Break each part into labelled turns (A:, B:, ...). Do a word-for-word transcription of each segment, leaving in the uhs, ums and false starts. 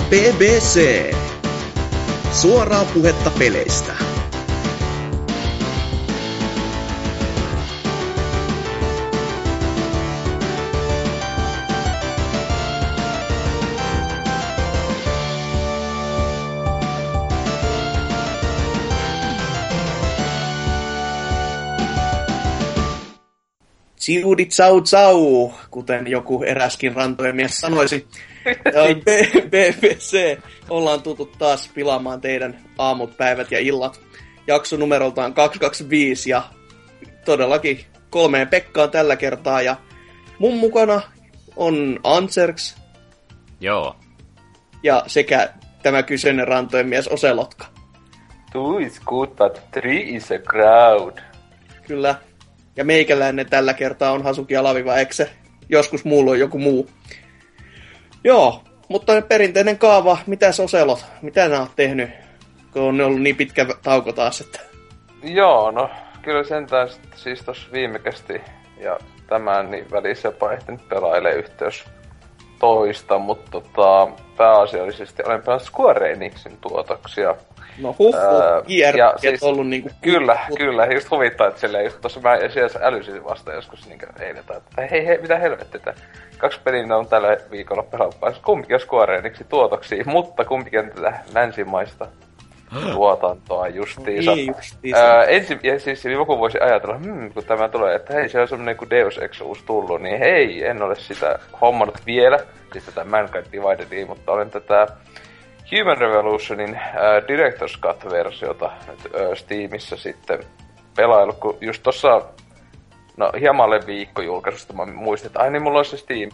A: B B C. Suoraa puhetta peleistä.
B: Ciudi tsau tsau, kuten joku eräskin rantojen mies sanoisi. B B C ollaan tultu taas pilaamaan teidän aamut, päivät ja illat. Jakso numeroltaan kaksisataakaksikymmentäviisi ja todellakin kolmeen Pekkaan tällä kertaa. Ja mun mukana on Anserks.
C: Joo.
B: Ja sekä tämä kyseinen rantojen mies Oselotka.
D: Two is good, but three is a crowd.
B: Kyllä. Ja meikäläinen tällä kertaa on Hasuki Alaviva Exe. Joskus muulla on joku muu. Joo, mutta perinteinen kaava. Mitäs Oselot? Mitä nää oot tehnyt? Kun on ollut niin pitkä tauko taas, että...
D: Joo, no kyllä sentään siis tossa viimekästi ja tämän niin välissä jopa ehtinyt pelaile yhteys toista, mutta tota, pääasiallisesti olen pelannut Square Enixin tuotoksia.
B: No huh, huh. J R P
D: siis,
B: ollut niinku...
D: Kyllä, huh. kyllä. Just huvittaa, että silleen just tossa mä siellä älysin vasta joskus niinku eilen, että hei hei, mitä helvettä. Kaksi peliä on tällä viikolla pelannut. Kumpikin on Square Enixin tuotoksia, mutta kumpikin tätä länsimaista tuotantoa justiinsa.
B: Niin, justiinsa.
D: Ää, ensin, ja siis joku voisi ajatella, hmm, kun tämä tulee, että hei, siellä on semmonen kuin Deus Ex uusi tullut, niin hei, en ole sitä hommannut vielä, siis tätä Mankind Dividedia, mutta olen tätä Human Revolutionin äh, Director's Cut-versiota nyt äh, Steamissa sitten pelaillut, kun just tossa, no hieman alle viikko julkaisusta mä muistin, että ai niin mulla on se Steam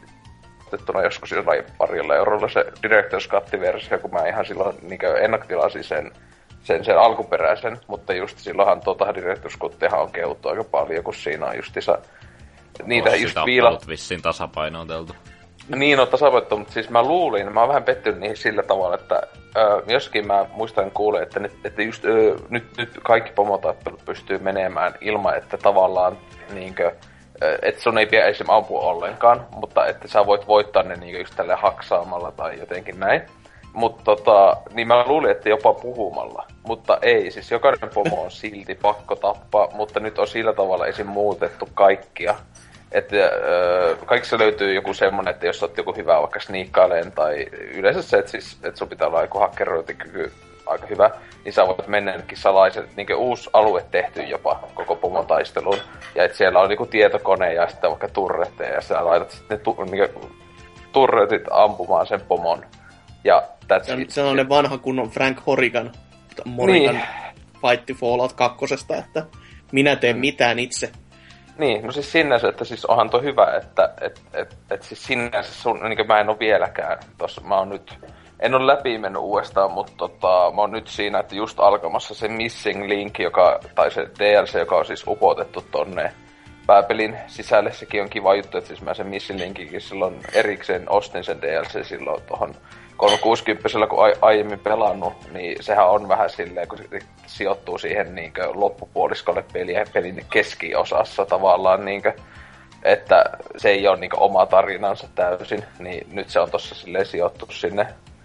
D: otettuna joskus jollain parilla eurolla se Director's Cut-versio, kun mä ihan silloin niin ennakkotilasin sen, sen, sen alkuperäisen, mutta just silloinhan tota Director's Cuttihan on kehuttu aika paljon, kun siinä on justissa niitä
C: on
D: just
C: viila... Sitä vissiin tasapainoteltu.
D: Niin on tasapainottu, mutta siis mä luulin, mä oon vähän pettynyt niihin sillä tavalla, että ö, joskin mä muistan kuulee, että, nyt, että just ö, nyt, nyt kaikki pomotappelut pystyy menemään ilman, että tavallaan niinkö, ö, että sun ei pidä esim. Ampua ollenkaan, mutta että sä voit voittaa ne niinkö just tälleen haksaamalla tai jotenkin näin. Mutta tota, niin mä luulin, että jopa puhumalla, mutta ei, siis jokainen pomo on silti pakko tappaa, mutta nyt on sillä tavalla esim. Muutettu kaikkia. Että öö, kaikissa löytyy joku semmonen, että jos oot joku hyvä vaikka sniikkaileen tai yleensä se, että, siis, että sun pitää olla joku hakkerointikyky aika hyvä, niin sä voit mennä jonnekin salaiset, niin uusi alue tehty jopa koko pomon taisteluun. Ja että siellä on niinku tietokone ja sitten vaikka turretteja ja sä laitat sitten tu, niinku, turretit ampumaan sen pomon. Ja that's
B: se on,
D: it.
B: se on ne vanha kunnon Frank Horigan, Morigan
D: niin.
B: Fight Fallout kakkosesta, että minä teen mm. mitään itse.
D: Niin, no siis sinänsä, että siis onhan toi hyvä, että et, et, et siis sinänsä sun, niin mä en oo vieläkään tossa, mä oon nyt, en oo läpi mennyt uudestaan, mutta tota, mä oon nyt siinä, että just alkamassa se Missing Link, joka, tai se D L C, joka on siis upotettu tonne pääpelin sisälle, sekin on kiva juttu, että siis mä sen Missing Linkikin silloin erikseen ostin sen D L C silloin tohon kolmesataakuusikymmentä, kun ai- aiemmin pelannut, niin sehän on vähän silleen, kun se sijoittuu siihen niinkö loppupuoliskolle peliä, pelin keskiosassa tavallaan niinkö, että se ei ole niinkö oma tarinansa täysin, niin nyt se on tossa silleen sijoittu sinne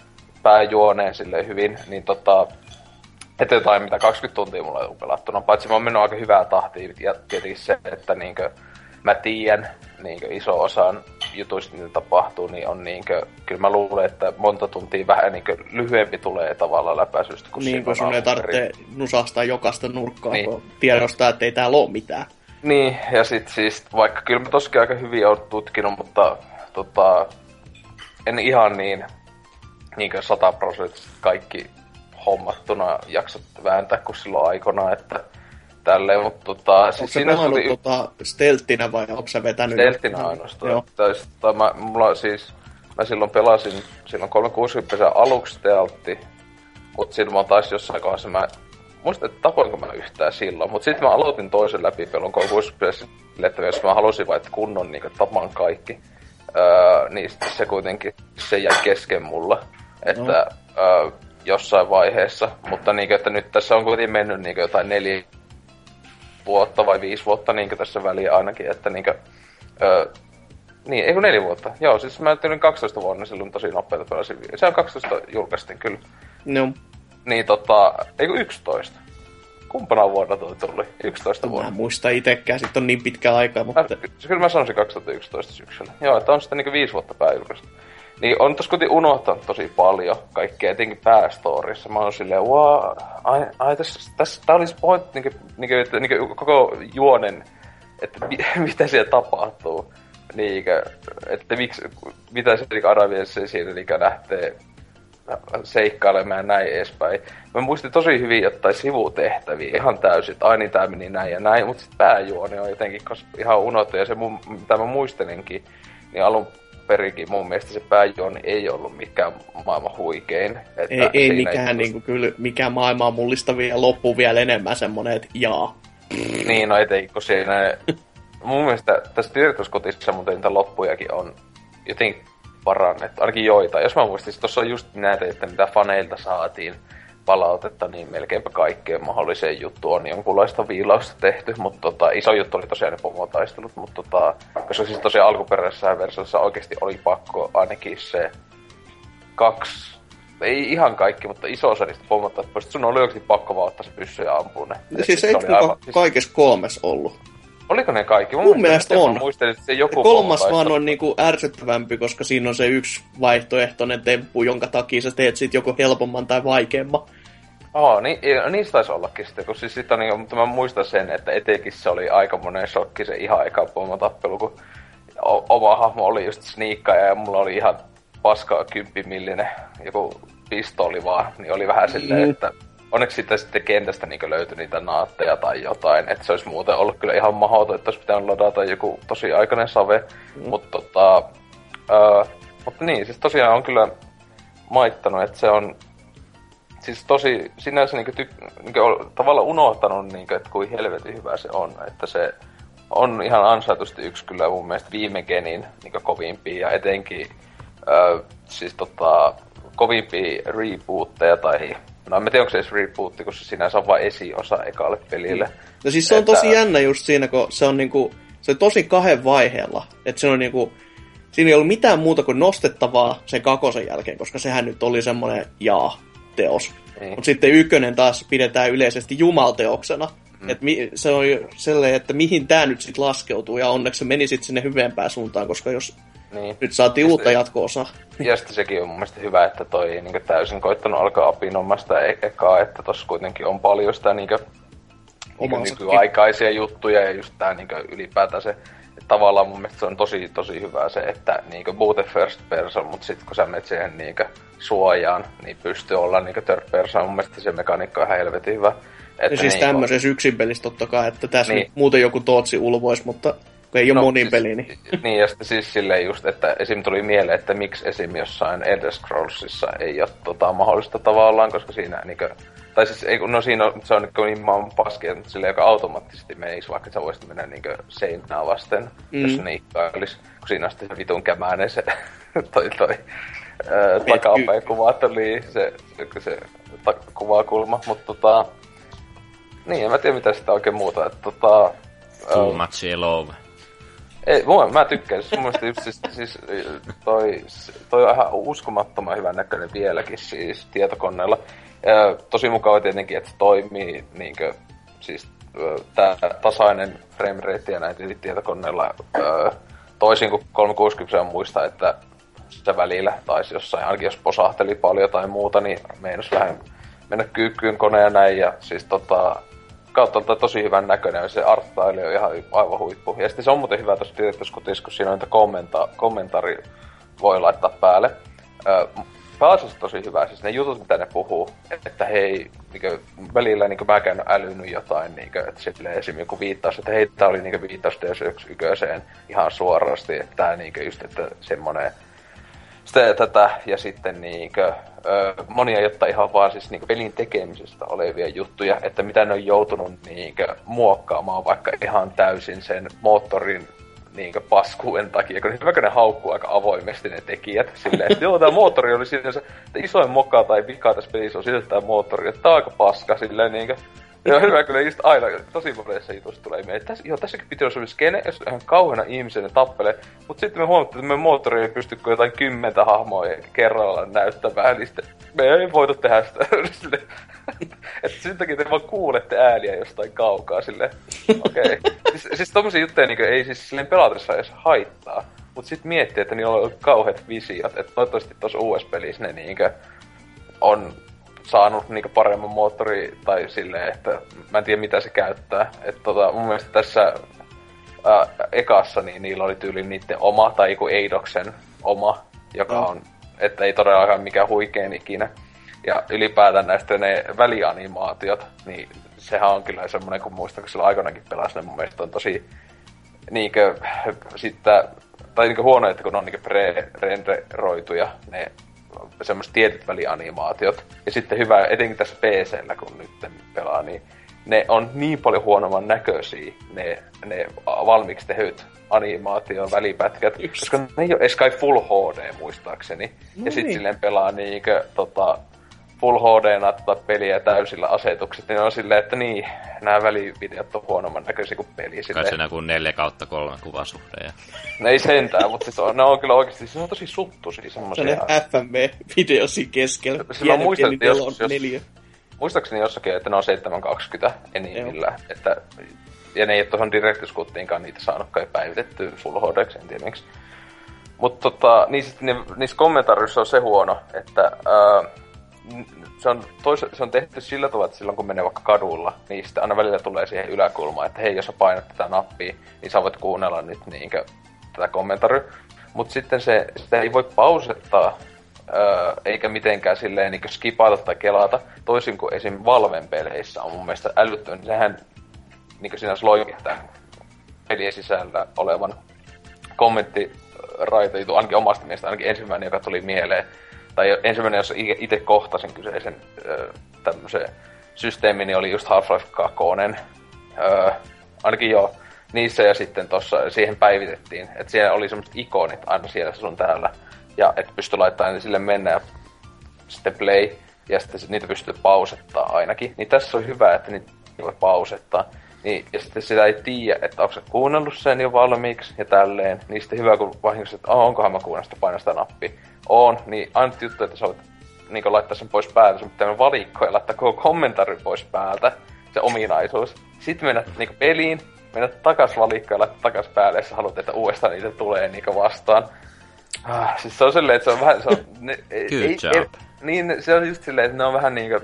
D: pääjuoneen silleen hyvin, niin tota, että jotain mitä kaksikymmentä tuntia mulla on pelattuna, paitsi mä oon mennyt aika hyvää tahtia, ja tietenkin se, että niinkö mä tiedän, niinkö iso osan jutuista, mitä tapahtuu, niin on niinkö, kyllä mä luulen, että monta tuntia vähän niinkö lyhyempi tulee tavallaan läpäisystä. Kun
B: niin, kun sun ei tarvitse nusastaa jokaista nurkkaa, niin. Kun tiedostaa, että ei täällä ole mitään.
D: Niin, ja sit siis, vaikka kyllä mä toskin aika hyvin oon tutkinut, mutta tota, en ihan niin niinkö sataprosenttisesti kaikki hommattuna jaksat vääntää kuin silloin aikanaan, että tälleen, mutta tota...
B: Onko se pelannut tuli... tota stealthinä vai onko sä vetänyt?
D: Stealthinä ainoastaan. Tai sit, tai mä, mulla siis, mä silloin pelasin, silloin kolmesataakuusikymmentä aluksi stealthi, mut silloin mä taas jossain kohdassa mä... Muistan, että tapoinko mä yhtään silloin, mut sit mä aloitin toisen läpipelun kolmesataakuusikymmentä sille, että jos mä halusin vaan, että kunnon niinku tapan kaikki, öö, niin se kuitenkin se jäi kesken mulla, että no. öö, jossain vaiheessa, mutta niinku, että nyt tässä on kuitenkin mennyt niinku jotain neljä vuotta vai viisi vuotta niinku tässä väliin ainakin, että niinku, öö, Niin, ei kun neljä vuotta. Joo, siis mä olin kaksitoista vuonna silloin tosi nopeita pelasin. Se on kaksitoista julkaistiin kyllä.
B: No.
D: Niin tota, ei kun yksitoista. Kumpana vuonna toi tuli? yksitoista vuonna.
B: Mä en muista itekään, sit on niin pitkä aikaa, mutta...
D: Mä, kyllä mä sanoisin kaksituhattayksitoista syksyllä. Joo, että on sitten niinku viisi vuotta pääjulkaista. Niin on tos kuitenkin unohtanut tosi paljon kaikkea, etenkin päästorissa. Mä oon silleen, wow, ai, ai tässä, tässä, tää olisi point, niinku, niinku, että, niinku, koko juonen, että mi, mitä siellä tapahtuu. Niinkö, että miksi, mitä se niinku Arabiassa siinä niinkö lähtee seikkailemaan ja näin edespäin. Mä muistin tosi hyvin jotain sivutehtäviä ihan täysin, että ai niin tää meni näin ja näin, mutta sit pääjuoni on jotenkin ihan unohtu ja se mun, mitä mä muistelinkin, niin alun perinkin mun mielestä se pääjuoni ei ollut mikään maailman huikein. Että
B: ei, ei mikään ei... niinku kyllä mikään maailmaa mullistavia ja loppu vielä enemmän semmonen, että jaa.
D: Niin, no etenkin kun siinä... mun mielestä tässä Director's-kotissa muuten niitä loppujakin on jotenkin parannettu, ainakin joita. Jos mä muistin, tuossa on just näitä, että mitä faneilta saatiin palautetta, niin melkeinpä kaikkeen mahdolliseen juttuun on jonkunlaista viilausta tehty, mutta tota, iso juttu oli tosiaan ne pomotaistelut, mutta tota, koska siis tosiaan alkuperäisessä versiossa oikeasti oli pakko ainakin se kaksi, ei ihan kaikki, mutta iso osa niistä pomotaisteluista, pois, sun oli oikeasti pakko vaan ottaa se pyssy ja ampua ne.
B: Ja siis eikö aivan... siis... kaikessa kolmes ollut?
D: Oliko ne kaikki?
B: Mun, Mun mielestä on.
D: Muistelin, että se joku
B: kolmas vaan on niinku ärsyttävämpi, koska siinä on se yksi vaihtoehtoinen temppu, jonka takia sä teet sit joko helpomman tai vaikeamman.
D: Oo, niin, niistä taisi ollakin sitten, kun siis sit on niin, mutta mä muistan sen, että etenkin se oli aika monen shokki se ihan eka pomotappelu, kun oma hahmo oli just sniikkaaja ja mulla oli ihan paska kymppimillinen joku pistooli vaan, niin oli vähän silleen, mm. että onneksi sitten, sitten kentästä niin löytyi niitä naatteja tai jotain, että se olisi muuten ollut kyllä ihan mahdoton, että olisi pitänyt ladata joku tosi aikainen save, mm. mutta tota, äh, mutta niin, siis tosiaan on kyllä maittanut, että se on siis tosi, sinänsä niinku tyk- niinku tavallaan unohtanut, niinku, että kuin helvetin hyvä se on, että se on ihan ansaitusti yksi kyllä mun mielestä viime genin niinku kovimpia ja etenkin äh, siis tota, kovimpia rebootteja tai no en tiedä, onko se edes rebootti, kun se sinänsä on vain esiosa ekalle pelille.
B: No siis se on että... tosi jännä just siinä, kun se on niinku, se on tosi kahden vaiheella. Että se on niinku, siinä ei ollut mitään muuta kuin nostettavaa sen kakosen jälkeen, koska sehän nyt oli semmoinen jaa-teos. Niin. Mutta sitten ykkönen taas pidetään yleisesti jumalteoksena. Mm. Että mi- se on sellainen, että mihin tää nyt sit laskeutuu, ja onneksi se meni sit sinne hyvempään suuntaan, koska jos niin. Nyt saatiin uutta jatko-osaa.
D: Ja sitten sekin on mun mielestä hyvä, että toi niin täysin koittanut alkaa apinomasta e- ekaa, että tossa kuitenkin on paljon sitä niin nykyaikaisia juttuja ja just tää niin ylipäätään se, että tavallaan mun mielestä se on tosi tosi hyvä se, että niin boot first person, mutta sit kun sä menet siihen niin suojaan, niin pystyy olla niin third person, mun mielestä se mekaniikka on ihan helvetin hyvä.
B: Että ja siis niin tämmöisessä yksin pelissä totta kai, että tässä niin. Muuten joku Tootsi ulvois, mutta kun ei ole no, monin siis, peli, niin...
D: Niin, ja sitten siis silleen just, että esim. Tuli mieleen, että miksi esim. Jossain Elder Scrollsissa ei ole tota, mahdollista tavallaan, koska siinä niinkö... Tai siis, ei, no siinä on, se on niin maan paskia, mutta silleen, joka automaattisesti menisi, vaikka sä voisit mennä niinkö seinää vasten, mm. jos niikkailisi. Kun siinä on sitten se vitun kämäinen se toi toi ää, takapäin kuvatteli se, se, se ta, kuvakulma, mutta tota... Niin, en mä tiedä mitä sitä oikein muuta, että tota...
C: Too much love.
D: Ei, mua, mä tykkään. Siis mun mielestä just siis, siis toi, toi on ihan uskomattoman hyvän näköinen vieläkin siis tietokoneella. Ja tosi mukava tietenkin, että se toimii niinkö, siis tää tasainen framerate ja näin tietokoneella toisin kuin kolmesataakuusikymmentä muista, että sitä välillä taisi jossain, ainakin jos posahteli paljon tai muuta, niin meinas vähän mennä kyykkyyn koneen ja näin. Ja siis tota... kautta tosi hyvän näköinen, ja se arttaili on ihan aivan huippu. Ja sitten se on muuten hyvä tuossa Director's-kotissa, kun siinä on niitä kommenta- kommentaari voi laittaa päälle. Öö, pääasiassa tosi hyvä, siis ne jutut, mitä ne puhuu, että hei, niinkö, välillä niinkö mä käyn älynyt jotain, niinkö, että silleen esim. Joku viittaus, että hei, tää oli niinkö viittaus Deus Ex ykköseen ihan suorasti, että tää niinkö just, että semmonen sitä tätä, ja sitten niinkö, ö, monia jotta ihan vaan siis niinkö pelin tekemisestä olevia juttuja, että mitä ne on joutunut niinkö muokkaamaan vaikka ihan täysin sen moottorin niinkö paskuuden takia, kun vaikka ne haukkuu aika avoimesti ne tekijät, silleen, että joo, tää moottori oli sinänsä, että isoin moka tai vika tässä pelissä on siltä tää moottori, että tää on aika paska, silleen niinkö, Joo, hyvä kyllä just aina, tosi monessa jutussa tulee mieleen. Täs, joo, tässäkin piti olla skene, jos ihan kauheena ihmisen tappelee. Mut sitten me huomattiin, että me moottori ei pysty kuin jotain kymmentä hahmoa kerrallaan näyttämään, niin sitten me ei voitu tehdä sitä. Että sen takia te vaan kuulette ääniä jostain kaukaa silleen. Okei. Okay. Siis, siis tommosia juttuja niin ei siis silleen pelatessa edes haittaa. Mut sit miettii, että niillä on kauheat visiot. Että toivottavasti tossa uudessa pelissä ne niinkö on saanut niinku paremman moottori tai silleen, että mä en tiedä mitä se käyttää. Että tota, mun mielestä tässä ää, ekassa niin niillä oli tyyli niitten oma tai joku Eidoksen oma, joka on, että ei todellakaan mikään huikeen ikinä. Ja ylipäätään näistä ne välianimaatiot, niin sehän on kyllä semmonen, kun muistan, kun sillä aikoinakin pelasi, ne mun mielestä on tosi niinkö sitten, tai niinkö huono, että kun ne on niinkö pre-renderoituja, ne semmoiset tietyt välianimaatiot. Ja sitten hyvä, etenkin tässä P C:llä, kun nyt pelaa, niin ne on niin paljon huonomman näköisiä, ne, ne valmiiksi tehyt animaation välipätkät, Yksi. koska ne ei ole edes kai Full H D muistaakseni. No ja sit niin. Silleen pelaa niinkö tota, Full H D-na tota peliä täysillä asetukset, niin on silleen, että niin, nämä välivideot on huonomman näköisiä kuin peli.
C: Kai siinä kuin neljä kautta kolme kuvasuhde.
D: No ei sentään, mutta siis on, ne on kyllä oikeesti, se on tosi suttuisia semmosia.
B: Se on F M V-video siinä keskellä.
D: Siis mä muistan, että joskus, jos, muistaakseni jossakin, että ne on seitsemän kaksikymmentä enimmillään. Että, ja ne ei ole tuohon Director's Cutiinkaan niitä saanut kai päivitettyä Full H D:ksi, en tiedä miksi. Mutta tota, niissä, niissä kommentaarissa on se huono, että ää, se, on tois, se on tehty sillä tavalla, että silloin kun menee vaikka kadulla, niin sitten aina välillä tulee siihen yläkulmaan, että hei, jos sä painat tätä nappia, niin sä voit kuunnella nyt niinkö tätä kommentaaria. Mut sitten se, sitä ei voi pausettaa, öö, eikä mitenkään silleen niinkö skipata tai kelata, toisin kuin esim. Valven peleissä on mun mielestä älyttöön, niin sehän niinkö sinänsä loikittaa pelien sisällä olevan kommenttiraitoitu, ainakin omasta mielestä, ainakin ensimmäinen, joka tuli mieleen, tai ensimmäinen, jossa itse kohtasin kyseisen öö, tämmöisen systeemin, niin oli just Half-Life kaksi. Öö, ainakin joo, niissä ja sitten tossa siihen päivitettiin, että siellä oli semmoset ikonit aina siellä sun täällä, ja että pystyi laittamaan sille mennä ja sitten play, ja sitten niitä pystyy pausettaa ainakin. Niin tässä on hyvä, että niitä voi pausettaa. Niin, ja sitten sitä ei tiedä, että onko sä kuunnellut sen jo valmiiksi ja tälleen. Niin sitten hyvä, kun vahingossa, että oh, onkohan mä kuunnellut sitä, painaa sitä nappia. On, niin ainut juttu, että sä voit niin laittaa sen pois päältä, sun pitää valikko ja laittaa koko kommentaari pois päältä, se ominaisuus. Sitten mennät niin peliin, mennät takas valikkoon ja laittaa takas päälle, jos sä haluat, että uudestaan niitä tulee niin vastaan. Ah, siis se on silleen, että se on vähän... Se on, ne,
C: Good
D: ei,
C: job.
D: Ei, niin, se on just silleen, että ne on vähän niinkö...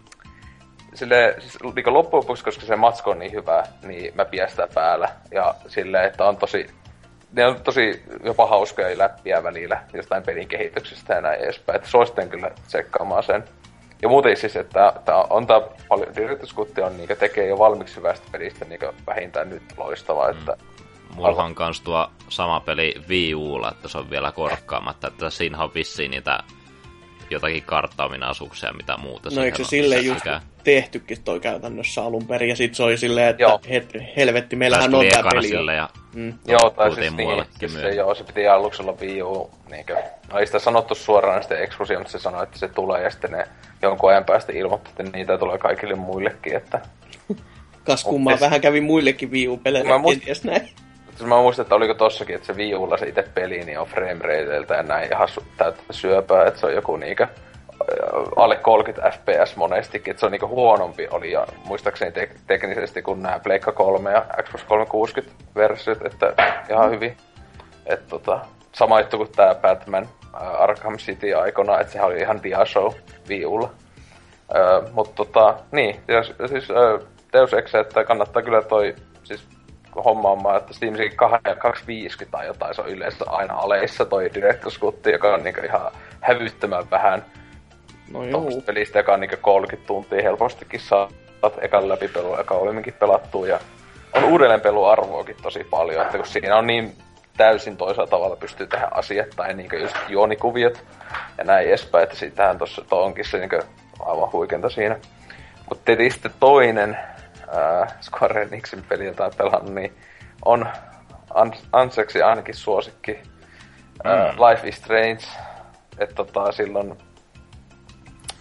D: Silleen, siis niinku loppujen lopuksi, koska se matsko on niin hyvä, niin mä pidän sitä päällä. Ja silleen, että on tosi... Ne on tosi jopa hauskoja läppiä välillä jostain pelin kehityksestä ja näin edespäin. Että suosittelen kyllä tsekkaamaan sen. Ja muuten siis, että tää on tää paljon... Director's Cut on niinku tekee jo valmiiksi hyvästä pelistä niinku vähintään nyt loistavaa, että...
C: Mulla on kans tuo sama peli Wii U:lla, että se on vielä korkkaamatta, että siinä on vissiin niitä jotakin karttaominaisuuksia, mitä muuta.
B: No eikö se silleen just tehtykin toi käytännössä alun perin, ja sit se oli silleen, että het, helvetti, meillähän on tää peli.
C: Ja
D: mm. Joo, tai siis niin, siis se, joo, se piti aluksi olla Wii U, niinkö, no ei sitä sanottu suoraan sitten eksklusia, mutta se sanoi, että se tulee, ja sitten ne jonkun ajan päästä ilmoitti, että niitä tulee kaikille muillekin, että...
B: Kas kummaa,
D: siis...
B: vähän kävi muillekin Wii U-pelejä,
D: muist...
B: kenties näin.
D: Siis mä muistan, että oliko tossakin, että se Wii Ulla se itse peli niin on framerateilta ja näin ja hassu täyttä syöpää, että se on joku niinkö alle kolmekymmentä F P S monestikin, että se on niinkö huonompi oli ja muistaakseni te- teknisesti kuin nämä Pleikka kolme ja Xbox kolmesataakuusikymmentä versiot, että ihan hyvin. Että tota, sama juttu kuin tää Batman äh, Arkham City aikona, että sehän oli ihan diashow Wii Ulla. Äh, Mutta tota, niin, ja, siis äh, Deus Ex, että kannattaa kyllä toi, siis hommaamaan, että Steamsin kaksisataaviisikymmentä tai jotain, se on yleensä aina aleissa toi Director's Cut, joka on niinku ihan hävyttömän vähän
B: no tosta
D: pelistä, joka on niinku kolmekymmentä tuntia helpostikin saat ekan läpipelua, joka on olimmekin pelattu, ja on uudelleenpeluarvoakin tosi paljon, että kun siinä on niin täysin toisella tavalla pystyy tehdä asiat, tai niinku just juonikuviot, ja näin edespäin, että siitähän tossa to onkin se niinku aivan huikenta siinä. Mut tietysti sitten toinen Äh, Square Enixin peli, jota on pelannut, niin on ans- anseeksi ainakin suosikki äh, mm. Life is Strange. Että tota silloin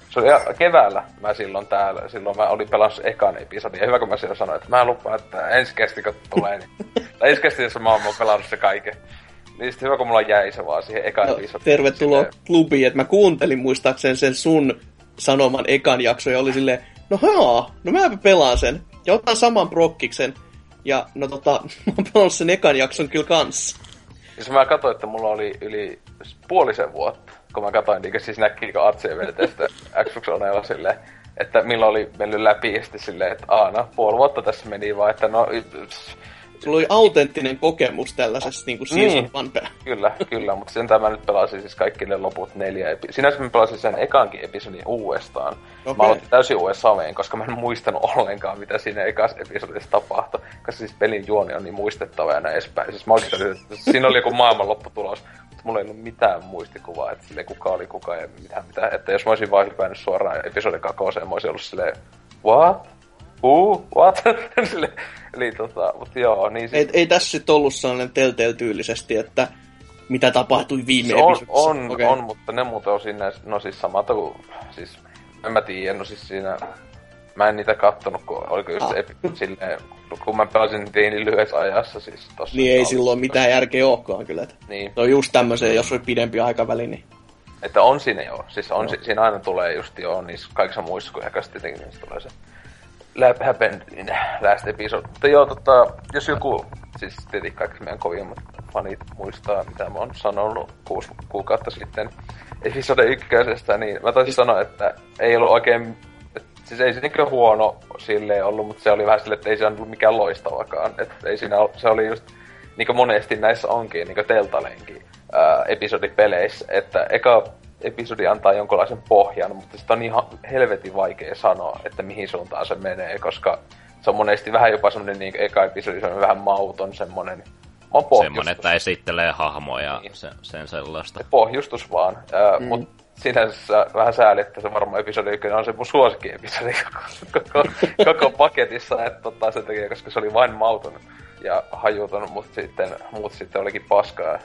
D: Se oli keväällä mä silloin täällä, silloin mä olin pelannut ekan episodin. Ja hyvä kun mä silloin sanoin, että mä lupaan, että ensi kesti kun tulee, niin... tai ensi kesti, jos mä oon pelannut se kaiken. Niin sit hyvä kun mulla jäi se vaan siihen ekan no, episodiin.
B: Tervetuloa silleen... klubiin, että mä kuuntelin muistaakseni sen sun sanoman ekan jakson ja oli silleen, no haa, no mä pelaan sen. Ja otan saman prokkiksen. Ja no tota, mä oon pelannut sen ekan jakson kyllä kanssa.
D: Ja mä katsoin, että mulla oli yli puolisen vuotta, kun mä katsoin, niin siis näki A C V-testä Xbox Onella silleen, että milloin oli mennyt läpi ja sitten silleen, että aah no, puoli vuotta tässä meni vaan, että no...
B: Sulla oli autenttinen kokemus tällaisessa niin kuin season
D: niin,
B: one pää.
D: Kyllä, kyllä, mutta sen mä nyt pelasin siis kaikki ne loput neljä epi... Sinänsä mä pelasin sen ekankin episodin uudestaan. Okay. Mä aloitin täysin uuden sameen, koska mä en muistanut ollenkaan, mitä siinä ekassa episodissa tapahtui. Koska siis pelin juoni on niin muistettava ja näin edespäin. Siis mä oikeastaan, että siinä oli joku maailman lopputulos, mutta mulla ei ollut mitään muistikuvaa, että silleen kuka oli kuka ja mitään mitään. Että jos mä olisin vaan hypännyt suoraan episodin kakoseen, mä olisin ollut silleen, what? Uh, what? Eli tota, mut joo, niin siis...
B: Ei, ei tässä sit ollut sellainen Telltale-tyylisesti, että mitä tapahtui viime
D: on,
B: episodissa.
D: On,
B: okay.
D: on, mutta ne muuten on siinä, no siis samalta kuin, siis, en mä tiedä, no siis siinä, mä en niitä kattonut, kun oliko just ah. epi, silleen, kun mä pelasin niitä niin lyhyessä ajassa, siis tossa.
B: Niin ei silloin mitään järkeä olekaan kyllä, että
D: niin.
B: Se on just tämmöisen, jos oli pidempi aikaväli, niin...
D: Että on siinä joo, siis on, no. Siinä aina tulee just joo, niissä kaikissa muissa, kun ehkä sitten tietenkin niistä tulee se happened in last episode. Mutta joo, tota, jos joku, siis tietenkin kaikki meidän kovimmat fanit muistaa, mitä mä oon sanonut kuusi kuukautta sitten episode ykkösestä, niin mä taisin sanoa, että ei ollut oikein, et, siis ei se niinkö huono silleen ollut, mutta se oli vähän silleen, että ei se ollut mikään loistavakaan. Että ei siinä, se oli just, niinku monesti näissä onkin, niinku Telltalenkin ää, episodipeleissä, että eka episodi antaa jonkinlaisen pohjan, mutta sitä on ihan helvetin vaikea sanoa, että mihin suuntaan se menee, koska se on monesti vähän jopa semmonen niin eka episodi, se on vähän mauton semmonen
C: semmonen, että esittelee hahmoja niin. sen, sen sellaista.
D: Pohjustus vaan, mm. mutta sinänsä vähän sääli, että se varmaan episodi ykkönen on se mun suosikkiepisodi koko, koko, koko paketissa, että tota, se tekee, koska se oli vain mauton ja hajuton, mutta sitten muut sitten olikin paskaa.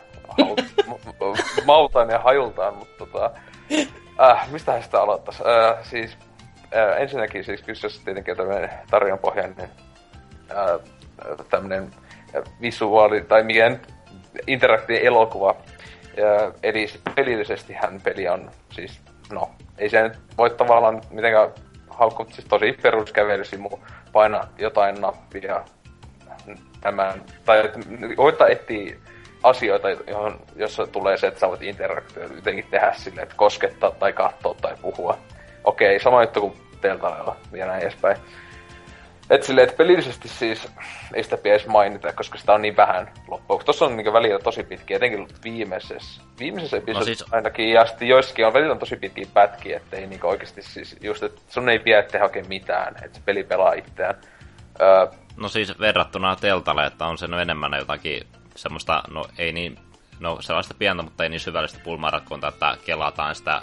D: Mautaan ja hajultaan, mutta tota... Äh, mistähän sitä aloittais? Äh, siis... Äh, ensinnäkin siis kyseessä tietenkin tämmönen tarinanpohjainen... Äh, tämmönen visuaali... Tai mikä interaktiivinen elokuva. Äh, eli pelillisestihän peli on siis... No, ei se nyt voi tavallaan mitenkään haukku, siis tosi peruskävelysimu. Paina jotain nappia. Tämän... Tai koittaa etsiä asioita, johon, jossa tulee se, että sä voit interaktioida jotenkin tehdä silleen, että koskettaa tai katsoa tai puhua. Okei, sama juttu kuin Telltalella ja näin edespäin. Et silleen, että pelillisesti siis ei sitä pitäisi mainita, koska sitä on niin vähän loppuksi. Tossa on niinku välillä tosi pitkiä, etenkin viimeisessä. Viimeisessä episodissa no siis... ainakin, ja sitten joissakin on välillä tosi pitkiä pätkiä, ettei niinku oikeesti siis just, että sun ei pidä tehdä oikein mitään, että se peli pelaa itseään. Öö,
C: no siis verrattuna Telltale, että on se no enemmän jotakin semmoista, no ei niin, no sellaista pientä, mutta ei niin syvällistä pulmarakkonta, että kelataan sitä,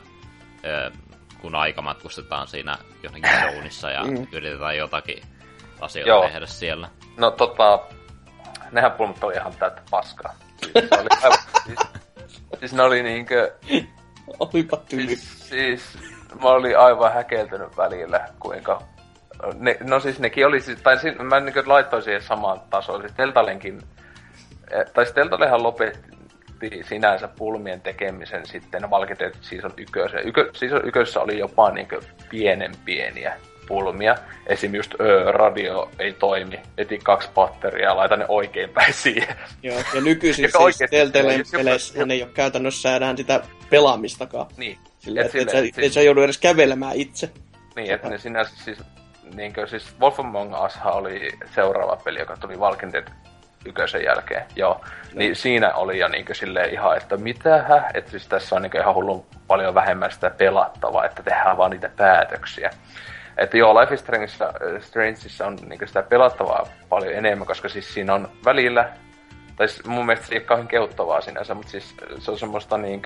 C: kun aika matkustetaan siinä johonkin zoonissa ja mm. yritetään jotakin asioita Joo. tehdä siellä.
D: No tota, nehän pulmat oli ihan täyttä paskaa. Siis, se oli aivan, siis, siis ne oli niinkö...
B: Olipa tyli.
D: Siis, siis mä olin aivan häkeltynyt välillä, kuinka... Ne, no siis nekin oli, siis, tai mä niinkö laittoin siihen samaan tasoon, siis Telltalenkin... Tai siis Telltalehan lopetti sinänsä pulmien tekemisen sitten Walking Dead Season ykkösen. Ykö, Season ykkössä oli jopa niinkö pienen pieniä pulmia. Esim. Just öö, radio ei toimi, eti kaksi patteria, laita ne oikein päin siihen.
B: Joo, ja nykyisin siis Telltalen peleissä hän ei ole käytännössä enää sitä pelaamistakaan.
D: Niin.
B: Silleen, et, et, et, et, et sä joudu edes kävelemään itse.
D: Niin, että ne sinänsä siis... Niinkö siis Wolf Among Us oli seuraava peli, joka tuli Walking Dead ykösen jälkeen, joo. Niin siinä oli jo niinku silleen ihan, että mitähä? Että siis tässä on niinku ihan hullun paljon vähemmän sitä pelattavaa, että tehdään vaan niitä päätöksiä. Että joo, Life is Strangeissa on niinku sitä pelattavaa paljon enemmän, koska siis siinä on välillä, tai siis mun mielestä se ei ole kauhean kehuttavaa sinänsä, mutta siis se on semmoista niinkö,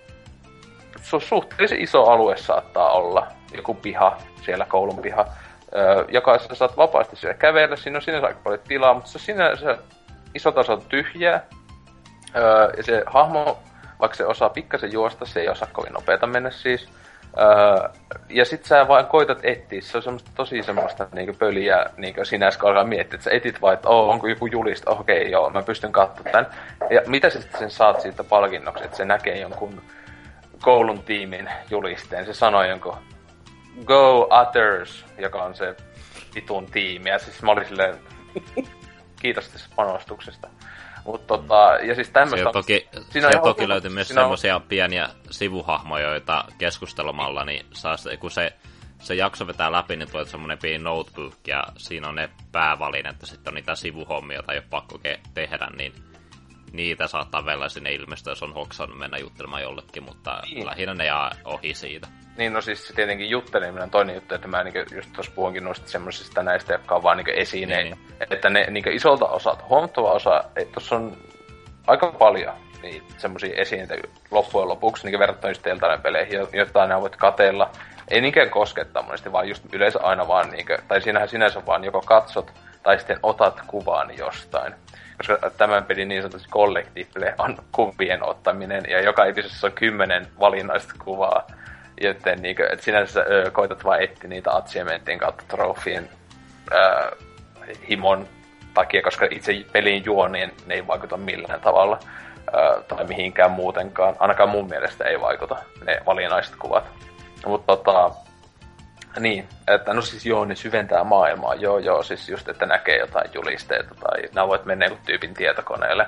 D: se on suhteellisen iso alue saattaa olla, joku piha, siellä koulun piha, joka sä saat vapaasti siellä kävellä, siinä on sinänsä aika paljon tilaa, mutta se on sinänsä iso taso tyhjää, öö, ja se hahmo, vaikka se osaa pikkasen juosta, se ei osaa kovin nopeeta mennä siis, Öö, ja sit sä vaan koitat etsiä, se on semmoista tosi semmoista niinku pöliä niinku sinä kun alkaa miettiä, että sä etit vaan, että oh, onko joku julista, oh, okei okay, joo, mä pystyn katsomaan tän. Ja mitä sä sitten sen saat siitä palkinnoksi, että se näkee jonkun koulun tiimin julisteen, se sanoo jonkun Go Otters, joka on se vitun tiimi, ja siis mä olin silleen, kiitos tästä panostuksesta. Mut tota, ja siis tämmöstä...
C: Siellä toki, siellä toki löytyy myös semmosia on... pieniä sivuhahmoja, joita keskustelumalla, niin saa se, kun se, se jakso vetää läpi, niin tulee semmonen pieni notebook, ja siinä on ne päävalineet, että sitten on niitä sivuhommia, joita ei ole pakko ke- tehdä, niin niitä saattaa vielä sinne ilmestyä, jos on hoksannut mennä juttelemaan jollekin, mutta niin. Lähinnä ne jää ohi siitä.
D: Niin, no siis tietenkin jutteleminen on toinen juttu, että mä niinku just tuossa puhunkin noista semmosista näistä, jotka on vaan niinku esineitä. Niin. Että ne niinku isolta osalta, huomattava osa, että tuossa on aika paljon niin semmosia esineitä loppujen lopuksi, niinku verrattuna just Telltale-peleihin, joita ne voit kateella. Ei niinkään koskettaa monesti, vaan just yleensä aina vaan niinku, tai siinähän sinänsä vaan joko katsot, tai sitten otat kuvan jostain. Koska tämän pelin niin sanotusti collectible on kuvien ottaminen, ja joka episodissa on kymmenen valinnaista kuvaa. Joten niin kuin, että sinänsä ö, koitat vaan etsiä niitä achievementtien kautta trofien ö, himon takia, koska itse pelin juonien ne ei vaikuta millään tavalla ö, tai mihinkään muutenkaan. Ainakaan mun mielestä ei vaikuta ne valinnaiset kuvat. Mutta tota, niin, että no siis joo, ne syventää maailmaa. Joo, joo, siis just, että näkee jotain julisteita tai nää voit mennä joku tyypin tietokoneelle.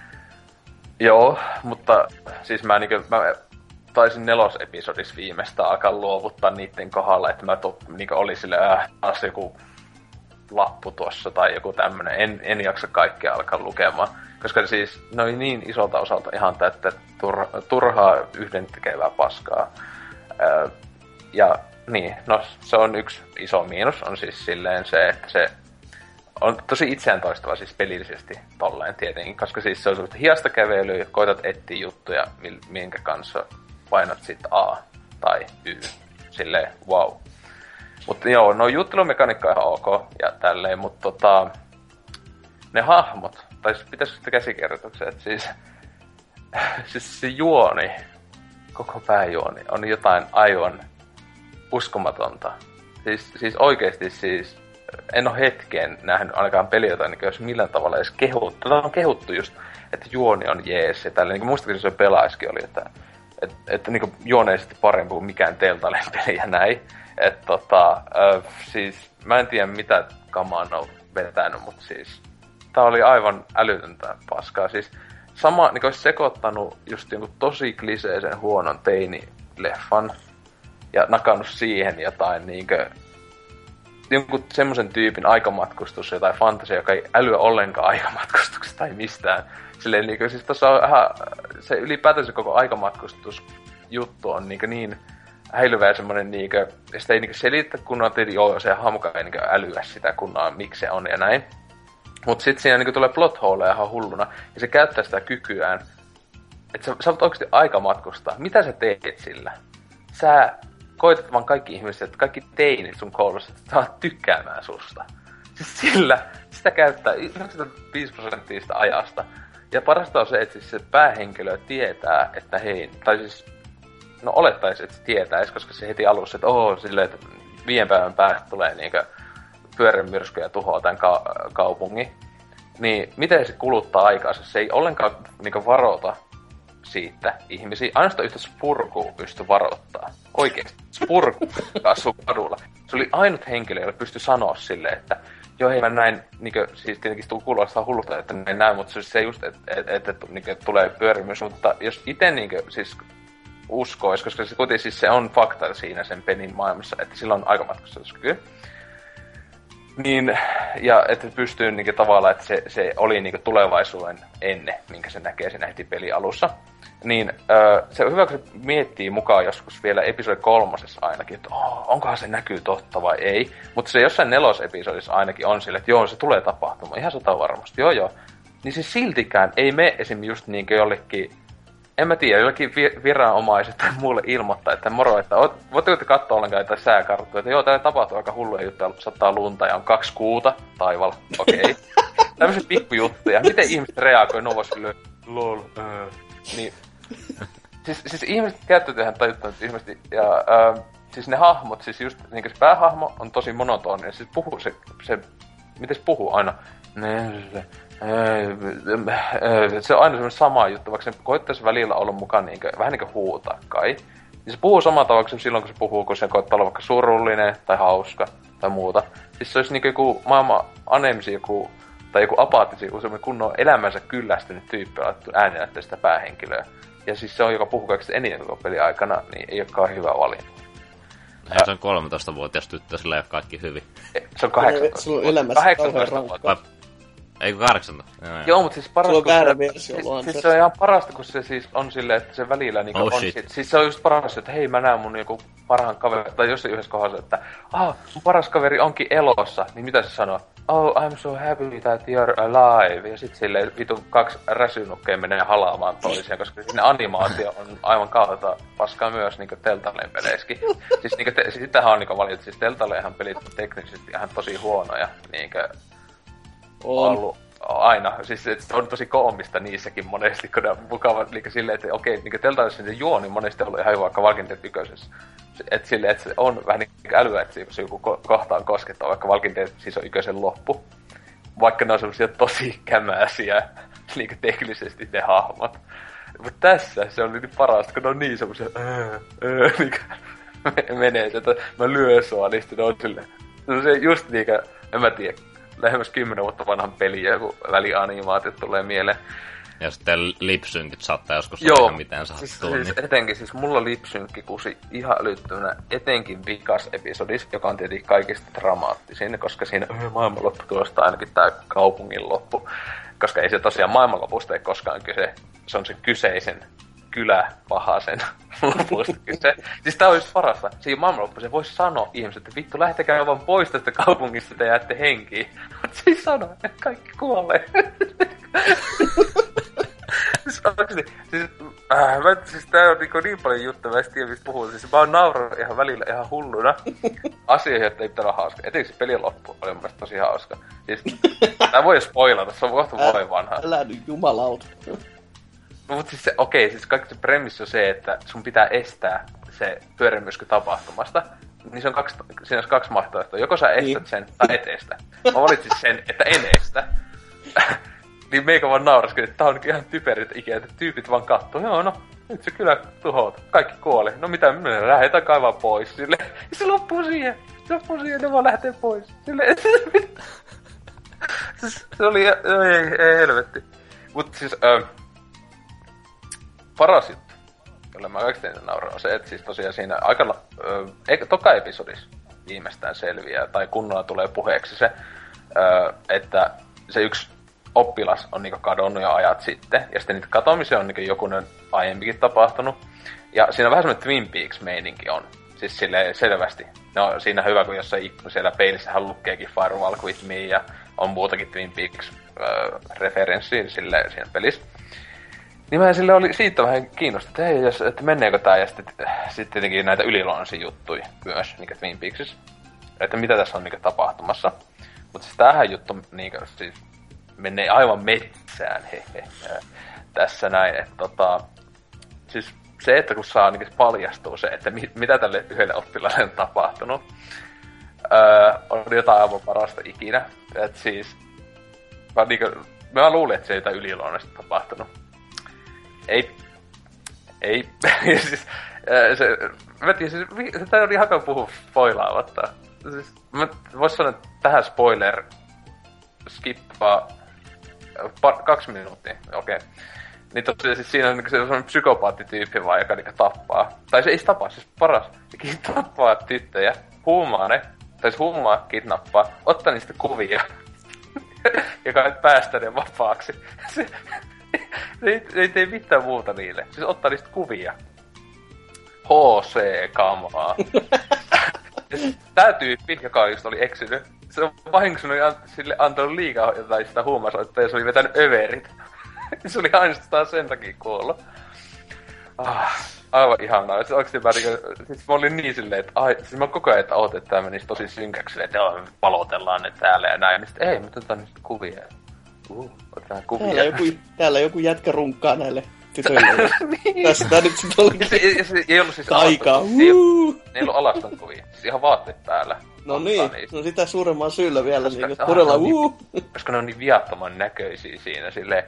D: Joo, mutta siis mä niinkö... Mä, taisin nelosepisodissa viimeistä alkaa luovuttaa niiden kohdalla, että mä to, niin oli silleen, äh, taas joku lappu tuossa tai joku tämmönen. En, en jaksa kaikkea alkaa lukemaan. Koska siis ne oli niin isolta osalta ihan täyttä tur, turhaa yhdentekevää paskaa. Äh, ja niin, no se on yksi iso miinus, on siis silleen se, että se on tosi itseään toistava siis pelillisesti tolleen tietenkin. Koska siis se on semmoista hiasta kävelyä, koitat etsiä juttuja, minkä kanssa painat sit A tai Y. Silleen, wow. Mutta joo, no juttelumekaniikka on ihan ok ja tälleen, mutta tota... Ne hahmot, tai siis pitäisikö sitä käsikirjoituksia, että siis... siis se juoni, koko pääjuoni, on jotain aivan uskomatonta. Siis, siis oikeesti siis... En ole hetkeen nähnyt ainakaan peliä jotain, niin jos millään tavalla edes kehuttu. Tätä on kehuttu just, että juoni on jees ja tälleen. Niin muistakin se pelaiskin oli, että... Että et, niinku juoneisesti parempi kuin mikään Telltale-peli ja näin. Että tota, äh, siis mä en tiedä mitä kamaa on vetänyt, mutta siis tää oli aivan älytöntä paskaa. Siis sama, niinku olisi sekoittanut just jonkun tosi kliseisen huonon teini-leffan ja nakannut siihen jotain niinkö jonkun semmosen tyypin aikamatkustus, jotain fantasia, joka ei älyä ollenkaan aikamatkustuksesta tai mistään. Silleen niinku, siis tossa on ihan, se ylipäätänsä koko aikamatkustusjuttu on niinku niin häilyvä semmonen niinku, sitä ei niinku selitä kunnolla, että joo, se hahmokaan ei niinku älyä sitä kunnolla, miksi se on ja näin. Mut sit siinä niinku tulee plot holeja ihan hulluna, ja se käyttää sitä kykyään, että sä, sä voit oikeesti aikamatkustaa. Mitä sä teet sillä? Sä koitat vaan kaikki ihmiset, kaikki teinit sun koulussa, että saat tykkäämään susta. Siis sillä, sitä käyttää yhdeksänkymmentäviisi prosenttia sitä ajasta. Ja parasta on se, että siis se päähenkilö tietää, että hei, tai siis, no olettaisi, että se tietäisi, koska se heti alussa, että oho, silleen, että viiden päivän päästä tulee niinkö pyörämyrsky ja tuhoaa tämän ka- kaupungin. Niin miten se kuluttaa aikaansa? Se ei ollenkaan niinkö varota siitä ihmisiä. Ainoastaan yhtä spurkua pystyi varoittaa. Oikeesti. Spurku sun kadulla. Se oli ainut henkilö, jolle pystyi sanoa silleen, että joo, hei mä näin, niinkö, siis tietenkin tuu kuulostaa hullulta, että näin näin, mutta se just, että et, et, et, niinkö, tulee pyörimys, mutta jos ite niinkö, siis uskois, koska se kuitenkin siis se on fakta siinä sen pelin maailmassa, että sillä on aikamatkustuskyky. Niin, ja että pystyy niinkö tavallaan, että se, se oli niinkö tulevaisuuden enne, minkä se näkee siinä heti pelin alussa. Niin öö, se on hyvä, kun se miettii mukaan joskus vielä episodi kolmosessa ainakin, että oh, onkohan se näkyy totta vai ei. Mutta se jossain nelosepisodissa ainakin on sille, että joo, se tulee tapahtumaan, ihan sata varmasti, joo joo. Niin se siltikään ei mene esim. Just niinkö jollekin, en mä tiedä, jollekin viranomaiset tai muulle ilmoittaa, että moro, että voitteko te katsoa ollenkaan jotain sääkarttuja, että joo, täällä tapahtuu aika hulluja juttuja, sattaa lunta ja on kaksi kuuta taivalla, okei. Okay. Tämmöiset pikkujuttuja, miten ihmiset reagoi, no vois kyllä, lol, öö. Niin, Siis, siis ihmiset käyttävät ihan tajuttanut ihmiset, ja äh, siis ne hahmot, siis just niinku se päähahmo on tosi monotoninen, siis puhuu se, se miten se puhuu aina, se on aina semmoinen sama juttu, vaikka se koittaisi välillä olla mukaan niinkö, vähän niinkö huutaa kai. Ja se puhuu samalla tavalla kuin silloin, kun se puhuu, kun se koittaa olla vaikka surullinen tai hauska tai muuta. Siis se olisi niinku joku maailman anemisi joku, tai joku apaattisi, joku semmoinen kunnon elämänsä kyllästynyt tyyppi alettu ääninäyttää sitä päähenkilöä. Ja siis se on, joka puhuu kaikista eniten koko pelin aikana, niin ei olekaan hyvä valinta.
C: Hei, se on kolmetoistavuotias tyttö, sillä ei ole kaikki hyvin.
D: Se on kahdeksantoista.
B: Sulla on elämässä
D: kahdeksantoista vuotta.
C: Ei kun kahdeksantoista. Joo,
D: joo, mutta siis paras,
B: sulla on väärä versio,
D: siis, siis se on ihan parasta, kun se siis on silleen, että se välillä niinku
C: oh,
D: on sit, siis se on just paras, että hei mä näen mun joku parhaan kaveri, tai jossain yhdessä kohdassa, että ah, mun paras kaveri onkin elossa, niin mitä se sanoo? Oh, I'm so happy that you're alive. Ja sit silleen vitun kaksi räsynukkea menee halaamaan toisiaan, koska sinne animaatio on aivan kauheata paskaa myös niinku Telltalen peleissäkin. Siis niinku, te, siis sitähän on niinku valittu, siis Telltalenhan pelit on teknisesti ihan tosi huonoja, niinkö
B: on
D: ollut aina. Siis se on tosi koomista niissäkin monesti, kun ne on mukavat niinku silleen, että okei, niinku Telltalenissa se juoni monesti on ollut ihan hyvä vaikka Walking Dead ykkösessä. Että silleen, että se on vähän niin älyä, että se joku ko- kohtaan koskettaa, vaikka Walking Dead siis on yköisen loppu. Vaikka ne on semmosia tosi kämäisiä, niinku teknisesti ne hahmot. Mut tässä se on niin parasta, kun ne on niin semmosia öö, öö, niinku menee se, että mä lyön sua, niin sitten ne on silleen. No se just niinkö, en mä tiedä, lähemmäs kymmenen vuotta vanhan peli ja joku välianimaatiot tulee mieleen.
C: Ja sitten lipsynkit saattaa joskus
D: joo,
C: ihan miten sattuu.
D: Siis, niin. siis etenkin, siis mulla lipsynkki kusi ihan älyttömänä, etenkin vikas episodis, joka on tietenkin kaikista dramaattisin, koska siinä maailmanloppu tuosta ainakin tää kaupungin loppu. Koska ei se tosiaan maailmanlopusta ei koskaan kyse, se on se kyseisen kyläpahasen lopusta kyse. Siis tää olisi parasta, se ei ole maailmanloppu, se voisi sanoa ihmiset, että vittu lähtekää vaan pois tästä kaupungista, te jäätte henkiin. Mutta se ei sano, että kaikki kuolee. Siis oikeesti, siis, äh, mä, siis tää on niinku niin paljon juttuja, mä en tiedä mistä puhuu. Siis mä oon nauranut ihan välillä ihan hulluna asioihin, että ei pitää olla hauska. Etenkin se pelin loppu oli mun mielestä tosi hauska. Siis, tää voi jo spoilata, se on kohta vuoden vanha.
B: Älä nyt jumalauta.
D: No mut siis se, okei, okay, siis kaikki se premissi on se, että sun pitää estää se pyörimysky tapahtumasta. Niin se on kaksi, siinä on kaksi vaihtoehtoa. Joko sä estät niin. sen tai et estä. Mä valitsin sen, että en estä. Niin meikä vaan nauraskeli, että tää on ihan typerit ikinä, että tyypit vaan kattoo. Joo, no, nyt se kyllä tuhout. Kaikki kuoli. No mitä, me lähdetään kaivaa pois. Silleen, se loppuu siihen. Se loppuu siihen, ne vaan lähtee pois. Silleen, se oli, ei, ei helvetti. Mut siis, äh, paras juttu, jolle mä kaikista eniten nauran, on se, että siis tosiaan siinä aikana, äh, eikä toka episodissa viimeistään selviää, tai kunnolla tulee puheeksi se, äh, että se yksi oppilas on niinku kadonnut jo ajat sitten, ja sitten niitä katoamisia on niinku jokunen aiemminkin tapahtunut. Ja siinä on vähän semmoinen Twin Peaks-meininki on. Siis silleen selvästi. No siinä hyvä, kun jossain siellä peilissähän lukeekin Firewall with me, ja on muutakin Twin Peaks-referenssiä silleen siinä pelissä. Niin mä sille oli siitä vähän kiinnostunut, että hei, jos, että menneekö tää, ja sitten, sitten tietenkin näitä yliluonnollisia juttuja myös, niinku Twin Peaksissa. Että mitä tässä on niinku tapahtumassa. Mutta siis tämähän juttu niinku siis menee aivan metsään, hehe, tässä näin, että tota, siis se, että kun saa niin paljastuu se, että mit, mitä tälle yhdelle oppilaalle on tapahtunut, öö, on jotain aivan parasta ikinä, että siis, mä, niin kuin, mä luulin, että se ei jotain yliluonnollista tapahtunut. Ei, ei, siis, se, mä tiedän, siis, tämä on ihan puhua spoilaavatta. Siis, mä vois sanoa, että tähän spoiler skippaa Pa- kaksi minuuttia, okei. Okay. Niin tosiaan siis siinä on niinku sellainen psykopaattityyppi vaan, joka niinku tappaa. Tai se ei tapaa, siis paras. Se tappaa tyttöjä, huumaa ne, tai se huumaa, kidnappaa, ottaa niistä kuvia. ja kai päästä ne vapaaksi. se, se, ei, se ei tee mitään muuta niille. Siis ottaa niistä kuvia. H C-kamaa. Tää tyyppi, joka just oli eksynyt, se on vahingossa sille antanut liikaa jotain sitä huumausaineetta ja se oli vetänyt överit. Se oli ainoastaan sen takia kuollut. Ah, aivan ihanaa. Se oikeesti mä, niin, siis mä olin niin silleen, että ai, siis mä koko ajan, että oot, että tää menisi tosi synkäksi, että joo, palotellaan ne täällä ja näin. Ja sit ei, me otetaan niistä kuvia. Uh, otetaan kuvia.
B: Täällä joku, täällä joku jätkä runkkaa näille tytöille. Niin. Tässä tää nyt sit oli.
D: Ja se, ja se ei ollut siis
B: taikaa.
D: Ei, ei ollut alastonkuvia. Siis ihan vaatteet päällä.
B: No niin,
D: niistä.
B: no sitä suuremman syyllä vielä.
D: Koska,
B: niin, todella
D: ah,
B: uh.
D: niin, koska ne on niin viattoman näköisiä siinä silleen.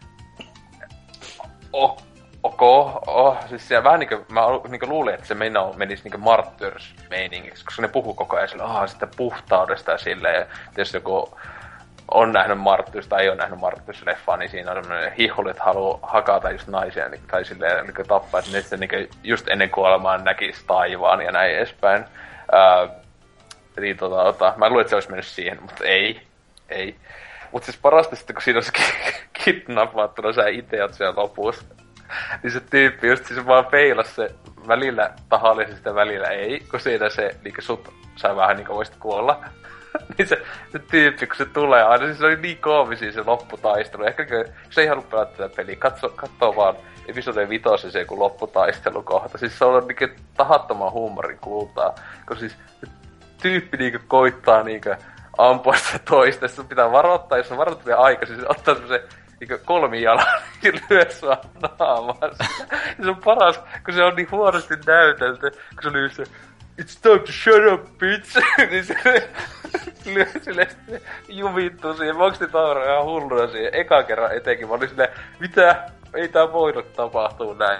D: Oh, okei, oh, siis siellä vähän niinku, mä niinku luulin, että se meno menisi niinku Martyrs-meiningiksi, koska ne puhuu koko ajan silleen, ah, sitä puhtaudesta ja silleen, ja tietysti joku on nähnyt Martyrs tai ei ole nähnyt Martyrs-leffaa, niin siinä on semmoinen hihuli, että haluaa hakata just naisia, niin, tai silleen niin tappaa, että nyt se niin just ennen kuolemaan näkisi taivaan ja näin edespäin. Ää, niin tota, ota, mä luulen, että se olisi mennyt siihen, mutta ei, ei. Mutta siis parasta sitten, kun siinä olisi kidnappattuna, sä itse oot siellä lopussa. Niin se tyyppi just siis vaan peilasi se välillä tahallisesti ja välillä ei, kun siinä se niinku sut sä vähän niinku voisit kuolla. Niin se, se tyyppi, kun se tulee aina, siis se oli niin koomisia se lopputaistelu. Ehkä kun se ei halua pelata tätä peliä, katso, katsoo vaan episode vitosen se joku lopputaistelukohta. Siis se on niinku tahattoman huumorin kultaa, kun siis se tyyppi niinku koittaa niinku ampua sitä toista, sun pitää varoittaa, jos on varoittu vielä aikaisin, se ottaa semmosen niinku kolmijalan ja lyö sua naamassa. Ja se on paras, kun se on niin huonosti näytelty, kun se oli se It's time to shut up, bitch! Niin se lyö silleen juvittuu siihen. Mä onks te Taura ihan hulluna siihen. Eka kerran etenkin mä olin silleen, mitä? Ei tää voinut tapahtua näin.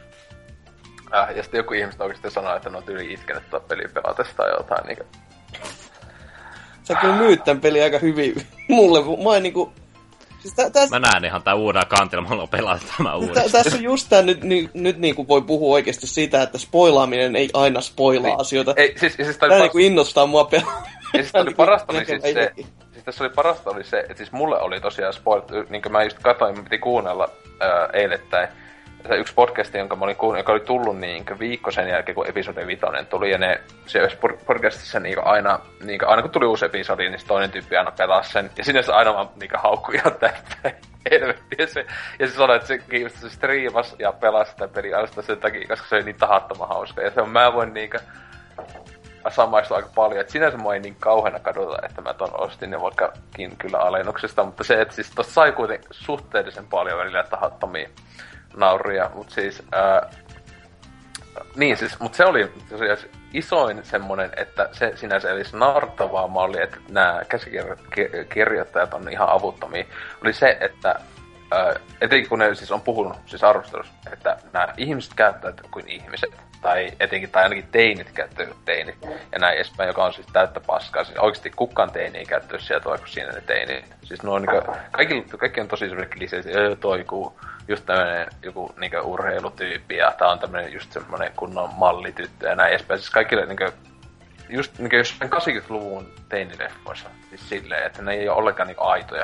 D: Äh, ja sitten joku ihmiset oikeesti sanoo, että ne on tyyli itkenyt tuon pelin pelatessa tai jotain niinku.
B: Sä kyllä myyt tän pelin aika hyvin mulle. Mä en niinku... Siis tä, täs...
C: Mä näen ihan tää uudella kantilla, mulla on pelata tämä uudestaan.
B: Tässä on just tää nyt, nyt, nyt niinku voi puhua oikeesti siitä, että spoilaaminen ei aina spoilaa
D: ei,
B: asioita.
D: Ei, siis, siis
B: tää
D: pas...
B: niinku innostaa mua pelaa.
D: Ja siis oli parasta oli siis se, siis tässä oli parasta oli se, että siis mulle oli tosiaan spoilt, niin kuin mä just katsoin, mä piti kuunnella ää, eilettäin. Se yksi podcast, jonka mä olin kuunnellut, joka oli tullut niin viikko sen jälkeen, kun episode vitonen tuli, ja ne siellä podcastissa niin aina, niin aina kun tuli uusi episodi, niin toinen tyyppi aina pelasi sen, ja sinne se aina vaan niin haukkui ihan täyttä helvettiä. Ja se, ja se sanoi, että se, se striimasi ja pelasi sitä peliä aina sen takia, koska se oli niin tahattoman hauska. Ja se on, mä voin niin samaistua aika paljon, että sinänsä mua ei niin kauheena kaduta, että mä ton ostin ja vaikkakin kyllä alennuksesta, mutta se, että siis tossa sai kuitenkin suhteellisen paljon välillä tahattomia nauria, mut siis ää, niin siis, mut se oli tosiaan isoin semmonen, että se sinänsä olisi naurattavaa mallia, että nämä käsikirjoittajat on ihan avuttomia, oli se, että ää, etenkin kun ne siis on puhunut siis arvostelussa, että nämä ihmiset käyttävät kuin ihmiset, tai etenkin, tai ainakin teinit käyttävät teinit, ja näin edespäin, joka on siis täyttä paskaa. Siis oikeesti kukaan teini ei käyttänyt sieltä toi, kun siinä ne teinit. Siis nuo on niinku, kaikki, kaikki on tosi semmoinen kliseisiä, öö, toi joku, just tämmönen joku niinku urheilutyyppi, ja tää on tämmönen just semmonen kunnon mallityttö, ja näin edespäin. Siis kaikille niinku, just niinku jossain kahdeksankymmentäluvun teinileffoissa, siis silleen, että ne ei oo ollenkaan niinku aitoja.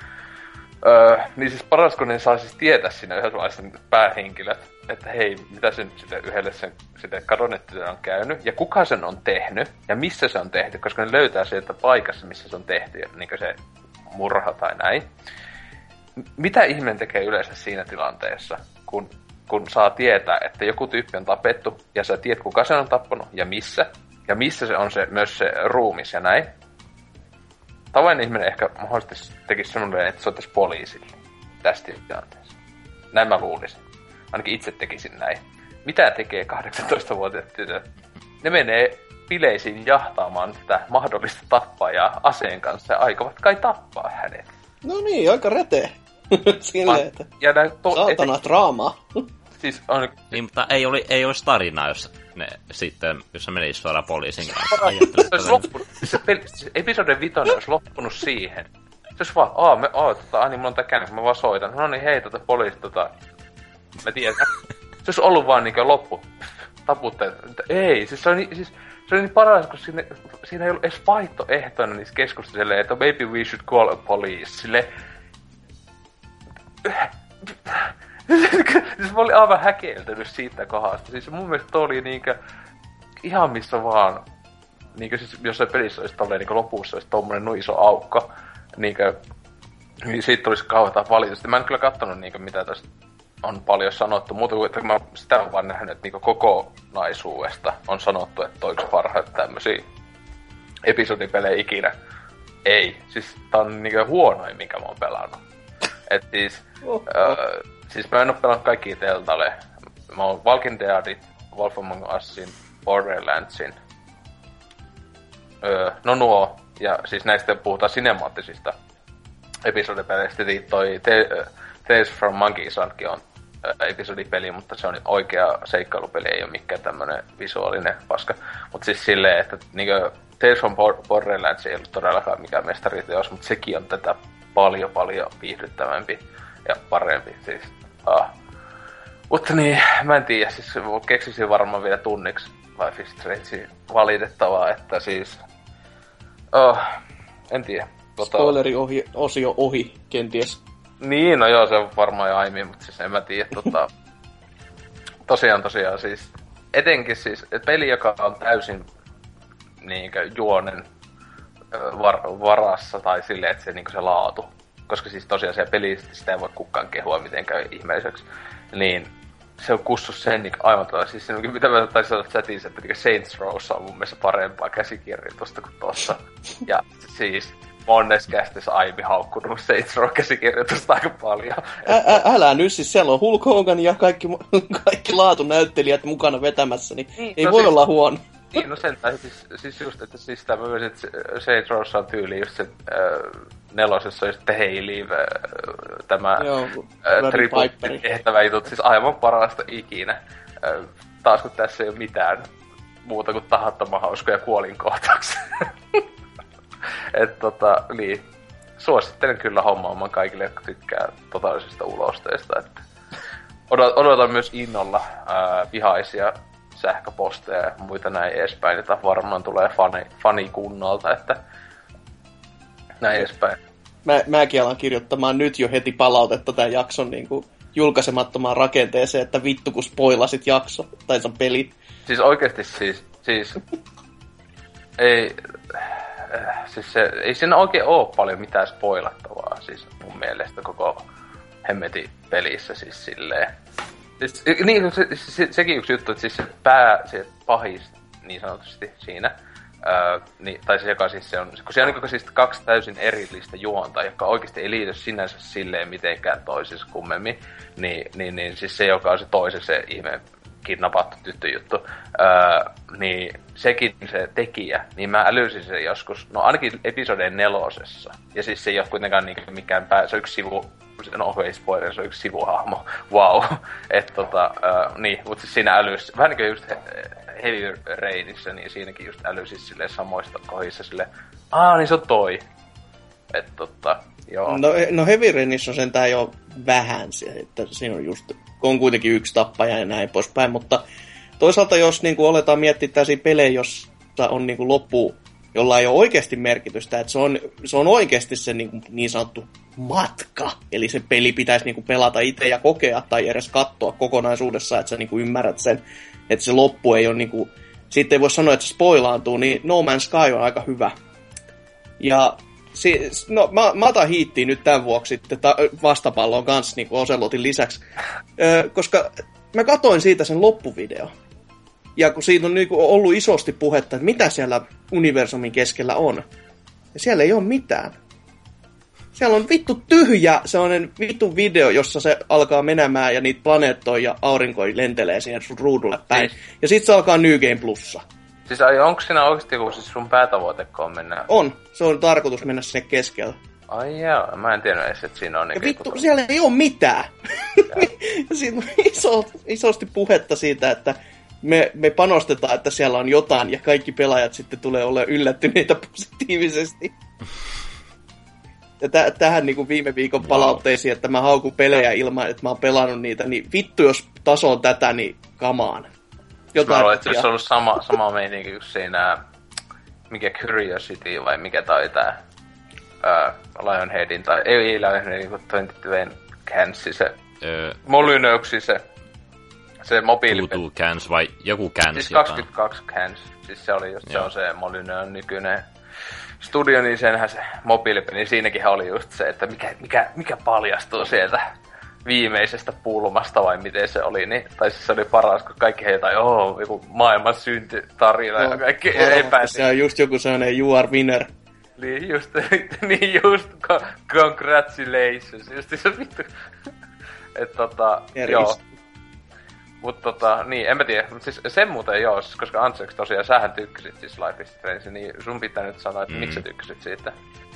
D: Öö, niin siis paras, kun ne saa siis tietää siinä yhdessä vaiheessa päähenkilöt, että hei, mitä se nyt sitten yhdelle sen sitten kadonnettu on käynyt, ja kuka sen on tehnyt, ja missä se on tehty, koska ne löytää sieltä paikassa, missä se on tehty, niin kuin se murha tai näin. Mitä ihmeen tekee yleensä siinä tilanteessa, kun, kun saa tietää, että joku tyyppi on tapettu, ja sä tiedät, kuka sen on tappanut, ja missä, ja missä se on se, myös se ruumis ja näin. Tavallinen ihminen ehkä mahdollisesti tekisi semmoinen, että soittaisi poliisille tästä tilanteessa. Näin mä luulisin. Ainakin itse tekisin näin. Mitä tekee kahdeksantoistavuotiaat tytöt? Ne menee bileisiin jahtaamaan tätä mahdollista tappajaa aseen kanssa ja aikovat kai tappaa hänet.
B: No niin, aika retee. Silleen, että
D: ja to-
B: saatana et... draamaa.
D: Siis on...
C: Niin, mutta ei, oli, ei olisi tarinaa, jos ne sitten, jos se menisi suoraan poliisin kanssa.
D: Se olisi loppunut, se peli, siis episode vitonen olisi loppunut siihen. Se olisi vaan, aah, me, aah, tota, aah, niin mulla on tää käännös, mä vaan soitan. No niin, hei, tota poliisi, tota... Mä tiedän. Se olisi ollut vaan niinkö loppu. Taputteet. Ei, siis se oli, siis, se oli niin paras, kun siinä, siinä ei ollut edes vaihtoehtoina niissä keskusteluissa, että maybe we should call a police. Silleen... Siis mä olin aivan häkeltynyt siitä kohdasta. Siis mun mielestä toi oli niinkö ihan missä vaan, niinkö siis jossain pelissä olisi tolleen niinkö lopussa olisi tommonen noin iso aukko. Niinkö, niin siitä tulisi kauheeta valitusta. Mä en kyllä kattonut niinkö mitä tästä on paljon sanottu. Muuta kuin, että mä sitä on vaan nähnyt, että niinkö kokonaisuudesta on sanottu, että toiksi parhaat tämmösiä episodipelejä ikinä. Ei. Siis tää on niinkö huonoin, minkä mä oon pelannut. Et siis... Öö, Siis mä en oo pelannut kaikkia Telltale. Mä oon Walking Deadit, Wolf Among Usin, Borderlandsin. Öö, no nuo, ja siis näistä puhutaan sinemaattisista episodipeleistä. Toi Tales from Monkey Islandkin on episodipeli, mutta se on oikea seikkailupeli, ei oo mikään tämmönen visuaalinen paska. Mut siis silleen, että niinkö Tales from Borderlands ei ollut todellakaan mikään mestariteos, mutta sekin on tätä paljon paljon viihdyttävämpi ja parempi. Siis, ah. Mutta niin, mä en tiedä, siis keksisin varmaan vielä tunniksi Life is Strange valitettavaa, että siis... Oh, en tiedä.
B: Tota... Spoileri ohi, osio ohi, kenties.
D: Niin, no joo, se on varmaan jo aiemmin, mutta siis en mä tiedä, tota... tosiaan, tosiaan, siis... Etenkin siis, peli, joka on täysin niinkö juonen var- varassa, tai silleen, että se niinkö se laatu. Koska siis tosiaan se peli, sitä ei voi kukaan kehua mitenkään ihmeelliseksi. Niin se on kussus sen niin aivan tavalla. Siis se, mitä mä taisin sanoa chatissa, että niin Saints Rowssa on mun mielestä parempaa käsikirjoitusta kuin tossa. Ja siis monnes kästissä aiemmin haukkunut Saints Row-käsikirjoitusta aika paljon.
B: Ä, ä, älä nyt, siis siellä on Hulk Hogan ja kaikki, kaikki laatunäyttelijät mukana vetämässä, niin, niin ei no voi siis, olla huono.
D: Niin, no sen tai siis, siis just, että siis tämmöiset Saints Rowssa on tyyli just se äh, nelosessa on sitten Hailey, äh, tämä äh, tribuutti-tehtävä jutut, siis aivan parasta ikinä. Äh, taas kun tässä ei ole mitään muuta kuin tahattoman hauskoja kuolinkohtauksia. Et tota, niin, suosittelen kyllä hommaamaan kaikille, jotka tykkää totaalisesta ulosteesta, että odotan myös innolla ää, vihaisia sähköposteja ja muita näin edespäin, jota varmaan tulee fani, fanikunnalta, että näin edespäin.
B: Mä, mäkin alan kirjoittamaan nyt jo heti palautetta tämän jakson niin kuin julkaisemattomaan rakenteeseen, että vittu kun spoilasit jakso, tai se on peli.
D: Siis oikeesti siis, siis ei... Siis se, ei siinä oikein oo paljon mitään spoilattavaa, siis mun mielestä koko hemmetin pelissä siis silleen. Siis, niin, se, se, sekin yksi juttu, että siis se pää, se pahis niin sanotusti siinä, ää, niin, tai se joka siis se on, kun siellä on niin, siis kaksi täysin erillistä juonta, jotka oikeasti ei liity sinänsä silleen mitenkään toisissa kummemmin, niin, niin, niin siis se, joka on se toisen se ihme kidnappattu tyttöjuttu, öö, niin sekin se tekijä, niin mä älysin sen joskus, no ainakin episodeen nelosessa. Ja siis se ei ole kuitenkaan niin mikään pää, se on yksi sivu, no ei spoiler, se on yksi sivuhahmo, wow. Että tota, öö, niin, mutta siis siinä älys, vähän niin kuin just Heavy Rainissa, niin siinäkin just älysis silleen samoista kohdissa silleen, aah, niin se on toi. Että tota, joo.
B: No, no Heavy Rainissa on sentään jo vähän se, että siinä on just, on kuitenkin yksi tappaja ja näin poispäin, mutta toisaalta jos niin kuin aletaan miettiä tällaisia pelejä, jossa on niin kuin loppu, jolla ei ole oikeasti merkitystä, että se on, se on oikeasti se niin, kuin niin sanottu matka, eli se peli pitäisi niin kuin pelata itse ja kokea tai edes katsoa kokonaisuudessaan, että sä niin kuin ymmärrät sen, että se loppu ei ole niin kuin, siitä ei voi sanoa, että se spoilaantuu, niin No Man's Sky on aika hyvä. Ja Si- no, mä, mä otan hiittiin nyt tämän vuoksi sitten ta- vastapalloon kanssa niin kuin Ocelotin lisäksi, öö, koska mä katoin siitä sen loppuvideo. Ja kun siitä on niin kuin ollut isosti puhetta, että mitä siellä universumin keskellä on. Ja siellä ei ole mitään. Siellä on vittu tyhjä sellainen vittu video, jossa se alkaa menemään ja niitä planeettoja ja aurinkoja lentelee siihen sun ruudulle päin. Siis... Ja sit se alkaa New Game Plussa.
D: Siis onko siinä oikeesti joku siis sun päätavoitekoon mennä?
B: On. Se on tarkoitus mennä sinne keskelle.
D: Ai jaa, mä en tiedä edes, että siinä on...
B: Ja vittu, kun siellä ei oo mitään. Ja siinä on iso, isosti puhetta siitä, että me, me panostetaan, että siellä on jotain, ja kaikki pelaajat sitten tulee olemaan yllättyneitä positiivisesti. Ja täh, tähän niin kuin viime viikon palautteisiin, että mä haukun pelejä ilman, että mä oon pelannut niitä, niin vittu, jos taso on tätä, niin kamaan.
D: Jotain mä luulen, että se olisi ollut sama, sama meininki kuin siinä, mikä Curiosity vai mikä tai tää uh, Lionheadin, tai ei, ei Lionheadin, kuin kaksikymmentä Cansi, se öö, Molyneuxi, se, se mobiilipeli.
C: Tutu Cans vai joku Cans
D: siis kaksikymmentäkaksi Cans, siis se oli just, se on se Molyneux nykyinen studio, niin senhän se mobiilipeli, niin siinäkinhän oli just se, että mikä, mikä, mikä paljastuu sieltä viimeisestä pulmasta vai miten se oli, niin, tai siis se oli paras, kun kaikki heitä, joo, joku maailman syntytarina no, ja kaikki no, epäili.
B: Se on just joku sellainen you are winner.
D: Niin just, niin just, congratulations, just se vittu. Et tota, joo. Mut tota, niin, en mä tiedä. Mut siis sen muuten joo, siis koska Antseks tosiaan, sähän tykkäsit siis Life is Strange, niin sun pitää nyt sanoa, että mm. miksi sä tykkäsit siitä?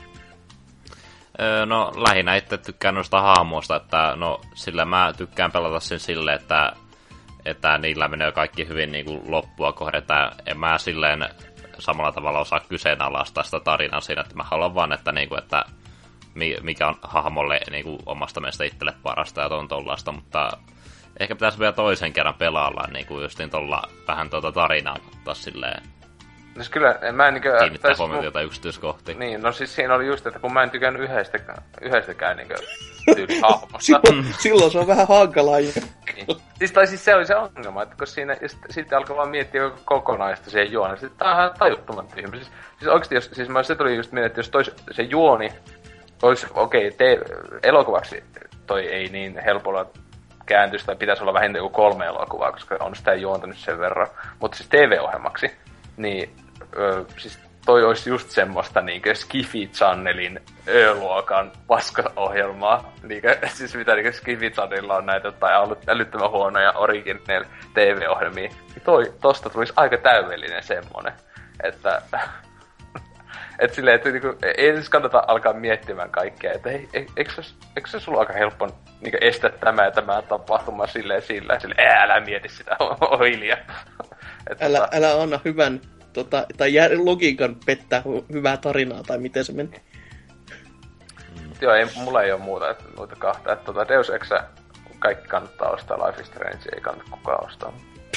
C: Öö, no lähinnä itse tykkään noista hahmoista, että no sillä mä tykkään pelata sen silleen, että, että niillä menee kaikki hyvin niin kuin loppua kohden, että en mä silleen samalla tavalla osaa kyseenalaistaa sitä tarinaa siinä, että mä haluan vaan, että, niin kuin, että mikä on hahmolle niin kuin omasta mielestä itselle parasta ja ton tollaista, mutta ehkä pitäisi vielä toisen kerran pelailla niin kuin justiin tolla vähän tuota tarinaa katsoa silleen.
D: Siis kyllä, mä en niinkö...
C: Kiinnittää huomiota jotain yksityiskohtia.
D: Niin, no siis siinä oli just, että kun mä en tykännyt yhdestäkään, yhdestäkään niinkö tyyli hahmosta.
B: silloin, silloin se on vähän hankalaa.
D: Niin. Siis, tai siis se oli se ongelma, että kun siinä sitten alkoi vaan miettiä kokonaista siihen juoneen. Sitten tää on ihan tajuttoman tyhmä. Siis, siis oikeesti, jos, siis mä se tuli just mieleen, että jos tois, se juoni olisi, okei, okay, elokuvaksi toi ei niin helpolla kääntyisi, tai pitäisi olla vähintään joku kolme elokuvaa, koska on sitä juonta nyt sen verran. Mutta siis T V-ohjelmaksi, niin Öö, siis toi olisi just semmoista niinkö Skifi Channelin Ö-luokan paska-ohjelmaa. Niinkö, siis mitä niinkö Skifi Channelilla on näitä jotain älyttömän huonoja original T V-ohjelmia. Niin toi, tosta tulisi aika täydellinen semmonen. Että... et silleen, että niinku, ei siis kannata alkaa miettimään kaikkea. Että ei, ei, eikö, se, eikö se sulla aika helppo niinkö estää tämä ja tämä tapahtuma silleen sillä silleen, älä mieti sitä, oo hiljaa.
B: Älä, tota... älä anna hyvän... Tota, tai jär, logiikan pettää hyvää tarinaa, tai miten se meni.
D: Mm. Joo, ei, mulla ei oo muuta, että noita kahta. Että tota, Deus Exä, kaikki kannattaa ostaa, Life is Strange ei kannata kukaan ostaa.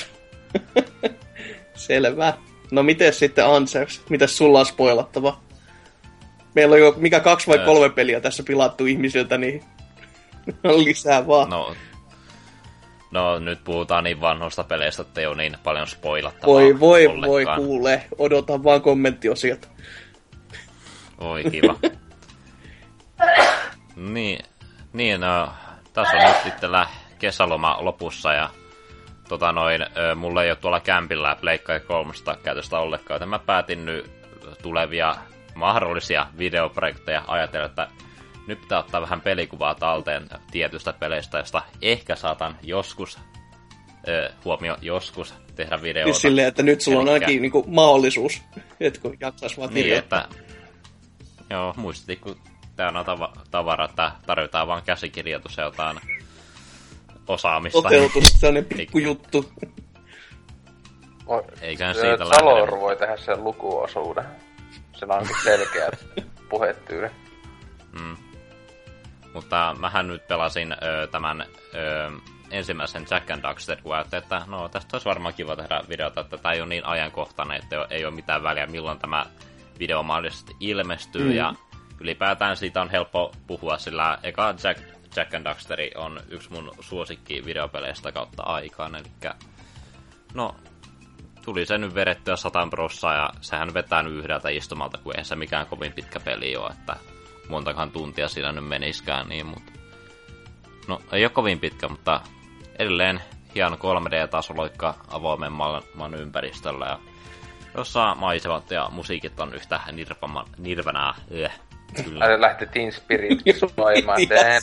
B: Selvä. No miten sitten Antseks? Mitäs sulla on spoilattava? Meillä on jo mikä kaksi vai kolme peliä tässä pilattu ihmisiltä, niin lisää vaan.
C: No. No, nyt puhutaan niin vanhoista peleistä, että ei ole niin paljon spoilattavaa.
B: Voi, voi,
C: ollenkaan.
B: voi, kuule. Odotan vaan kommenttiosiot.
C: Oi, kiva. niin, niin no, tässä on nyt sitten kesäloma lopussa ja tota noin, mulla ei ole tuolla kämpillä Pleikkari kolmosta käytöstä ollenkaan, joten mä päätin nyt tulevia mahdollisia videoprojekteja ajatella, että nyt pitää ottaa vähän pelikuvaa talteen tietystä peleistä, josta ehkä saatan joskus, ö, huomio, joskus tehdä videoita.
B: Niin silleen, että nyt sulla Elikkä... on ainakin niinku mahdollisuus, että kun jaksais vaan
C: niin, että, joo, muistit, kun tää on tava- tavara, että tarvitaan vaan käsikirjoitus ja jotain osaamista.
B: Toteutus, sellainen pikkujuttu.
C: Eiköhän siitä lähde.
D: Salor voi tehdä sen lukuosuuden. Se on selkeät puhetyyli.
C: Mm. Mutta mähän nyt pelasin ö, tämän ö, ensimmäisen Jack and Daxter, kun ajattelin, että no tästä olisi varmaan kiva tehdä videota, että tämä ei ole niin ajankohtainen, että ei ole mitään väliä milloin tämä video mahdollisesti ilmestyy, mm. ja ylipäätään siitä on helppo puhua, sillä eka Jack, Jack and Daxteri on yksi mun suosikki videopeleistä kautta aikaan, eli no tuli se nyt vedettyä satan prossaa, ja sehän vetää nyt yhdeltä istumalta, kun eihän se mikään kovin pitkä peli ole, että montakaan tuntia siinä nyt meniskään, niin, mutta no ei ole kovin pitkä, mutta edelleen hieno kolme D-tasoloikka avoimen maailman ympäristöllä, ja jossa maisemat ja musiikit on yhtä nirvana, nirvanaa.
D: Kyllä. Lähti Teen Spirit soimaan.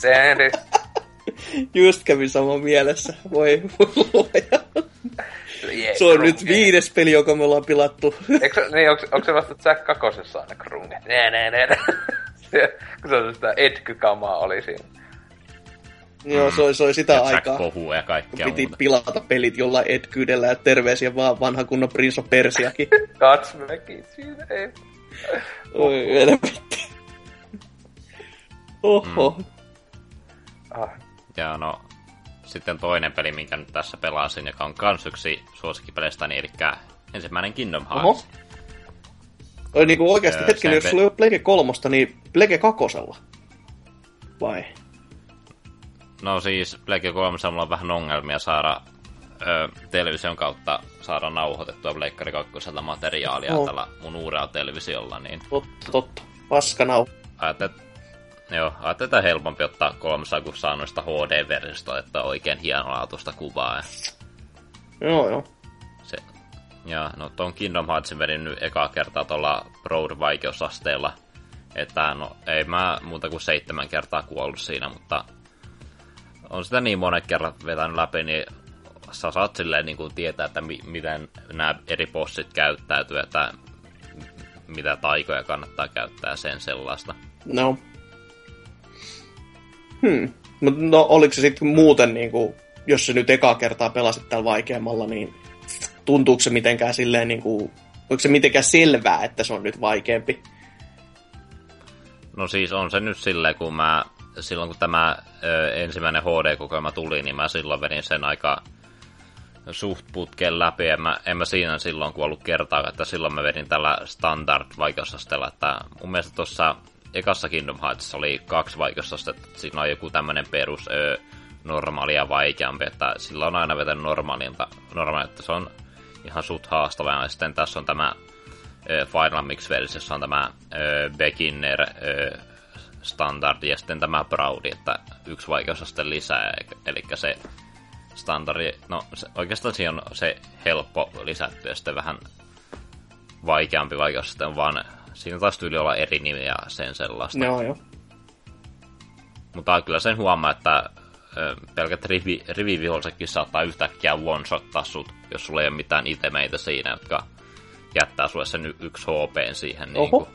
B: Just kävi saman mielessä. Voi luoja. Se on nyt viides peli, joka me ollaan pilattu.
D: Eikö, niin, onko, onko se vasta Jack kakosessa aina krunget? Kun se on sitä Edgy-kamaa oli siinä.
B: Joo, se oli, se oli sitä
C: ja
B: aikaa.
C: Ja kaikkea
B: piti
C: muuta.
B: pilata pelit jollain Edgyydellä ja terveisiä vaan vanha kunnon Prince of Persiakin.
D: Katsmäkin siinä ei.
B: Oi, helvetti. Oho.
C: Mm. Ah. Ja no, sitten toinen peli, minkä nyt tässä pelasin, joka on kans yksi suosikkipeleistä, eli ensimmäinen Kingdom Hearts.
B: Oho. Oli niinku oikeasti öö, hetkinen, jos pe- sulla ei ole Plege kolmosta, niin Plege kakosella? Vai?
C: No siis Plege kolmosella mulla on vähän ongelmia saada ö, television kautta saada nauhoitettua Pleikkari kakkoselta materiaalia oh. tällä mun uudella televisiolla, niin...
B: Totta, totta. Paskanau.
C: Ajattelin, joo, ajattelin, että helpompi ottaa kolmosa, kun saa noista H D-versiosta, että on oikein hienolaatuista kuvaa. Ja...
B: Joo, joo.
C: Se... Ja no ton Kingdom Heartsin vedin nyt ekaa kertaa tuolla Broad-vaikeusasteella. Että no ei mä muuta kuin seitsemän kertaa kuollut siinä, mutta on sitä niin monet kerrat vetänyt läpi, niin sä saat silleen niin kuin tietää, että mi- miten nämä eri bossit käyttäytyy, että mitä taikoja kannattaa käyttää sen sellaista.
B: No. Hmm. No oliko se sitten muuten, niin kuin, jos se nyt ekaa kertaa pelasit tällä vaikeammalla, niin tuntuuko se mitenkään silleen, niin kuin, onko se mitenkään selvää, että se on nyt vaikeampi?
C: No siis on se nyt silleen, kun mä, silloin kun tämä ö, ensimmäinen H D-kokoelma tuli, niin mä silloin vedin sen aika suht putken läpi. En mä, en mä siinä silloin kuollut kertaa, että silloin mä vedin tällä standard-vaikeusasteella, että mun mielestä tuossa ekassa Kingdom Heartsissa oli kaksi vaikeusastetta, että siinä on joku tämmönen perus ö, normaali ja vaikeampi, että sillä on aina vetänyt normaalilta, normaali, että se on ihan suht haastava, ja sitten tässä on tämä ö, Final Mix-versiossa on tämä ö, Beginner ö, Standard ja sitten tämä Proud, että yksi vaikeusaste lisää, eli se standardi, no se, oikeastaan siinä on se helppo lisätty ja sitten vähän vaikeampi vaikeusaste on vaan, siinä taas tyyli olla eri nimi ja sen sellaista.
B: Joo, joo.
C: Mutta kyllä sen huomaa, että ö, pelkät rivi, rivivihollisetkin saattaa yhtäkkiä one-shottaa sut, jos sulla ei ole mitään itemeitä siinä, jotka jättää sulle sen y- yksi H P:n siihen. Niin kuin.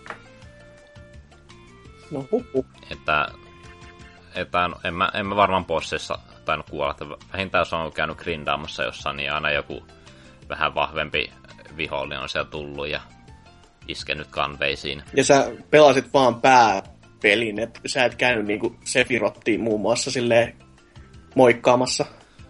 B: No huhu.
C: Että, että en, mä, en mä varmaan bossissa tainnut kuolla, että vähintään jos on käynyt grindaamassa jossain, niin aina joku vähän vahvempi vihollinen on siellä tullut ja iskenyt kanveisiin.
B: Ja sä pelasit vaan pääpelin, että sä et käynyt niinku Sephirothia muun muassa silleen moikkaamassa.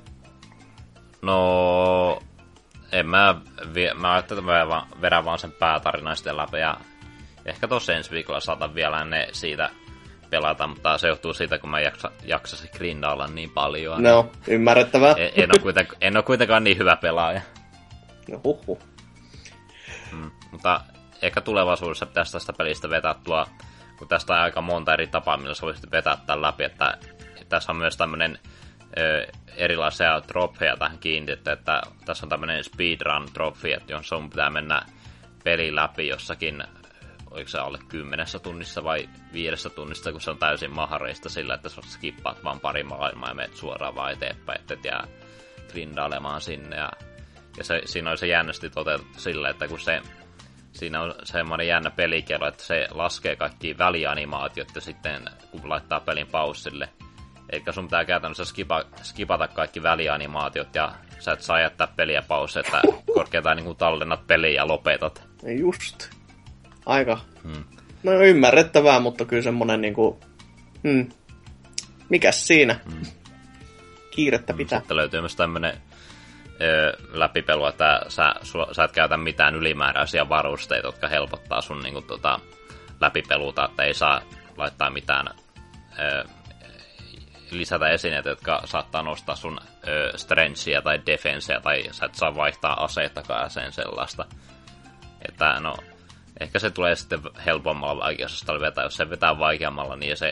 C: No, en mä, vie, mä ajattelin, että mä vedän vaan sen päätarinaisten läpi ja ehkä tossa ensi viikolla saatan vielä ne siitä pelata, mutta se johtuu siitä, kun mä jaksa, jaksasin grindailla niin paljon.
B: No, ymmärrettävää.
C: En, en, ole kuitenkaan, en ole kuitenkaan niin hyvä pelaaja.
B: No huhu.
C: Mm, mutta ehkä tulevaisuudessa pitäisi tästä pelistä vetää tuo, kun tästä on aika monta eri tapaa, millä sä voisit vetää tämän läpi, että tässä on myös tämmönen ö, erilaisia trofeja tähän kiinnitetty, että tässä on tämmönen speedrun trofi, että jos sun pitää mennä peli läpi jossakin, oliko se alle kymmenessä tunnissa vai viidessä tunnissa, kun se on täysin mahdollista sillä, että sä skippaat vaan pari maailmaa ja menet suoraan vaan eteenpäin, että et jää grindailemaan sinne. Ja, ja se, siinä on se jännästi toteutettu sillä, että kun se, siinä on semmoinen jännä pelikello, että se laskee kaikki välianimaatiot ja sitten kun laittaa pelin paussille. Eli sun pitää käytännössä skipa, skipata kaikki välianimaatiot ja sä et saa jättää peliä pausse, että korkeintaan niin kuin tallennat peliä ja lopetat.
B: Just. Aika.
C: Hmm.
B: No ymmärrettävää, mutta kyllä semmonen niinku... Hmm. Mikäs siinä? Hmm. Kiirettä pitää.
C: Sitten löytyy myös tämmönen ö, läpipelu, että sä, su, sä et käytä mitään ylimääräisiä varusteita, jotka helpottaa sun niinku, tota, läpipeluta, että ei saa laittaa mitään ö, lisätä esineitä, jotka saattaa nostaa sun ö, strengthia tai defensea, tai sä et saa vaihtaa aseitakaan ja sen sellaista. Että no, ehkä se tulee sitten helpommalla vaikeusastalla vetää, jos se vetää vaikeammalla, niin se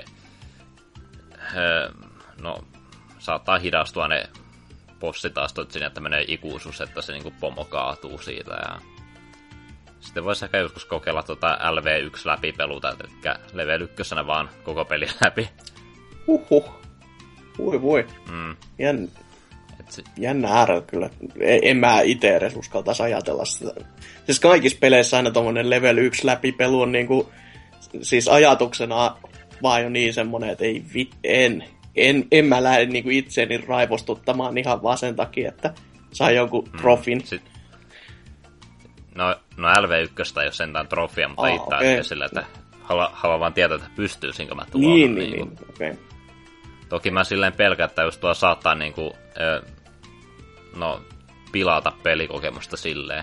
C: ö, no, saattaa hidastua ne bossitaastot sinne, että menee ikuisuus, että se niinku pomo kaatuu siitä. Ja sitten voisi ehkä joskus kokeilla tuota L V yksi läpipeluta, eli level ykkösenä vaan koko peli läpi.
B: Huhhuh. Voi voi.
C: Mm.
B: Jänn...
C: Si-
B: Jännä äärä kyllä. En mä ite edes uskaltaisi ajatella sitä. Siis kaikissa peleissä aina tommonen level yksi läpipelu on niinku, siis ajatuksena vaan jo niin semmonen, että ei vit, en, en, en mä lähde niinku itseäni raivostuttamaan ihan vaan sen takia, että saa jonkun mm. trofin. Sit...
C: No, no L V yksi ei ole sentään trofia, mutta
B: Aa,
C: itse
B: okay.
C: sillä, että haluan halua vaan tietää, että pystyisinkö mä tuolla.
B: Niin, niin, niin. Okei. Okay.
C: Toki mä silleen pelkään, että jos tuo saattaa niinku, ö, no, pilata pelikokemusta silleen.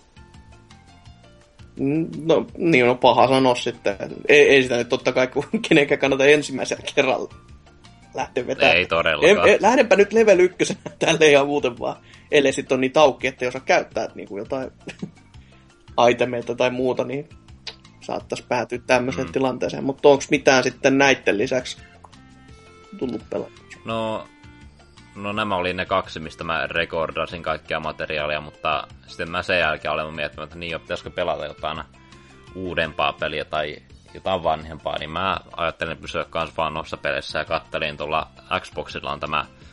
B: No, niin on paha sanoa sitten. Ei, ei sitä nyt totta kai kenenkään kannata ensimmäisellä kerralla lähteä vetämään.
C: Ei todellakaan.
B: En, en, lähdenpä nyt level ykkösenä tälle ihan muuten vaan. Ellei sit on niin taukki, että jos käyttää niinku jotain itemeita tai muuta, niin saattaisi päätyä tämmöiseen mm. tilanteeseen. Mutta onko mitään sitten näitten lisäksi tullut pelata?
C: No, no nämä oli ne kaksi, mistä mä rekordasin kaikkia materiaalia, mutta sitten mä sen jälkeen olen miettinyt, että niin jo, pitäisikö pelata jotain uudempaa peliä tai jotain vanhempaa, niin mä ajattelin pysyä kans vaan noissa peleissä ja kattelin tuolla Xboxilla on tämä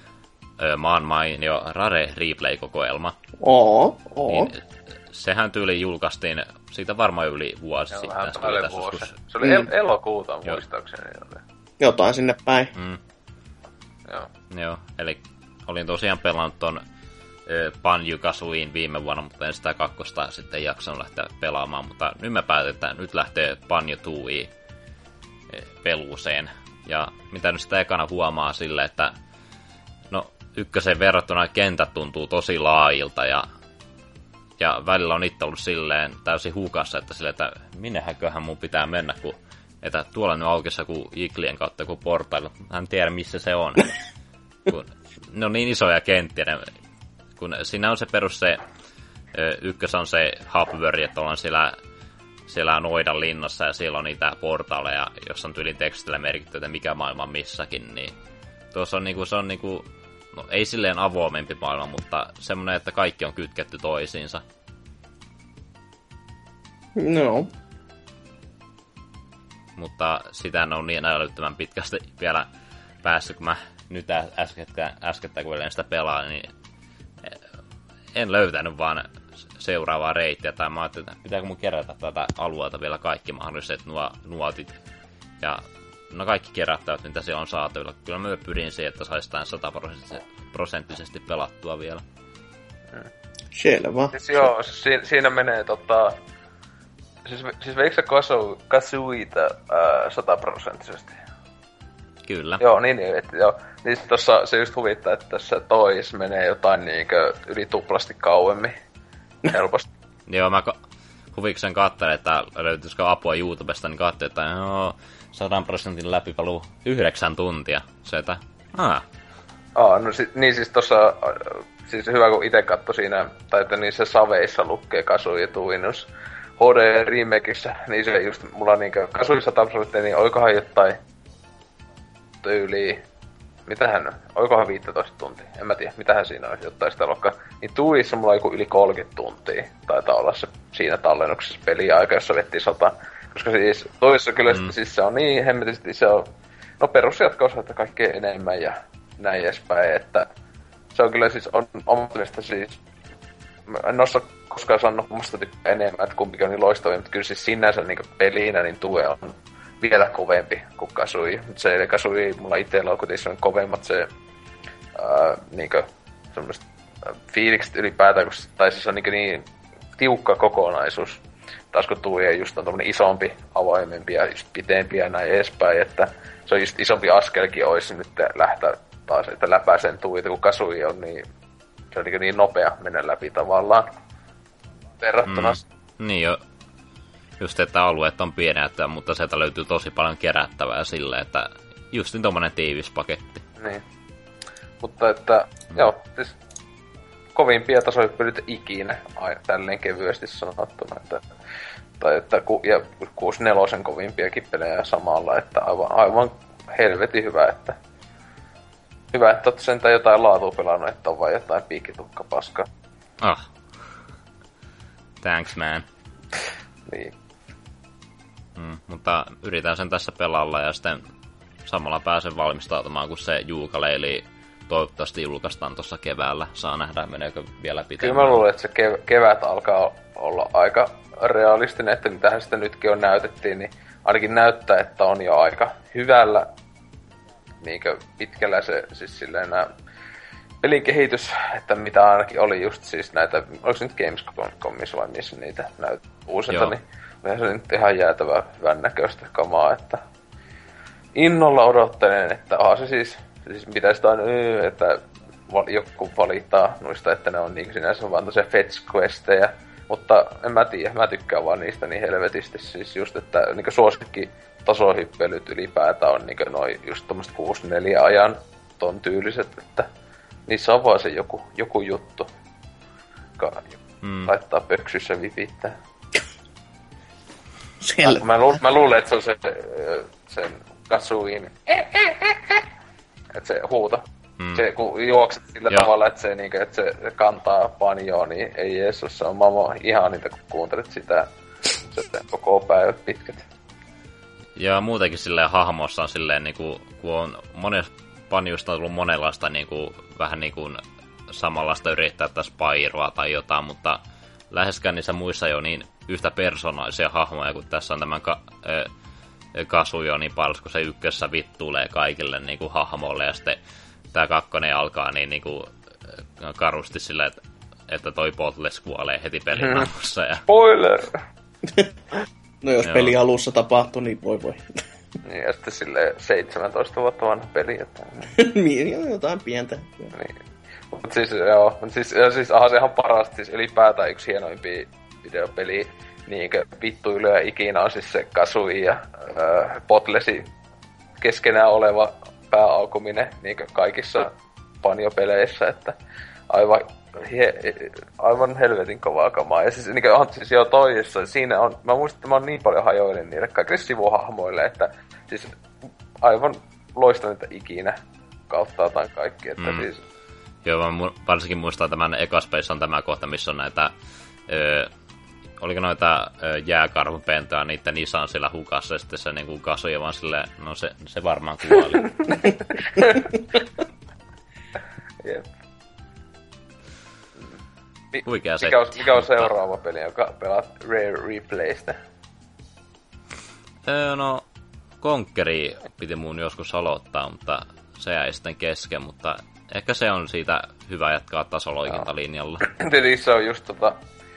C: ö, maan mainio Rare Replay-kokoelma.
B: Oo, oo.
C: Niin, sehän tyyli julkaistiin, siitä varmaan yli vuosi
D: Joo,
C: sitten.
D: vähän päälle vuosi.
C: Joskus...
D: Se oli mm. elokuuta muistaakseni.
B: Jotain sinne päin.
C: Mm.
D: Joo.
C: Joo, eli olin tosiaan pelannut ton Banjo-Kazooien viime vuonna, mutta en sitä kakkosta sitten jaksanut lähteä pelaamaan, mutta nyt mä päätin, että nyt lähtee Banjo-Tooie peluuseen. Ja mitä nyt sitä ekana huomaa sille, että no ykkösen verrattuna kentät tuntuu tosi laajilta ja, ja välillä on itse ollut silleen täysin hukassa, että sille, että minnehänköhän mun pitää mennä, kun että tuolla nyt aukessa joku Iglien kautta joku portailla, hän tiedä missä se on. Kun ne on niin isoja kenttiä, ne, kun siinä on se perus se, ykkös on se hubword, että ollaan siellä, siellä Noidan linnassa ja siellä on niitä portaaleja, jossa on tyylin tekstillä merkitty, että mikä maailma missäkin, niin tuossa on niinku, se on niinku, no ei silleen avoimempi maailma, mutta semmoinen, että kaikki on kytketty toisiinsa.
B: No.
C: Mutta sitä en ole niin älyttömän pitkästi vielä päässyt, kun mä nyt äskettä, äskettä kun sitä pelaa, niin en löytänyt vaan seuraavaa reittiä, tai mä ajattelin, että pitääkö mun kerätä tätä alueelta vielä kaikki mahdolliset nuo, nuotit, ja no kaikki kerättävät, mitä siellä on saatavilla. Kyllä mä pyrin siihen, että saisi tämän sataprosenttisesti pelattua vielä.
B: Selvä.
D: Siis joo, si- siinä menee tota... Siis, siis veikö sä Kazooita sataprosenttisesti?
C: Kyllä.
D: Joo, niin, niin että joo. Niin tossa se just huvittaa, että tässä tois menee jotain niinkö yli tuplasti kauemmin. Helposti.
C: Joo, mä ka- huviksen katselin, että löytyisikö apua YouTubesta, niin katselin, että joo, sadan prosentin läpipaluu yhdeksän tuntia. Se, että aah.
D: Aa, no si- niin siis tossa, siis hyvä kun ite katso siinä, tai että niissä saveissa lukee Kazooie Tuinus H D remakeissa, niin se just mulla niinkö Kazooie sata prosenttia, niin oikohan jotain tyyliä, mitähän, oikohan viisitoista tuntia, en mä tiedä, mitähän siinä on, jotain sitä luokkaa. Niin Tuissa mulla on joku yli kolmekymmentä tuntia, taitaa olla se siinä tallennuksessa peliaika, jossa vettiin sata. Koska siis toissa kyllä mm. siis se on niin hemmetisti, se on, no perusjatkossa, että kaikkea enemmän ja näin edespäin, että se on kyllä siis on omasta siis, en osaa koskaan sanoa musta tykkää enemmän, että kumpikin on niin loistavia, mutta kyllä siis sinänsä niin pelinä niin Tue on vielä kovempi kuin Kazooie. Se eli Kazooie mulla itsellä on kuitenkin sellainen kovemmat se ää, niinkö semmoiset fiilikset ylipäätään, kun, tai siis on niin, niin tiukka kokonaisuus. Taas kun Tue just on tommonen isompi, avoimempi ja just pitempi ja näin edespäin, että se on just isompi askelkin olisi nyt lähteä taas, että läpäisen Tuita, kun Kazooie on niin, se on niin, niin nopea mennä läpi tavallaan verrattuna.
C: Mm, niin jo. Just, että alueet on pienet, mutta sieltä löytyy tosi paljon kerättävää silleen, että just niin tommonen tiivis paketti.
D: Niin. Mutta että, mm. joo, siis kovimpia tasohyppelyitä ikinä, aina tälleen kevyesti sanottuna, että tai että ku, ja kuusikymmentäneljä kovimpiakin pelejä samalla, että aivan, aivan helvetin hyvä, että hyvä, että oot sentään jotain laatua pelannut, että on vaan jotain piikkitukkapaskaa.
C: Ah. Thanks, man.
D: Niin.
C: Mm, mutta yritän sen tässä pelailla ja sitten samalla pääsen valmistautumaan, kun se Yooka-Laylee toivottavasti julkaistaan tuossa keväällä. Saa nähdä, meneekö vielä pitemmän.
D: Kyllä mä luulen, että se kev- kevät alkaa olla aika realistinen, että mitähän sitä nytkin on näytettiin, niin ainakin näyttää, että on jo aika hyvällä niinkö pitkällä se siis silleen nää pelin kehitys, että mitä ainakin oli just siis näitä, oliko se nyt Gamescomissa vai missä niitä näyt uusinta, niin olihan se nyt ihan jäätävää hyvän näköistä kamaa, että innolla odottelen, että aha se siis, siis mitä sitä on, että joku valittaa noista, että ne on niin sinänsä vaan tosiaan fetch questejä, mutta en mä tiedä, mä tykkään vaan niistä niin helvetisti, siis just, että niinku suosikki tasohyppelyt ylipäätään on niinku noin just tommoset kuusi neljä ajan ton tyyliset, että niissä on vaan se joku, joku juttu, joka mm. laittaa pöksyssä vipittää.
B: Selvä.
D: Mä, lu- mä luulen, että se on se, sen Kazooien, että se huuto. Mm. Se, kun juokset sillä Joo. tavalla, että se, niin, että se kantaa Banjoa, niin ei Jeesus, se on mamo ihan niitä, kun kuuntelet sitä koko päivät pitkät.
C: Ja muutenkin silleen hahmossa on silleen, niin kuin, kun on monessa Banjosta on tullut monenlaista niin kuin, vähän niin kuin samanlaista yrittää tässä Spyroa tai jotain, mutta läheskään niissä muissa ei ole niin yhtä persoonallisia hahmoja, kun tässä on tämän ka- äh, Kazuya niin paljon, kun se ykkössä vittuulee kaikille niin kuin hahmoille, ja sitten tämä kakkonen alkaa niin, niin kuin, karusti silleen, että, että toi Potless kuolee heti pelin hmm. alussa. Ja...
D: Spoiler!
B: No jos peli alussa tapahtui, niin voi voi.
D: Niin, ja sitten silleen seitsemäntoista vuotta vanha peli. Että...
B: niin, jotain pientä.
D: Niin. Mutta siis, joo, mut siis, siis aha, se ihan parasta, siis ylipäätään yksi hienoimpia videopeliä, niinkö vittuiluja ikinä on siis se Kazuya ja äh, Potlessin keskenään oleva pääaukuminen niinkö kaikissa Banjo-peleissä, että aivan, he, aivan helvetin kovaa kamaa. Ja siis, niinkö, on, siis jo toisessa, siinä on, mä muistan, että mä oon niin paljon hajoilin niille kaikille sivuhahmoille, että siis aivan loistavinta ikinä kautta jotain kaikki, että mm. siis...
C: Joo, mä varsinkin muistan tämän Eka Space on tämä kohta, missä on näitä... Öö, oliko noita öö, jääkarhupentoja, niiden isä on siellä hukassa, ja sitten se niinku Kazuya vaan silleen, no se, se varmaan kuoli.
D: Jep. Mi-
C: Huikea
D: mikä, on, mikä on seuraava peli, joka pelaat Rare Replaystä?
C: Öö, no, Conqueri piti mun joskus aloittaa, mutta se jäi sitten kesken, mutta ehkä se on siitä hyvä jatkaa tasoloikintalinjalla.
D: Tietenkin se on just tota...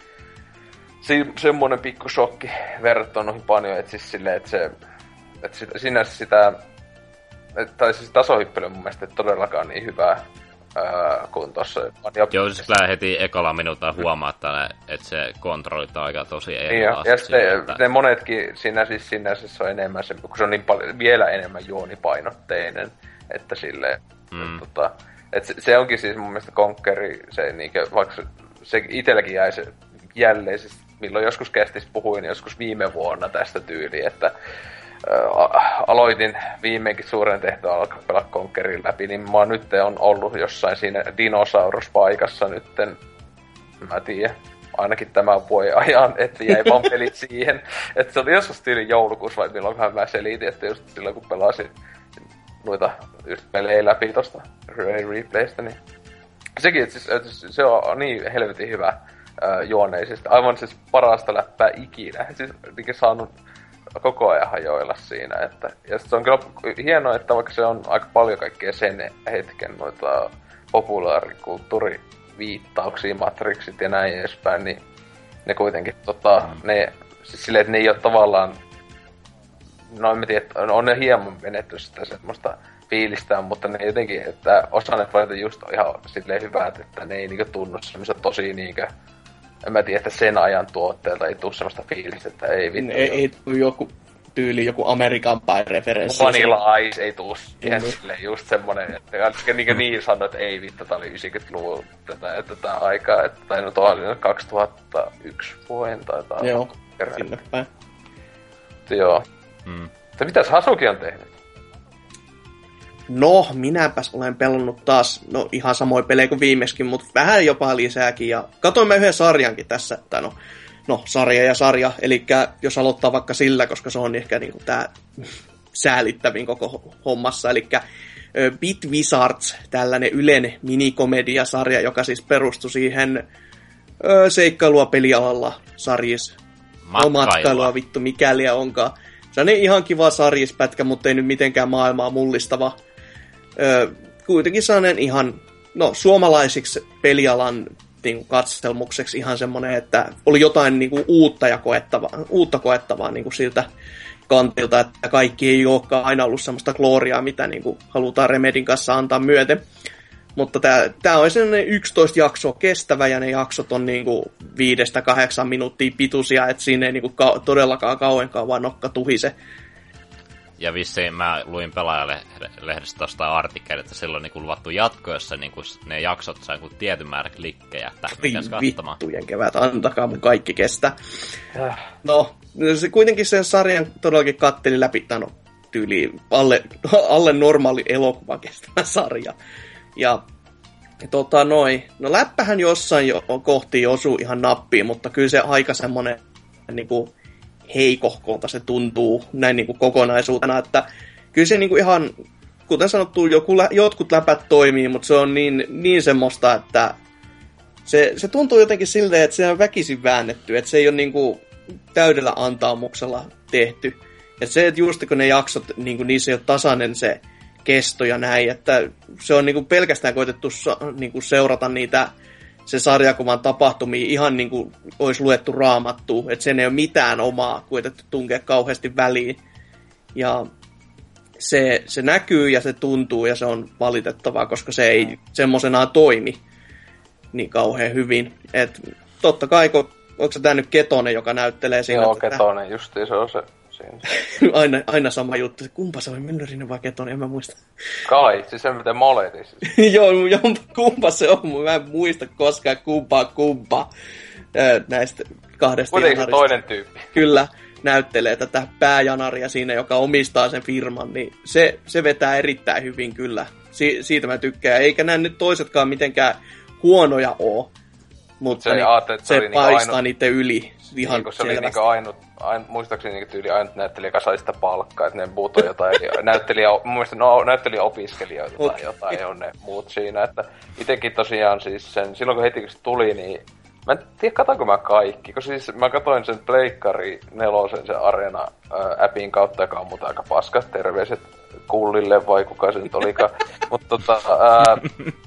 D: Si- semmonen pikku shokki verrattuna noihin Banjoihin, että siis silleen, että se... Että sitä, sinänsä sitä... Et, tai siis tasohyppely mun mielestä todellakaan niin hyvää ää, kuin tossa Banjo.
C: Joo, siis kyllä heti ekalla minuutilla huomaa, että, että se kontrollit on aika tosi erilaista.
D: Niin ja sitten että... ne monetkin siinä siis sinänsä se on enemmän se, kun se on niin paljon, vielä enemmän juonipainotteinen, että silleen... Mm. Et, tota, et se, se onkin siis mun mielestä Conqueri, se niinkö, vaikka se, se itselläkin jäi se jälleen, siis milloin joskus kästis puhuin, niin joskus viime vuonna tästä tyyliin, että ää, aloitin viimeinkin suuren tehtävän alkaa pelaa Conquerin läpi, niin mä nyt on ollut jossain siinä dinosauruspaikassa nytten, mä tiedän, ainakin tämän vuoden ajan, että jäi vaan pelit siihen, että se oli joskus tyyliin joulukuussa vai milloinhan mä selitin, että just silloin kun pelasin noita just pelejä läpi tosta Replaystä, niin sekin, että siis, että se on niin helvetin hyvä ää, juoneisesti. Aivan siis parasta läppää ikinä. Siis niinkin saanut koko ajan hajoilla siinä. Että, ja se on kyllä hienoa, että vaikka se on aika paljon kaikkea sen hetken noita populaarikulttuuriviittauksia, matrixit ja näin edespäin, niin ne kuitenkin tota, mm. ne, siis silleen, että ne ei ole tavallaan no en mä tiedä, on ne hieman menetty sitä semmoista fiilistään, mutta ne jotenkin, että osa ne valita just on ihan silleen hyvät, että ne ei niinku tunnu semmoista tosi niinkö, en mä tiedä, että sen ajan tuotteelta ei tuu semmoista fiilistä, että ei vittu.
B: Ei, ei tuu joku tyyli, joku American Pie-referenssi.
D: Vanilla Ice ei tuu ihan mm-hmm. silleen just semmonen, että niinkö niin sanoo, että ei vittu, tää oli yhdeksänkymmentäluvun tätä, tätä aikaa, että tai no tuolla oli kaksituhattayksi vuoden tai jotain.
B: Joo, sinne päin.
D: Joo. Mm. Mutta mitäs Hasuki on tehnyt?
B: No, minäpäs olen pelannut taas, no ihan samoin pelejä kuin viimeiskin, mutta vähän jopa lisääkin. Ja katoin mä yhden sarjankin tässä, tai no, no sarja ja sarja, eli jos aloittaa vaikka sillä, koska se on ehkä niinku tää säälittävin koko hommassa, eli Bit Wizards, tällainen Ylen minikomediasarja, joka siis perustui siihen ö, seikkailua pelialalla sarjis.
C: Matkailua.
B: No, matkailua vittu, mikäli onkaan. Se on ihan kiva sarjispätkä, mutta ei nyt mitenkään maailmaa mullistava. Öö, kuitenkin sellainen ihan, no suomalaisiksi pelialan niin kuin katselmukseksi ihan semmoinen, että oli jotain niin kuin uutta ja koettavaa, uutta koettavaa niin kuin siltä kantilta, että kaikki ei olekaan aina ollut semmoista gloriaa, mitä niin kuin halutaan Remedin kanssa antaa myöten. Mutta tämä on sellainen yksitoista jaksoa kestävä, ja ne jaksot on niinku viidestä kahdeksan minuuttia pituisia, että siinä ei niinku ka- todellakaan kauenkaan vaan nokka tuhise.
C: Ja vissiin mä luin pelaajalehdestä tuosta artikkelista, että silloin niinku luvattu jatko, jossa niinku ne jaksot sai niinku tietyn määrä klikkejä, että mikäs katsomaan.
B: Vittujen kevät, antakaa mun kaikki kestää. No, se kuitenkin sen sarjan todellakin katteli läpi, no tyyliin alle, alle normaali elokuva kestävä sarja. Ja tota noin, no läppähän jossain jo, kohti osuu ihan nappiin, mutta kyllä se aika semmonen niinku heikohkolta se tuntuu näin niinku kokonaisuutena, että kyllä se niinku ihan kuten sanottu, joku, jotkut läpät toimii, mutta se on niin, niin semmoista, että se, se tuntuu jotenkin siltä, että se on väkisin väännetty, että se ei ole niinku täydellä antaumuksella tehty. Ja se, että just kun ne jaksot, niinku, niissä ei ole tasainen se kesto ja näin, että se on niinku pelkästään koitettu niinku seurata niitä se sarjakuvan tapahtumia ihan niin kuin olisi luettu raamattua, että sen ei ole mitään omaa koetettu tunkea kauheasti väliin. Ja se, se näkyy ja se tuntuu ja se on valitettavaa, koska se ei semmoisenaan toimi niin kauhean hyvin. Et totta kai, kun, onko se tämä nyt Ketonen, joka näyttelee siinä?
D: Joo, Ketonen, justiin se on se.
B: aina, aina sama juttu. Kumpa se oli, Myllyrinen vai Ketonen, en mä muista.
D: Kai, siis se miten molemmat.
B: joo, joo, kumpa se on, mä en muista koskaan kumpaa kumpaa näistä kahdesta.
D: Kuitenkin se toinen tyyppi.
B: Kyllä, näyttelee tätä pääjanaria siinä, joka omistaa sen firman, niin se, se vetää erittäin hyvin kyllä. Si- siitä mä tykkään, eikä nämä nyt toisetkaan mitenkään huonoja oo. Mutta
D: se,
B: niin,
D: aate, se,
B: se
D: se
B: paistaa niinku niiden yli ihan
D: niin, se oli niinku ainut, ainut, muistaakseni niinku tyyli ainut näyttelijä, joka sai sitä palkkaa, että ne muut on jotain näyttelijä, mun mielestä no, näyttelijäopiskelijoita tai jotain on ne muut siinä, että itekin tosiaan siis sen, silloin kun heti kun se tuli, niin mä en tiedä katonko mä kaikki, koska siis mä katoin sen Pleikkari nelosen sen Arena-appin kautta, joka on muuta aika paska, terveiset Kullille vai kuka se nyt olikaan, mutta tota, ää,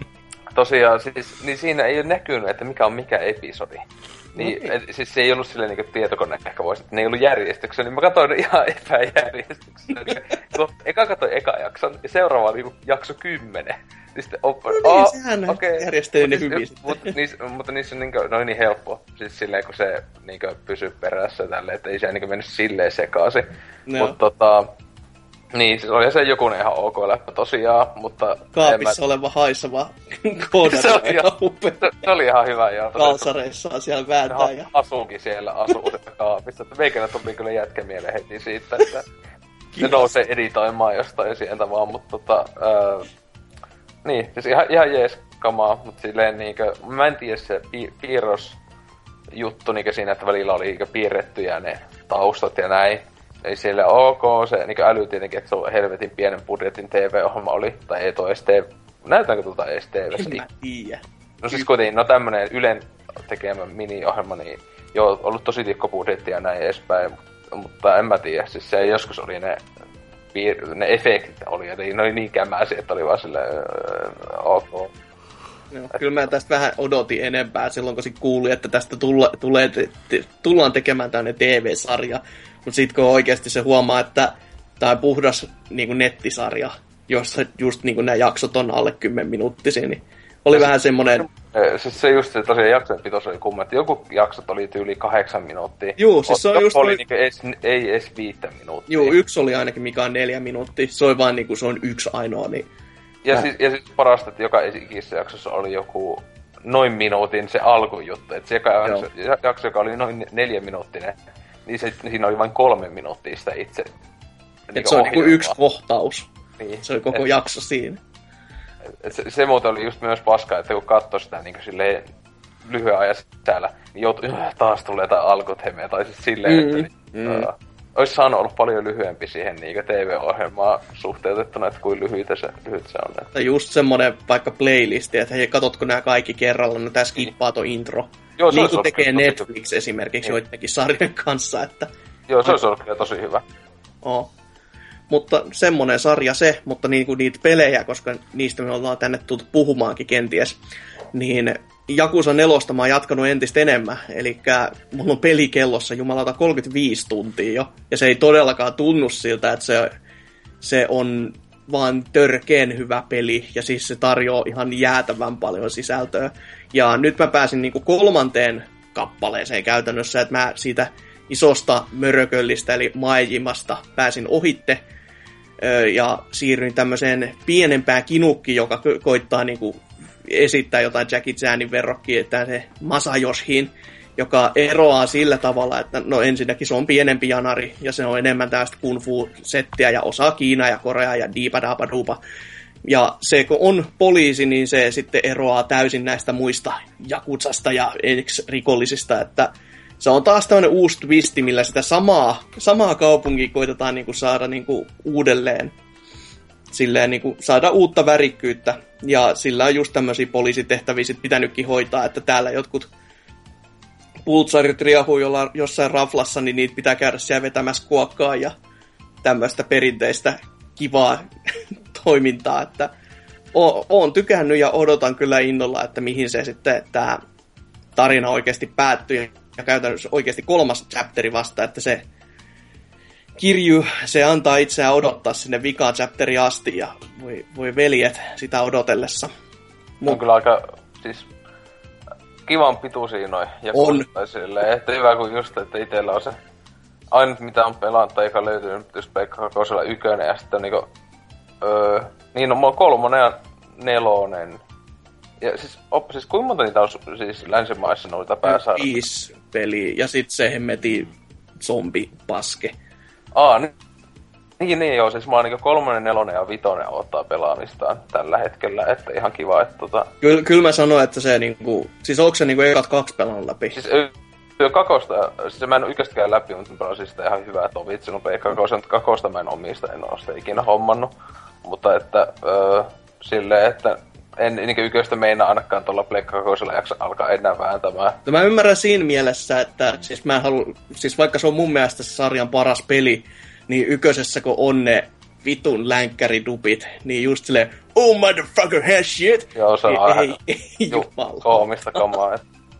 D: tosiaan, siis, niin siinä ei ole näkynyt, että mikä on mikä episodi. Niin, okay. et, siis se ei ollut silleen niin tietokone ehkä voisi, että ne ei ollut järjestyksessä, niin mä katsoin ihan epäjärjestyksessä. Niin, kun eka katsoin eka jakson, ja seuraava oli jakso kymmenen. Niin sitten, op,
B: no niin, oh, sehän
D: okay.
B: järjesteli ne hyvin
D: sitten. Mutta niissä, mutta niissä on niin, no niin helppo, siis silleen kun se niin pysyy perässä tälleen, että ei se niin mennyt silleen sekaisin. No. Mutta tota... Niin, siis oli se jokunen ihan ok läppä tosiaan, mutta...
B: Kaapissa mä... oleva haiseva koodari.
D: se, oli ihan, se, se oli ihan hyvä, joo.
B: Kalsareissaan siellä vääntää. Ja...
D: Asuukin siellä, asuu kaapissa. Meikänä tuli kyllä jätkä mieleen heti siitä, että se nousee editoimaan jostain sieltä vaan, mutta tota... Ää, niin, siis ihan, ihan jees kamaa, mutta silleen niinkö... Mä en tiedä se pi- piirrosjuttu niinkö siinä, että välillä oli niinkö piirrettyjä ne taustat ja näin. Ei siellä ok, se niin äly tietenkin, että se on helvetin pienen budjetin T V-ohjelma oli, tai ei toi edes T V... Näytäänkö tuota edes T V:ssä?
B: En mä tiedä.
D: No siis kuitenkin, no tämmönen Ylen tekemä mini-ohjelma, niin joo, ollut tosi tikko budjetti ja näin edespäin, mutta en mä tiedä, siis se joskus oli ne, piir- ne efektit oli, että ne oli niin kämäisiä, että oli vaan silleen ok.
B: No, kyllä mä tästä vähän odotin enempää silloin, kun kuuli, että tästä tulla, tulee, te, tullaan tekemään tämmöinen T V-sarja. Mutta sitten kun oikeasti se huomaa, että tämä on puhdas niin kuin nettisarja, jossa just niin kuin nämä jaksot on alle kymmen minuuttisia, niin oli ja vähän semmoinen...
D: Siis se just se tosiaan jaksojen pitos oli kumma, että joku jaksot oli tyyli kahdeksan minuuttia.
B: Juu, siis se on just...
D: oli niinku ees, ei edes viittä minuuttia.
B: Juu, yksi oli ainakin mikä on neljä minuuttia. Se on vaan niinku, se on yksi ainoa, niin...
D: Ja mä... siis, ja siis parasta, että joka ikisessä jaksossa oli joku noin minuutin se alkujuttu. Että se joka jakso, joka oli noin neljä minuuttinen, niin se, siinä oli vain kolme minuuttia sitä itse.
B: Niin se on niinku yksi kohtaus.
D: Niin.
B: Se oli koko et, jakso siinä.
D: Et se, se muuten oli just myös paskaa, että kun katsoi sitä niin silleen lyhyen ajan sisällä, niin joutui, taas tulee jotain alkuthemeä, tai siis silleen, mm, että niin, mm. uh, olisi saanut olla paljon lyhyempi siihen niin T V-ohjelmaan suhteutettuna, että kuin lyhyitä se, lyhyt se on.
B: Tai just semmonen vaikka playlisti, että hei, katsotko nämä kaikki kerralla, no tää skippaa tuo intro. Joo, niin kuin tekee Netflix esimerkiksi niin. Joidenkin sarjojen kanssa, että...
D: Joo, se olisi ollut kyllä tosi hyvä.
B: Oo. Mutta semmonen sarja se, mutta niinku niitä pelejä, koska niistä me ollaan tänne tultu puhumaankin kenties, niin Jakusa nelosta mä oon jatkanut entistä enemmän. Elikkä mulla on pelikellossa jumalauta kolmekymmentäviisi tuntia jo, ja se ei todellakaan tunnu siltä, että se, se on vaan törkeen hyvä peli, ja siis se tarjoaa ihan jäätävän paljon sisältöä. Ja nyt mä pääsin niinku kolmanteen kappaleeseen käytännössä, että mä siitä isosta mörököllistä, eli Maejimasta pääsin ohitte, ja siirryin tämmöiseen pienempään kinukkiin, joka ko- koittaa niinku esittää jotain Jackie Chanin verrokkia, että se Masayoshiin, joka eroaa sillä tavalla, että no ensinnäkin se on pienempi janari, ja se on enemmän tästä kung fu-settiä, ja osaa Kiinaa ja Koreaa ja diipadapadupa. Ja se, kun on poliisi, niin se sitten eroaa täysin näistä muista jakutsasta ja ex-rikollisista, että se on taas tämmöinen uusi twisti, millä sitä samaa, samaa kaupunkia koitetaan niinku saada niinku uudelleen silleen niin kuin saada uutta värikkyyttä. Ja sillä on just tämmöisiä poliisitehtäviä sit pitänytkin hoitaa, että täällä jotkut pultsarit riahuu jolla, jossain raflassa, niin niitä pitää käydä siellä vetämässä kuokkaa ja tämmöistä perinteistä kivaa toimintaa, että oon tykännyt ja odotan kyllä innolla, että mihin se sitten tämä tarina oikeasti päättyy ja käytännössä oikeasti kolmas chapteri vasta, että se kirju, se antaa itseään odottaa sinne vikaan chapteriin asti ja voi, voi veljet sitä odotellessa.
D: Mut on kyllä aika siis kivan pituisia noin ja
B: on.
D: Silleen, että hyvä kuin just, että itsellä on se ainut mitä on pelannut tai joka löytyy nyt just Pekka Kakosella ykönen ja sitten niinku öö, niin on mulla kolmonen ja nelonen. Ja siis, op, siis kuinka monta niitä on siis länsimaissa noita pääsarjoja?
B: Viisi peliä ja sit se hemmeti zombipaske.
D: Aa, niin, niin, niin joo, siis mä oon niinku kolmonen, nelonen ja vitonen ottaa pelaamistaan tällä hetkellä, että ihan kiva, että tota...
B: Kyllä, kyllä mä sanoin, että se niinku, siis onko se niinku ekat kaksi pelannut läpi?
D: Siis jo kakosta, siis mä en oo yköstäkään läpi, mutta mä pelasin sitä ihan hyvää tovit silloin P K K, mutta kakosta mä en omista, en oo sitä ikinä hommannut. Mutta että, öö, silleen, että en niin yköistä meinaa ainakaan tuolla Pleikka Kakosella jaksa alkaa enää vääntämään.
B: No mä ymmärrän siinä mielessä, että siis, mä halu, siis vaikka se on mun mielestä se sarjan paras peli, niin yköisessä kun on ne vitun länkkäridupit, niin just silleen, oh motherfucker has shit!
D: Joo, se on
B: ei,
D: aina
B: ei, ei, jumala.
D: koomista kamaa.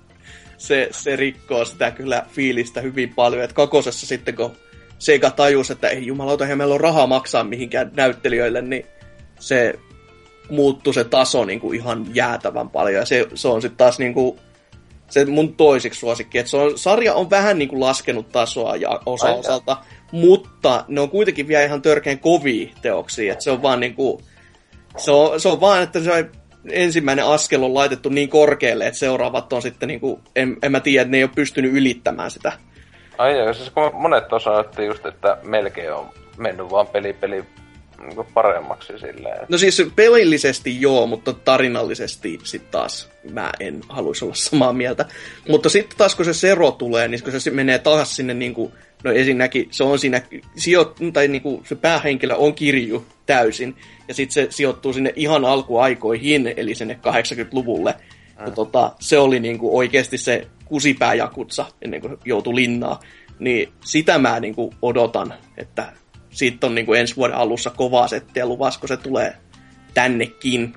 B: se, se rikkoo sitä kyllä fiilistä hyvin paljon, että kakosessa sitten kun Sega tajus, että ei jumalauta, eihän meillä on rahaa maksaa mihinkään näyttelijöille, niin se muuttui se taso niin kuin ihan jäätävän paljon. Ja se, se on sitten taas niin kuin, se mun toisiksi suosikki. Että se on, sarja on vähän niin kuin laskenut tasoa ja osa osalta, mutta ne on kuitenkin vielä ihan törkeän kovia teoksia. Että se on vaan niin kuin, se on, se on vaan, että se on, ensimmäinen askel on laitettu niin korkealle, että seuraavat on sitten niin kuin, en, en mä tiedä, että ne ei ole pystynyt ylittämään sitä.
D: Ai joo, siis kun monet tuossa sanottiin just, että melkein on mennyt vaan peli peli niin paremmaksi silleen.
B: No siis pelillisesti joo, mutta tarinallisesti sitten taas mä en haluaisi olla samaa mieltä. Mutta sitten taas kun se Zero tulee, niin kun se menee taas sinne niinku, no ensinnäkin se on siinä, sijo, tai niinku se päähenkilö on Kirju täysin, ja sitten se sijoittuu sinne ihan alkuaikoihin, eli sinne kahdeksankymmentäluvulle. Mm. Ja tota, se oli niinku oikeasti se kusipääjakutsa ennen kuin joutui linnaan. Niin sitä mä niinku odotan, että siitä on niinku ensi vuoden alussa kovaa settiä luvassa, kun se tulee tännekin.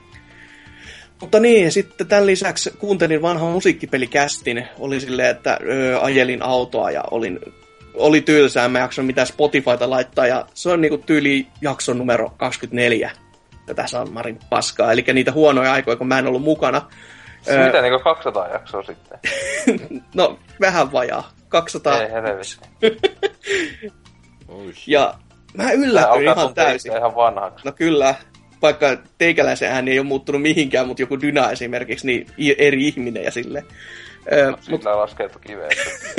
B: Mutta niin, sitten tämän lisäksi kuuntelin vanhan musiikkipelikästin. Oli silleen, että öö, ajelin autoa ja olin, oli tylsää. Mä jakson mitään Spotifyta laittaa ja se on niinku tyyli jakson numero kaksikymmentäneljä. Tätä on Marin paskaa. Eli niitä huonoja aikoja, kun mä en ollut mukana.
D: Se öö, mitä niinku kaksisataa jaksoa sitten?
B: No, vähän vajaa. kaksisataa.
D: Ei helvetti.
B: Ja mä yllätyin ihan täysin.
D: Ihan vanhaksi.
B: No kyllä, vaikka teikäläisen ääni ei ole muuttunut mihinkään, mutta joku Dyna esimerkiksi, niin eri ihminen ja silleen.
D: No, mut... Sillä laskeutu kiveen.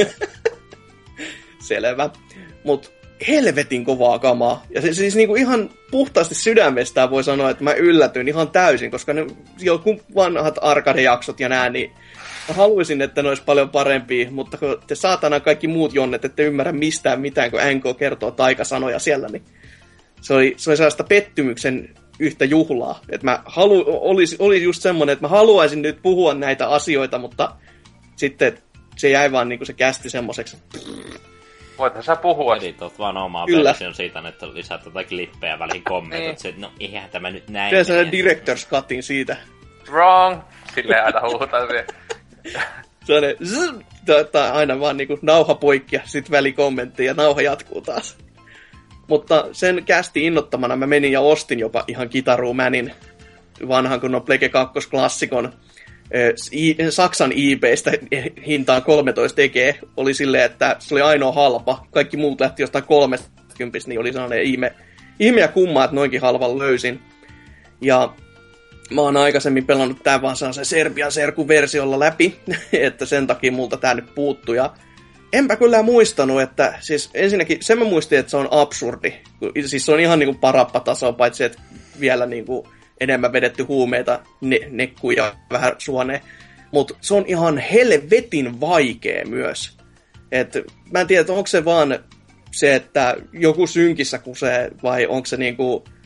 B: Selvä. Mut helvetin kovaa kamaa. Ja se siis niinku ihan puhtaasti sydämestään voi sanoa, että mä yllätyin ihan täysin, koska ne joku vanhat arcade-jaksot ja nää, niin mä haluaisin, että ne olisi paljon parempia, mutta kun te saatana kaikki muut jonnet, ette ymmärrä mistään mitään, kun N K kertoo taikasanoja siellä, niin se oli, se oli sellaista pettymyksen yhtä juhlaa. Että mä halu, olisi, oli just semmoinen, että mä haluaisin nyt puhua näitä asioita, mutta sitten se jäi vaan niinku se kästi semmoiseksi.
D: Voithan sä puhua.
C: Editot vaan omaa version siitä, että lisäät jotain klippejä väliin kommentoit, niin. Että no eihän tämä nyt näin.
B: Tehdään sellainen director's cutin siitä.
D: Wrong! Silleen aina huutaan siihen.
B: Sellainen tai aina vaan niinku nauha poikki ja sit välikommentti ja nauha jatkuu taas. Mutta sen kästi innottamana mä menin ja ostin jopa ihan Guitar Manin vanhan kunnon Plege kaksi klassikon Saksan eBaystä hintaan kolmetoista egeä. Oli silleen, että se oli ainoa halpa. Kaikki muut lähti jostain kolmekymmentä, niin oli sellainen ihme, ihme ja kumma, että noinkin halvan löysin. Ja mä oon aikaisemmin pelannut tämän vaan sellaisen Serbian Serku-versiolla läpi, että sen takia multa tää nyt puuttuu. Ja enpä kyllä muistanut, että siis ensinnäkin sen mä muistin, että se on absurdi. Siis se on ihan niinku parappataso, paitsi että vielä niinku enemmän vedetty huumeita ne, nekkuun ja vähän suoneen. Mutta se on ihan helvetin vaikea myös. Et mä en tiedä, onko se vaan se, että joku synkissä kusee, vai onko se niinku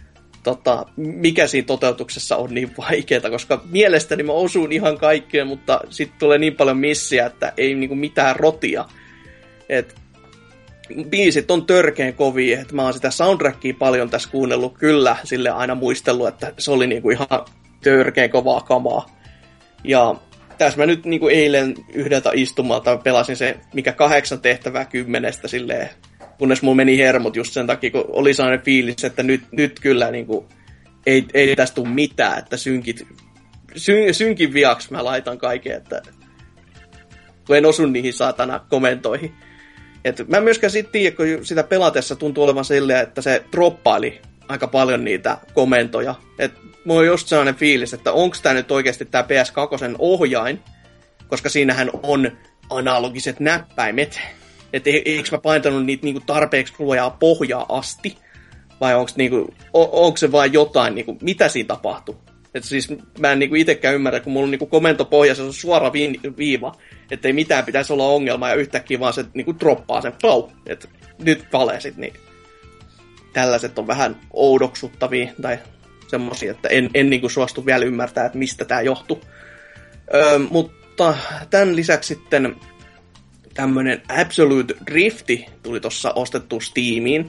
B: tota, mikä siinä toteutuksessa on niin vaikeaa, koska mielestäni mä osuun ihan kaikkeen, mutta sitten tulee niin paljon missiä, että ei niinku mitään rotia. Et biisit on törkeen kovia, että mä oon sitä soundtrackia paljon tässä kuunnellut, kyllä sille aina muistellut, että se oli niinku ihan törkeen kovaa kamaa. Ja tässä mä nyt niinku eilen yhdeltä istumalta pelasin se, mikä kahdeksan tehtävää kymmenestä silleen, kunnes mulla meni hermot just sen takia, kun oli sellainen fiilis, että nyt, nyt kyllä niinku, ei, ei tästä tule mitään, että synkit, syn, synkin viaksi mä laitan kaiken, että kun en osu niihin saatana komentoihin. Et mä en myöskään sit tiedä, kun sitä pelatessa tuntuu olevan silleen, että se droppaili aika paljon niitä komentoja. Et mulla on just sellainen fiilis, että onko tää nyt oikeasti tää P S kaksi ohjain, koska siinähän on analogiset näppäimet. Että eikö mä paintanut niitä niinku tarpeeksi lujaa pohjaa asti, vai onko niinku, onko se vain jotain, niinku, mitä siinä tapahtuu? Että siis mä en niinku itsekään ymmärrä, kun mulla on niinku komentopohjassa se on suora vi- viiva, että ei mitään pitäisi olla ongelma, ja yhtäkkiä vaan se niinku droppaa sen flow, että nyt valesit, niin tällaiset on vähän oudoksuttavia, tai semmosia, että en, en niinku suostu vielä ymmärtää, että mistä tää johtuu. Öö, mutta tämän lisäksi sitten tämmönen Absolute Drifti tuli tossa ostettu Steamiin,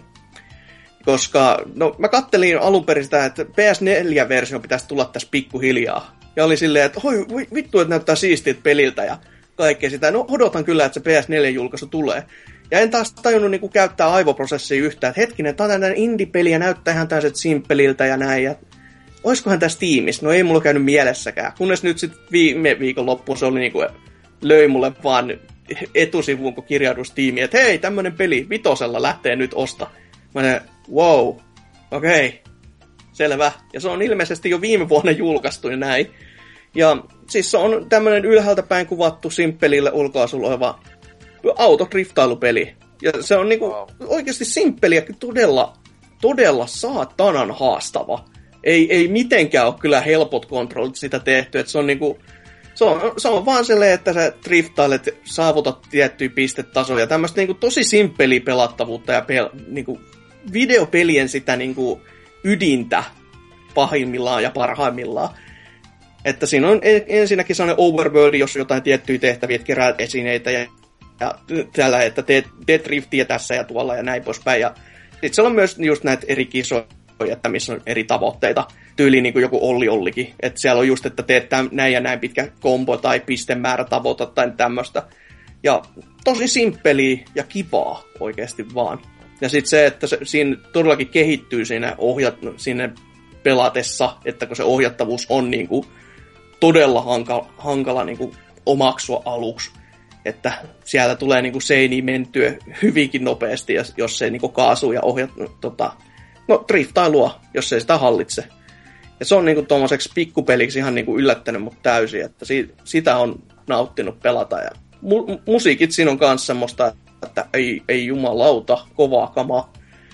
B: koska no, mä kattelin alun perin sitä, että P S neljä-versio pitäisi tulla tässä pikkuhiljaa. Ja oli silleen, että hoi vittu, että näyttää siistiltä peliltä ja kaikkea sitä. No odotan kyllä, että se P S neljä-julkaisu tulee. Ja en taas tajunnut niinku käyttää aivoprosessia yhtään, että hetkinen, tää on tämmöinen indie-peli ja näyttää ihan täysin simppeliltä ja näin. Ja oiskohan tässä Steamissa? No ei mulla käynyt mielessäkään. Kunnes nyt sitten viime viikon loppuun se oli niinku, löi mulle vaan etusivuun, kun kirjaudus Steamiin, että hei, tämmönen peli vitosella lähtee nyt osta. Mä sanoin, wow, okei, okay, selvä. Ja se on ilmeisesti jo viime vuonna julkaistu ja näin. Ja siis se on tämmönen ylhäältä päin kuvattu simppelille ulkoasulla oleva autodriftailupeli. Ja se on niinku wow. Oikeasti simppeli ja todella, todella saatanan haastava. Ei, ei mitenkään ole kyllä helpot kontrollit sitä tehty, että se on niinku Se on, se on vaan silleen, että sä driftailet, saavutat tiettyjä pistetasoja. Tämmöistä niinku tosi simppeliä pelattavuutta ja pel, niinku videopelien sitä niinku ydintä pahimmillaan ja parhaimmillaan. Että siinä on ensinnäkin sellainen overworld, jos jotain tiettyjä tehtäviä, että keräät esineitä ja, ja tällä, että teet, teet driftiä tässä ja tuolla ja näin poispäin. Ja sitten siellä on myös just näitä eri kisoja, että missä on eri tavoitteita. Tyyliin niin kuin joku Olli Ollikin. Että siellä on just, että teet tämän, näin ja näin pitkä kombo tai pistemäärä tavoita tai tämmöistä. Ja tosi simppeliä ja kivaa oikeasti vaan. Ja sitten se, että se, siinä todellakin kehittyy siinä, ohjat, siinä pelatessa, että kun se ohjattavuus on niin kuin todella hankala, hankala niin kuin omaksua aluksi. Että siellä tulee niin kuin seiniä mentyä hyvinkin nopeasti, jos se niin kuin kaasuu ja ohjat, tota, no driftailua, jos ei sitä hallitse. Ja se on niinku tommoseksi pikkupeliksi ihan niinku yllättänyt mut täysin, että si- sitä on nauttinut pelata. Ja mu- musiikit siinä on kanssa semmoista, että ei, ei jumalauta, kovaa kamaa.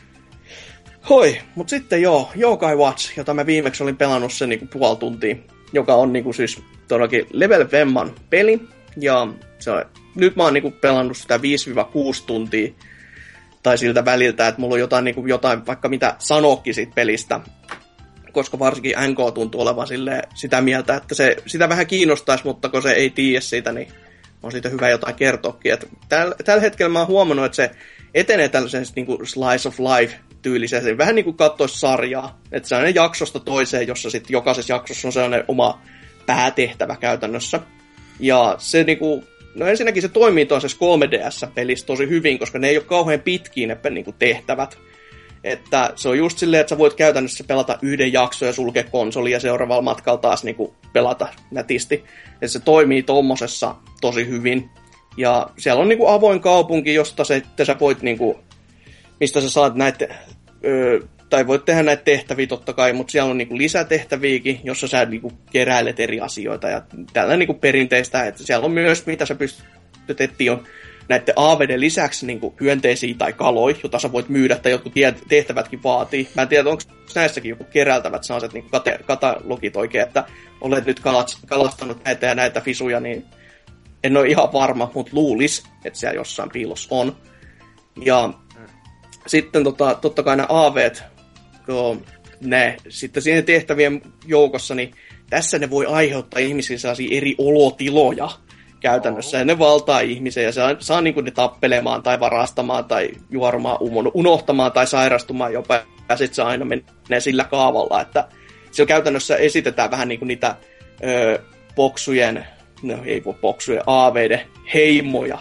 B: Hoi, mut sitten joo, Yokai Watch, jota mä viimeksi olin pelannut sen niinku puoli tuntia, joka on niinku siis todellakin Level Vemman peli. Ja se on, nyt mä oon niinku pelannut sitä viisi kuusi tuntia, tai siltä väliltä, että mulla on jotain, niin kuin jotain vaikka mitä sanoakin siitä pelistä, koska varsinkin N K tuntuu olevan silleen sitä mieltä, että se, sitä vähän kiinnostaisi, mutta kun se ei tiedä siitä, niin on siitä hyvä jotain kertoakin. Tällä, tällä hetkellä mä oon huomannut, että se etenee tällaisessa niin kuin slice of life-tyyliseen, vähän niin kuin katsoisi sarjaa, että se on jaksosta toiseen, jossa sitten jokaisessa jaksossa on sellainen oma päätehtävä käytännössä. Ja se niinku, no ensinnäkin se toimii toisessa kolme D S-pelissä tosi hyvin, koska ne ei ole kauhean pitkiä ne niinku tehtävät. Että se on just silleen, että sä voit käytännössä pelata yhden jakson ja sulkea konsoli ja seuraavalla matkalla taas niinku pelata nätisti. Että se toimii tommosessa tosi hyvin. Ja siellä on niinku avoin kaupunki, josta se, että sä voit niinku, mistä sä saat näitä, öö, tai voit tehdä näitä tehtäviä totta kai, mutta siellä on niinku lisätehtäviäkin, jossa sä niinku keräilet eri asioita ja tällä niinku perinteistä, että siellä on myös, mitä sä pystyt etsiä, on näiden A V D:n lisäksi niinku hyönteisiä tai kaloja, jota sä voit myydä tai jotkut tehtävätkin vaatii. Mä en tiedä, onko näissäkin joku keräiltävät sellaiset niinku kate- katalogit oikein, että olet nyt kalastanut näitä ja näitä fisuja, niin en ole ihan varma, mutta luulis, että siellä jossain piilossa on. Ja sitten tota, totta kai nämä A V:t, kun ne, sitten siihen tehtävien joukossa, niin tässä ne voi aiheuttaa ihmisiin sellaisia eri olotiloja käytännössä, ja ne valtaa ihmisiä, ja saa, saa niin kuin ne tappelemaan, tai varastamaan, tai juorumaan, unohtamaan, tai sairastumaan jopa, ja sitten se aina menee sillä kaavalla, että siellä käytännössä esitetään vähän niin kuin niitä ö, boksujen, no ei voi boksujen, aaveiden heimoja.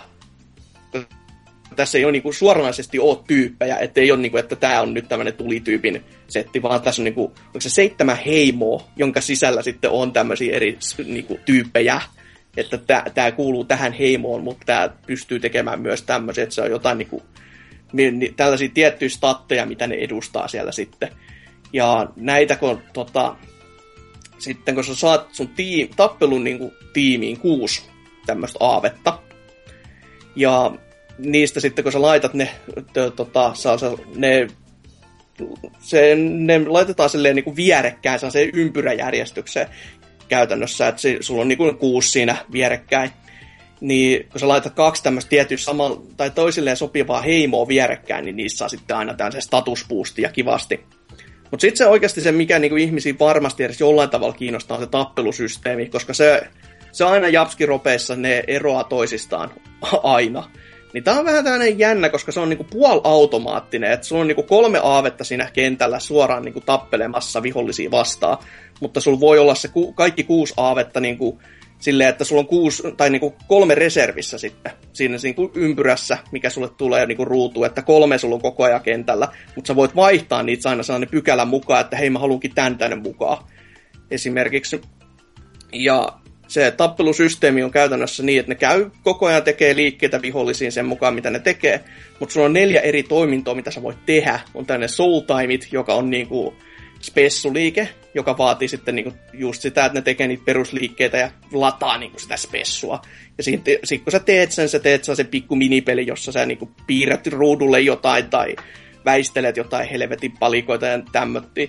B: Tässä ei ole niin kuin suoranaisesti ole tyyppejä, ettei ole niin kuin, että tämä on nyt tämmöinen tulityypin setti, vaan tässä on niin kuin, onko se seitsemän heimoa, jonka sisällä sitten on tämmöisiä eri niin kuin, tyyppejä, että tämä kuuluu tähän heimoon, mutta tämä pystyy tekemään myös tämmöisiä, että se on jotain niin kuin, tällaisia tiettyjä statteja, mitä ne edustaa siellä sitten. Ja näitä, kun tota, sitten kun sä saat sun tiim, tappelun niin kuin, tiimiin kuusi tämmöistä aavetta, ja niistä sitten, kun sä laitat ne, t- tota, saa, saa, ne, se, ne laitetaan silleen niin kuin vierekkäin, saa se ympyräjärjestykseen käytännössä, että se, sulla on niin kuin kuusi siinä vierekkäin, niin kun sä laitat kaksi tämmöistä tietysti saman, tai toisilleen sopivaa heimoa vierekkäin, niin niissä saa sitten aina tämmöisen statusboostia kivasti. Mutta sitten se oikeasti se, mikä niinku ihmisiä varmasti edes jollain tavalla kiinnostaa, on se tappelusysteemi, koska se, se aina japskiropeissa ne eroaa toisistaan aina. Niin tää on vähän tämmöinen jännä, koska se on niinku puolautomaattinen, että sulla on niinku kolme aavetta siinä kentällä suoraan niinku tappelemassa vihollisia vastaan, mutta sulla voi olla se ku, kaikki kuusi aavetta niinku silleen, että sulla on kuusi, tai niinku kolme reservissä sitten siinä niinku ympyrässä, mikä sulle tulee niinku ruutuun, että kolme sulla on koko ajan kentällä, mutta sä voit vaihtaa niitä aina sellainen pykälän mukaan, että hei mä haluankin tän tänne mukaan esimerkiksi. Ja se tappelusysteemi on käytännössä niin, että ne käy koko ajan tekee liikkeitä vihollisiin sen mukaan, mitä ne tekee, mutta sulla on neljä eri toimintoa, mitä sä voit tehdä. On tämmöinen soul timeit, joka on niinku spessuliike, joka vaatii sitten niinku just sitä, että ne tekee niitä perusliikkeitä ja lataa niinku sitä spessua. Ja sitten sit, kun sä teet sen, sä teet sen pikku minipeli, jossa sä niinku piirrät ruudulle jotain tai väistelet jotain helvetin palikoita ja tämmöttiä.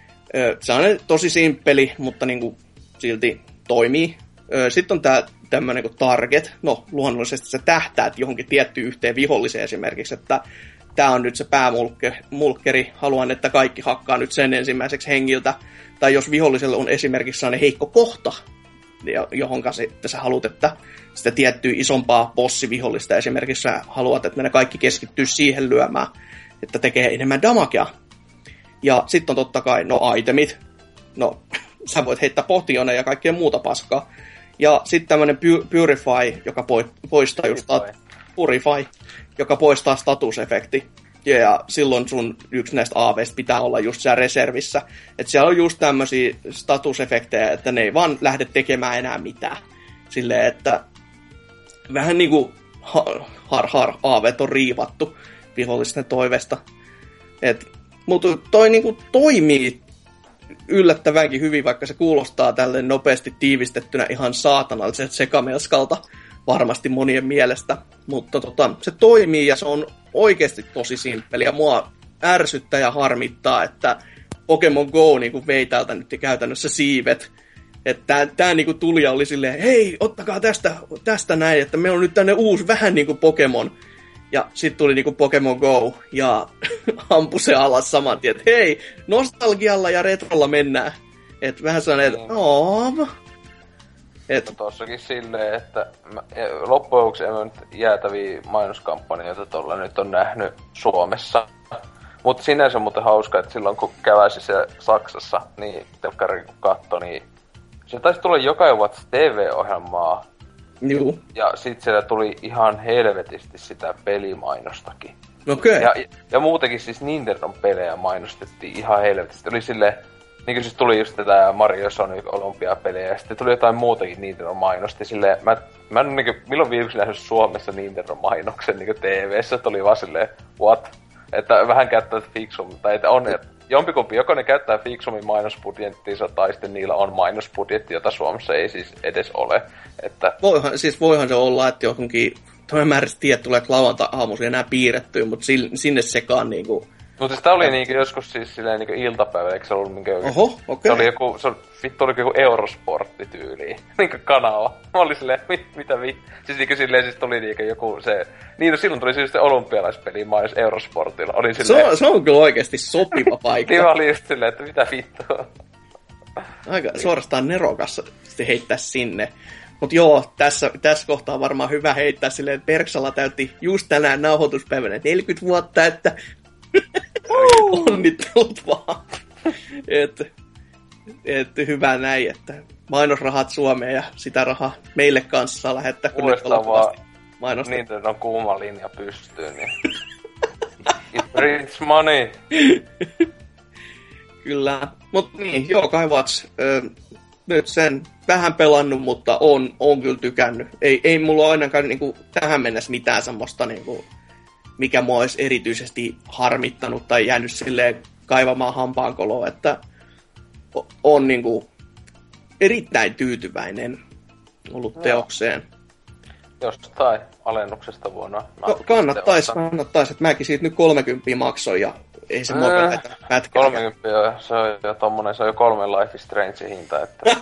B: Se on tosi simppeli, mutta niinku silti toimii. Sitten on tää tämmönen kuin target. No, luonnollisesti sä tähtäät johonkin tiettyyn yhteen viholliseen esimerkiksi, että tää on nyt se päämulkkeri, haluan, että kaikki hakkaa nyt sen ensimmäiseksi hengiltä. Tai jos vihollisella on esimerkiksi sellainen heikko kohta, johonka sitten sä haluat, että sitä tiettyä isompaa bossivihollista esimerkiksi sä haluat, että ne kaikki keskittyy siihen lyömään, että tekee enemmän damagea. Ja sitten on totta kai, no itemit, no sä voit heittää potiona ja kaikkea muuta paskaa. Ja sitten tämmönen Purify, joka poistaa just Purify. Purify, joka poistaa statusefekti. Ja silloin sun yksi näistä aaveista pitää olla just siellä reservissä. Että siellä on just tämmöisiä statusefektejä, että ne ei vaan lähde tekemään enää mitään. Silleen, että vähän niinku har har aaveet on riivattu vihollisten toivesta. Et, mutta toi niinku toimii yllättävänkin hyvin, vaikka se kuulostaa tälleen nopeasti tiivistettynä ihan saatanalliselta sekamelskalta varmasti monien mielestä. Mutta tota, se toimii ja se on oikeasti tosi simppeli ja mua ärsyttää ja harmittaa, että Pokemon Go niinku vei täältä nyt käytännössä siivet. Että tää niinku tuli ja oli silleen, hei, ottakaa tästä, tästä näin, että meillä on nyt tänne uusi vähän niinku Pokemon. Ja sitten tuli niinku Pokemon Go ja ampui se alas saman tien, että hei, nostalgialla ja retrolla mennään. Että vähän sellainen, että ooo.
D: Et... Tossakin silleen, että mä, loppujen lopuksi en mä nyt jäätäviä mainoskampanjoita tuolla nyt on nähnyt Suomessa. Mutta sinänsä on muuten hauska, että silloin kun käväsi siellä Saksassa, niin telkkari kun katsoi, niin se taisi tulla joka vuosi T V-ohjelmaa.
B: Juu.
D: Ja sit siellä tuli ihan helvetisti sitä pelimainostakin.
B: Okei. Okay.
D: Ja, ja muutenkin siis Nintendon pelejä mainostettiin ihan helvetisti. Oli silleen, niinku siis tuli just tätä Mario Sonic Olympia-pelejä ja sitten tuli jotain muutakin Nintendon mainosti. Silleen, mä, mä en niinku, milloin viimeksi nähnyt Suomessa Nintendon mainoksen niinku T V:ssä, tuli vaan silleen, what? Että vähän käyttää fiksummin, tai että on, jompikumpi, joko ne käyttää fiksummin mainosbudjettiinsa, tai sitten niillä on mainosbudjetti, jota Suomessa ei siis edes ole. Että...
B: Voihan, siis voihan se olla, että johonkin, tämä määrästi tiedä, tulee lauantai-aamuisin enää piirrettyä, mutta sinne sekaan niinku
D: Mutta siis tää oli niinku joskus siis silleen niinku iltapäivä, eikö se ollut minkä joku...
B: Oho, okei. Okay.
D: Se oli joku, se oli, vittu oli joku Eurosportti-tyyliin, niinku kanava. Mä olin silleen, mit, mitä vi... Siis niinku silleen siis tuli niinku joku se... Niin no silloin tuli siis se olympialaispeli mainos Eurosportilla. Olin silleen...
B: Se on, se on kyllä oikeesti sopiva paikka.
D: Niin mä olin just silleen, että mitä vittua.
B: Aika suorastaan nerokassa sitten heittää sinne. Mut joo, tässä, tässä kohtaa on varmaan hyvä heittää silleen, että Berksala täytti just tänään nauhoituspäivänä neljäkymmentä vuotta, että onnittelut vaan. Että et, hyvä näin, että mainosrahat Suomeen ja sitä rahaa meille kanssa saa lähettää, kun nyt
D: vaan
B: mainosta.
D: Niin, että on kuuma linja pystyy, niin it brings money.
B: Kyllä, mutta niin, joo, Kai Watch, ö, nyt sen vähän pelannut, mutta on, on kyllä tykännyt. Ei, ei mulla ole ainakaan niin kuin, tähän mennessä mitään semmoista, niin kuin, mikä mua olisi erityisesti harmittanut tai jäänyt silleen kaivamaan hampaankoloa, että on niin kuin, erittäin tyytyväinen ollut no. teokseen.
D: Jostain alennuksesta vuonna.
B: No, kannattais, kannattais, että mäkin siitä nyt kolmekymmentä maksoin ja ei se mua pätkä. pätkä.
D: kolmekymmentä jo, se on jo tommonen, se on jo kolmen Life is Strange hinta, että...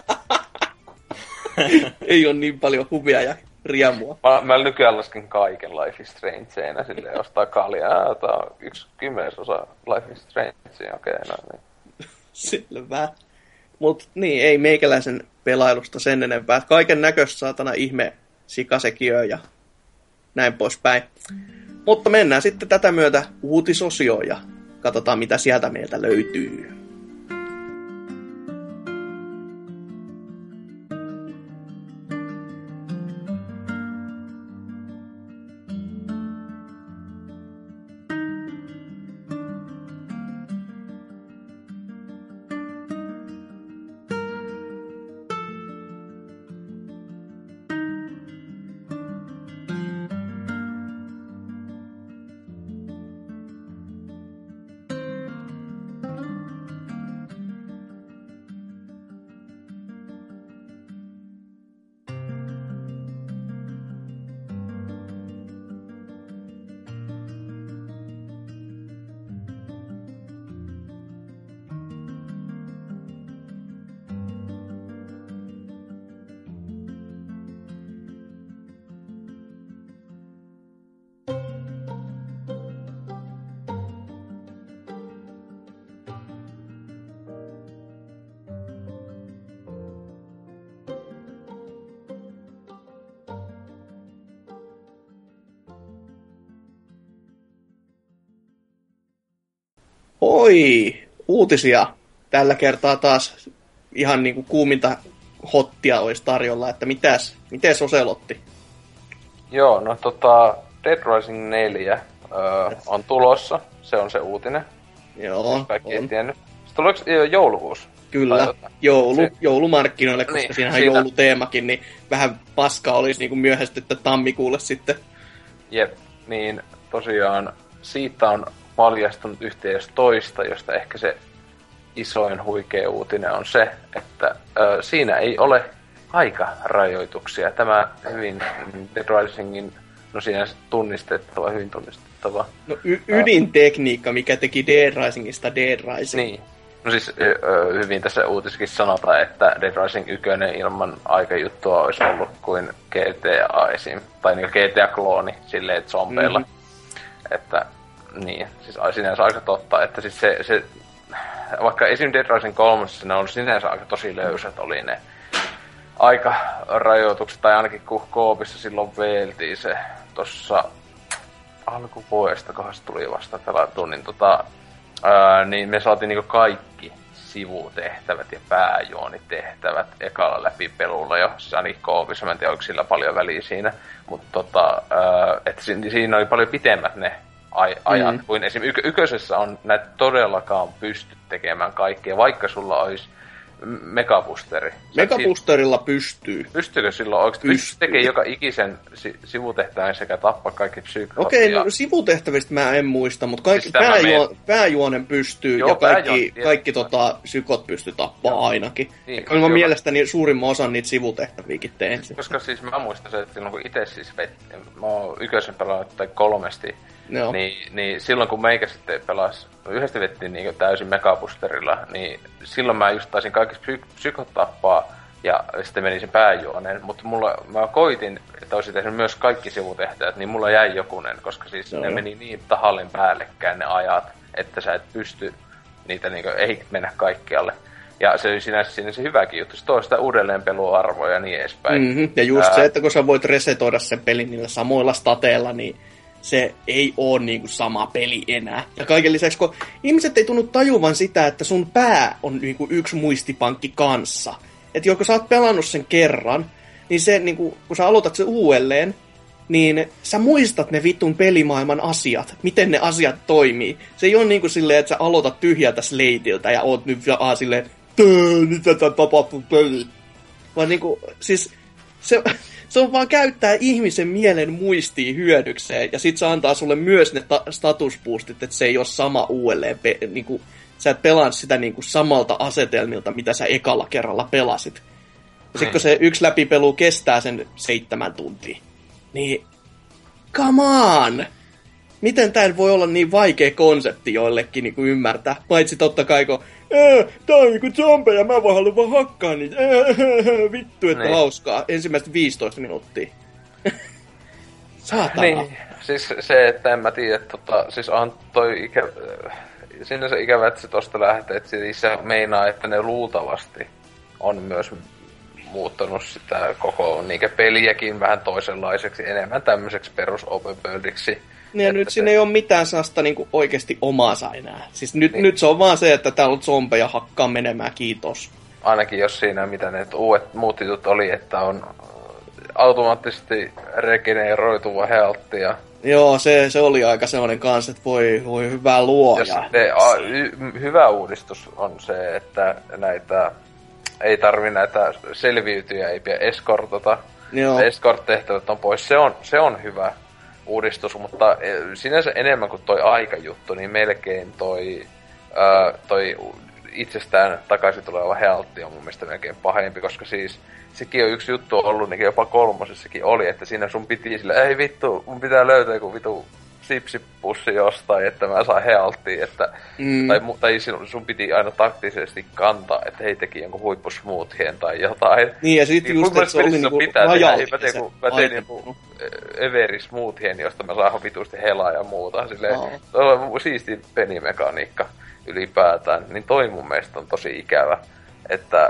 B: ei ole niin paljon huvia ja riemua.
D: Mä, mä nykyään lasken kaiken Life is Strangeinä, silleen ostaa kaljaa, tää on yksi kymmenesosa Life is Strange, okei, okay, no niin.
B: Selvä. Mut niin, ei meikäläisen pelailusta sen enempää. Kaiken näköistä saatana ihme sikasekiö ja näin poispäin. Mutta mennään sitten tätä myötä uutisosioon ja katsotaan mitä sieltä meiltä löytyy. Oi, uutisia. Tällä kertaa taas ihan niinku kuuminta hottia olisi tarjolla, että mitäs, mites Oselotti?
D: Joo, no tota, Dead Rising neljä öö, on tulossa, se on se uutinen.
B: Joo,
D: kaikki ei tiennyt. Se tuleeko joulukuussa?
B: Kyllä, joulu,
D: se...
B: joulumarkkinoille, koska
D: niin,
B: siinähän
D: siinä...
B: jouluteemakin, niin vähän paskaa olisi niinku myöhästyttä tammikuulle sitten.
D: Jep, niin tosiaan siitä on paljastunut yhteys toista, josta ehkä se isoin huikea uutinen on se, että ö, siinä ei ole aikarajoituksia. Tämä hyvin Dead Risingin, no siinä tunnistettava, hyvin tunnistettava.
B: No y- ydintekniikka, mikä teki Dead Risingista Dead Rising.
D: Niin. No siis ö, hyvin tässä uutisessakin sanotaan, että Dead Rising yksi ilman aikajuttua olisi ollut kuin G T A esim. Tai niin G T A-klooni silleen zombeilla. Mm-hmm. Että niin, siis sinänsä aika totta, että siis se, se vaikka esim. Dead Rising kolme ne on sinänsä aika tosi löysät oli ne aikarajoitukset, tai ainakin kun Koopissa silloin veeltiin se tossa alkuvuodesta, kohan se tuli vasta pelattu, niin tota, ää, niin me saatiin niinku kaikki sivutehtävät ja pääjuonitehtävät ekalla läpi pelulla jo, siis ainakin Koopissa, mä en tiedä, onko sillä paljon väliä siinä, mutta tota, että siinä oli paljon pitemmät ne aj- ajat, mm. kuin esim. Y- yköisessä on näitä todellakaan pysty tekemään kaikkea, vaikka sulla olisi megabusteri.
B: Megabusterilla pystyy.
D: Pystyykö silloin oikeasti? Pystyy tekemään joka ikisen si- sivutehtävän sekä tappaa kaikki psyykot.
B: Okei, okay, no sivutehtävistä mä en muista, mutta kaikki siis pääjuo- pääjuonen pystyy. Joo, ja kaikki, pääjuon, kaikki tota, psykot pystyy tappaa joo. ainakin. Niin, mä mielestäni suurimman osan niitä sivutehtäviäkin teen.
D: Koska siis mä muistan se, että silloin kun itse siis vetti, mä oon yköisen pelannut tai kolmesti, niin, niin silloin kun meikä sitten pelasi yhdesti vettiin niin täysin megabusterilla, niin silloin mä just taisin kaikista psy- psykot tappaa, ja sitten meni sen pääjuoneen, mutta mulla, mä koitin, että olisin tehnyt myös kaikki sivutehtävät, niin mulla jäi jokunen, koska siis no. ne meni niin tahallin päällekkäin ne ajat, että sä et pysty niitä niinku, ei mennä kaikkialle. Ja se oli sinänsä siinä se hyväkin juttu, se tuo sitä uudelleenpeluarvoa ja niin edespäin.
B: Mm-hmm. Ja just Ää... se, että kun sä voit resetoida sen pelin niillä samoilla stateilla, niin se ei oo niinku sama peli enää. Ja kaiken lisäksi, kun ihmiset ei tunnu tajuvan sitä, että sun pää on niinku yksi muistipankki kanssa. Että joko sä oot pelannut sen kerran, niin se, niinku, kun sä aloitat sen uudelleen, niin sä muistat ne vitun pelimaailman asiat, miten ne asiat toimii. Se ei ole niinku silleen, että sä aloitat tyhjältä sleitiltä ja oot nyt vaan silleen, mitä tää tapahtuu peli. Vaan niinku, siis se, se on vaan käyttää ihmisen mielen muistia hyödykseen, ja sit se antaa sulle myös ne ta- statusboostit, että se ei ole sama uudelleen, pe- niinku, sä et pelaa sitä niinku samalta asetelmilta, mitä sä ekalla kerralla pelasit. Ja sit kun se yksi läpipelu kestää sen seitsemän tuntia, niin come on! Miten tää voi olla niin vaikea konsepti joillekin niinku ymmärtää? Paitsi totta kai, kun tää on niinku zombeja, mä vaan haluan vaan hakkaa niitä. Ää, vittu, että niin. Hauskaa. Ensimmäistä viisitoista minuuttia. Saatana.
D: Niin, siis se, että en mä tiedä, tota, siis on toi ikä... Sinänsä ikävä, että se tosta lähtee, että se meinaa, että ne luultavasti on myös muuttanut sitä koko niinkä peliäkin vähän toisenlaiseksi, enemmän tämmöiseksi perus open worldiksi.
B: Ja nyt siinä ei ole mitään sellaista niinku oikeasti omaansa enää. Siis nyt, niin. nyt se on vaan se, että täällä on zombeja hakkaa menemään, kiitos.
D: Ainakin jos siinä, mitä ne uudet muut jutut oli, että on automaattisesti regeneroituva health ja...
B: Joo, se, se oli aika sellainen kanssa, että voi, voi hyvää luoja.
D: Ja sitten a, y, hyvä uudistus on se, että näitä... Ei tarvi näitä selviytyjä, ei pidä eskortata. Escort-tehtävät on pois. Se on, se on hyvä uudistus, mutta sinänsä enemmän kuin toi aikajuttu, niin melkein toi, ää, toi itsestään takaisin tuleva healtti on mun mielestä melkein pahempi, koska siis sekin on yksi juttu ollut, niin jopa kolmosessakin oli, että siinä sun piti sille, ei vittu, mun pitää löytää joku vittu sipsipussi jostain, että mä saan healttia, että, mm. tai, tai sun, sun piti aina taktisesti kantaa, että hei teki jonkun huippusmoothien tai jotain.
B: Niin, ja sit just, että se oli niinku
D: rajallinen se mä tein niinku Everi smoothien, josta mä saan vitusti helaa ja muuta. Silleen, oh. Toi on siisti pelimekaniikka ylipäätään, niin toi mun mielestä on tosi ikävä, että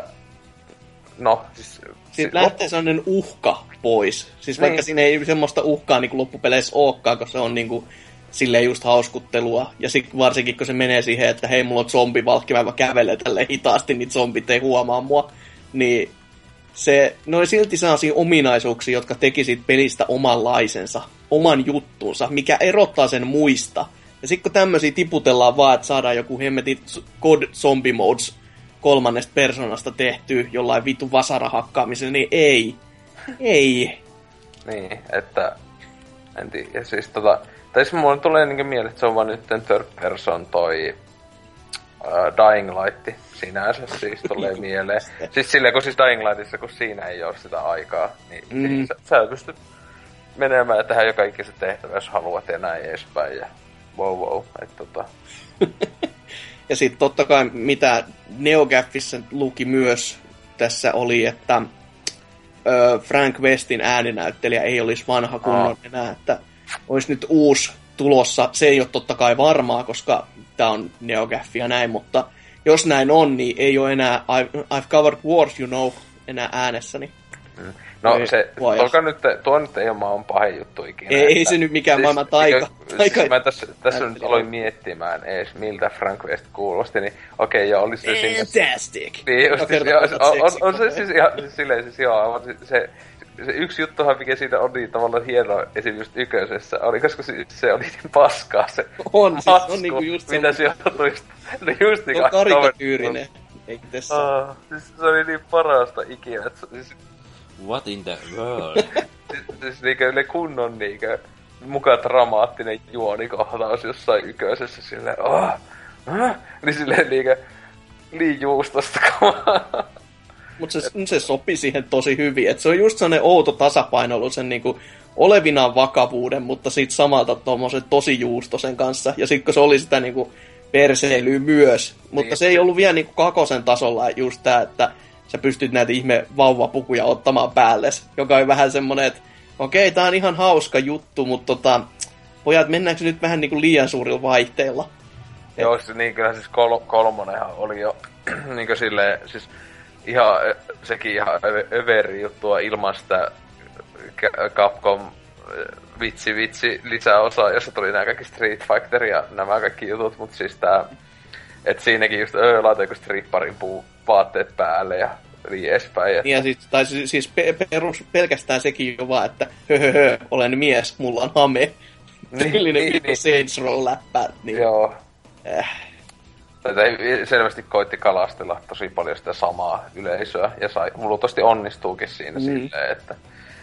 D: no, siis...
B: Siitä lähtee sellainen uhka pois. Siis niin. Vaikka siinä ei semmoista uhkaa niin loppupeleissä olekaan, kun se on niin kuin, silleen just hauskuttelua. Ja sitten varsinkin, kun se menee siihen, että hei, mulla on zombivalkki, mä kävelen tälleen hitaasti, niin zombit ei huomaa mua. Niin se, ne oli silti sellaisia ominaisuuksia, jotka teki siitä pelistä omanlaisensa, oman juttunsa, mikä erottaa sen muista. Ja sitten kun tämmöisiä tiputellaan vaan, että saadaan joku hemmetin God Zombie Modes kolmannesta persoonasta tehty jollain vittu vasarahakkaamisella, niin ei. Ei.
D: Niin, että... En tiedä, siis tota... Tai siis mulle tulee niinkö mieleen, että se on vaan nyt third person toi... Uh, Dying Light. Sinänsä siis tulee mieleen. Siis silleen, kun siis Dying Lightissa, kun siinä ei ole sitä aikaa, niin mm. siis sä, sä pystyt menemään ja tehdä joka ikiset tehtävä, jos haluat ja näin edespäin. Ja wow wow, että tota...
B: Ja sitten totta kai, mitä NeoGAFissa luki myös tässä oli, että ö, Frank Westin ääninäyttelijä ei olisi vanha kunnon oh. enää, että olisi nyt uusi tulossa. Se ei ole totta kai varmaa, koska tämä on NeoGAF ja näin, mutta jos näin on, niin ei ole enää I've, I've covered wars, you know, enää äänessäni.
D: Mm. No ei, se, nyt, tuo nyt ei ole maailman pahin juttu ikinä.
B: Ei, että, ei se nyt mikään siis, maailman taika. taika
D: siis mä tässä, tässä nyt aloin miettimään ees, miltä Frank West kuulosti, niin okei, okay, joo, olisi se siinä...
B: Fantastic!
D: Niin, just, siis, joo, on, on, on se siis ihan, siis silleen, siis joo, se, se, se yksi juttuhan, mikä siitä on niin tavallaan hieno esim. Just yköisessä, oli, koska se, se oli niin paskaa se
B: on,
D: masku,
B: siis on niinku just
D: mitä sieltä tuli. No just niin
B: on karikatyyrinen, eikö tässä?
D: Ah, siis se oli niin parasta ikinä, että siis...
C: What in the world?
D: siis, siis niinkö ne kunnon niinkö mukaan dramaattinen juonikohtaus jossain yköisessä silleen oh, ah, niin silleen niinkö niin juustosta kamaa.
B: Mut se, se sopi siihen tosi hyvin, että se on just sellainen outo tasapainoilu sen niinku olevinaan vakavuuden, mutta sit samalta tommosen tosi juustosen kanssa. Ja sit kun se oli sitä niinku perseilyä myös. Mutta
D: Niin.
B: se ei ollut vielä niinku kakosen tasolla just tää, että sä pystyt näitä ihme vauvapukuja ottamaan päälles. Joka on vähän semmonen, että okei, tää on ihan hauska juttu, mutta tota, pojat, mennäänkö nyt vähän niinku liian suurilla vaihteilla?
D: Joo, siis niin kyllä siis kol- kolmonenhan oli jo niinkö silleen, siis ihan, sekin ihan överi juttua ilman sitä Capcom vitsi vitsi lisäosaa, jossa tuli nää kaikki Street Fighter ja nämä kaikki jutut, mut siis tää, et siinäkin just öö, laitoin stripparin puu vaatteet päälle ja niin edespäin.
B: Niin ja siis, tai siis, siis pe- perus, pelkästään sekin jo vaan, että höhöhö, olen mies, mulla on hame.
D: Niin,
B: Tyylinen
D: niin,
B: vittu
D: niin.
B: Saints Row-läppä. Niin.
D: Joo.
B: Äh.
D: Tätä selvästi koitti kalastella tosi paljon sitä samaa yleisöä, ja sai, luultavasti onnistuukin siinä mm. silleen, että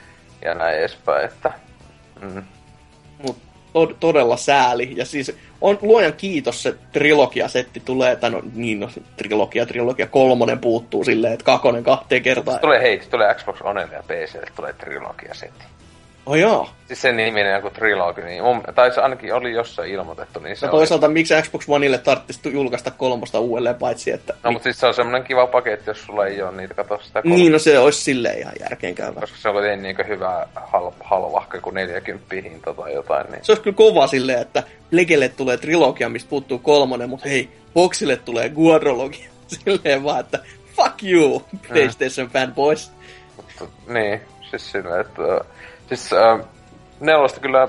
D: ja näin edespäin, että mm.
B: Mut to- todella sääli, ja siis on luojan kiitos se trilogiasetti tulee, tai no niin no, trilogia, trilogia, kolmonen puuttuu silleen, että kakonen kahteen kertaan.
D: Se tulee, hei, se tulee Xbox Onelle ja P C:lle, tulee trilogiasetti.
B: Oh joo.
D: Siis sen niminen joku trilogi, niin mun, tai se ainakin oli jossain ilmoitettu, niin se
B: no
D: oli...
B: toisaalta miksi Xbox Oneille tarvitsisi julkaista kolmosta uudelleen, paitsi että...
D: No, mutta siis se on semmonen kiva paketti, jos sulla ei ole niitä, kato sitä kolmosta.
B: Niin, no se olisi silleen ihan järkeenkäyvä.
D: Koska se oli niin hyvä hal, halvahka kuin neljäkymmentä hinta tai jotain, niin...
B: Se olisi kyllä kova silleen, että Legelle tulee trilogia, mistä puuttuu kolmonen, mutta hei, Boxille tulee Quadrologia. Silleen vaan, että fuck you, PlayStation mm. fanboys.
D: Mutta, niin, siis silleen, että... Siis äh, nelosta kyllä...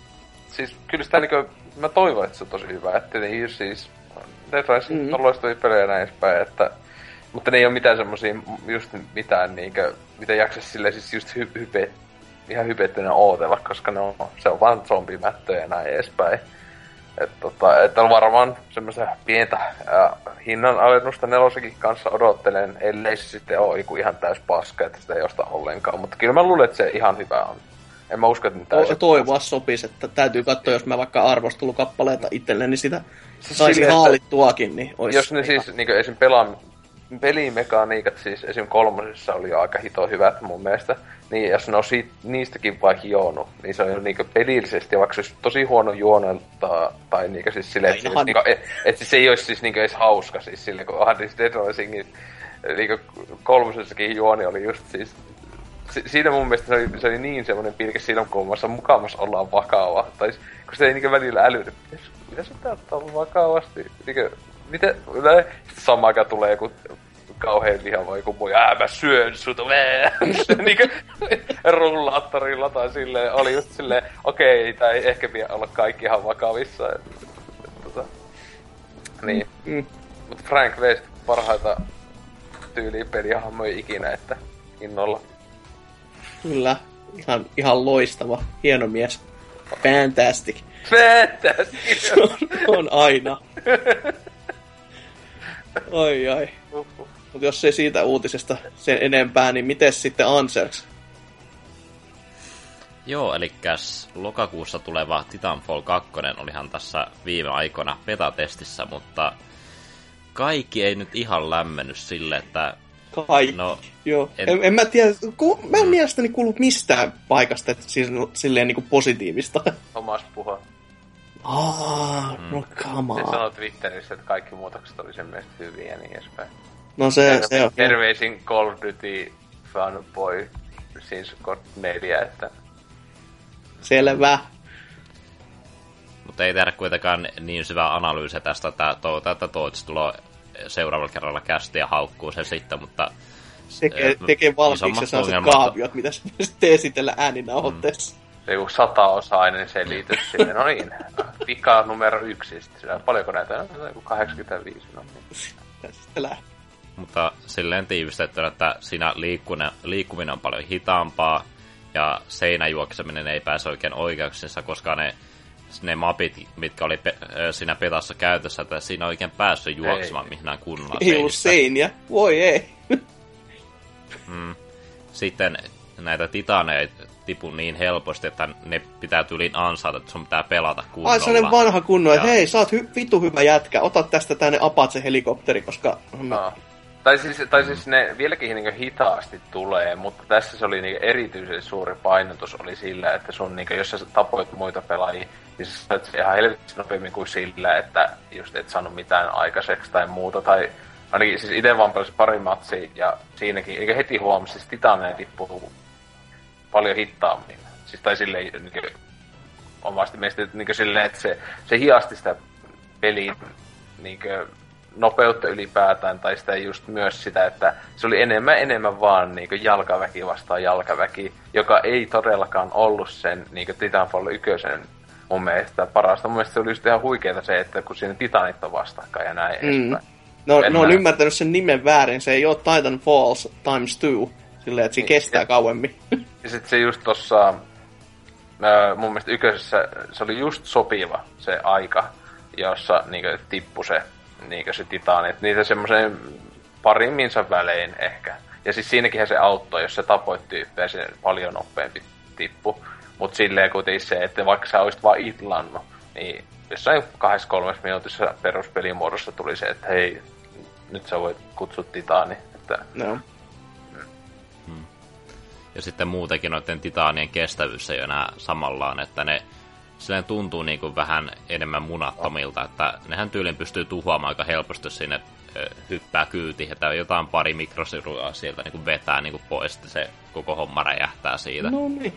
D: Siis kyllä sitä niinkö... Mä toivon, että se on tosi hyvä, että ne siis... Dead Rising mm-hmm. on loistavia pelejä näin edespäin, että... Mutta ne ei oo mitään semmosia just mitään niinkö... Mitä jaksaisi silleen siis just hy, hype... Ihan hypettynä ootella, koska ne on... Se on vaan zombimättöjä ja näin edespäin. Että tota, et on varmaan semmoista pientä äh, hinnan alennusta nelosenkin kanssa odottelen, ellei se sitten oo joku ihan täys paska, että sitä ei osta ollenkaan. Mutta kyllä mä luulen, että se ihan hyvä on. En mä usko, että nyt täysin...
B: Toivoa sopisi, että täytyy katsoa, jos mä vaikka arvostelukappaleita itselleni sitä
D: siis
B: saisi
D: sille,
B: haalittuakin, niin olisi...
D: Jos ne siis niin esim. Pelaan... Pelimekaniikat siis esim. Kolmosessa oli jo aika hito hyvät mun mielestä. Niin jos ne on siitä, niistäkin vaan hionut, niin se on jo niinku pelillisesti, vaikka se olisi tosi huono juonelta, tai niinku siis silleen, että siis, niinku, et, et siis se ei olisi siis niinku edes hauska siis silleen, kun onhan siis Dead Risingin niinku kolmosessakin juoni oli just siis, si, siinä mun mielestä se oli, se oli niin semmoinen pilke siinä kulmassa, mukamassa ollaan vakava, tai kun se ei niinku välillä älynyt, mitä se ottaa vakavasti, niinku, miten, näin, sitten samaan aikaan tulee joku kauhean lihava joku muu, ää mä syön sut, niinku rullaattorilla tai silleen, oli just silleen, okei, okay, tää ei ehkä vielä olla kaikki ihan vakavissa, et, et, tota, niin. Mm. Mut Frank West parhaita tyyliä pelihahmoja ikinä, että innolla.
B: Kyllä, ihan, ihan loistava, hieno mies, fantastic.
D: Fantastic!
B: on, on aina. Ai ai.
D: Uh-huh.
B: Mutta jos ei siitä uutisesta sen enempää, niin miten sitten Anserks?
C: Joo, eli lokakuussa tuleva Titanfall kaksi olihan tässä viime aikoina betatestissä, mutta kaikki ei nyt ihan lämmennyt sille, että...
B: Kaikki,
C: no,
B: joo. En, en, en mä tiedä, ku, mä en mm. mielestäni kuullut mistään paikasta, että siis silleen niinku positiivista.
D: Thomas Puha.
B: Aa, mm. no come on.
D: Se sanoi Twitterissä, että kaikki muutokset oli sen mielestä hyviä ja niin edespäin.
B: No se, se on.
D: Terveisin Call of Duty fanboy since God neljä, että...
B: Selvä.
C: Mutta ei tehdä kuitenkaan niin syvää analyysiä tästä, että toivotaan, että Tootsi tulee seuraavalla kerralla kästi ja haukkuu sen sitten, mutta...
B: Tekee, tekee valmiiksi sellaiset kaaviot, mitä sä voisit esitellä ääninauhoitteessa. Mm.
D: Se joku sataosainen selitys sinne, no niin, pika numero yksi, sitten paljonko näitä on? Joku kahdeksankymmentäviisi, no niin.
C: Mutta silleen tiivistettynä, että siinä liikkuminen on paljon hitaampaa, ja seinäjuokseminen ei pääse oikein oikeuksinsa, koska ne, ne mapit, mitkä oli pe- siinä petassa käytössä, että siinä oikein päässyt juoksemaan mihinään kunnolla
B: ei ollut seiniä, voi ei.
C: mm. Sitten näitä titaneja ei tipu niin helposti, että ne pitää tyyliin ansaata, että sun pitää pelata kunnolla.
B: Ai sellainen vanha kunno, että hei, sä oot hy- vitu hyvä jätkä, ota tästä tänne Apache-helikopteri, koska...
D: No. Tai siis, tai siis ne vieläkin niin hitaasti tulee, mutta tässä se oli niin erityisen suuri painotus oli sillä, että sun, niin jos sä tapoit muita pelaajia, niin sä sait ihan helvetti nopeammin kuin sillä, että just et saanut mitään aikaiseksi tai muuta. Tai ainakin siis itse vaan pelasin pari matsia ja siinäkin, eikä heti huomasi, siis Titania tippuu paljon hittaammin. Siis tai silleen niin omasti mielestä niin silleen, että se, se hiasti sitä pelin niin nopeutta ylipäätään, tai sitä just myös sitä, että se oli enemmän enemmän vaan niin jalkaväki vastaan jalkaväki, joka ei todellakaan ollut sen niin Titanfall yksi mun mielestä parasta. Mun mielestä se oli just ihan huikeeta se, että kun siinä Titanit on vastakkain ja näin mm. edespäin.
B: No, ne on ymmärtänyt sen nimen väärin, se ei ole Titan Falls times two, silleen, että se niin, kestää ja, kauemmin.
D: Ja sit se just tossa, mun mielestä ykkösessä, se oli just sopiva se aika, jossa niin tippui se niinkö se Titani, että niitä semmoisen parimminsa välein ehkä. Ja siis siinäkinhän se auttoi, jos se tapoit tyyppejä, se paljon nopeampi tippu. Mut silleen kuitenkin se, että vaikka sä olisit vaan itlannut, niin jossain kahdessa kolmessa minuutissa peruspelimuodossa tuli se, että hei, nyt sä voit kutsua Titani. Että...
B: No.
C: Hmm. Ja sitten muutenkin noiden Titanien kestävyys ei ole enää samallaan, että ne silleen tuntuu niin kuin vähän enemmän munattomilta, että nehän tyylin pystyy tuhoamaan aika helposti, jos sinne ö, hyppää kyytiin, että jotain pari mikrosirua sieltä niin kuin vetää niin kuin pois, että se koko homma räjähtää siitä.
B: No niin.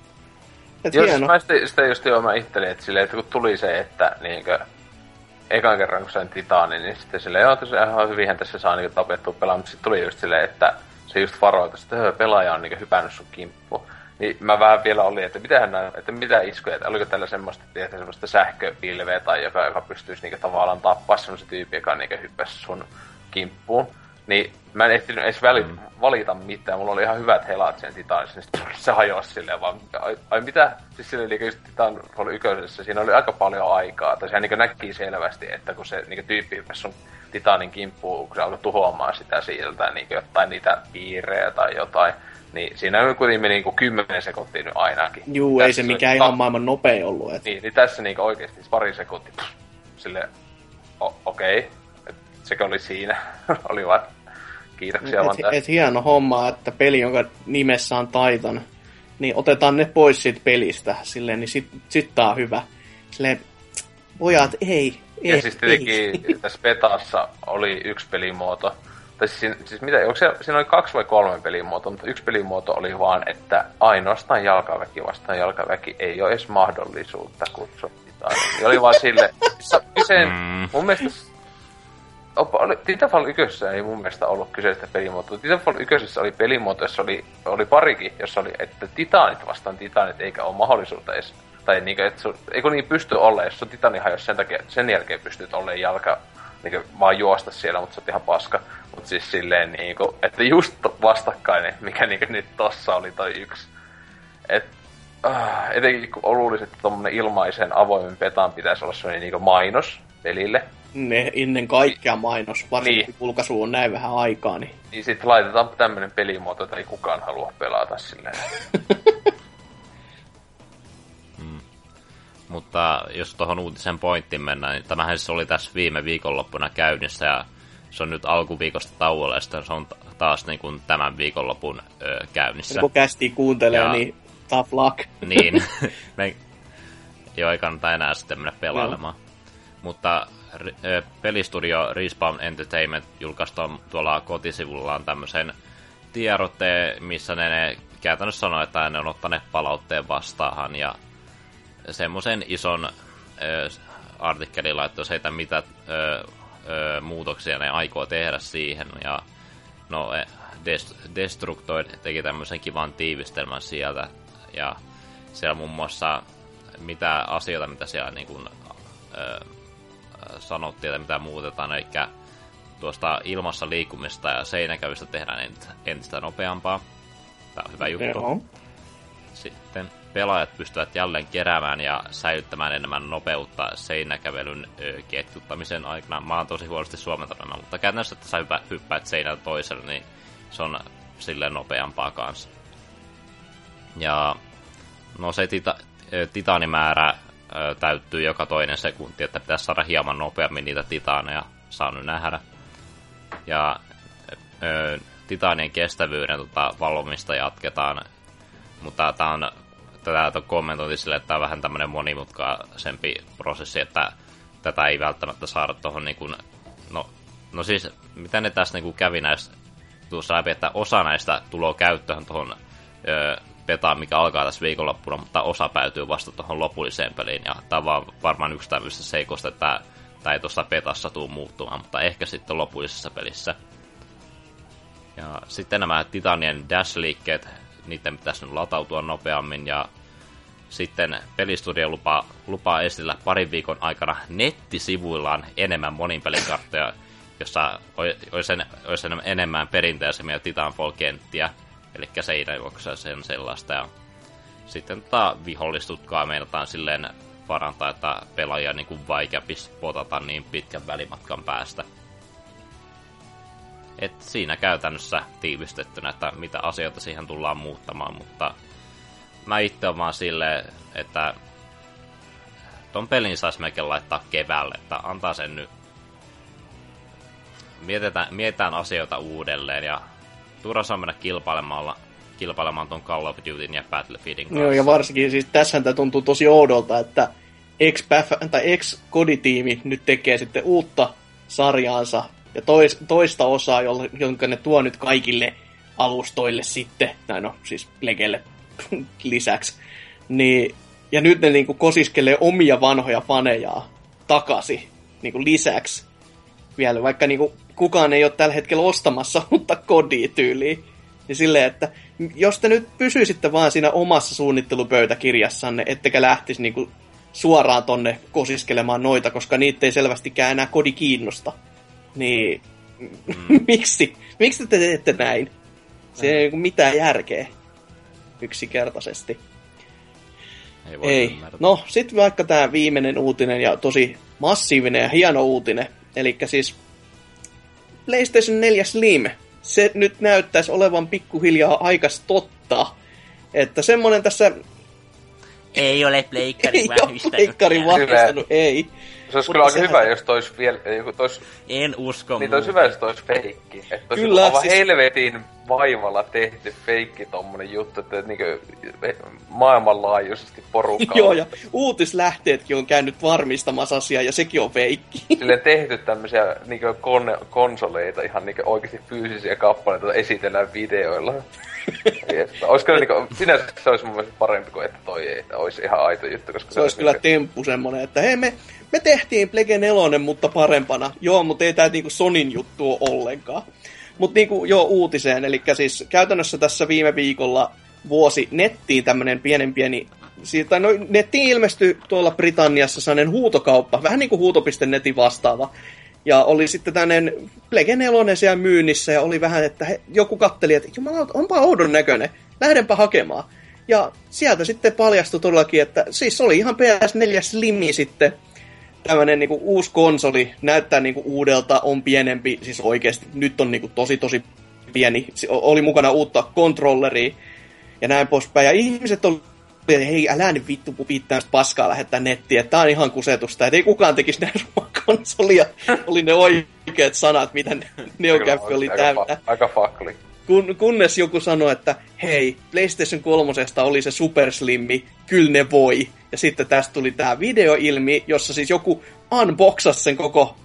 B: Et
D: jos
B: hieno.
D: Mä sitä, sitä just joo, mä itselin, että silleen, että kun tuli se, että niinkö ekan kerran kun sain Titanin, niin sitten silleen, joo, tässä ihan hyvinhän tässä saa niinku tapettua pelaa, mutta sitten tuli just silleen, että se just varoitus, että pelaaja on niinku hypännyt sun kimppuun. Niin mä vähän vielä olin, että mitähän nää, että mitä iskuja, että oliko tällä semmoista, tietää, semmoista sähköpilveä tai joka, joka pystyisi niinku tavallaan tappaa semmoisen tyypin, joka niinku hyppäsi sun kimppuun. Niin mä en ehtinyt edes väli, mm. valita mitään, mulla oli ihan hyvät helat sen Titanissa, niin sitten se hajosi silleen vaan, ai, ai mitä? Siis silleen niinku just Titanfall ykkösessä, siinä oli aika paljon aikaa, tai sehän niinku näki selvästi, että kun se niinku tyyppi hyppäsi sun Titanin kimppuun, kun se alkoi tuhoamaan sitä sieltä, niinku jotain niitä piirejä tai jotain, niin siinä on kuitenkin meni niinku kymmenen sekuntia nyt ainakin.
B: Juu, tässä ei se mikään ihan maailman nopea ollut. Et...
D: Niin, niin tässä niinku oikeesti pari sekuntia, pff, silleen, okei, okay. Sekö oli siinä, oli vaan kiitoksia
B: et,
D: vaan tästä.
B: Et hieno homma, että peli, jonka nimessä on Titan, niin otetaan ne pois siitä pelistä, silleen, niin sit, sit tää on hyvä. Silleen, pojat, ei, ei,
D: ja siis tietenkin tässä betassa oli yksi pelimuoto, tai siis, siis mitä, onko se, siinä oli kaksi vai kolme pelimuotoa, mutta yksi pelimuoto oli vaan, että ainoastaan jalkaväki vastaan jalkaväki ei ole edes mahdollisuutta kutsua Titania. Ja oli vaan sille, sen, mun mielestä Titanfall ykkösessä ei mun mielestä ollut kyseistä pelimuotoa. Titanfall ykkösessä oli pelimuoto, jossa oli, oli parikin, jossa oli, että Titanit vastaan Titanit, eikä ole mahdollisuutta edes. Tai niinku, että sun, eikö niin pysty olemaan, jos sun Titani hajosi sen takia, sen jälkeen pystyt olemaan jalka, niinku vaan juosta siellä, mutta sä oot ihan paska. Mut siis silleen niinku, että just vastakkainen, mikä niinku nyt tossa oli toi yksi. Et, äh, etenkin kun luulisin, että tommonen ilmaisen avoimen betan pitäisi olla sellainen niinku mainos pelille.
B: Ne ennen kaikkea mainos, varsinkin
D: niin.
B: Julkaisu on näin vähän aikaa. Niin,
D: niin sit laitetaan tämmönen pelimuoto, jota ei kukaan halua pelata silleen.
C: hmm. Mutta jos tuohon uutisen pointtiin mennään, niin tämähän siis oli tässä viime viikonloppuna käynnissä ja se on nyt alkuviikosta tauolla ja sitten se on taas niin kuin tämän viikonlopun ö, käynnissä.
B: Kun kästi kuuntelee, ja... niin tough luck.
C: Niin, me joo, ei kannata enää sitten mennä pelailemaan. No. Mutta pelistudio Respawn Entertainment julkaistaan tuolla kotisivullaan tämmöisen tiedotteen, missä ne, ne käytännössä sanoo, että ne on ottaneet palautteen vastaan ja semmoisen ison ö, artikkelin laittoi se, että mitä ö, ö, muutoksia ne aikoo tehdä siihen. Ja no, Dest- Destructoid teki tämmöisen kivan tiivistelmän sieltä ja siellä muun muassa mitä asioita, mitä siellä niin kuin, ö, sanottiin, että mitä muutetaan, eli tuosta ilmassa liikkumista ja seinäkäyvistä tehdään entistä nopeampaa. Tämä on hyvä juttu.
B: Joo.
C: Sitten pelaajat pystyvät jälleen keräämään ja säilyttämään enemmän nopeutta seinäkävelyn ö, ketjuttamisen aikana. Mä oon tosi huonosti suomentanut, mutta käytännössä, että sä hyppä, hyppäät seinältä toiselle, niin se on silleen nopeampaa kanssa. Ja no se tita, titanimäärä ö, täyttyy joka toinen sekunti, että pitäisi saada hieman nopeammin niitä titaaneja, saa nyt nähdä. Ja ö, Titanien kestävyyden tota, valvomista jatketaan, mutta tää on, tätä on kommentoitu silleen, että tää on vähän tämmönen monimutkaisempi prosessi, että tätä ei välttämättä saada tohon niin kuin, no, no siis, mitä ne tässä niin kuin kävi näistä tuossa läpi, että osa näistä tulee käyttöön tuohon betaan, mikä alkaa tässä viikonloppuna, mutta osa päätyy vasta tuohon lopulliseen peliin, ja tämä on vaan varmaan yksi tämmöistä seikosta, että tämä ei tuossa betassa tule muuttumaan, mutta ehkä sitten lopullisessa pelissä. Ja sitten nämä Titanien dash-liikkeet, niiden pitäisi nyt latautua nopeammin, ja sitten pelistudio lupaa, lupaa esitellä parin viikon aikana nettisivuillaan enemmän moninpelikarttoja, jossa olisi, olisi enemmän perinteisemmin Titanfall-kenttiä, eli seinäjuoksuja sen sellaista. Ja sitten tota vihollistutkaa meinataan silleen parantaa, että pelaajia niin kuin vaikeampi spotata niin pitkän välimatkan päästä. Et siinä käytännössä tiivistettynä, että mitä asioita siihen tullaan muuttamaan, mutta mä itse on vaan silleen, että ton pelin saisi melkein laittaa keväälle, että antaa sen nyt. Mietitään, mietitään asioita uudelleen ja turha saa mennä kilpailemaan, kilpailemaan ton Call of Dutyn ja Battlefieldin kanssa.
B: Joo, ja varsinkin siis tässähän tämä tuntuu tosi oudolta, että ex-Kodi-tiimi nyt tekee sitten uutta sarjaansa ja tois, toista osaa, jonka ne tuo nyt kaikille alustoille sitten, tai no siis Legelle lisäksi. Niin, ja nyt ne niinku kosiskelee omia vanhoja fanejaa takaisin niinku lisäksi vielä, vaikka niinku kukaan ei ole tällä hetkellä ostamassa uutta kodia tyyliin. Niin silleen, että jos te nyt pysyisitte vaan siinä omassa suunnittelupöytäkirjassanne, ettekä lähtisi niinku suoraan tonne kosiskelemaan noita, koska niitä ei selvästikään enää kodi kiinnosta. Niin mm. miksi? Miksi te teette näin? Se ei ole mitään järkeä yksinkertaisesti.
C: Ei voi
B: ei. No, sitten vaikka tämä viimeinen uutinen ja tosi massiivinen ja hieno uutinen. Elikkä siis PlayStation neljä Slim. Se nyt näyttäisi olevan pikkuhiljaa aikas totta. Että semmonen tässä...
C: Ei ole pleikkarin vahvistanut.
B: Ei ole pleikkarin vahvistanut, ei.
D: Se olisi kyllä aika sehän... hyvä, jos tois vielä... Tois...
C: En usko
D: niin tois hyvä, jos tois feikki. Että tois kyllä, aivan siis... helvetin vaivalla tehty feikki tommonen juttu, että niinku maailmanlaajuisesti porukka.
B: Joo, ja uutislähteetkin on käynyt varmistamassa asiaa, ja sekin on feikki.
D: Silleen tehty tämmösiä niinku kon- konsoleita, ihan niinku oikeesti fyysisiä kappaleita, joita esitellään videoilla. Että, olis kyllä niinku, sinänsä se olisi mun mielestä parempi kuin että toi ei, että olisi ihan aito juttu. Koska
B: se, se olisi kyllä niinku... temppu semmonen, että hei me, me tehtiin Plege nelonen, mutta parempana. Joo, mutta ei tää niinku Sonin juttu ole ollenkaan. Mut niinku joo uutiseen, eli siis käytännössä tässä viime viikolla vuosi nettiin tämmönen pienen pieni, tai no nettiin ilmestyi tuolla Britanniassa sellainen huutokauppa, vähän niinku huuto piste netin vastaava. Ja oli sitten tämmönen Plege nelonen siellä myynnissä ja oli vähän, että he, joku katteli, että jumala, onpa oudon näköinen, lähdenpä hakemaan. Ja sieltä sitten paljastui todellakin, että siis oli ihan P S neljä Slimi sitten, tämmönen niinku uusi konsoli, näyttää niinku uudelta, on pienempi, siis oikeesti nyt on niinku tosi tosi pieni, oli mukana uutta kontrolleria ja näin poispäin. Ja ihmiset oli, hei älä nyt vittu pupit tämmöistä paskaa lähettää nettiin, että tää on ihan kusetusta, että ei kukaan tekisi näin rumaa konsolia. Oli ne oikeat sanat, mitä NeoGAF oli täynnä.
D: Aika fakli.
B: Kun, kunnes joku sanoi, että hei, PlayStation kolmosesta oli se Super Slimmi, kyllä ne voi. Ja sitten tästä tuli tää video ilmi, jossa siis joku unboxasi sen koko,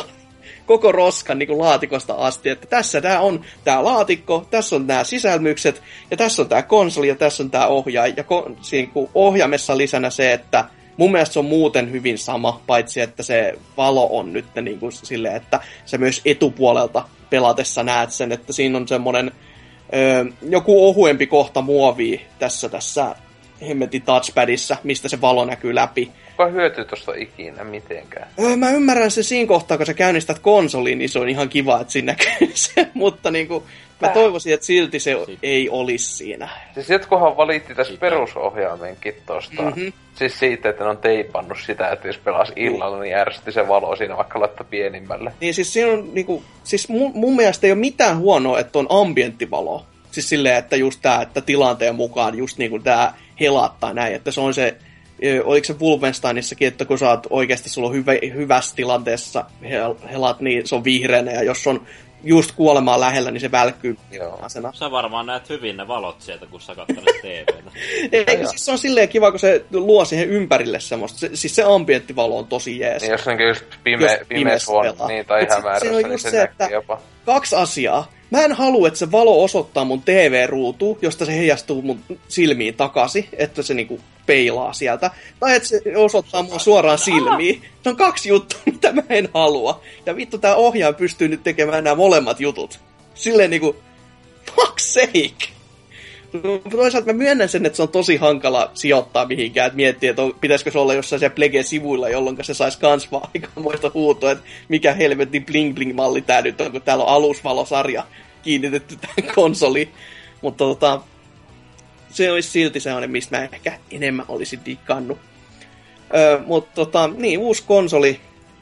B: koko roskan niin kuin laatikosta asti, että tässä tää on tää laatikko, tässä on nämä sisälmykset, ja tässä on tää konsoli, ja tässä on tää ohjaaja. Ja ko, siinä, ohjaimessa lisänä se, että mun mielestä se on muuten hyvin sama, paitsi että se valo on nyt niin kuin silleen, että sä myös etupuolelta pelatessa näet sen, että siinä on semmonen ö, joku ohuempi kohta muovia tässä tässä hemmetin touchpadissa, mistä se valo näkyy läpi.
D: Kuka hyötyy tosta ikinä mitenkään?
B: Öö, mä ymmärrän se siinä kohtaa, kun sä käynnistät konsolin, niin se on ihan kiva, että siinä näkyy se, mutta niinku, mä toivoisin, että silti se Sitten. ei olisi siinä.
D: Siis jotkohan valitti tässä perusohjaimenkin tosta. Mm-hmm. Siis siitä, että ne on teipannut sitä, että jos pelas illalla, niin ärsytti se valo siinä vaikka laittaa pienimmälle.
B: Niin siis siinä on niinku, siis mun, mun mielestä ei ole mitään huonoa, että on ambienttivalo. Siis silleen, että just tää, että tilanteen mukaan just niinku tää helattaa näin, että se on se, oliko se Wolfensteinissakin, että kun sä oot oikeasti, sulla on hyvä, hyvässä tilanteessa helat, niin se on vihreänä, ja jos on just kuolemaa lähellä, niin se välkkyy.
D: Joo.
C: Sä varmaan näet hyvin ne valot sieltä, kun sä kattelet T V:tä.
B: Ei, siis se on silleen kiva, kun se luo siihen ympärille semmoista. Se, siis se ambienttivalo on tosi jees.
D: Niin, jos onkin just pime, pimeys huono, niin, tai hämärässä,
B: se on
D: niin
B: just
D: se,
B: se, että
D: jopa.
B: Kaksi asiaa. Mä en halua, että se valo osoittaa mun T V-ruutuun, josta se heijastuu mun silmiin takaisin, että se niinku peilaa sieltä. Tai että se osoittaa mun suoraan silmiin. Se on kaksi juttua, mitä mä en halua. Ja vittu, tää ohjaaja pystyy nyt tekemään nämä molemmat jutut. Silleen niinku, fuck sake! Toisaalta mä myönnän sen, että se on tosi hankala sijoittaa mihinkään, että miettii, että pitäisikö se olla jossain siellä Plege-sivuilla, jolloin se saisi kans vaan aikamoista huutoa, että mikä helvetin bling-bling-malli tää nyt on, kun täällä on alusvalosarja kiinnitetty tähän konsoliin. Mutta tota, se olisi silti sellainen, mistä mä ehkä enemmän olisin digannut. Öö, mutta tota, niin, uusi konsoli.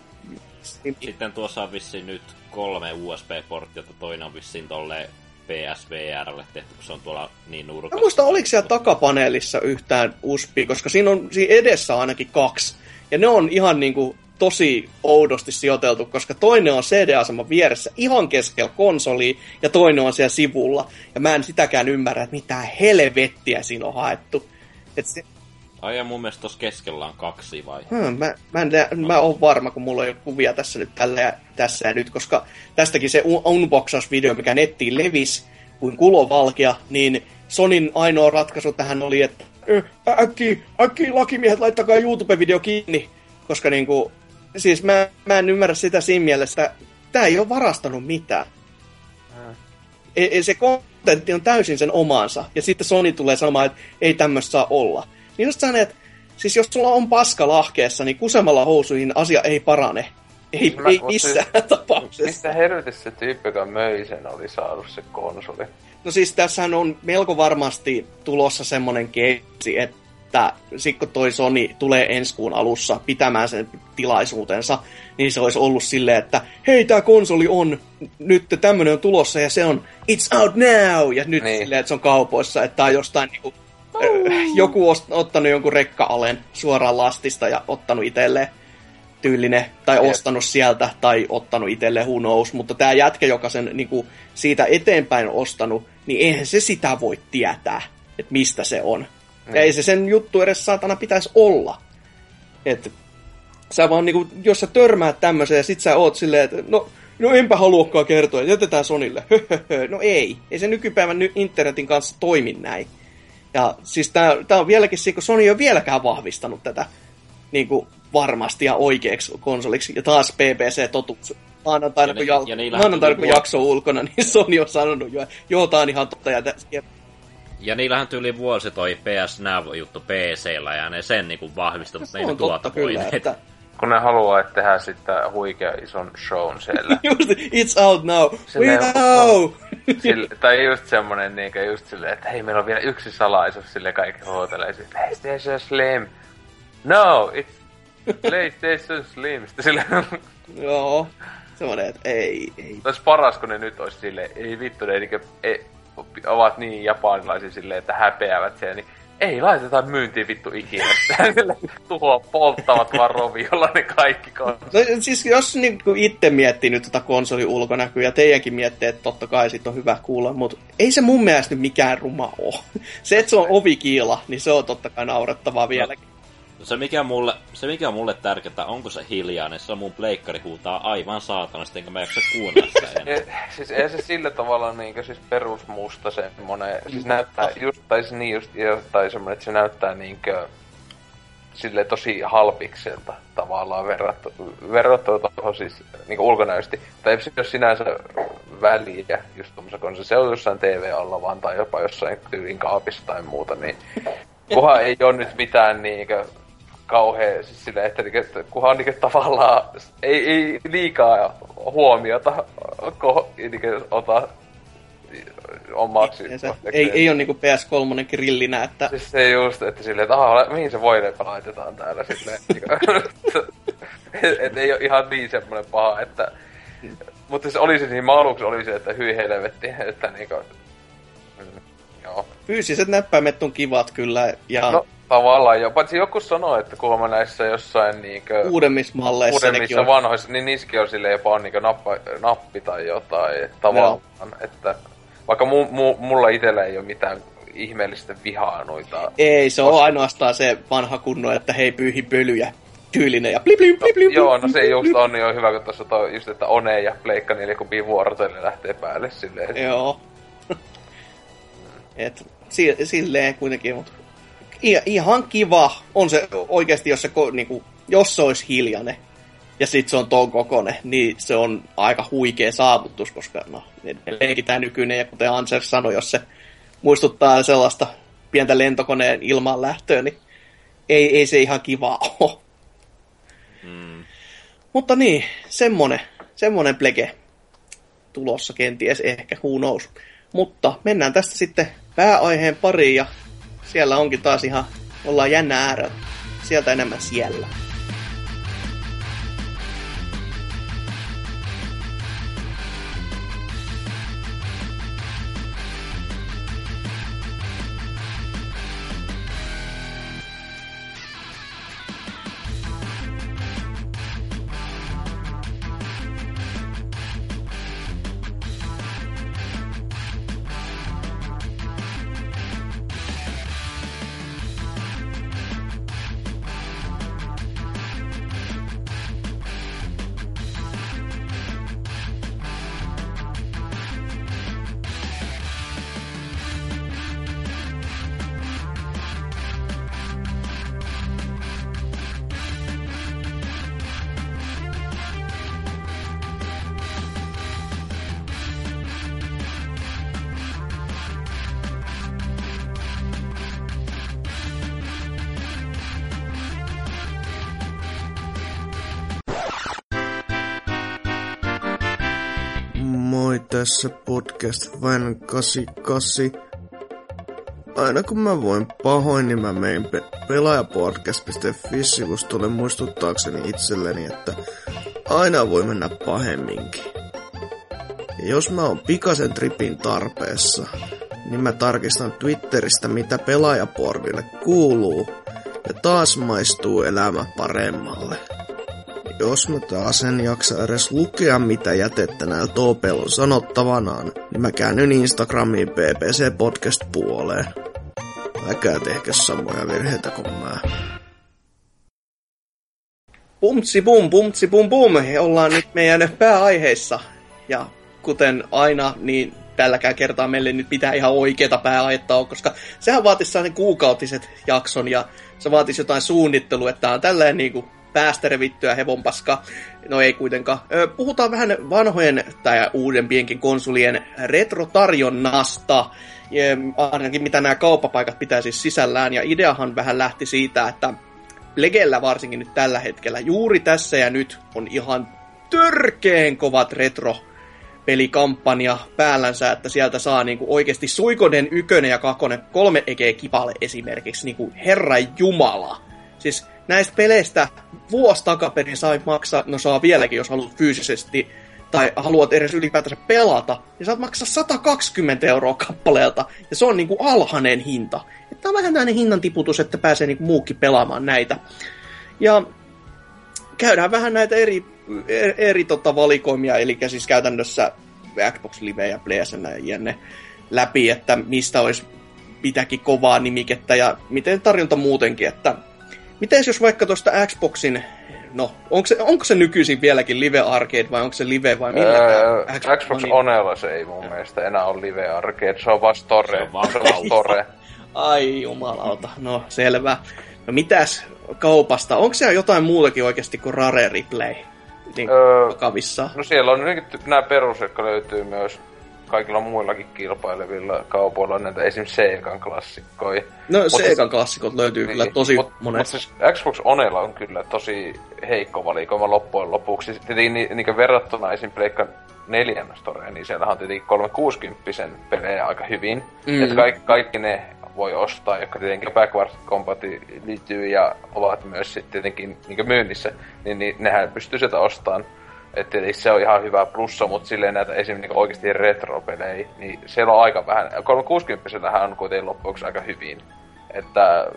C: Sitten tuossa on vissiin nyt kolme U S B-porttia, toinen on vissiin tolleen P S V R:lle tehty, kun se on tuolla niin nurkassa.
B: Mä muistan, oliko siellä takapaneelissa yhtään U S B, koska siinä on siinä edessä ainakin kaksi. Ja ne on ihan niinku tosi oudosti sijoiteltu, koska toinen on C D-aseman vieressä ihan keskellä konsolia, ja toinen on siellä sivulla. Ja mä en sitäkään ymmärrä, että mitä helvettiä siinä on haettu. Et se...
C: Ai ja mun mielestä tossa keskellä on kaksi vai?
B: Hmm, mä, mä, en, mä oon varma, kun mulla ei ole kuvia tässä nyt tällä ja tässä ja nyt, koska tästäkin se unboxausvideo, mikä nettiin levisi kuin kulovalkea, niin Sonin ainoa ratkaisu tähän oli, että äkki, äkki lakimiehet, laittakaa YouTube-video kiinni, koska niinku, siis mä, mä en ymmärrä sitä siinä mielessä, että tää ei ole varastanut mitään. Hmm. E, se kontentti on täysin sen omaansa, ja sitten Sony tulee sanomaan, että ei tämmöistä saa olla. Niin just sanon, että siis jos sulla on paska lahkeessa, niin kusemalla housuihin asia ei parane. Ei, mä, ei missään siis, tapauksessa.
D: Mistä helvetissä se tyyppi, joka möi sen, oli saanut se konsoli?
B: No siis tässähän on melko varmasti tulossa semmonen keissi, että sit kun toi Sony tulee ensi kuun alussa pitämään sen tilaisuutensa, niin se olisi ollut silleen, että hei, tää konsoli on, nyt tämmönen on tulossa ja se on it's out now! Ja nyt niin. Silleen, että se on kaupoissa, että tää on jostain niinku joku on ottanut jonkun rekka-alen suoraan lastista ja ottanut itselleen tyylinen, tai yep. ostanut sieltä, tai ottanut itselleen who knows, mutta tämä jätkä, joka sen niin kuin, siitä eteenpäin ostanut, niin eihän se sitä voi tietää, että mistä se on. Mm. Ja ei se sen juttu edes saatana pitäisi olla. Että sä vaan, niin kuin, jos sä törmäät tämmöisen ja sit sä oot silleen, että no, no enpä haluakaan kertoa, jätetään Sonille. No ei, ei se nykypäivän internetin kanssa toimi näin. Ja siis tää, tää on vieläkin siinä, kun Sony ei ole vieläkään vahvistanut tätä niin kuin varmasti ja oikeaksi konsoliksi. Ja taas P P C-totuus. Maanantaina, kun, jal- maanantaina, kun jakso on ulkona, niin Sony on sanonut jo, joo, tää on ihan totta. Ja, t-
C: ja niillähän tyyli vuosi toi P S Now-juttu P C:llä, ja ne sen niinku vahvistanut, mutta ne ei tuota voineet. Että...
D: Kun ne haluaa tehdä sitten huikea ison shown siellä.
B: Just, it's out now. Silleen, we know!
D: Sille, tai just semmonen niinkö just silleen, että hei, meillä on vielä yksi salaisuus, silleen kaikki huotelee sit, PlayStation Slim. No, it's PlayStation Slim. Sitten silleen...
B: Joo, semmonen, että ei, ei.
D: Ois paras, kun ne nyt ois silleen, ei vittu, ne niinkö, ei, ovat niin japanilaisia silleen, että häpeävät siellä, niin ei laiteta myyntiin vittu ikinä. Tuhoa polttavat vaan roviolla ne kaikki konsolit.
B: No siis jos niinku itse miettii nyt tota konsolin ulkonäkyä ja teidänkin miettii, että totta kai sit on hyvä kuulla, mutta ei se mun mielestä nyt mikään ruma oo. Se, että se on ovikiila, niin se on totta kai naurettavaa vieläkin.
C: No, se, mikä mulle, se mikä on mulle tärkeää, onko se hiljainen, se on mun pleikkari huutaa aivan saatanasti, enkä mä jaksa kuunnella sitä enää.
D: Siis ei se sillä tavalla niinkö siis perusmusta semmonen, siis näyttää just, tai se niin just, tai semmonen, että se näyttää niinkö silleen tosi halpikselta tavallaan verrattu, verrattu tohon siis niinkö ulkonäöisesti. Tai ei se ole sinänsä väliä just tommosen konsolissa, se on jossain T V-alla vaan tai jopa jossain tyylin kaapissa tai muuta, niin kunhan ei oo nyt mitään niinkö kauhea, siis silleen, että, että kunhan niinku tavallaan ei, ei liikaa huomiota ko, niinku, ota omaksi.
B: Ei, ei ole niinku P S kolme grillinä, että...
D: Siis se just, että silleen, että aha, mihin se voileipä laitetaan täällä silleen, että et ei oo ihan niin semmonen paha, että... Mutta se olisi niin, mä aluksi oli se, että hyi helvetti, että niinku... Mm, joo.
B: Fyysiset näppäimet on kivat kyllä, ja...
D: No, Tavallaan jo. Paitsi joku sanoo, että kuulemma näissä jossain niinkö...
B: Uudemmissa malleissa
D: Uudemmissa vanhoissa, niin niissäkin on silleen jopa on niinkö nappa, nappi tai jotain. Tavallaan, no. Että... Vaikka mu, mu, mulla itellä ei oo mitään ihmeellistä vihaa noita...
B: Ei, se on koska... ainoastaan se vanha kunno, että hei pyyhi pölyjä. Tyylinen ja blip blip blip blip.
D: Joo, no se just on jo hyvä, kun tuossa on just, että One ja Pleikka neljä kupii vuorotellen lähtee päälle silleen.
B: Joo. Et silleen kuitenkin, mutta ihan kiva on se oikeesti, jos se, niinku, jos se olisi hiljainen ja sit se on ton kokoinen, niin se on aika huikea saavutus, koska no, edelleenkin tää nykyinen, ja kuten Ansers sanoi, jos se muistuttaa sellaista pientä lentokoneen ilmaan lähtöä, niin ei, ei se ihan kivaa ole. Mm. Mutta niin, semmonen, semmonen plege tulossa kenties ehkä, who knows. Mutta mennään tästä sitten pääaiheen pariin, ja siellä onkin taas ihan, ollaan jännä äärellä. Sieltä enemmän siellä.
A: Moi, tässä podcast Vain kahdeksankymmentäkahdeksan. Aina kun mä voin pahoin, niin mä mein pe- pelaajapodcast piste fi-sivustolle muistuttaakseni itselleni, että aina voi mennä pahemminkin. Ja jos mä oon pikaisen tripin tarpeessa, niin mä tarkistan Twitteristä, mitä Pelaajaportille kuuluu, ja taas maistuu elämä paremmalle. Jos mä taas en jaksa edes lukea, mitä jätettä näillä toopeilla on sanottavanaan, niin mä käännyn Instagramiin P P C Podcast-puoleen. Äkää tehkä samoja virheitä kuin mä.
B: Pumtsi pum, pumtsi pum pum. Ollaan nyt meidän pääaiheissa. Ja kuten aina, niin tälläkään kertaa meille nyt pitää ihan oikeeta pääaihetta olla, koska sehän vaatisi sellainen kuukautiset jakson ja se vaatisi jotain suunnittelua, että tää on tällainen niinku päästä revittyä hevonpaska. No ei kuitenkaan. Puhutaan vähän vanhojen tai uudempienkin konsolien retrotarjonnasta. Ainakin mitä nämä kauppapaikat pitää siis sisällään. Ja ideahan vähän lähti siitä, että Plegellä varsinkin nyt tällä hetkellä, juuri tässä ja nyt, on ihan törkeen kovat retro-pelikampanja päällänsä, että sieltä saa niinku oikeasti Suikoden ykkönen ja kakkonen kolme ekeä kipale esimerkiksi, niinku herran jumala. Siis näistä peleistä vuosi takaperin sai maksaa, no saa vieläkin, jos haluat fyysisesti, tai haluat edes ylipäätänsä pelata, niin saat maksaa sata kaksikymmentä euroa kappaleelta, ja se on niinku alhainen hinta. Tämä on vähän tämmöinen hinnan tiputus, että pääsee niinku muukin pelaamaan näitä. Ja käydään vähän näitä eri, eri, eri tota valikoimia, eli siis käytännössä Xbox Live ja PlayStation ja jne läpi, että mistä olisi pitääkin kovaa nimikettä, ja miten tarjonta muutenkin, että miten jos vaikka tuosta Xboxin, no, onko se, onko se nykyisin vieläkin Live Arcade vai onko se Live vai millä
D: öö, Xbox, Xbox Onella se ei mun mielestä enää ole Live Arcade, se on vaan Store. Se on vaan Store. Ai
B: jumalauta, no selvä. No mitäs kaupasta, onko siellä jotain muutakin oikeasti kuin Rare Replay? Niin öö, kavissa.
D: No siellä on nämä perus, jotka löytyy myös kaikilla muillakin kilpailevilla kaupoilla, näitä esimerkiksi Segan klassikkoja.
B: No Segan klassikot löytyy niin, kyllä tosi mut, monesti.
D: Mutta siis Xbox Onella on kyllä tosi heikko valikoima loppujen lopuksi. Tietenkin ni, niin verrattuna esim. Pleikka neljän storeen, niin siellähän on tietenkin kolmesataakuusikymmentä pelejä aika hyvin. Mm. Että kaikki, kaikki ne voi ostaa, jotka tietenkin backward compati liittyy ja ovat myös sitten tietenkin niin myynnissä, niin, niin nehän pystyy sieltä ostamaan. Että se on ihan hyvä plussa, mutta silleen näitä esimerkiksi niin oikeasti retro-pelejä, niin siellä on aika vähän. kolmesataakuusikymmentä on kuitenkin loppuksi aika hyvin. Että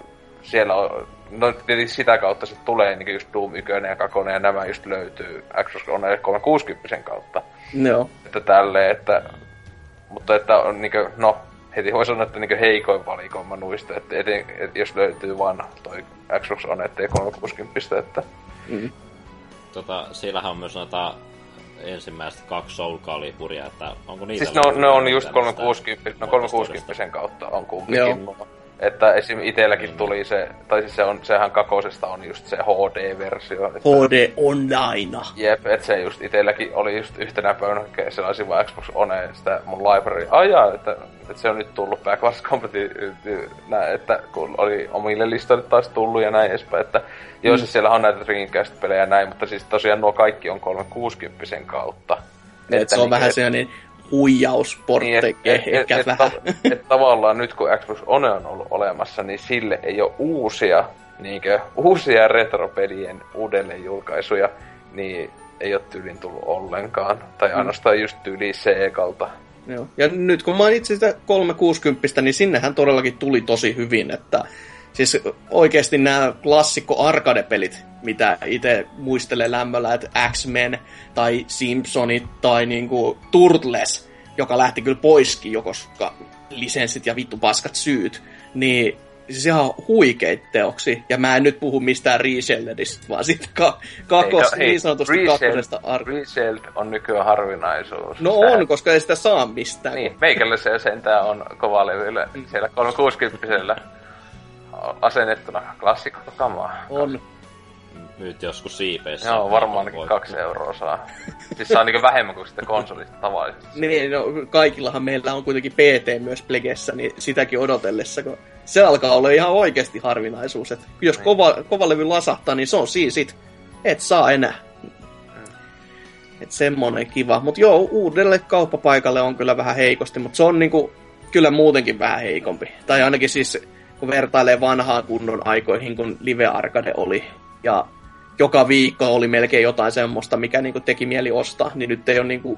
D: siellä on, no tietysti sitä kautta se tulee niin just Doom yksi ja kaksi ja nämä just löytyy Xbox One kolmesataakuusikymmentä kautta.
B: Joo.
D: Että tälleen, että, mutta että on niinkö, no heti voi sanoa, että niinkö heikoin valikoima nuista, että eten, et jos löytyy vaan toi Xbox One kolmesataakuusikymmentä, että...
B: Mm.
C: Tota, siellähän on myös noita ensimmäiset kaksi Soul Caliburia, että onko niitä...
D: Siis ne on, ne on just kolmesataakuusikymmentä, no kolmesataakuusikymmentä kautta on kumpikin. Joo. Että esim. Itelläkin mm. tuli se, tai siis se on, sehän kakosesta on just se H D-versio. Että,
B: H D Online.
D: Jep, että se just itelläkin oli just yhtenä päivänä, sellaisin vaan Xbox One, sitä mun library ajaa, että, että se on nyt tullut backwards compatible, että kun oli omille listoille taas tullut ja näin edespäin, että mm. joo, siis siellä on näitä Dreamcast-pelejä ja näin, mutta siis tosiaan nuo kaikki on kolmesataakuusikymmentä kautta.
B: Että, että se on niin, vähän sellainen huijausportti, niin, et, ehkä
D: et,
B: vähän.
D: Että et tavallaan nyt kun Xbox One on ollut olemassa, niin sille ei ole uusia, niinkö, uusia retropelien uudelleenjulkaisuja, niin ei ole tyylin tullut ollenkaan. Tai ainoastaan just tyyliin Segalta.
B: Joo. Ja nyt kun mainitsin sitä kolmesataakuusikymmentä, niin sinnehän todellakin tuli tosi hyvin, että siis oikeasti nämä klassikko arcade-pelit, mitä itse muistelen lämmöllä, että X-Men tai Simpsonit tai niinku Turtles, joka lähti kyllä poiskin jo, koska lisenssit ja vittu paskat syyt, niin siis ihan huikeita teoksia. Ja mä en nyt puhu mistään Reshelledistä, vaan siitä ka- kakos, hei, niin sanotusti
D: Reselled,
B: kakkosesta arcade.
D: Reselled on nykyään harvinaisuus.
B: No Sitä... on, koska ei sitä saa mistään.
D: Niin, meikälle se sentään on kovalevyllä siellä kolmesataakuusikymmentä asennettuna klassikkokamaa.
B: On.
C: Nyt joskus siipeissä.
D: Joo, varmaankin kaksi euroa saa. Siis saa niinku vähemmän kuin sitä konsolista tavallisesti.
B: Niin, no kaikillahan meillä on kuitenkin P T myös Plegessä, niin sitäkin odotellessa, kun se alkaa olla ihan oikeasti harvinaisuus. Että jos niin. kova, kova levy lasahtaa, niin se on siinä sit. Et saa enää. Hmm. Et semmonen kiva. Mut joo, uudelle kauppapaikalle on kyllä vähän heikosti, mutta se on niinku kyllä muutenkin vähän heikompi. Tai ainakin siis, kun vertailee vanhaan kunnon aikoihin, kun Live Arcade oli. Ja joka viikko oli melkein jotain semmoista, mikä niinku teki mieli ostaa, niin nyt ei ole niinku,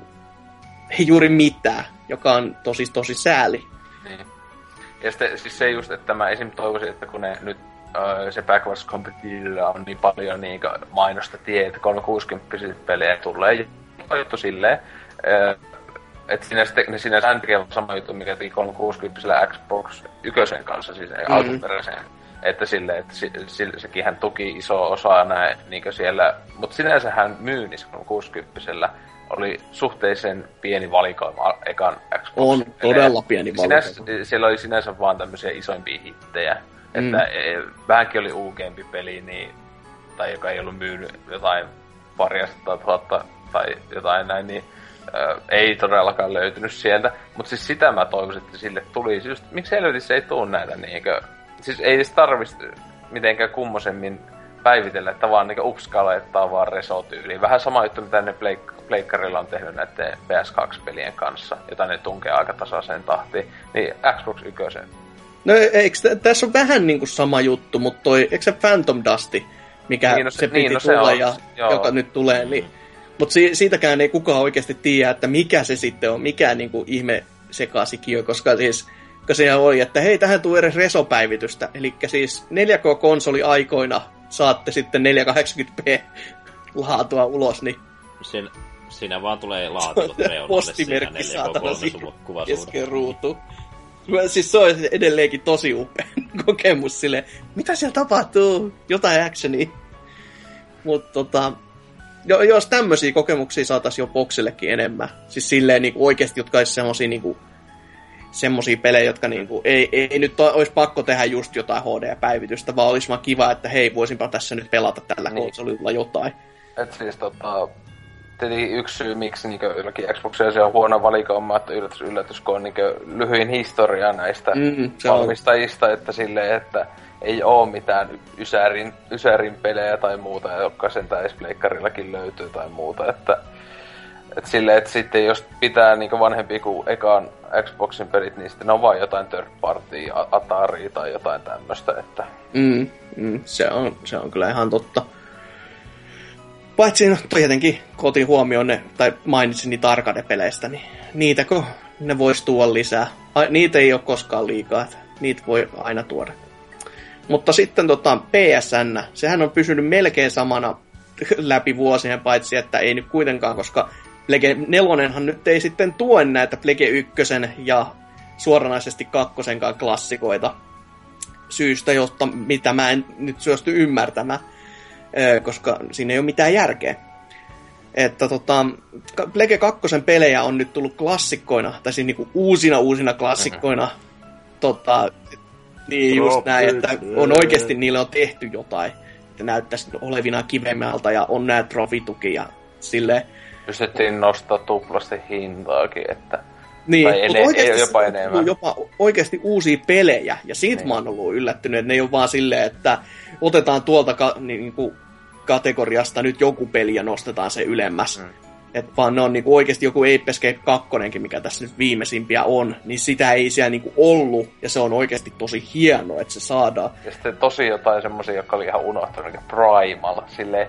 B: ei juuri mitään, joka on tosi tosi sääli.
D: Niin. Ja sitten siis se just, että mä esim. Toivoisin, että kun ne nyt öö, se backwards compatible on niin paljon niin mainosta tie, että kolmesataakuusikymmentä pelejä tulee juttu silleen, öö, että sinä sitten, ne sinänsä tekevät sama juttu, mikä teki kolmesataakuusikymmentä Xbox ykkösen kanssa, siis ei mm. alkuperäiseen. Että silleen, että sekin hän tuki iso osa näin niinkö siellä, mutta sinänsä hän myy niissä kuusikymmentä oli suhteellisen pieni valikoima ekan Xbox.
B: On todella pieni valikoima.
D: Sinänsä, siellä oli sinänsä vaan tämmöisiä isoimpia hittejä, mm. että vähänkin oli uugeempi peli, niin, tai joka ei ollut myynyt jotain paria tuhatta tai jotain näin, niin äh, ei todellakaan löytynyt sieltä. Mutta siis sitä mä toivoisin, että sille tulisi just, miksi helvetissä ei tuu näitä niinkö. Siis ei edes tarvitsisi mitenkään kummosemmin päivitellä, että vaan niinku upskalaittaa vaan resotyyliin. Vähän sama juttu, mitä ne pleik- pleikkarilla on tehnyt näiden P S kaksi-pelien kanssa, jota ne tunkee aika tasaiseen tahtiin. Niin Xbox yksi.
B: No eikö t- tässä on vähän niinku sama juttu, mutta toi, eikö se Phantom Dusti, mikä niin, no se, se piti niin, no tulla se ja joo. joka nyt tulee, niin. Mutta si- siitäkään ei kukaan oikeasti tiedä, että mikä se sitten on, mikä niinku ihme sekasikin on, koska siis se oli, että hei, tähän tuu edes resopäivitystä. Eli siis neljä K-konsoli aikoina saatte sitten neljäsataakahdeksankymmentä p laatua ulos, niin
C: Siin, siinä vaan tulee laatikot reunalle
B: postimerkki saatana siinä kesken ruutu. Siis se on edelleenkin tosi upea kokemus silleen, mitä siellä tapahtuu? Jotain actionia. Mutta tota, jos tämmöisiä kokemuksia saataisiin jo boksillekin enemmän. Siis silleen niinku oikeesti, jotka olisi semmosia niinku semmosia pelejä, jotka niinku, ei, ei nyt olisi pakko tehdä just jotain H D-päivitystä, vaan olisi vaan kiva, että hei, voisinpa tässä nyt pelata tällä niin. konsolilla jotain.
D: Et siis tota, tietenkin yksi syy, miksi niinku ylläkin Xboxia se on huono valikoima, että yllätys yllätys, kun on niinku lyhyin historia näistä mm, valmistajista, että silleen, että ei oo mitään Ysärin, Ysärin pelejä tai muuta, jotka sentään edes pleikkarillakin löytyy tai muuta, että et silleen, että sitten jos pitää niinku vanhempia kuin ekaan Xboxin pelit, niin sitten on vaan jotain third party, Atari tai jotain tämmöstä, että...
B: Mm, mm, se, on, se on kyllä ihan totta. Paitsi no tietenkin, kun otin huomioon ne, tai mainitsin niitä arcade-peleistä, niin niitäkö ne vois tuoda lisää. Ai, niitä ei ole koskaan liikaa, että niitä voi aina tuoda. Mutta sitten tota, P S N, sehän on pysynyt melkein samana läpi vuosien, paitsi että ei nyt kuitenkaan, koska Plege nelonenhan nyt ei sitten tue näitä Plege ykkösen ja suoranaisesti kakkosenkaan klassikoita syystä, jotta mitä mä en nyt suostu ymmärtämään, koska siinä ei ole mitään järkeä. Että tota, Plege kakkosen pelejä on nyt tullut klassikkoina, tai siis niinku uusina uusina klassikkoina. Mm-hmm. Tota, niin just näin, että on oikeasti niille on tehty jotain. Että näyttäisi olevina kivemmältä ja on nää trofituki ja silleen.
D: Pystyttiin nostaa tuplasti hintaakin, että...
B: Niin,
D: tai
B: mutta
D: ene-
B: oikeasti
D: jopa enemmän.
B: Jopa oikeasti uusia pelejä, ja siitä niin. Mä oon ollut yllättynyt, että ne ei ole vaan silleen, että otetaan tuolta ka- niin kuin kategoriasta nyt joku peli ja nostetaan se ylemmäs. Mm. Että vaan ne on niin kuin oikeasti joku Ape Escape kaksi, mikä tässä nyt viimeisimpiä on, niin sitä ei siellä niin kuin ollut, ja se on oikeasti tosi hienoa, että se saadaan.
D: Ja sitten tosi jotain semmosia, jotka oli ihan unohtunut, niin Primal, silleen...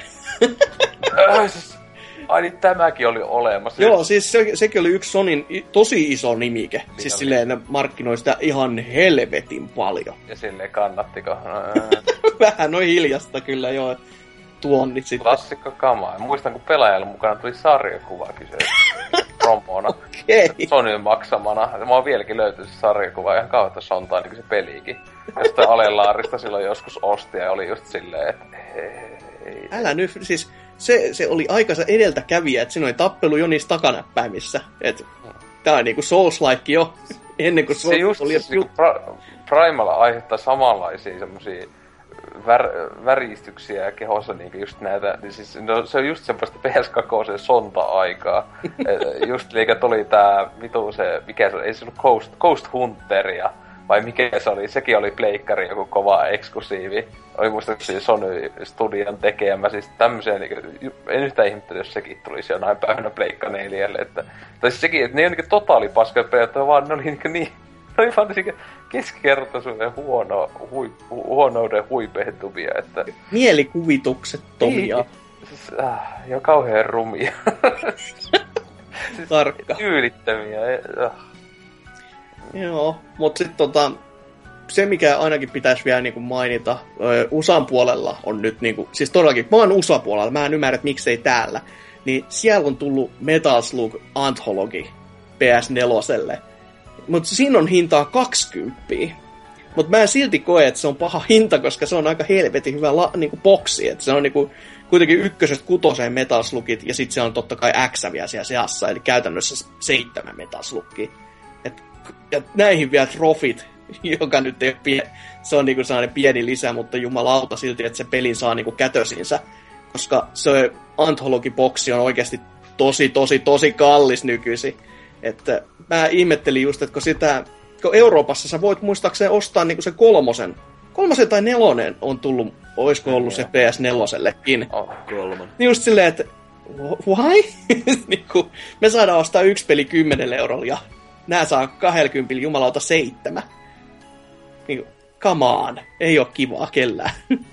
D: Ai niin, tämäkin oli olemassa.
B: Joo, siis se, sekin oli yksi Sonyn tosi iso nimike. Niin siis oli. Silleen ne markkinoi sitä ihan helvetin paljon.
D: Ja silleen kannattiko?
B: Vähän noin hiljasta kyllä joo. Tuonnit sitten.
D: Klassikko kamaa. Muistan, kun pelaajalla mukana tuli sarjakuva kyseessä. Promona.
B: Okei. Okay.
D: Sonyn maksamana. Mä oon vieläkin löytynyt se sarjakuva ihan kauheeta sontaa, niin kuin se peliikin. Jostain Alelaarista silloin joskus osti ja oli just silleen, että... Hei.
B: Älä nyt, siis... Se, se oli aikansa edeltäkävijä, että siinä oli tappelu jo niissä takanäppäimissä. Että tää on niinku Souls-like jo, ennen kuin Souls
D: just,
B: oli...
D: Siis niinku pra- Primalla aiheuttaa samanlaisia semmosia vär, väristyksiä kehossa niinku just näitä... Niin siis, no, se on just semmoista P S kaksi sonta-aikaa. Just liikä tuli tää vitu se... Mikä se oli? Ei se ollut Ghost, Ghost Hunteria. Vai mikä se oli? Sekin oli pleikkari joku kova eksklusiivi. Oli muistaakseni Sony Studion tekemä. Siis tämmösiä niinku... En yhtään ihmettele, jos sekin tulisi jonain päivänä Pleikka neljälle. Että, tai siis sekin, että ne on niinku totaali paskoja pelejä, vaan ne oli niinku niin... Ne oli vaan niinku keskikertaisuuden huono, hui, huonouden huipehtumia, että...
B: Mielikuvituksettomia.
D: Niin, siis, äh, ja kauhean rumia.
B: Siis tarkka.
D: Tyylittämiä. Äh.
B: Joo, mutta sitten tota, se mikä ainakin pitäisi vielä niinku mainita, U S A:n puolella on nyt, niinku, siis todellakin, mä oon U S A puolella, mä en ymmärrä, että miksei täällä, niin siellä on tullut Metal Slug Anthology P S neljälle, mutta siinä on hintaa kaksikymmentä. Mutta mä en silti koe, että se on paha hinta, koska se on aika helvetin hyvä la, niinku boksi, että se on niinku, kuitenkin ykkösestä kutoseen Metal Slugit, ja sitten se on totta kai X vielä siellä seassa, eli käytännössä seitsemän Metal Slugia. Ja näihin vielä trofit, joka nyt ei ole pie- se on niinku sellainen pieni lisä, mutta jumalauta silti, että se pelin saa niinku kätösinsä. Koska se Anthology-boksi on oikeasti tosi, tosi, tosi kallis nykyisin. Että mä ihmettelin just, että kun sitä, kun Euroopassa sä voit muistaakseni ostaa niinku sen kolmosen, kolmosen tai nelonen on tullut, oisko ollut se P S neljällekin.
D: Oh, kolmonen.
B: Niin just silleen, että why? Niinku, me saadaan ostaa yksi peli kymmenellä eurolla ja nää saa kaksikymmentä jumalauta seitsemän. Niin, come on. Ei oo kivaa kellään.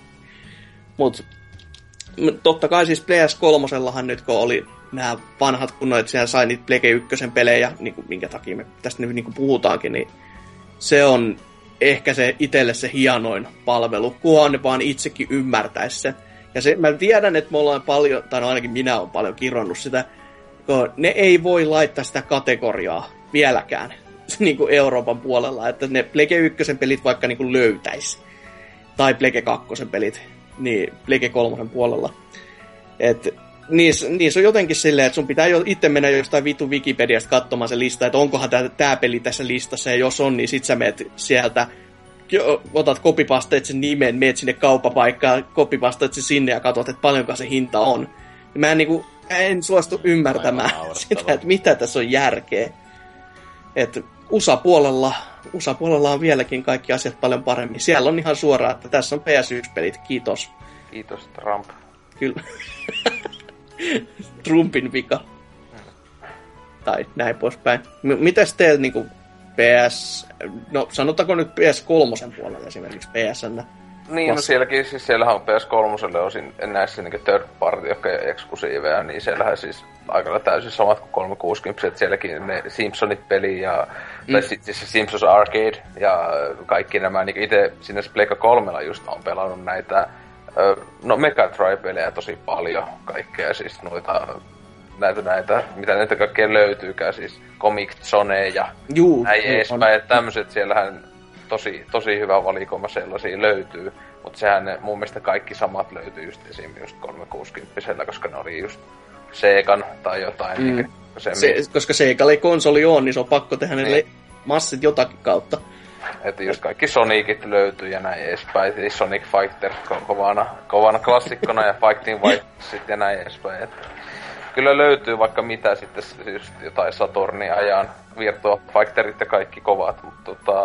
B: Mut totta kai siis P S kolme nyt kun oli nämä vanhat kunnon, että siellä sai niitä Plege ykkösen pelejä, niin kuin, minkä takia me tästä nyt niin kuin puhutaankin, niin se on ehkä se itselle se hienoin palvelu, kunhan ne vaan itsekin ymmärtäisi sen. Ja se, mä tiedän, että me ollaan paljon, tai no ainakin minä olen paljon kironnut sitä, kun ne ei voi laittaa sitä kategoriaa vieläkään niin kuin Euroopan puolella, että ne Plege ykkösen pelit vaikka niin kuin löytäisi, tai Plege kakkosen pelit, niin Plege kolmosen puolella. Että niissä, niissä on jotenkin silleen, että sun pitää jo itse mennä jostain vitun Wikipediasta katsomaan se lista, että onkohan tää, tää peli tässä listassa, ja jos on, niin sit sä meet sieltä, otat kopipasteet sen nimen, meet sinne kauppapaikkaan, kopipasteet sen sinne ja katsot, että paljonko se hinta on. Mä en, niin kuin, en suostu ymmärtämään sitä, että mitä tässä on järkeä. Että U S A-puolella, U S A-puolella on vieläkin kaikki asiat paljon paremmin. Siellä on ihan suoraan, että tässä on P S yksi-pelit, kiitos.
D: Kiitos Trump.
B: Kyllä. Trumpin vika. Tai näin poispäin. M- mitäs teet niinku P S... No sanotaanko nyt P S kolme puolella esimerkiksi P S N?
D: Niin, no sielläkin, siis siellähän on P S kolme osin näissä niinku third party, jotka ei eksklusiiveja, niin siellähän siis aika lailla täysin samat kuin kolmesataakuusikymmentä, että sielläkin ne Simpsonit-peli ja, mm. tai siis se Simpsons Arcade ja kaikki nämä, niin itse sinne Pleikka kolmella just on pelannut näitä, no Mega Drive-pelejä tosi paljon, kaikkea siis noita, näitä näitä, mitä näitä kaikkea löytyykään, siis Comic Zone ja Juu, näin edespäin, että tämmöset siellähän tosi, tosi hyvä valikoima sellaisia löytyy. Mutta sehän ne, mun mielestä kaikki samat löytyy just esim. Just kolmesataakuusikymmentä, koska ne oli just Segan tai jotain. Mm. Niin,
B: se, koska Segalle konsoli on, niin se on pakko tehdä ne niin. massit jotakin kautta.
D: Että just kaikki Sonicit löytyy ja näin edespäin. Siis Sonic Fighter ko- kovana, kovana klassikkona ja Fighting White ja näin edespäin. Että kyllä löytyy vaikka mitä sitten just jotain Saturnin ajan Virtua Fighterit ja kaikki kovat, mutta tota...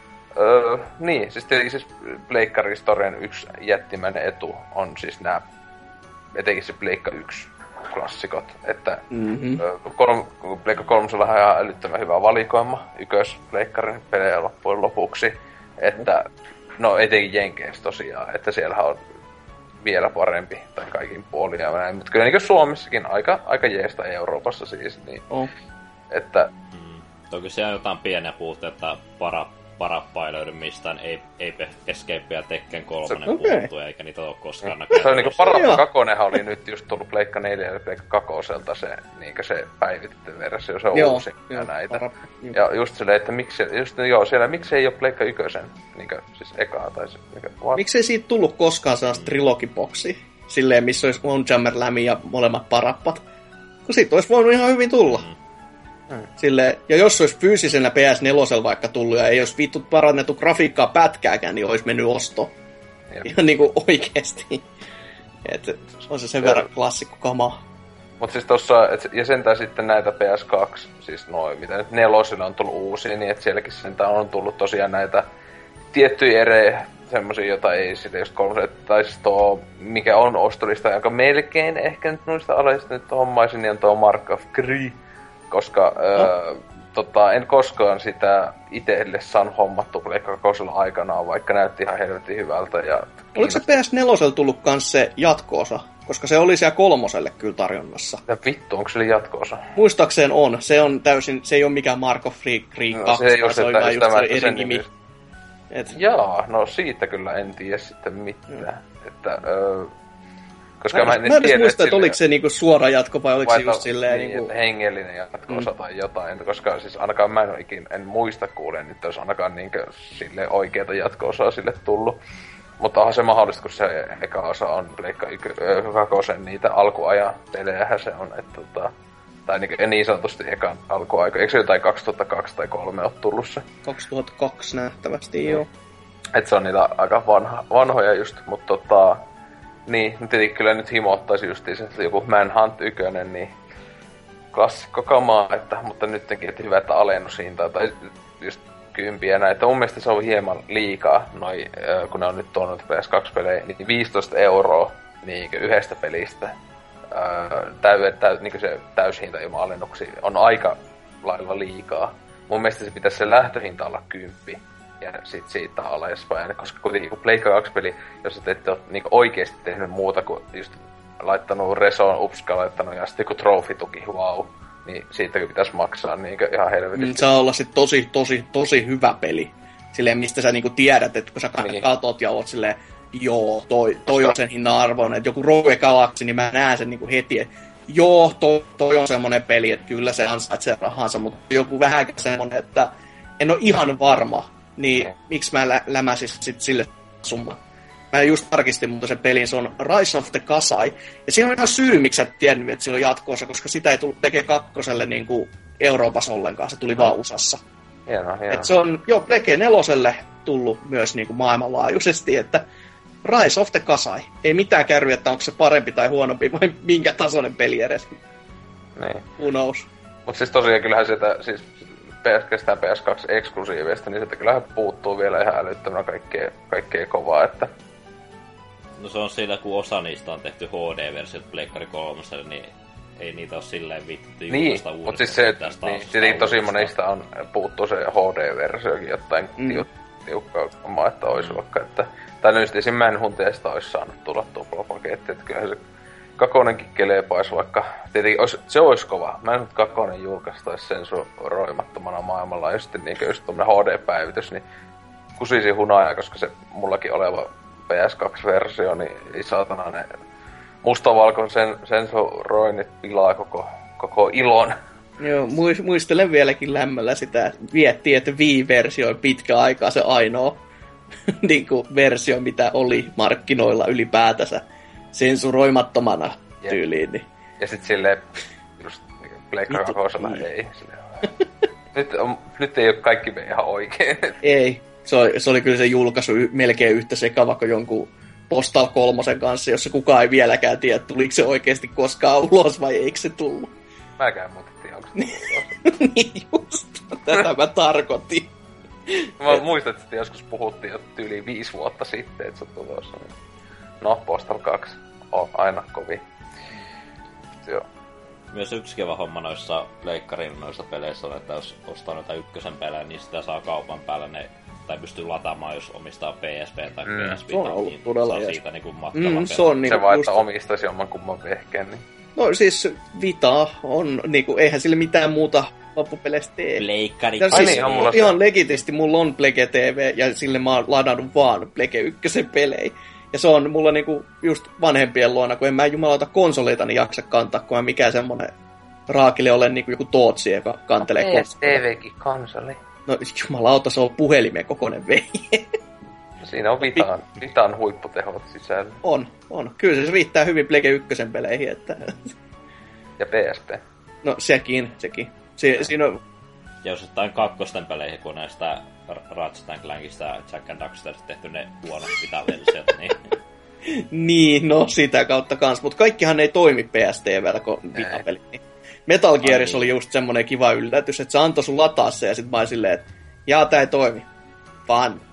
D: Öö, niin, siis tietenkin siis Pleikkari-historian yksi jättimäinen etu on siis nää, etenkin se Pleikka yksi klassikot, että mm-hmm. öö, kolm, Pleikka kolmosella on ihan älyttömän hyvä valikoima ykkös Pleikkarin pelejä loppujen lopuksi, että no etenkin Jenkeissä tosiaan, että siellähän on vielä parempi tai kaikin puolin ja näin, mutta kyllä niin kuin Suomessakin aika, aika jeesta Euroopassa siis, niin
B: oh.
D: että...
C: Mm. Toki siellä on jotain pieniä puutteita, para Parappa ei löydy mistään, ei, ei Escape ja Tekken kolmonen okay. puuttuu, eikä niitä ole koskaan näkynyt.
D: Se on niinku Parappa kakonenhan oli nyt just tullut Pleikka neljä ja Pleikka kakoselta se, niinkö se päivitetty versio, se on joo, uusi ja näitä. Parappa, ja just silleen, että miksi, just, joo, siellä miksi ei oo Pleikka ykösen, niinkö siis ekaa tai se, niinkö,
B: miksi ei siitä tullut koskaan sellaista trilogiboxia, silleen missä olisi One Jammer Lämi ja molemmat Parappat, kun siitä olisi voinut ihan hyvin tulla. Mm. Hmm. Silleen, ja jos olisi fyysisenä P S neljä vaikka tullut ja ei olisi vittu parannettu grafiikkaa pätkääkään, niin olisi mennyt osto. Jep. Ihan niinku oikeesti. Et on se sen ja verran klassikko kamaa.
D: Mut siis tossa, et, ja sentään sitten näitä P S kaksi, siis noin, mitä nyt nelosille on tullut uusia, niin että sielläkin sentään on tullut tosiaan näitä tiettyjä erejä, semmosia, jota ei sitten just kolmoset, tai siis tuo, mikä on ostolista, joka melkein ehkä nyt noista alaisista nyt hommaisin, niin on tuo Mark of Cree. Koska no. öö, tota, en koskaan sitä itsellessaan hommattu Pleikka kakosella aikanaan, vaikka näytti ihan helvetin hyvältä. Ja
B: oliko se P S neljä tullut kans se jatko-osa? Koska se oli siellä kolmoselle kyllä tarjonnassa.
D: Ja vittu, onko se jatko-osa?
B: Muistaakseen on. Se on täysin, se ei ole mikään Mark of Free Creek no, kaksi,
D: se ei ole se,
B: vaan just
D: se
B: eri nimi.
D: Et... Jaa, no siitä kyllä en tiedä sitten mitään. Mm. Että... Öö, Koska mä,
B: mä en, mä en tiedä, muista, että oliko se niinku suora jatko vai oliko vai se just silleen
D: niin,
B: niinku...
D: hengellinen jatko-osa mm. tai jotain, koska siis ainakaan mä en ikin, en muista kuulen, että olisi ainakaan niinku sille oikeeta jatko-osaa sille tullut. Mutta onhan se mahdollista, kun se eka osa on Pleikka kakosen niitä alkuajan pelejähän se on, että tota... Tai niin, niin sanotusti ekan alkuaika. Eikö se jotain kaksituhattakaksi tai kolme ole tullut se?
B: kaksituhattakaksi nähtävästi, joo.
D: Et se on niitä aika vanha, vanhoja just, mutta tota... Niin, tietenkin kyllä nyt himo ottaisi justiin että joku Manhunt yksi, niin klassikko kamaa, että, mutta nytkin, että hyvä, että alennushintaa tai just kympiä näitä. Mun mielestä se on hieman liikaa, noi, kun ne on nyt tuonut P S kaksi-pelejä, niin viisitoista euroa niin yhdestä pelistä. Täy, täy, niin se täyshinta ilman alennuksia on aika lailla liikaa. Mun mielestä se pitäisi se lähtöhinta olla kymppi. Ja sit siitä alaspäin, koska kuitenkin kun Pleikka kaksi-peli, jos et ette ole niinku oikeesti tehnyt muuta kuin just laittanut Resoon, Upska laittanut ja sitten kun trofituki, wow, niin siitäkin pitäisi maksaa niinku ihan helvetisti.
B: Mm, saa olla sit tosi, tosi, tosi hyvä peli. Silleen, mistä sä niinku tiedät, että kun sä niin. katot ja oot silleen, joo, toi, toi on sen hinnan arvoinen, että joku Rogue Galaxy, niin mä näen sen niinku heti, että joo, toi, toi on semmonen peli, että kyllä se ansaitsee rahansa, mutta joku vähänkin semmonen, että en oo ihan varma. Niin, mm. miksi mä lä- lämäsis sit sille summan? Mä just tarkistin mutta sen pelin, se on Rise of the Kasai. Ja siinä on ihan syy, miksi sä et tiennyt, että sillä on jatkoosa, koska sitä ei tullut tekee kakkoselle niin kuin Euroopassa ollenkaan, se tuli mm. vaan U S A:ssa.
D: Hieno, hieno.
B: Et se on jo Plege neloselle tullut myös niin kuin maailmanlaajuisesti, että Rise of the Kasai. Ei mitään kärryä, että onko se parempi tai huonompi, vai minkä tasoinen peli edes.
D: Niin.
B: Who knows?
D: Mut siis tosiaan kyllähän sieltä, siis P S P S kaksi-eksklusiivista, niin sieltä kyllähän puuttuu vielä ihan älyttömänä kaikkea, kaikkea kovaa, että...
C: No se on sillä, kun osa niistä on tehty H D-versiot Pleikkari kolmoselle, niin ei niitä ole silleen vittu julkaista
D: niin, mutta siis se, että niin, tietenkin tosi monista on, puuttuu se H D-versiokin jotain mm. tiukkaa omaa, että olisi vaikka, että... Tai nyt esim. Manhunteista olisi saanut tulla tuolla paketti, että kyllähän se kakonenkin kelepais, vaikka tietenkin ois, se olisi kova. Mä en nyt kakonen julkaistaisi sensuroimattomana maailmanlaajuisesti, niin kuin just tommonen H D-päivitys, niin kusisi hunajaa, koska se mullakin oleva P S kaksi-versio, niin ei saatana ne mustavalkoisen sen, sensuroinnit pilaa koko, koko ilon.
B: Joo, muistelen vieläkin lämmöllä sitä, että viettiin, että Wii-versio on pitkä aikaa se ainoa niin kuin versio, mitä oli markkinoilla ylipäätänsä sensuroimattomana tyyliin. Niin.
D: Ja sit silleen, just Pleikkari kakosella ei. nyt, on, nyt ei oo kaikki me ihan oikein.
B: Ei, se oli, se oli kyllä se julkaisu melkein yhtä sekava kuin jonkun Postal kolmosen kanssa, jossa kukaan ei vieläkään tiedä, tuliko se oikeasti koskaan ulos vai eikö se tullut.
D: Mäkään muuten tiedä, onko se
B: niin just, tätä mä tarkoitin.
D: Mä muistan, että joskus puhuttiin jo tyyliin viisi vuotta sitten, että se on tulossa. No, Postal kaksi on aina kovin. Joo.
C: Myös yksi kiva homma noissa leikkarin noissa peleissä on, että jos ostaa noita ykkösen pelejä, niin sitä saa kaupan päällä ne, tai pystyy lataamaan, jos omistaa P S P tai mm. P S Vita, niin saa jees. Siitä niinku matkalla mm,
B: se on niinku
D: se vaan, just... että omistaisi jomman kumman vehkeen, niin...
B: No siis Vita on niinku, eihän sille mitään muuta loppupeleistä tee.
C: Pleikkari.
B: Ja siis niin, mulla ihan legitisti mulla on Plege T V ja sille mä oon ladannut vaan Plege ykkösen pelejä. Ja se on mulla niinku just vanhempien luona, kun en mä jumalauta konsoleitani jaksa kantaa, kun mä mikään semmonen raakille olen niinku joku Tootsi, joka kantelee
D: konsoleita. P S T V:kin konsoli.
B: No jumalauta, se on puhelimen kokoinen vehje.
D: Siinä on Vitan, Vitan huipputehot sisällä.
B: On, on. Kyllä se riittää hyvin Plege ykkösen peleihin, että...
D: Ja P S P.
B: No sekin, sekin. Si- siinä on...
C: Ja jos jotain kakkosten peleihin, kun näistä Ratchet and Clankista ja Jack and Daxterista tehty ne huonot Vita-versiot, niin...
B: niin, no sitä kautta kans. Mutta kaikkihan ei toimi P S T V:llä kuin Vita-peli. Metal Gearissa oli just semmonen kiva yllätys, että se antoi sun lataa se ja sit mä olin silleen, että jaa, tää ei toimi. Vaan,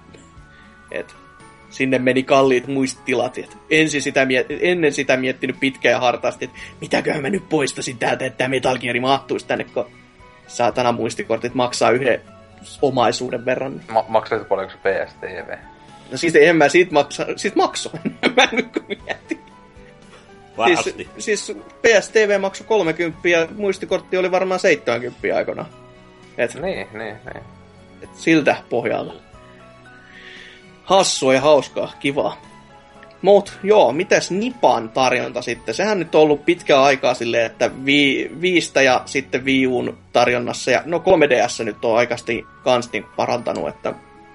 B: et sinne meni kalliit muistitilat. Et ensin sitä miet- ennen sitä miettinyt pitkään ja hartaasti, että mitäköhän mä nyt poistasin täältä, että tää Metal Gear mahtuisi tänne, kun saatana muistikortit maksaa yhden omaisuuden verran.
D: Ma- Maksaisi paljonko se P S T V?
B: No siis en mä siitä maksa, siitä maksoin. Mä nyt kun mietin. Siis, siis P S T V maksoi kolmekymmentä ja muistikortti oli varmaan seitsemänkymmentä aikana. Et,
D: niin, niin, niin.
B: Et siltä pohjalta. Hassua ja hauskaa, kivaa. Mut joo, mitäs Nipan tarjonta sitten? Sehän nyt on ollut pitkään aikaa silleen, että vi, viistä ja sitten Wii U:n tarjonnassa. Ja no kolme D S nyt on aikasti kans niinku parantanut, että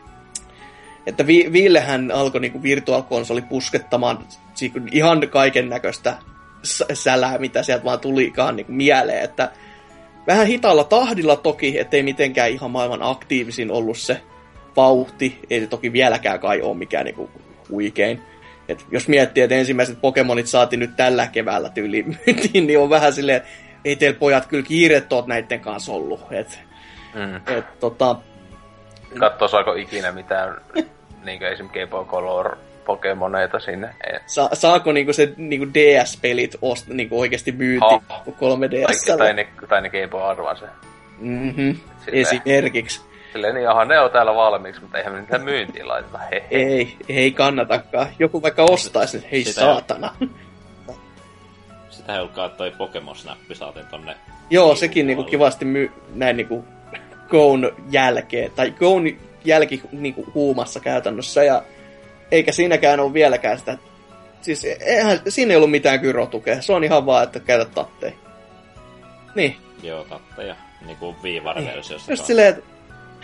B: että vi, Viillehän alkoi niinku virtuaalkonsoli puskettamaan ihan kaiken näköistä sälää, mitä sieltä vaan tulikaan niinku mieleen. Että vähän hitaalla tahdilla toki, ettei mitenkään ihan maailman aktiivisin ollut se vauhti. Ei se toki vieläkään kai ole mikään niinku huikein. Et jos miettii, että ensimmäiset Pokemonit saatiin nyt tällä keväällä tyyliin myyntiin, niin on vähän silleen, että ei teillä pojat kyllä kiireet oot näitten kanssa ollut. Et, mm. et, tota...
D: Katso, saako ikinä mitään niinkö esimerkiksi Game Boy Color Pokemoneita sinne?
B: Sa- saako niinku se niinku D S-pelit ost, niinku oikeasti myyntiin kolme D S?
D: Tai, tai, ne, tai ne Game Boy Advance.
B: Mm-hmm. Esimerkiksi.
D: Silleen niin, aha, ne on täällä valmiiksi, mutta eihän me niitä myyntiin laiteta. He, he.
B: Ei, ei kannatakaan. Joku vaikka ostaisi, niin hei sitä saatana.
C: Ei... Sitä ei ollutkaan toi Pokemon-snappi saatiin tonne...
B: Joo, sekin niinku kivasti myy näin niinku Go'n jälkeen. Tai Go'n jälki niinku huumassa käytännössä. Ja eikä siinäkään ole vieläkään sitä... Siis eihän, siinä ei ollut mitään gyrotukea. Se on ihan vaan, että käytä tatteja. Niin.
C: Joo, tatteja. Niinku viivar-versiossa.
B: Just silleen, että...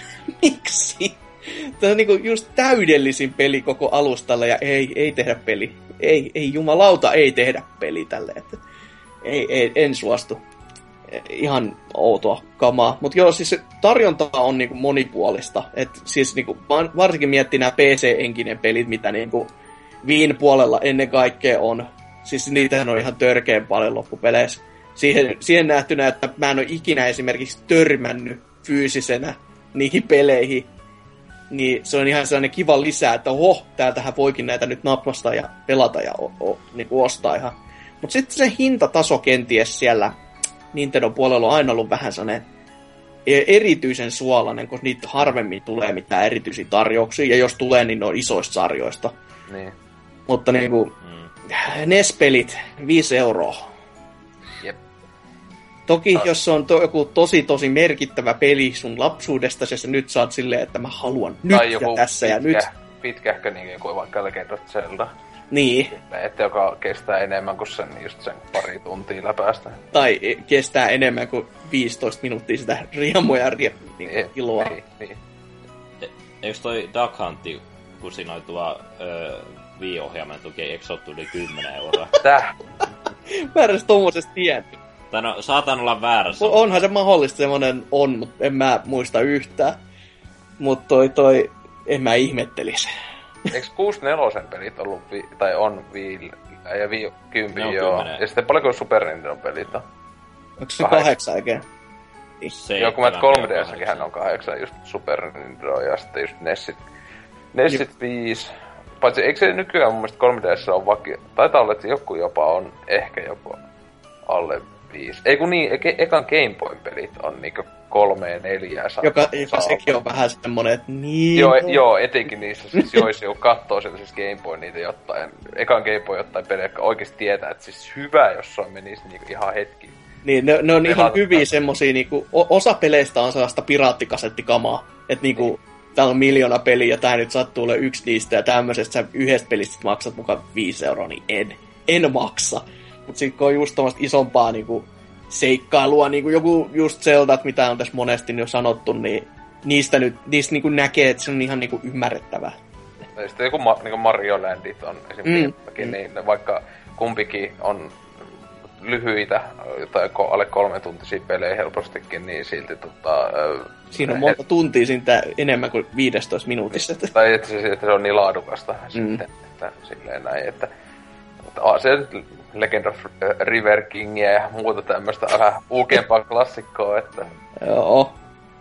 B: Miksi? Tämä on niinku just täydellisin peli koko alustalle ja ei, ei tehdä peli. Ei, ei jumalauta, ei tehdä peli tälle. Että ei, ei, en suostu. Ihan outoa kamaa. Mutta joo, siis tarjonta on niinku monipuolista. Et siis niinku, varsinkin miettii nämä P C-enkinen pelit, mitä niinku Viin puolella ennen kaikkea on. Siis niitähän on ihan törkeän paljon loppupeleissä. Siihen, siihen nähtynä, että mä en ole ikinä esimerkiksi törmännyt fyysisenä niihin peleihin, niin se on ihan sellainen kiva lisää, että oho, täältähän voikin näitä nyt nappasta ja pelata ja o, o, niin kuin ostaa ihan. Mutta sitten se hintataso kenties siellä Nintendo puolella on aina ollut vähän sellainen erityisen suolainen, koska niitä harvemmin tulee mitään erityisiä tarjouksia, ja jos tulee, niin ne on isoista sarjoista.
D: Niin.
B: Mutta niin kuin, N E S-pelit, viisi euroa.
D: Jep.
B: Toki no. Jos on to, joku tosi tosi merkittävä peli sun lapsuudesta, ja sä nyt saat silleen, että mä haluan nyt
D: tai
B: ja
D: joku
B: tässä
D: pitkä,
B: ja nyt.
D: Pitkähkö niin joku vaikka Legend of Zelda.
B: Niin.
D: Että joka kestää enemmän kuin sen, just sen pari tuntia läpäästä.
B: Tai kestää enemmän kuin viisitoista minuuttia sitä riemua ja rie, niin,
D: niin,
B: iloa.
D: Niin, niin.
C: E, eikö toi Duck Hunt, kun siinä oli tuo öö, Wii-ohjaimen tuki, eikö se ole tuli kymmenen euroa?
D: Täh?
B: Mä en edes tommosesta tiennyt.
C: Tai no, saatan olla väärässä.
B: Onhan se mahdollista, semmonen on, mutta en mä muista yhtään. Mut toi toi, en mä ihmettelisi.
D: Eikö kuusikymmentäneljä pelit ollut, vi- tai on Wii, ja Wii kymmenen, joo.
C: kymmenen.
D: Ja sitten paljonko Super Nintendo pelit on?
B: Onko se kahdeksan oikein?
D: Joo, kun mä kolme D S-säkin on kahdeksan, just Super Nintendo ja sitten just Nessit. Nessit viisi. Paitsi eikö se nykyään mun mielestä kolme D S on vakio? Taitaa olla, että joku jopa on ehkä jopa alle viisi. Ei kun niin, e- ekan Game Boyn pelit on niinku kolme ja neljää saa.
B: Joka, joka sekin on vähän semmonen, että niin...
D: Joo, joo, etenkin niissä siis joissa joku kattoo sieltä siis Game Boy niitä jotain, ekan Game Boy jotain pelejä, jotka oikeesti tietää, että siis hyvä, jos se menisi niinku ihan hetki.
B: Niin, ne, ne on
D: Ne
B: ihan
D: laittaa.
B: hyviä semmosia, niinku, osa peleistä on sellaista piraattikasettikamaa, että niinku, niin. Täällä on miljoona peliä ja tää nyt sattuu ole yksi niistä ja tämmöisestä sä yhdestä pelistä maksat mukaan viisi euroa, niin en, en maksa. Mut sit kun on just tommoista isompaa niinku seikkailua, niinku joku just Zeldat, mitä on tässä monesti jo sanottu, niin niistä nyt, niistä niinku näkee, että se on ihan niinku ymmärrettävää.
D: Ja sitten joku ma- niinku Mario Landit on esimerkiksi, mm. niin vaikka kumpikin on lyhyitä, tai alle kolme tuntisia pelejä helpostikin, niin silti tota...
B: Siinä on monta tuntia siitä enemmän kuin viisitoista minuutissa.
D: Tai että se, että se on niin laadukasta mm. sitten, että silleen näin, että... Mutta se Legend of River Kingia ja muuta tämmöstä vähän uukempaa klassikkoa, että...
B: Joo.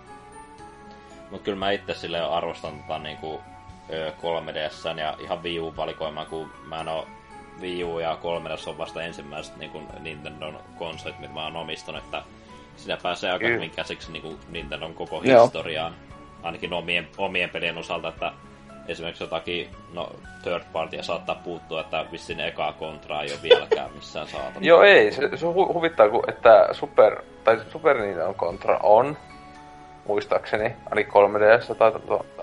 C: Mut kyllä mä itse silleen arvostan tota niinku kolme D S:n ja ihan Wii U-valikoimaa, kun mä en oo Wii U ja kolme D S on vasta ensimmäiset niinku Nintendon konsolit, mitä mä oon omistanut, että siinä pääsee aika hyvin käsiksi niinku Nintendon koko historiaan, ainakin omien, omien pelien osalta, että esimerkiksi jotakin, no third partya saattaa puuttua, että vissiin ekaa kontraa ei oo vieläkään missään saatana.
D: Joo ei, se, se hu- huvittaa, kun, että Super, tai Super Nintendo kontra on, muistaakseni, ainakin kolme D S tai tuota...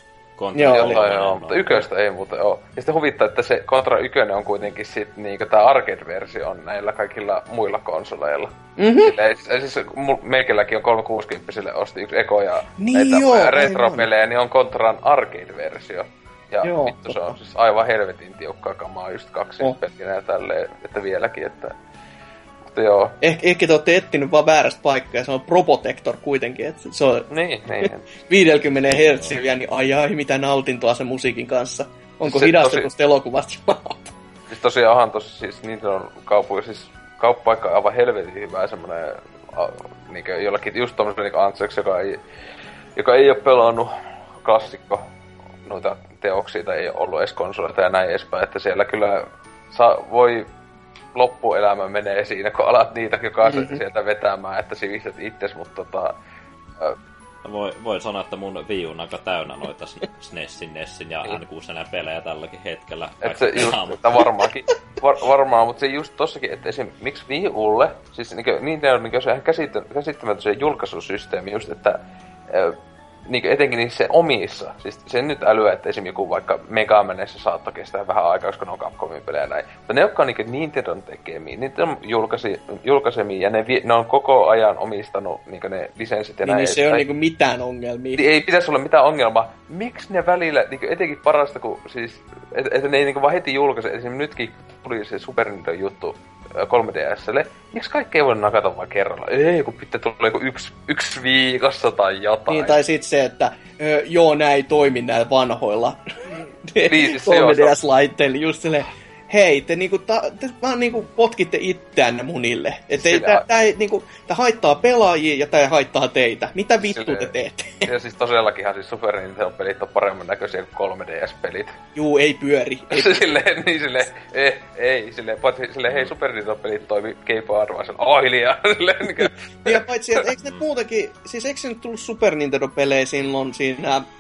B: Joo,
D: jotain, joo, mutta yköstä ei muuten oo. Ja sitten huvittaa, että se Contra ykönen on kuitenkin sit niinku tää arcade-versio on näillä kaikilla muilla konsoleilla.
B: Mhm.
D: Silleen, siis, siis meikälläkin on kolmesataakuusikymmentä osti yksi ekoja
B: niin
D: näitä
B: joo,
D: retro-pelejä, niin on Contran arcade-versio. Ja
B: joo,
D: vittu se on
B: totta.
D: siis aivan helvetin tiukkaa kamaa just kaksi
B: Oh.
D: pelinä ja tälleen, että vieläkin, että... Mutta joo.
B: Eh, ehkä te ootte etsinyt vaan väärästä paikkaa, ja se on Probotector kuitenkin, että se on
D: Niin, niin.
B: viisikymmentä hertsiä vielä, niin ai ai, mitä nautintoa sen musiikin kanssa. Onko
D: Se
B: hidastettu
D: tosi-
B: elokuvasta jumalauta?
D: Siis tosiaan tossa siis niitä on kaupuja, siis kauppapaikka on aivan helvetin hyvä semmonen a, niinkö jollakin just tommoselle niinku Antseksi, joka ei, joka ei oo pelannut klassikko noita teoksia tai ei oo ollut edes konsoleita ja näin edespäin, että siellä kyllä saa, voi loppuelämä menee siinä, kun alat niitä jokaisen mm-hmm. sieltä vetämään, että sivistät itses, mutta tota... Ö,
C: Voi, voi sanoa, että mun Wii U on aika täynnä noita SNESin, Nessin ja N kuusikymmentä pelejä tälläkin hetkellä.
D: Et se just, että varmaankin, var, varmaan, mutta se just tossakin, että esim. Miksi Wii Ulle, siis niinkö, niin on niinkö se ihan käsittämätön se julkaisusysteemi just, että ö, niinkö etenkin niissä omissa, siis sen nyt älyä, että esim. Joku vaikka Mega Manissa saattaa kestää vähän aikaa, koska ne on Capcomin pelejä näin. Mutta ne, jotka on niinkö Nintendon tekemiä, niitä on julkaisi, julkaisemia ja ne, ne on koko ajan omistanut niinkö ne lisenssit ja
B: Niin,
D: näin.
B: niin se ei ole
D: Tai-
B: niinku mitään ongelmia.
D: ei pitäisi olla mitään ongelmaa. Miksi ne välillä, niinku etenkin parasta, kun siis, että et ne ei niinku vaan heti julkaise, esimerkiksi nytkin tuli se Super Nintendo juttu kolme D S:lle, miksi kaikki ei voi nakata vaan kerralla? Ei, kun pitää tulla joku yksi, yksi viikossa tai jotain.
B: Niin, tai sit se, että ö, joo, nää ei toimi näillä vanhoilla
D: Niin, siis se
B: kolme D
D: on-
B: S-laitteilla. Just silleen, hei, te niinku, ta, te vaan niinku potkitte itseänne munille. Että ei,
D: Sillä-
B: tää, tää, ei, niinku, tää haittaa pelaajia ja tää haittaa teitä. Mitä vittu
D: Silleen-
B: te teette?
D: Ja siis todellakinhan siis Super Nintendo-pelit on paremman näköisiä kuin kolme D S-pelit.
B: Juu, ei pyöri. Ei
D: Se silleen, niin silleen, ei, ei, silleen, paitsi silleen, hei, Super Nintendo-pelit toimi Game Boy Advancen, oh hiljaa, silleen, niinkö.
B: Ja paitsi, että eikö ne muutenkin, siis eikö se nyt tullut Super Nintendo-pelejä silloin siinä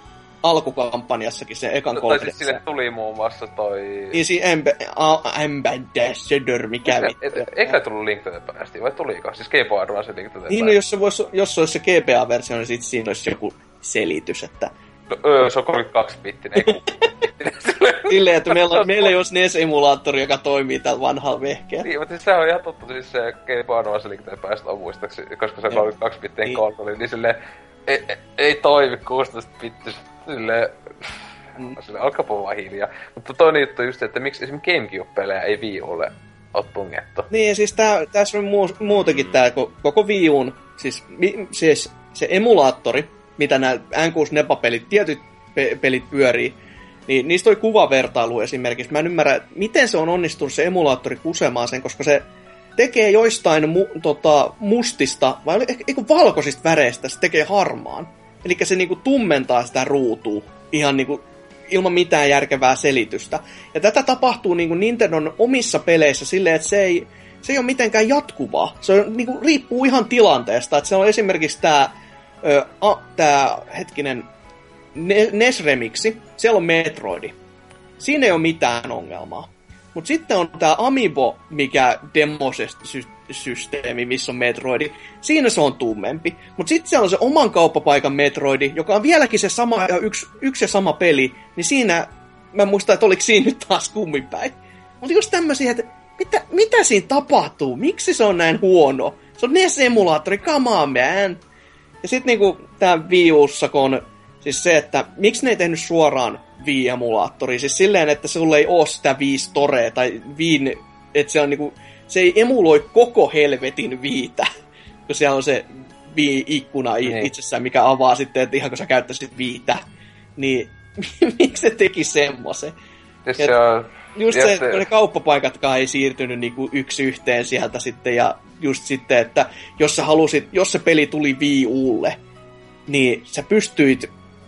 B: alkukampanjassakin se ekan
D: no,
B: kolme
D: tai siis sille tuli muun muassa toi...
B: Niin siinä Ambassador, mikä
D: mitään. Eikä tullut Link to the Past, vai tuliko? Siis Game Boy Advance Link to the Past.
B: Niin, no, jos, se vois, jos se olisi se G B A-versio, niin sit siinä olisi joku selitys, että...
D: No, öö, se on kolmekymmentäkaksi-bittinen, ei
B: Silleen, että meillä, on, meillä ei olisi N E S-emulaattori, joka toimii tällä vanhalla vehkeellä.
D: Niin, mutta siis sehän on ihan totta, siis se Game Boy Advance Link to the Past on muistaakseni, koska se on kolmekymmentäkaksi-bittinen niin. konsoli, niin silleen... Ei, ei, ei toimi kuusitoista-bittis, silleen... Mm. Silleen, alkapuu vaan hiljaa. Mutta toinen juttu on just, että miksi esimerkiksi GameCube-pelejä ei Wii Ulle ole pungettu.
B: Niin, ja siis tää, tässä on muu, muutenkin tää koko Wii Uun, siis, mi, siis se emulaattori, mitä nämä N kuusi Nepa-pelit, tietyt pe- pelit pyörii, niin niistä oli kuvavertailu esimerkiksi. Mä en ymmärrä, miten se on onnistunut se emulaattori kusemaan sen, koska se tekee joistain mu, tota, mustista, vai eikö valkoisista väreistä, se tekee harmaan. Eli se niinku tummentaa sitä ruutua ihan niinku ilman mitään järkevää selitystä. Ja tätä tapahtuu niinku Nintendon omissa peleissä silleen, että se ei, se ei ole mitenkään jatkuvaa. Se on, niinku, riippuu ihan tilanteesta. Että se on esimerkiksi tää, ö, a, tää hetkinen N E S-remiksi. Siellä on Metroidi. Siinä ei ole mitään ongelmaa. Mutta sitten on tää Amiibo, mikä demosysteemi, missä on Metroidi. Siinä se on tummempi. Mutta sitten siellä on se oman kauppapaikan Metroidi, joka on vieläkin se sama ja yksi, yksi ja sama peli. Niin siinä, mä muistan, että oliko siinä nyt taas kumminpäin. Mutta just tämmösiä, että mitä, mitä siinä tapahtuu? Miksi se on näin huono? Se on N E S-emulaattori, come on man! Ja sitten niinku tää Wii Ussa, kun on siis se, että miksi ne ei tehnyt suoraan Wii-emulaattoria? Siis silleen, että sulla ei oo sitä Wii-storea tai Wii, että se on niinku, se ei emuloi koko helvetin Wiitä, kun siellä on se Wii-ikkuna niin itsessään, mikä avaa sitten, että ihan kun sä käyttäisit Wiitä, niin miksi se teki semmoisen?
D: Se on...
B: Just se, se, kun ne kauppapaikatkaan ei siirtynyt niinku yksi yhteen sieltä sitten, ja just sitten, että jos sä halusit, jos se peli tuli Wii Ulle, niin sä pystyit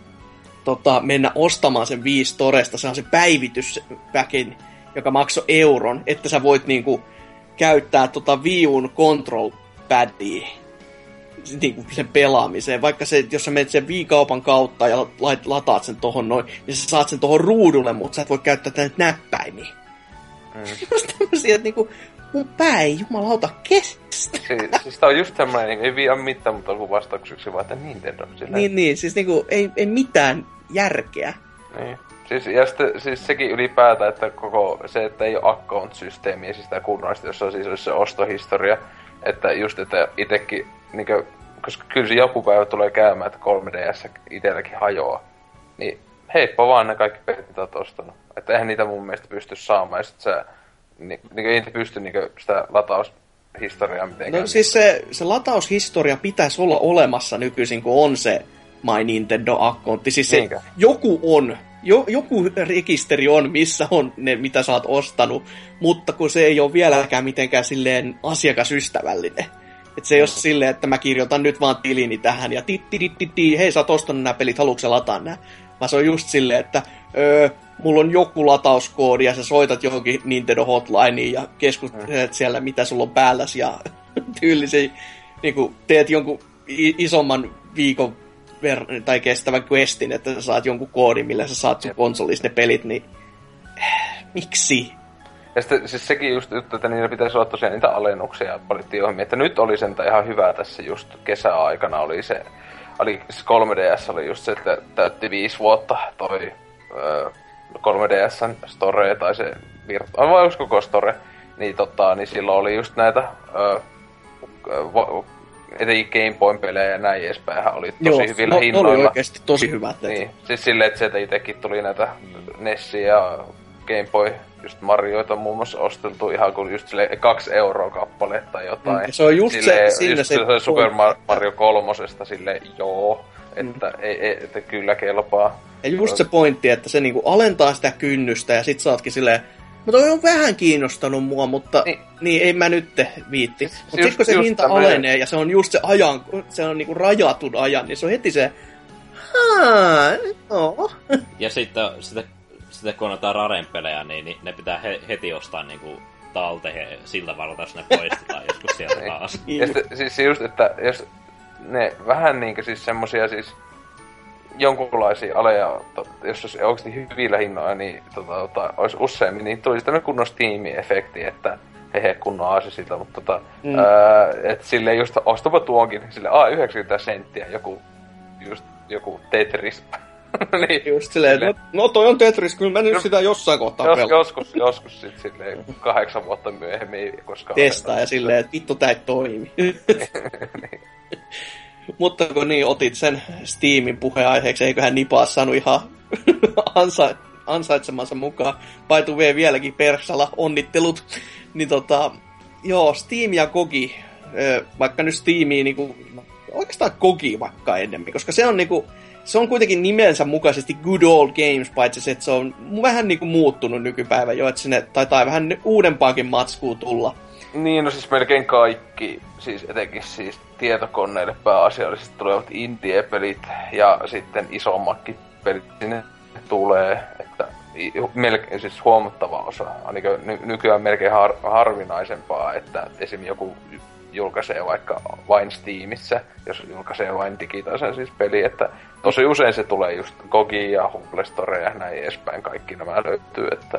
B: tota, mennä ostamaan sen Wii Storesta, se on se päivityspäkin, joka maksoi euron, että sä voit niinku käyttää tota Wii U:n control padia niinku sen pelaamiseen. Vaikka se, jos sä menet sen Wii-kaupan kautta ja lait, lataat sen tohon noin, niin sä saat sen tohon ruudulle, mutta sä et voi käyttää tänne näppäimiä. Mm. Just tämmösiä, että niinku mun pää ei jumalauta kestä.
D: Siis, siis tää on just semmoinen, niin ei vielä mitään, mutta on vastaukseksi vaan, että Nintendo. Sillä...
B: Niin, niin, siis niinku ei, ei mitään järkeä.
D: Niin. Siis, ja sitten, siis sekin ylipäätään, että koko se, että ei ole account-systeemiä, siis tää kunnollisesti, jossa on siis se ostohistoria, että just, että itekin, niin kuin, koska kyllä se joku päivä tulee käymään, että kolme D S itselläkin hajoaa, niin heippa vaan ne kaikki pelit, mitä oot ostanut. Että eihän niitä mun mielestä pysty saamaan, ja sit sä, niin, niin ei niitä pysty niin kuin, sitä lataushistoriaa mitenkään.
B: No siis se, se lataushistoria pitäisi olla olemassa nykyisin, kun on se My Nintendo-accountti. Siis se, joku on, jo, joku rekisteri on, missä on ne, mitä sä oot ostanut, mutta kun se ei ole vieläkään mitenkään silleen asiakasystävällinen. Että se ei ole silleen, että mä kirjoitan nyt vaan tilini tähän ja ti, ti, ti, ti, ti, hei sä oot ostanut nää pelit, haluatko sä lataa nää? Vaan se on just silleen, että öö, mulla on joku latauskoodi ja sä soitat johonkin Nintendo Hotlineen ja keskustelet siellä, mitä sulla on päälläsi ja tyylisen, niinku teet jonkun isomman viikon ver- tai kestävän questin, että sä saat jonkun koodin, millä sä saat sun konsolissa ne pelit, niin miksi?
D: Ja sitten siis sekin just, että niillä pitäisi olla tosiaan niitä alennuksia valittiin että nyt oli sen ihan hyvä tässä just kesäaikana oli se, oli se kolme D S oli just se, että täytti viisi vuotta toi öö, kolme D S:n store tai se virtu- vai onko koko store, niin tota, niin silloin oli just näitä öö, vo- etenkin Game Boyn pelejä ja näin edespäin oli tosi Joo, hyvillä no, hinnoilla.
B: Oli oikeesti tosi hyvät.
D: Niin, siis silleen, että sieltä itekin tuli näitä N E S ja Game Boy, just Marioita muun muassa osteltu ihan kuin just silleen kaksi euroa kappale tai jotain.
B: Mm, se on just silleen,
D: se, just se, se Super Mario kolmosesta silleen, joo, että, mm. ei, ei, että kyllä kelpaa.
B: Ja just se pointti, että se niinku alentaa sitä kynnystä ja sit sä ootkin silleen, no toi on vähän kiinnostanut mua, mutta niin, niin ei mä nyt viitti. Mutta sit kun se hinta tämmönen... alenee ja se on just se ajan, se on niinku rajatun ajan, niin se on heti se, haa, no.
C: Ja sitten, sitten, sitten kun on jotain Raren-pelejä, niin, niin ne pitää he, heti ostaa niinku talteen siltä varalta, jos ne poistetaan joskus sieltä taas.
D: Ja sitten siis just, että jos ne vähän niinkö siis semmosia siis jonkunlaisia aleja, to, jos olisi oikeasti hyvillä hinnoilla, niin tota, tota, olisi useammin, niin tulisi tämmöinen kunnon Steam-efekti, että hehe kunnon aasi sitä, mutta tota, mm. ää, että silleen just ostapa tuonkin, sille a yhdeksänkymmentä senttiä joku, just joku Tetris.
B: niin, just silleen, no, no toi on Tetris, kyllä mä nyt sitä jossain kohtaa
D: jos, joskus, joskus sit silleen kahdeksan vuotta myöhemmin, koska...
B: Testaa ja silleen, että vittu tää ei toimi. niin. Mutta kun niin otit sen Steamin puheenaiheeksi, eiköhän Nipa saanut ihan ansa- ansaitsemansa mukaan. Paitu vee vieläkin persalla, onnittelut. Niin tota, joo, Steam ja Gogi, vaikka nyt Steamia niinku, oikeastaan Gogi vaikka enemmän, koska se on niinku, se on kuitenkin nimensä mukaisesti Good Old Games, paitsi se, että se on vähän niinku muuttunut nykypäivän jo, että sinne taitaa vähän uudempaakin matskua tulla.
D: Niin, no siis melkein kaikki, siis etenkin siis tietokoneille pääasiallisesti tulevat indie-pelit ja sitten isommatkin pelit sinne tulee, että melkein siis huomattava osa, ainakin ny- nykyään melkein har- harvinaisempaa, että esim. Joku julkaisee vaikka vain Steamissa, jos julkaisee vain digitaalisen siis peli, että tosi usein se tulee just Gogi ja Humble Store ja näin edespäin, kaikki nämä löytyy, että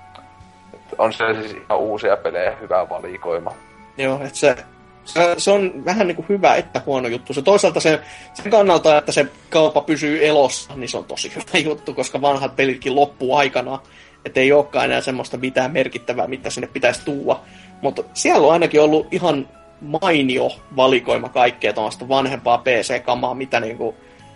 D: on se siis ihan uusia pelejä, hyvä valikoima.
B: Joo, että se, se, se on vähän niin kuin hyvä että huono juttu. Se toisaalta se, sen kannalta, että se kauppa pysyy elossa, niin se on tosi hyvä juttu, koska vanhat pelitkin loppuu aikanaan. Että ei olekaan enää semmoista mitään merkittävää, mitä sinne pitäisi tuua. Mutta siellä on ainakin ollut ihan mainio valikoima kaikkea tuollaista vanhempaa P C-kamaa, mitä niinku...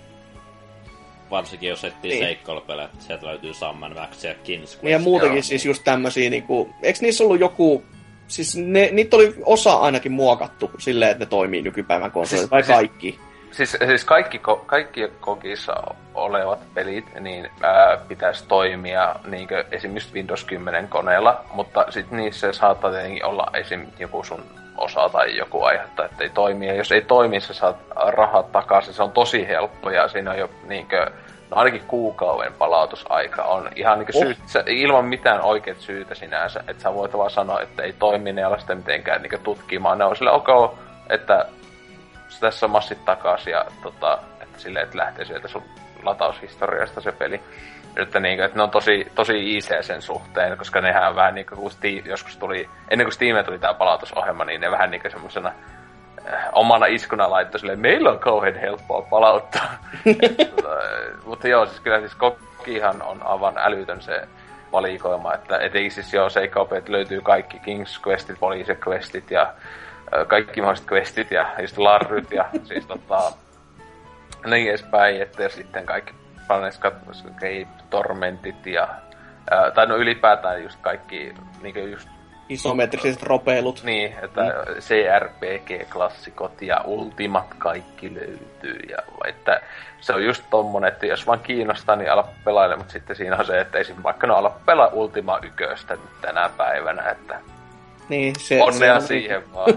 C: Varsinkin jos etsii niin. seikkailupelejä, sieltä löytyy Sam Max ja King's Quest.
B: Ja muutenkin siis just tämmösiä niinku... Eiks niissä ollut joku... Siis ne, niitä oli osa ainakin muokattu silleen, että ne toimii nykypäivän konsolilla, siis, vai kaikki?
D: Siis, siis kaikki, kaikki Gogissa olevat pelit, niin ää, pitäisi toimia niinkö esimerkiksi Windows kymmenen koneella, mutta sitten niissä saattaa tietenkin olla esim. Joku sun osa tai joku aiheuttaa, että ei toimi. Ja jos ei toimi, sä saat rahat takaisin. Se on tosi helppo ja siinä on jo niinkö, no ainakin kuukauden palautusaika on ihan niinkö oh. syyt, ilman mitään oikeat syytä sinänsä. Että sä voit vaan sanoa, että ei toimi, ne ei ole sitä mitenkään niinkö tutkimaan. Ne on sille ok, että tässä on massit takaisin ja tota, että silleen, että lähtee sieltä sun lataushistoriasta se peli. Että, niin, että ne on tosi, tosi easy sen suhteen, koska nehän vähän niin kuin Steam, joskus tuli, ennen kuin Steamille tuli tää palautusohjelma, niin ne vähän niin kuin semmosena äh, omana iskuna laittoi silleen, meillä on kauhean helppoa palauttaa. tota, mutta joo, siis kyllä siis Gogihan on aivan älytön se valikoima, että etenkin siis joo, seikkaupet löytyy kaikki King's Questit, Police Questit ja äh, kaikki mahdolliset questit ja just larryt ja siis tota, niin edespäin, että sitten kaikki Planescape, Tormentit ja... Ää, tai no ylipäätään just kaikki niinkö just...
B: Isometriset ropeilut.
D: Niin, että mm. C R P G-klassikot ja Ultimat kaikki löytyy. Ja, että se on just tommonen, että jos vaan kiinnostaa, niin ala pelaile, mutta sitten siinä on se, että esim. Vaikka no ala pelaa Ultima yköstä nyt tänä päivänä, että...
B: Niin, se...
D: Onnea
B: se
D: siihen vaan.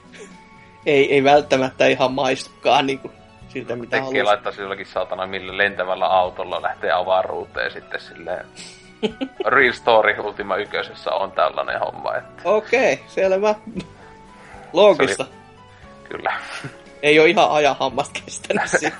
B: ei, ei välttämättä ihan maistukaan niinku... Siltä mitä
D: tekee laittaisi jollakin saatana millä lentävällä autolla lähtee avaruuteen sitten silleen. Real Story Ultima ykkösessä on tällainen homma, että...
B: Okei, okay, selvä. Loogista.
D: Oli... Kyllä.
B: Ei oo ihan ajan hammasta kestänyt siinä.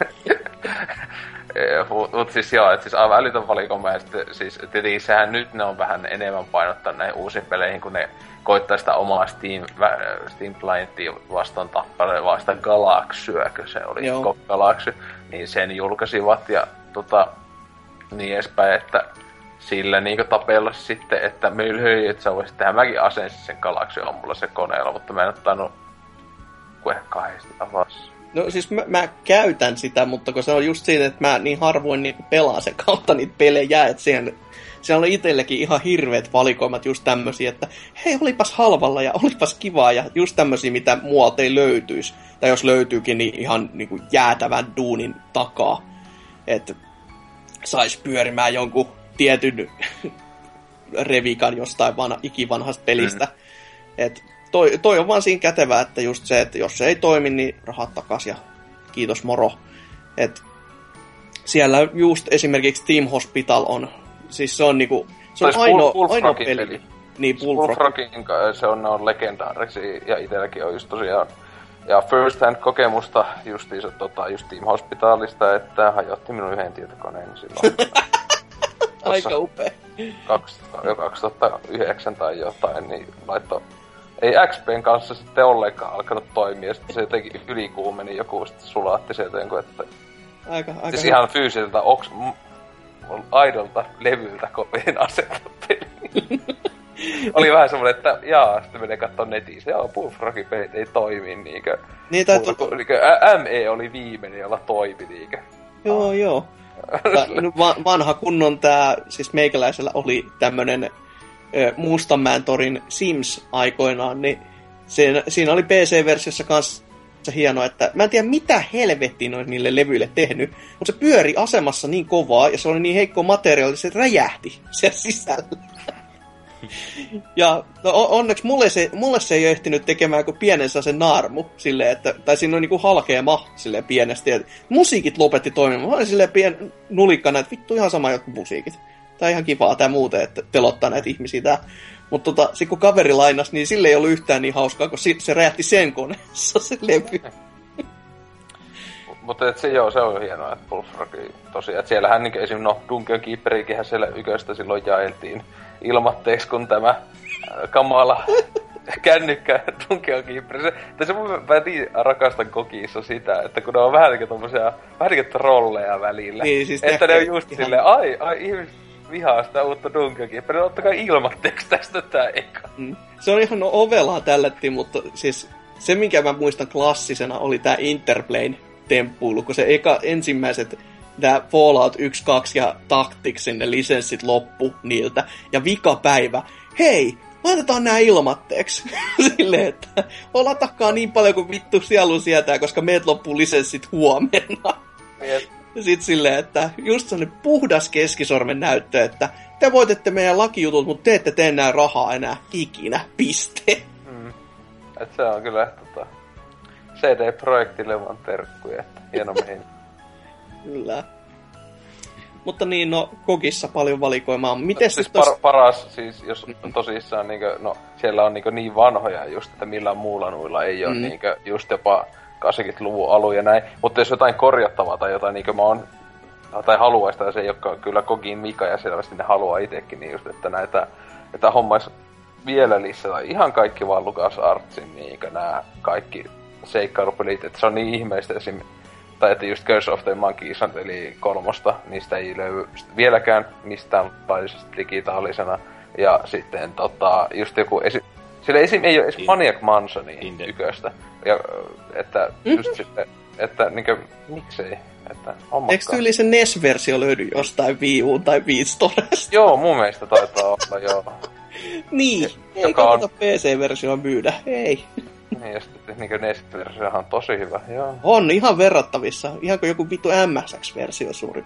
D: Mut, mut siis joo, et siis aivan älytön valikoima ja sitten siis tietenkin sehän nyt ne on vähän enemmän painottanut näihin uusiin peleihin, kun ne koittaa sitä omaa Steam, Steam Clientia vastaan tappaleen vaan sitä Galaxyäkö se oli, Go Galaxy, niin sen julkaisivat ja tota, niin edespäin, että sillä niinku tapella sitten, että meillä höi, että sä voisit tehdä, mäkin asensin sen Galaxy on mulla se koneella, mutta mä en ottanut kuin ehkä kahdesta avassa.
B: No siis mä, mä käytän sitä, mutta kun se on just siitä, että mä niin harvoin niin pelaan sen kautta niitä pelejä, että siihen, siellä on itsellekin ihan hirveät valikoimat just tämmösiä, että hei, olipas halvalla ja olipas kivaa ja just tämmösiä, mitä muualta ei löytyisi. Tai jos löytyykin, niin ihan niin kuin jäätävän duunin takaa. Että sais pyörimään jonkun tietyn revikan jostain vanha, ikivanhasta pelistä. Mm. Että toi, toi on vaan siinä kätevää, että just se, että jos se ei toimi, niin rahat takas ja kiitos moro. Et siellä just esimerkiksi Team Hospital on, siis se on niinku, se on ainoa, ainoa peli. peli. Niin,
D: Bullfrogin se on, on legendaarisia ja itselläkin on just tosiaan Ja first hand kokemusta justiinsa tota, just Team Hospitalista, että hajotti minun yhden tietokoneen silloin.
B: Aika upea.
D: kaksituhattayhdeksän tai jotain, niin laittoi... Ei X P:n kanssa sitten ollenkaan alkanut toimia, sitten se jotenkin ylikuumeni, joku sitten sulaatti sieltä jonkun, että...
B: Aika, aika
D: siis ihan fyysiseltä, oks... aidolta levyltä kopiin asetettu peli. Oli vähän semmonen, että jaa, sitten menee kattoo netissä, jaa, Bullfrogin-pelit ei toimi niinkö.
B: Niin täytyy...
D: Niinkö M E oli viimeinen, jolla toimi niinkö.
B: Joo, joo. Va- vanha kunnon tää, siis meikäläisellä oli tämmönen Mustanmäen-torin Sims aikoinaan, niin siinä, siinä oli P C-versiossa kanssa hienoa, että mä en tiedä mitä helvettiin on niille levyille tehnyt, mutta se pyöri asemassa niin kovaa ja se oli niin heikko materiaali, että se räjähti sen sisällä. Ja no, onneksi mulle se, mulle se ei ole ehtinyt tekemään kuin pienensä se naarmu, silleen, että, tai siinä on niinku halkeama silleen pienesti. Ja musiikit lopetti toimimaan. Mä olin silleen pien nulikkana, että vittu ihan sama jotkut musiikit. Tää on ihan kivaa tää muuten, että pelottaa näitä ihmisiä tää. Mutta tota, sit kun kaveri lainasi, niin sille ei ollut yhtään niin hauskaa, kun se räjähti sen koneessa se levy.
D: Mutta se joo, se on hienoa, että Bullfrogi tosiaan, että siellähän niin esim. No Dungeon Keeperiinkinhän siellä yköstä silloin jaeltiin ilmatteeksi, kun tämä äh, kamala kännykkä Dungeon Keeper. Se, se mä niin rakastan kokissa sitä, että kun ne on vähän niin tommosia, vähän niin trolleja välillä. Niin, siis että ne on just ihan... silleen, ai, ai ihmiset vihaa sitä uutta Dungeon Keeperia, ottakaa ilmatteeksi tästä tää eka.
B: Mm. Se on ihan ovelaa tällättiin, mutta siis se minkä mä muistan klassisena oli tää Interplane temppuilu, kun se eka ensimmäiset tää Fallout yksi, kaksi ja Tacticsin ne lisenssit loppu niiltä. Ja vikapäivä, hei, laitetaan nää ilmatteeksi. Silleen, että latakaa niin paljon kuin vittu sielu sietää, koska meet loppuu lisenssit huomenna. Yep. Ja sit silleen, että just sellainen puhdas keskisormen näyttö, että te voitette meidän lakijutut, mutta te ette tee nää rahaa enää ikinä, piste.
D: Mm. Et se on kyllä tota... C D-projektille vaan terkkuja, että hieno mihin.
B: Kyllä. Mutta niin, no, Kogissa paljon valikoimaa. Miten
D: siis
B: tos...
D: par- paras, siis jos tosissaan, niinkö, no, siellä on niinkö niin vanhoja just, että millään muulla nuilla ei ole mm. niinkö just jopa kahdeksankymmentäluvun alu ja näin. Mutta jos jotain korjattavaa tai jotain niinkö mä oon, tai haluaista, ja se ei olekaan kyllä Kogin Mika ja selvästi ne haluaa itekin, niin just, että näitä, että hommais vielä lisää, ihan kaikki vaan LucasArtsin niinkö nää kaikki seikkailupelit, että se on niin ihmeistä esim. Tai että just Curse of the Monkey Island, eli kolmosta, niistä ei löydy vieläkään mistään laillisesta digitaalisena. Ja sitten tota, just joku esi... Sillä esim. Ei ole edes Maniac Mansionin yköstä. Ja, että mm-hmm. just sitten, että niinkö, miksei? Että
B: eikö tyyli se N E S-versio löydy jostain Wii U tai Wii Storesta?
D: Joo, mun mielestä taitaa olla, joo.
B: Niin, ei joka kannata on... P C-versioa myydä, ei.
D: Niin, ja sitten niinkö N E S-versiohan on tosi hyvä, joo.
B: On, ihan verrattavissa. Ihan kuin joku vittu M S X-versio suurin.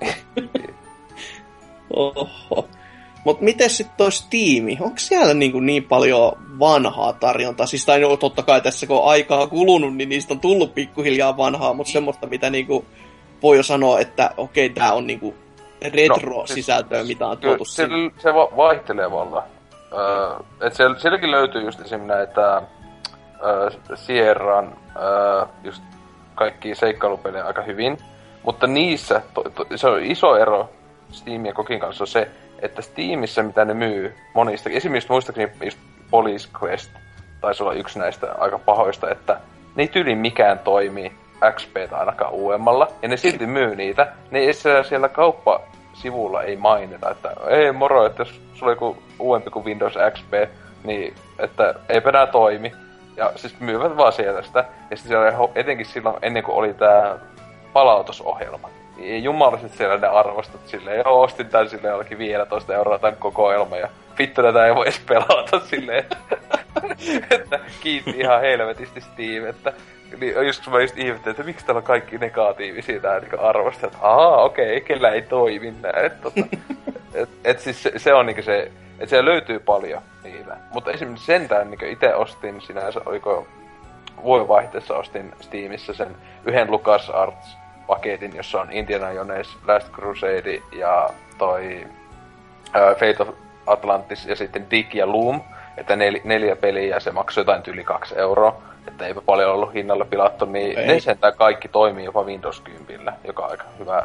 B: Oho. Mut miten sit toi Steam? Onko siellä niin, niin paljon vanhaa tarjontaa? Siis tai no, totta kai tässä kun aikaa on kulunut, niin niistä on tullut pikkuhiljaa vanhaa, mutta semmoista mitä niinku voi jo sanoa, että okei, tää on niinku retro-sisältöä, no, siis, mitä on tuotu
D: se, se va- vaihtelee vallan. Öö, et siellä, sielläkin löytyy just esim. Näitä öö, Sierran öö, just kaikkia seikkailupelejä aika hyvin. Mutta niissä, to, to, se on iso ero Steam ja Kogin kanssa on se, että Steamissa mitä ne myy monista, esimerkiksi muistaakseni just Police Quest taisi olla yksi näistä aika pahoista, että ne ei tyyli mikään toimii X P:tä ainakaan uudemmalla, ja ne silti myy niitä. Ne ei siellä kauppasivulla ei mainita, että ei moro, että jos sulla on joku uudempi kuin Windows X P, niin että eipä nää toimi. Ja siis myyvät vaan sieltä sitä. Ja sitten siellä etenkin silloin, ennen kuin oli tää palautusohjelma, niin jumalaiset siellä ne arvostat silleen, joo, ostin tän silleen jollakin viisitoista euroa tän kokoelma, ja vittu tätä ei voi edes pelata silleen, että kiitti ihan helvetisti Steam, että niin just kun mä just ihmettelin, että miksi täällä on kaikki negatiivisia tää niin arvostaa, että aah, okei, okay, kellä ei toimi nää, että tota, et, et siis se, se on niinku se, että siellä löytyy paljon niitä, mutta esimerkiksi sentään niinku ite ostin sinänsä, oliko vuodenvaihteessa ostin Steamissa sen yhden LucasArts paketin, jossa on Indiana Jones, Last Crusade ja toi uh, Fate of Atlantis ja sitten Dig ja Loom, että nel, neljä peliä ja se maksoi jotain yli kaksi euroa. että eipä paljon ollut hinnalla pilattu, niin
B: ei.
D: Ne sentään kaikki toimii jopa Windows kymmenen, joka on aika hyvä.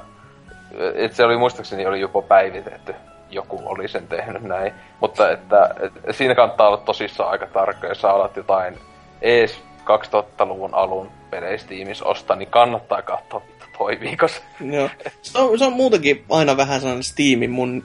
D: Et se oli muistaakseni oli jopa päivitetty. Joku oli sen tehnyt näin. Mutta että, että siinä kannattaa olla tosissaan aika tarkka, jos sä alat jotain ees kaksituhattaluvun alun peleistä tiimissä ostaa, niin kannattaa katsoa, toimiiko se.
B: Joo. Se on, se on muutenkin aina vähän sellainen Steamin mun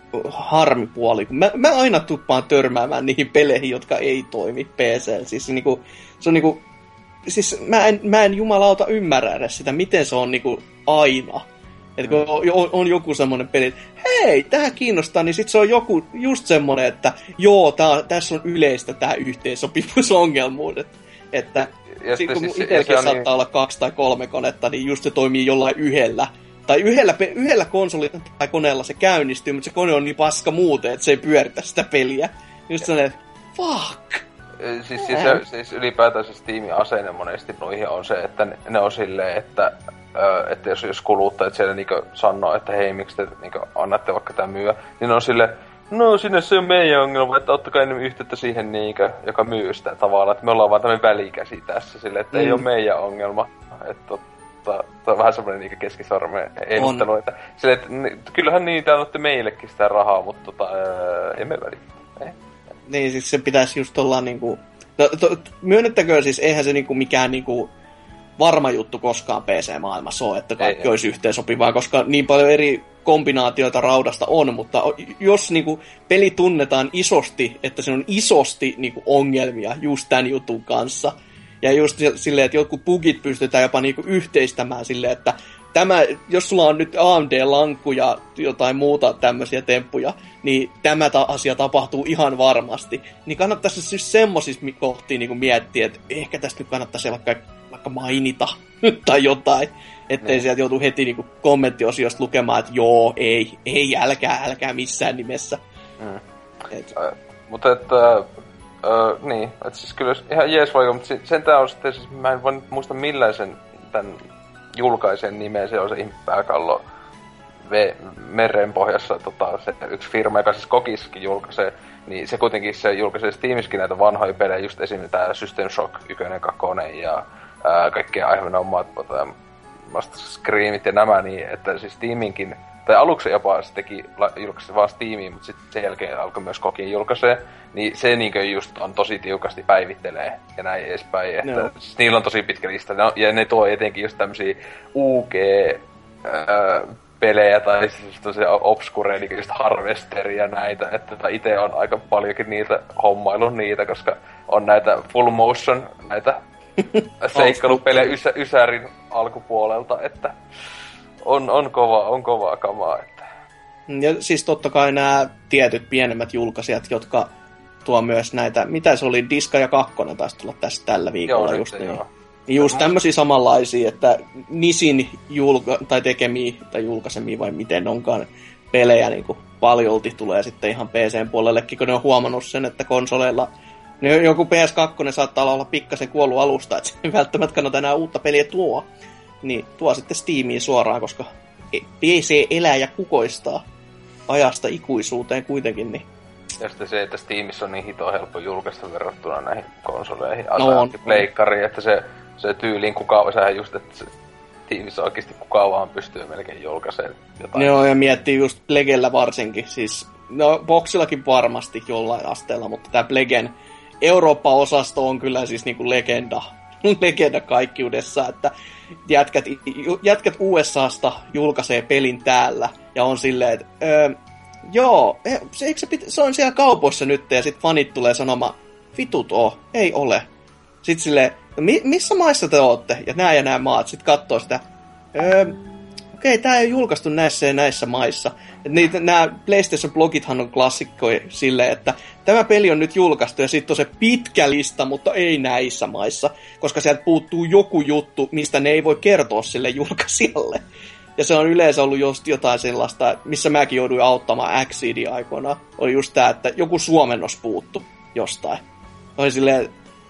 B: harmipuoli. Mä, mä aina tuppaan törmäämään niihin peleihin, jotka ei toimi P C. Siis niinku, se on niinku, siis mä en, mä en jumalauta ymmärrä edes sitä, miten se on niinku aina. Että kun on, on, on joku semmoinen peli, että hei, tää kiinnostaa, niin sit se on joku just semmoinen, että joo, tää, tässä on yleistä tää yhteensopivuusongelmuus. Että, että sit, kun siis, itselläkin saattaa niin... olla kaksi tai kolme konetta, niin just se toimii jollain yhdellä. Tai yhdellä, yhdellä konsolilla tai koneella se käynnistyy, mutta se kone on niin paska muuten, että se ei pyöritä sitä peliä. Just sellainen, että fuck!
D: Siis, siis, se, siis ylipäätään se Steamin asenne monesti noihin on se, että ne, ne on silleen, että, ö, että jos, jos kuluttajat siellä niinku sanoo, että hei, miksi te niinku annatte vaikka tää myyä, niin ne on silleen, no sinne se on meidän ongelma, että ottakaa enemmän yhteyttä siihen niinkö, joka myy sitä tavallaan, että me ollaan vaan tämmöinen välikäsi tässä silleen, että mm. ei ole meidän ongelma. Että Tämä on vähän semmoinen niinku keskisormen ennustelu, että, sille, että kyllähän niitä annatte meillekin sitä rahaa, mutta tota, ää, emme välitä. Ei.
B: Niin, siis se pitäisi just olla niinku... No, to, myönnettäköön siis, eihän se niinku mikään niinku varma juttu koskaan P C-maailmassa ole, että kaikki ei, olisi yhteensopivaa, koska niin paljon eri kombinaatioita raudasta on, mutta jos niinku peli tunnetaan isosti, että se on isosti niinku ongelmia just tämän jutun kanssa, ja just silleen, että jotkut bugit pystytään jopa niinku yhteistämään silleen, että tämä, jos sulla on nyt A M D-lankku ja jotain muuta tämmöisiä temppuja, niin tämä ta- asia tapahtuu ihan varmasti. Niin kannattaisi siis semmosissa kohtiin niinku miettiä, että ehkä tästä nyt kannattaisi vaikka, vaikka mainita tai jotain. Ettei sieltä joutu heti niinku kommenttiosiosta lukemaan, että joo, ei, ei, älkää, älkää missään nimessä.
D: Mm. Et. Äh, mutta että... Öö, niin, että siis kyllä ihan jees vaikka, mutta sentään on sitten, siis mä en voi muista millaisen tämän julkaisen nimen, se on se pääkallo v- merenpohjassa tota, se yksi firma, joka siis Kokiskin julkaisee, niin se kuitenkin se julkaisee Steamiskin näitä vanhoja pelejä, just esimerkiksi tää System Shock yksi, kaksi ja ää, kaikkea aivan omat Screamit ja nämä, niin että siis Steaminkin, tai aluksi jopa se teki, julkaisi vaan Steamiin, mutta sitten sen jälkeen alkoi myös Kokin julkaisee, niin se niinkö just on tosi tiukasti päivittelee ja näin edespäin, että no. Siis niillä on tosi pitkä lista, no, ja ne tuo etenkin just tämmösiä U G-pelejä tai siis tosi obscure, niin just Harvesteria näitä, että itse on aika paljonkin niitä hommailun niitä, koska on näitä full motion, näitä seikkailupelejä ysä, Ysärin alkupuolelta, että on, on kovaa, on kovaa kamaa. Että.
B: Ja siis totta kai nämä tietyt pienemmät julkaisijat, jotka tuo myös näitä, mitä se oli, Diska ja Kakkonen taisi tulla tässä tällä viikolla. Joo, just, niin. Just tämmöisiä samanlaisia, että Nisin julka- tai tekemiä tai julkaisemia vai miten onkaan pelejä niin kuin paljolti tulee sitten ihan P C:n puolellekin, kun ne on huomannut sen, että konsoleilla niin joku P S kaksi saattaa olla pikkasen kuollut alusta, että se ei välttämättä kannata enää uutta peliä tuo. Niin tuo sitten Steamiin suoraan, koska P C elää ja kukoistaa ajasta ikuisuuteen kuitenkin. Niin.
D: Ja sitten se, että Steamissa on niin hito helppo julkaista verrattuna näihin konsoleihin,
B: no on,
D: pleikkariin, että se, se tyyliin kuka, sehän just, että se Steamissa oikeasti kukaan vaan pystyy melkein julkaisemaan jotain.
B: Joo, ja miettii just Plegellä varsinkin, siis no Boxillakin varmasti jollain asteella, mutta tää Plegen Eurooppa-osasto on kyllä siis niinku legenda, legenda kaikkiudessa, että jätkät, jätkät U S A:sta julkaisee pelin täällä ja on silleen, että öö, joo, se, eikö se, pitä, se on siellä kaupoissa nyt ja sit fanit tulee sanomaan, vitut oo, ei ole. Sitten silleen, no, mi, missä maissa te ootte? Ja nää ja nää maat, sit kattoo sitä, öö, okei, tää ei ole julkaistu näissä ja näissä maissa. Niitä, nämä PlayStation-blogithan on klassikkoja silleen, että tämä peli on nyt julkaistu ja sitten on se pitkä lista, mutta ei näissä maissa, koska sieltä puuttuu joku juttu, mistä ne ei voi kertoa sille julkaisijalle. Ja se on yleensä ollut just jotain sellaista, missä mäkin jouduin auttamaan X-Seedin aikoinaan. Oli just tää, että joku suomennos puuttu jostain. Oli silleen,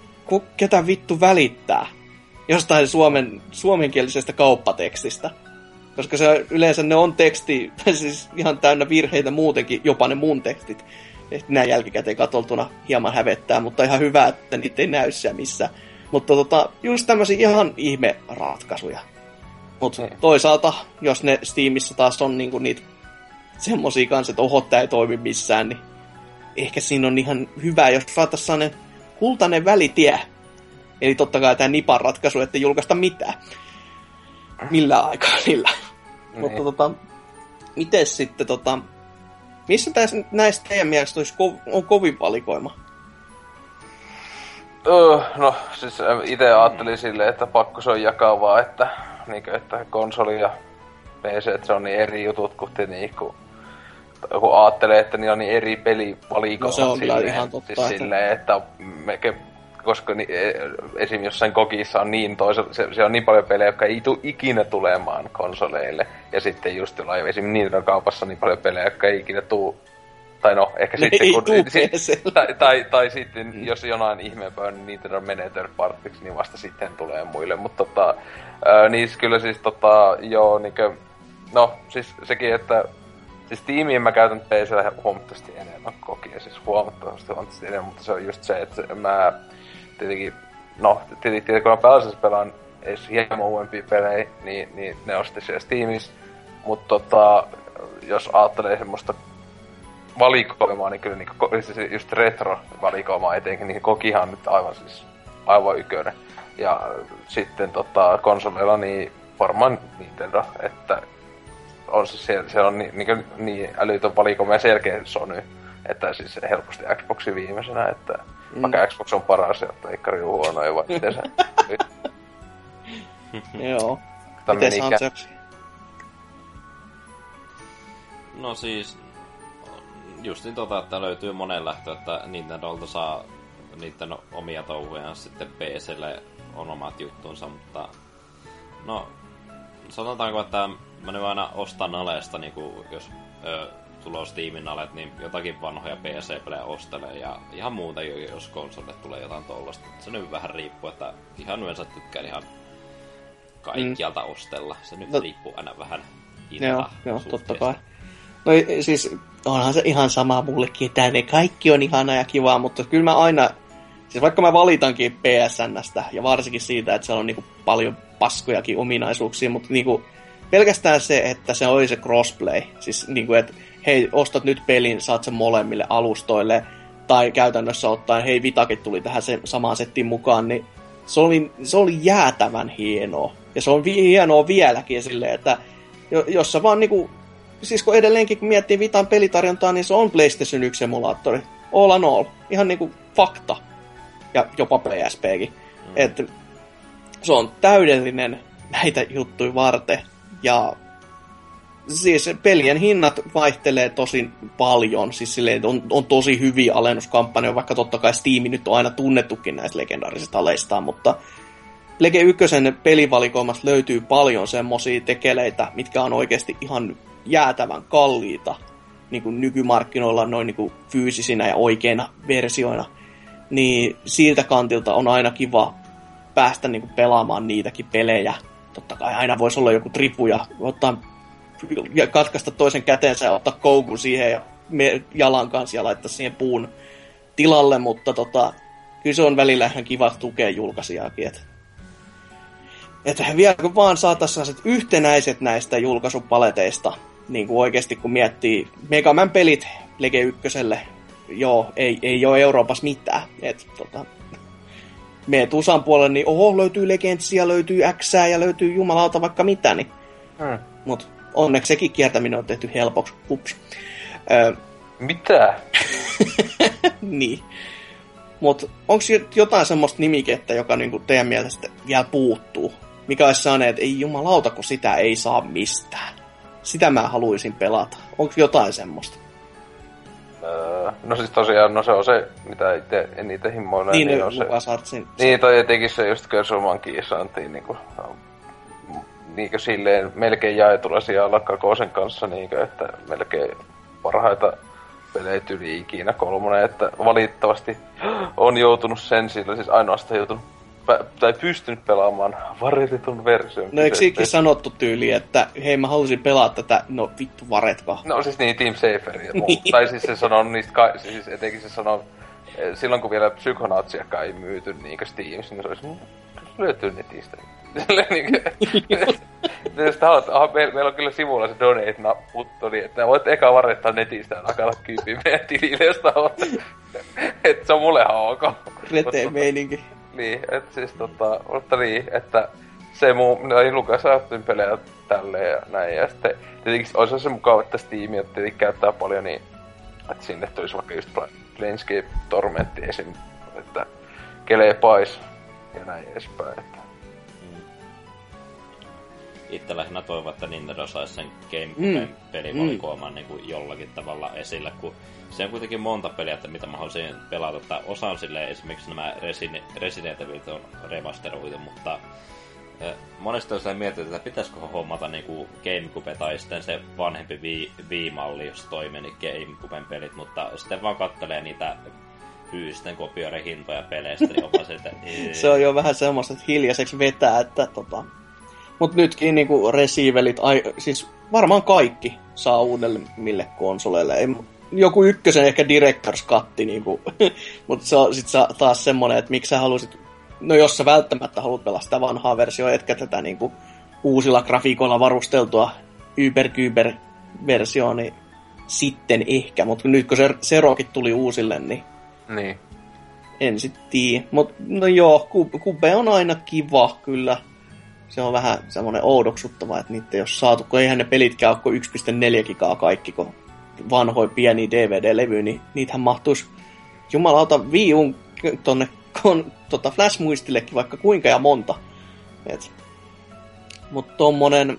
B: ketä vittu välittää jostain suomen, suomenkielisestä kauppatekstistä. Koska se yleensä ne on teksti, siis ihan täynnä virheitä muutenkin, jopa ne mun tekstit. Näin jälkikäteen katoltuna hieman hävettää, mutta ihan hyvä, että niitä ei näy siellä missä Mutta tota, just tämmöisiä ihan ihme-ratkaisuja. Mutta
D: niin.
B: Toisaalta, jos ne Steamissa taas on niinku niitä semmosia kanssa, että oho, tää ei toimi missään, niin ehkä siinä on ihan hyvä, jos saataisiin sellainen kultainen välitie. Eli totta kai tämä Nipan ratkaisu, ettei julkaista mitään. Millään aikaa niillä. Niin. Mutta tota, mites sitten tota, missä täs, näistä teidän mielestä olisi ko- on kovin valikoima?
D: Öö, no siis itse ajattelin silleen, että pakko se on jakavaa, että, niin kuin, että konsoli ja P C, että se on niin eri jutut kuin niin, kun, kun ajattelee, että niillä on niin eri pelivalikoima.
B: No se on
D: silleen,
B: ihan totta.
D: Siis että... silleen, että me, koska ni, esim. Jossain kokissa on niin toisaalta, se, se on niin paljon pelejä, jotka ei tule ikinä tulemaan konsoleille. Ja sitten just jollain esim. Nintendon kaupassa niin paljon pelejä, jotka ei ikinä tule. Tai no, ehkä
B: ne
D: sitten kun...
B: Si,
D: tai, tai, tai sitten, mm. jos jonain ihmeempää niin Nintendo menee third partiksi, niin vasta sitten tulee muille. Mutta tota, ää, niin kyllä siis tota, joo, niinkö... No, siis sekin, että... Siis tiimiin mä käytän P C:llä huomattavasti enemmän kokia, siis huomattavasti, huomattavasti enemmän, mutta se on just se, että mä... Tietenkin, no, tietenkin kun mä pelasin, pelaan edes hieman uudempia pelejä, niin, niin ne on sitten siellä Steamissa. Mutta tota, jos ajattelee semmoista valikoimaa, niin kyllä niinku, siis just retro-valikoimaa etenkin, niin kokihan on nyt aivan siis aivan ykönen. Ja sitten tota, konsoleilla niin varmaan Nintendo, että on siis siellä, siellä on niin, niin, niin älytön valikoima ja selkeä Sony, että siis helposti Xboxi viimeisenä, että mm. vaikka Xbox on paras ja Pleikkari on huono, ei vaan miten se...
B: Joo. Mites Hanseksi?
C: No siis... Just niin tota, että löytyy monen lähtö, että Nintendolta saa niiden omia touhuja, sitten P C:lle on omat juttuunsa, mutta... No... Sanotaanko, että mä nyt aina ostan Alesta, niin kun, jos ö, tulee Steamin alet, niin jotakin vanhoja P C-pelejä ostelee ja ihan muuta, jos konsolille tulee jotain tollasta. Se nyt vähän riippuu, että ihan yleensä tykkään ihan kaikkialta mm. ostella. Se nyt no, riippuu aina vähän
B: Joo, joo totta kai. No siis onhan se ihan sama mullekin, että ne kaikki on ihana ja kivaa, mutta kyllä mä aina, siis vaikka mä valitankin P S N:stä ja varsinkin siitä, että siellä on niinku paljon paskojakin ominaisuuksia, mutta niinku pelkästään se, että se oli se crossplay, siis niinku, että hei, ostat nyt pelin, saat sen molemmille alustoille, tai käytännössä ottaen, hei, Vitakin tuli tähän se, samaan settiin mukaan, niin se oli, se oli jäätävän hienoa. Ja se on vi- hienoa vieläkin silleen, että jos sä vaan niinku, siis kun edelleenkin kun miettii Vitan pelitarjontaa, niin se on PlayStation yksi emulaattori. All and all. Ihan niinku fakta. Ja jopa P S P:kin. Mm. Että se on täydellinen näitä juttuja varten. Ja siis pelien hinnat vaihtelee tosi paljon. Siis silleen, on, on tosi hyviä alennuskampanjoja, vaikka totta kai Steam nyt on aina tunnettukin näistä legendaarisista aleistaan, mutta Lege ykkösen pelivalikoimasta löytyy paljon semmosia tekeleitä, mitkä on oikeasti ihan jäätävän kalliita niin kuin nykymarkkinoilla noin niin kuin fyysisinä ja oikeina versioina. Niin siltä kantilta on aina kiva päästä niin kuin pelaamaan niitäkin pelejä. Totta kai aina voisi olla joku tripu ja ottaa ja katkaista toisen käteensä ja ottaa koukun siihen ja jalan kanssa ja laittaa siihen puun tilalle, mutta tota, kyllä se on välillä ihan kiva tukea julkaisijaakin. Että Että vielä kun vaan saataisiin sellaiset yhtenäiset näistä julkaisupaleteista, niin kuin oikeasti kun miettii Mega Man pelit Lege ykköselle, joo, ei, ei ole Euroopassa mitään. Et, tota, meet U S A:n puolelle, niin oho, löytyy Legendsia, löytyy Xää ja löytyy jumalauta vaikka mitä, niin. Hmm. Mut onneksi sekin kiertäminen on tehty helpoksi. Ups. Ö,
D: mitä?
B: niin. Mut onko jotain semmoista nimikettä, joka niinku teidän mielestä vielä puuttuu? Mikä olisi sellainen, että ei jumalauta, kun sitä ei saa mistään. Sitä mä haluaisin pelata. Onko jotain semmoista?
D: Öö, no siis tosiaan, no se on se, mitä ite, en itse himmoile.
B: Niin,
D: niin
B: ne
D: on se.
B: Artsin.
D: Niin, toi etenkin se just Körsulmankin saantiin niinku, niinku silleen melkein jaetulla sijalla Kakosen kanssa, niinku, että melkein parhaita pelejä yli ikinä kolmonen, että valitettavasti on joutunut sen sillä, siis ainoastaan joutunut pä- tai pystynyt pelaamaan varetetun version.
B: No eikö siikin sanottu tyyli, että hei mä halusin pelaa tätä, no vittu varetkaa.
D: No siis niin, Team Safer ja muu. Tai siis se sanoo niistä, ka- siis etenkin se sanoo silloin kun vielä Psychonautsiakaan ei myyty niinkö Steamissa, niin se olisi löytyy netistä. Jos haluat, aha, meillä, meillä on kyllä sivulla se donate-nappu, niin että voit eka varrettaa netistä ja alkaa kyypiä meidän tilille, jos haluatte. Että se on mulle ihan ok.
B: Reteen meininki.
D: Niin, että siis tota, mutta niin, että se muu, niin Lukas ajattelin pelejä tälleen ja näin, ja sitten tietenkin olisi se mukava, että Steam, että tietenkin käyttää paljon, niin että sinne tulisi vaikka just Planescape Tormentti esim, että kelee pais ja näin edespäin, että
C: itse lähinnä toivon, että Nintendo saisi sen
B: Mm.
C: GameCuben pelivalikoiman niin kuin jollakin tavalla esille, kun se on kuitenkin monta peliä, että mitä mä haluaisin pelata. Että osa on silleen, esimerkiksi nämä Resin- Resident Evil on remasteroitu, mutta eh, monesti on sitä miettinyt, että pitäisikö hommata niin kuin GameCube tai sitten se vanhempi Wii- Wii-malli, jos toimii niin GameCuben pelit, mutta sitten vaan kattelee niitä fyysisten kopioiden hintoja peleistä, niin on vaan se, että
B: Se on jo vähän semmoista, että hiljaiseksi vetää, että tota... Mut nytkin niinku Resivelit, ai, siis varmaan kaikki saa uudemmille konsoleille. Ei, joku ykkösen ehkä Director's Cut, niinku, mutta se on sit taas semmonen, että miksi sä halusit... No jos sä välttämättä haluat pelaa sitä vanhaa versiota, etkä tätä niinku uusilla grafiikoilla varusteltua Uber-Kyber-versioon, niin sitten ehkä. Mutta nyt kun se Serokin tuli uusille, niin...
D: Niin.
B: En sit tiedä. Mut no joo, Cube on aina kiva, kyllä. Se on vähän semmoinen oudoksuttava, että niitä ei ole saatu, kun eihän ne pelitkään ole kuin yksi pilkku neljä gigaa kaikki, kun vanhoja pieniä D V D-levyjä, niin niitähän mahtuisi jumalauta Wii U:n tonne kon, tota Flash-muistillekin vaikka kuinka ja monta. Et. Mut tommonen...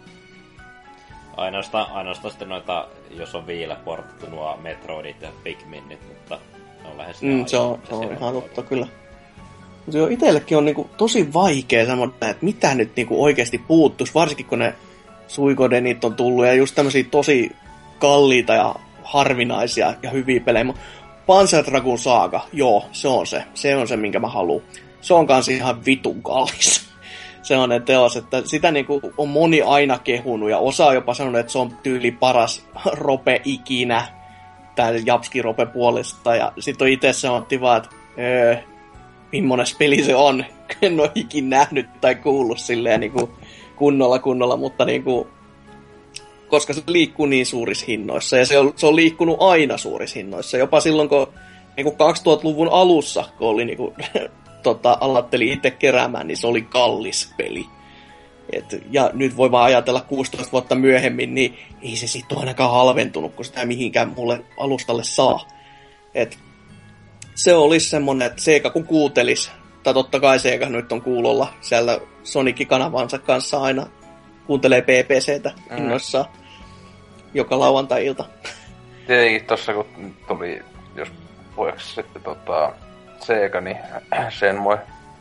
C: Ainoastaan, ainoastaan sitten noita, jos on Wiille portattu nuo Metroidit ja Pikminit, mutta ne on lähes
B: mm, se on, se on ihan totta, kyllä. Mutta joo, itsellekin on niinku tosi vaikea semmoinen, että mitä nyt niinku oikeasti puuttuisi, varsinkin kun ne Suikodenit on tullut ja just tämmöisiä tosi kalliita ja harvinaisia ja hyviä pelejä. Panzer Dragoon Saga, joo, se on se. Se on se, minkä mä haluan. Se on kans ihan vitun kallis. Se on ne teos, että sitä niinku on moni aina kehunut ja osa on jopa sanonut, että se on tyyli paras rope ikinä. Tää Japski rope puolesta ja sit on itse sanottiin vaan, että öö, millainen peli se on. En ole ikin nähnyt tai kuullut silleen niinku kunnolla kunnolla, mutta niinku, koska se liikkuu niin suurissa hinnoissa. Ja se on, se on liikkunut aina suurissa hinnoissa. Jopa silloin, kun niinku kaksituhattaluvun alussa, kun oli niinku, tota, aloitteli itse keräämään, niin se oli kallis peli. Et, ja nyt voi vaan ajatella kuusitoista vuotta myöhemmin, niin ei se sit ole ainakaan halventunut, kun sitä mihinkään mulle alustalle saa. Et, se olisi semmonen, että Sega kun kuuntelis, tai totta kai Sega nyt on kuulolla siellä Sonic-kanavansa kanssa aina kuuntelee P P C:tä mm. innoissaan joka lauantai-ilta.
D: Tietenkin tossa kun tuli, jos puheeksi sitten tota, Sega, niin Shenmue.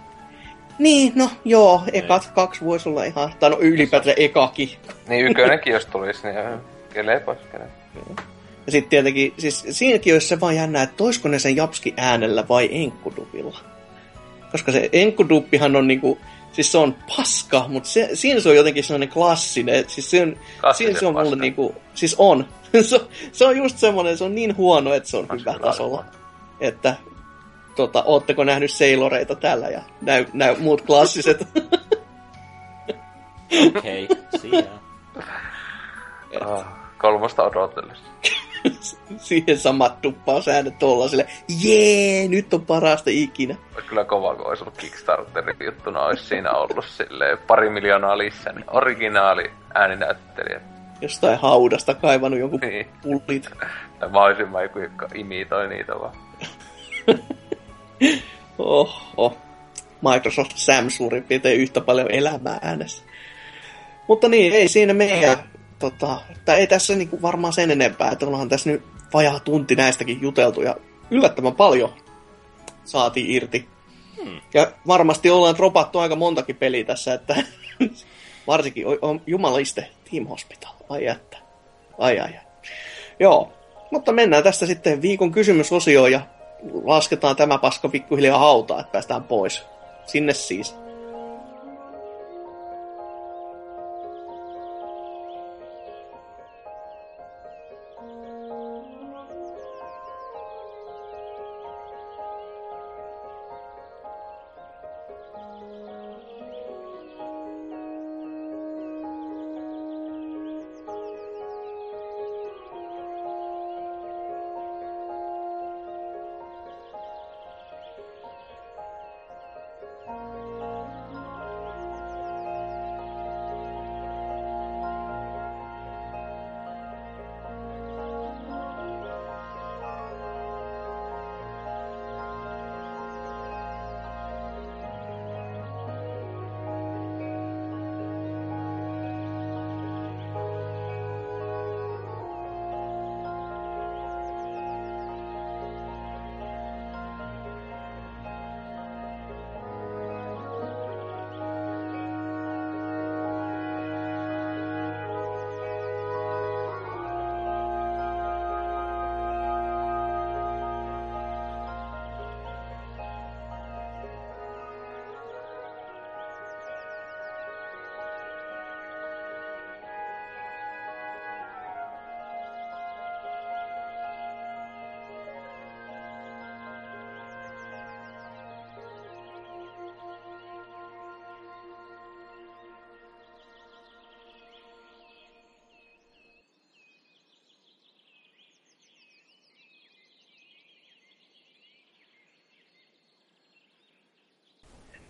B: Niin, no joo, ekat kaksi voisi olla ihan, tai no ylipäätään ekakin.
D: Niin ykönenkin jos tulisi, niin keleepas kele.
B: Ja sitten tietenkin, siis siinäkin olisi se vaan jännä, että toisko ne sen Japski äänellä vai enkkudubilla. Koska se enkkuduppihan on niinku, siis se on paska, mutta se, siinä se on jotenkin sellainen klassinen, siis se on, siinä se on mulle niinku, siis on. se, se on just semmoinen, se on niin huono, että se on hyvä tasolla. Että, tota, ootteko nähnyt Sailoreita täällä ja näy, näy muut klassiset.
C: Okei, okay, siinä.
D: Ah, kolmosta odotellessa.
B: Siihen samat duppausäänet tuolla sille, jee, nyt on parasta ikinä.
D: Olisi kyllä kova, kun olisi ollut Kickstarterin juttuna, olisi siinä ollut silleen pari miljoonaa lisää, niin originaali ääninäyttelijä.
B: Jostain haudasta kaivannut jonkun
D: niin.
B: pullit.
D: Tai mahdollisimman joku, joka imitoi niitä vaan.
B: Oho. Microsoft Sam suurin piirtein yhtä paljon elämää äänessä. Mutta niin, ei siinä meidän... Tota, tai ei tässä niinku varmaan sen enempää, että onhan tässä nyt vajaa tunti näistäkin juteltu ja yllättävän paljon saatiin irti. Hmm. Ja varmasti ollaan dropattu aika montakin peliä tässä, että varsinkin on, on jumaliste Team Hospital. Ai jättä. Ai ai ai. Joo, mutta mennään tästä sitten viikon kysymysosioon ja lasketaan tämä paska pikkuhiljaa hautaan, että päästään pois. Sinne siis.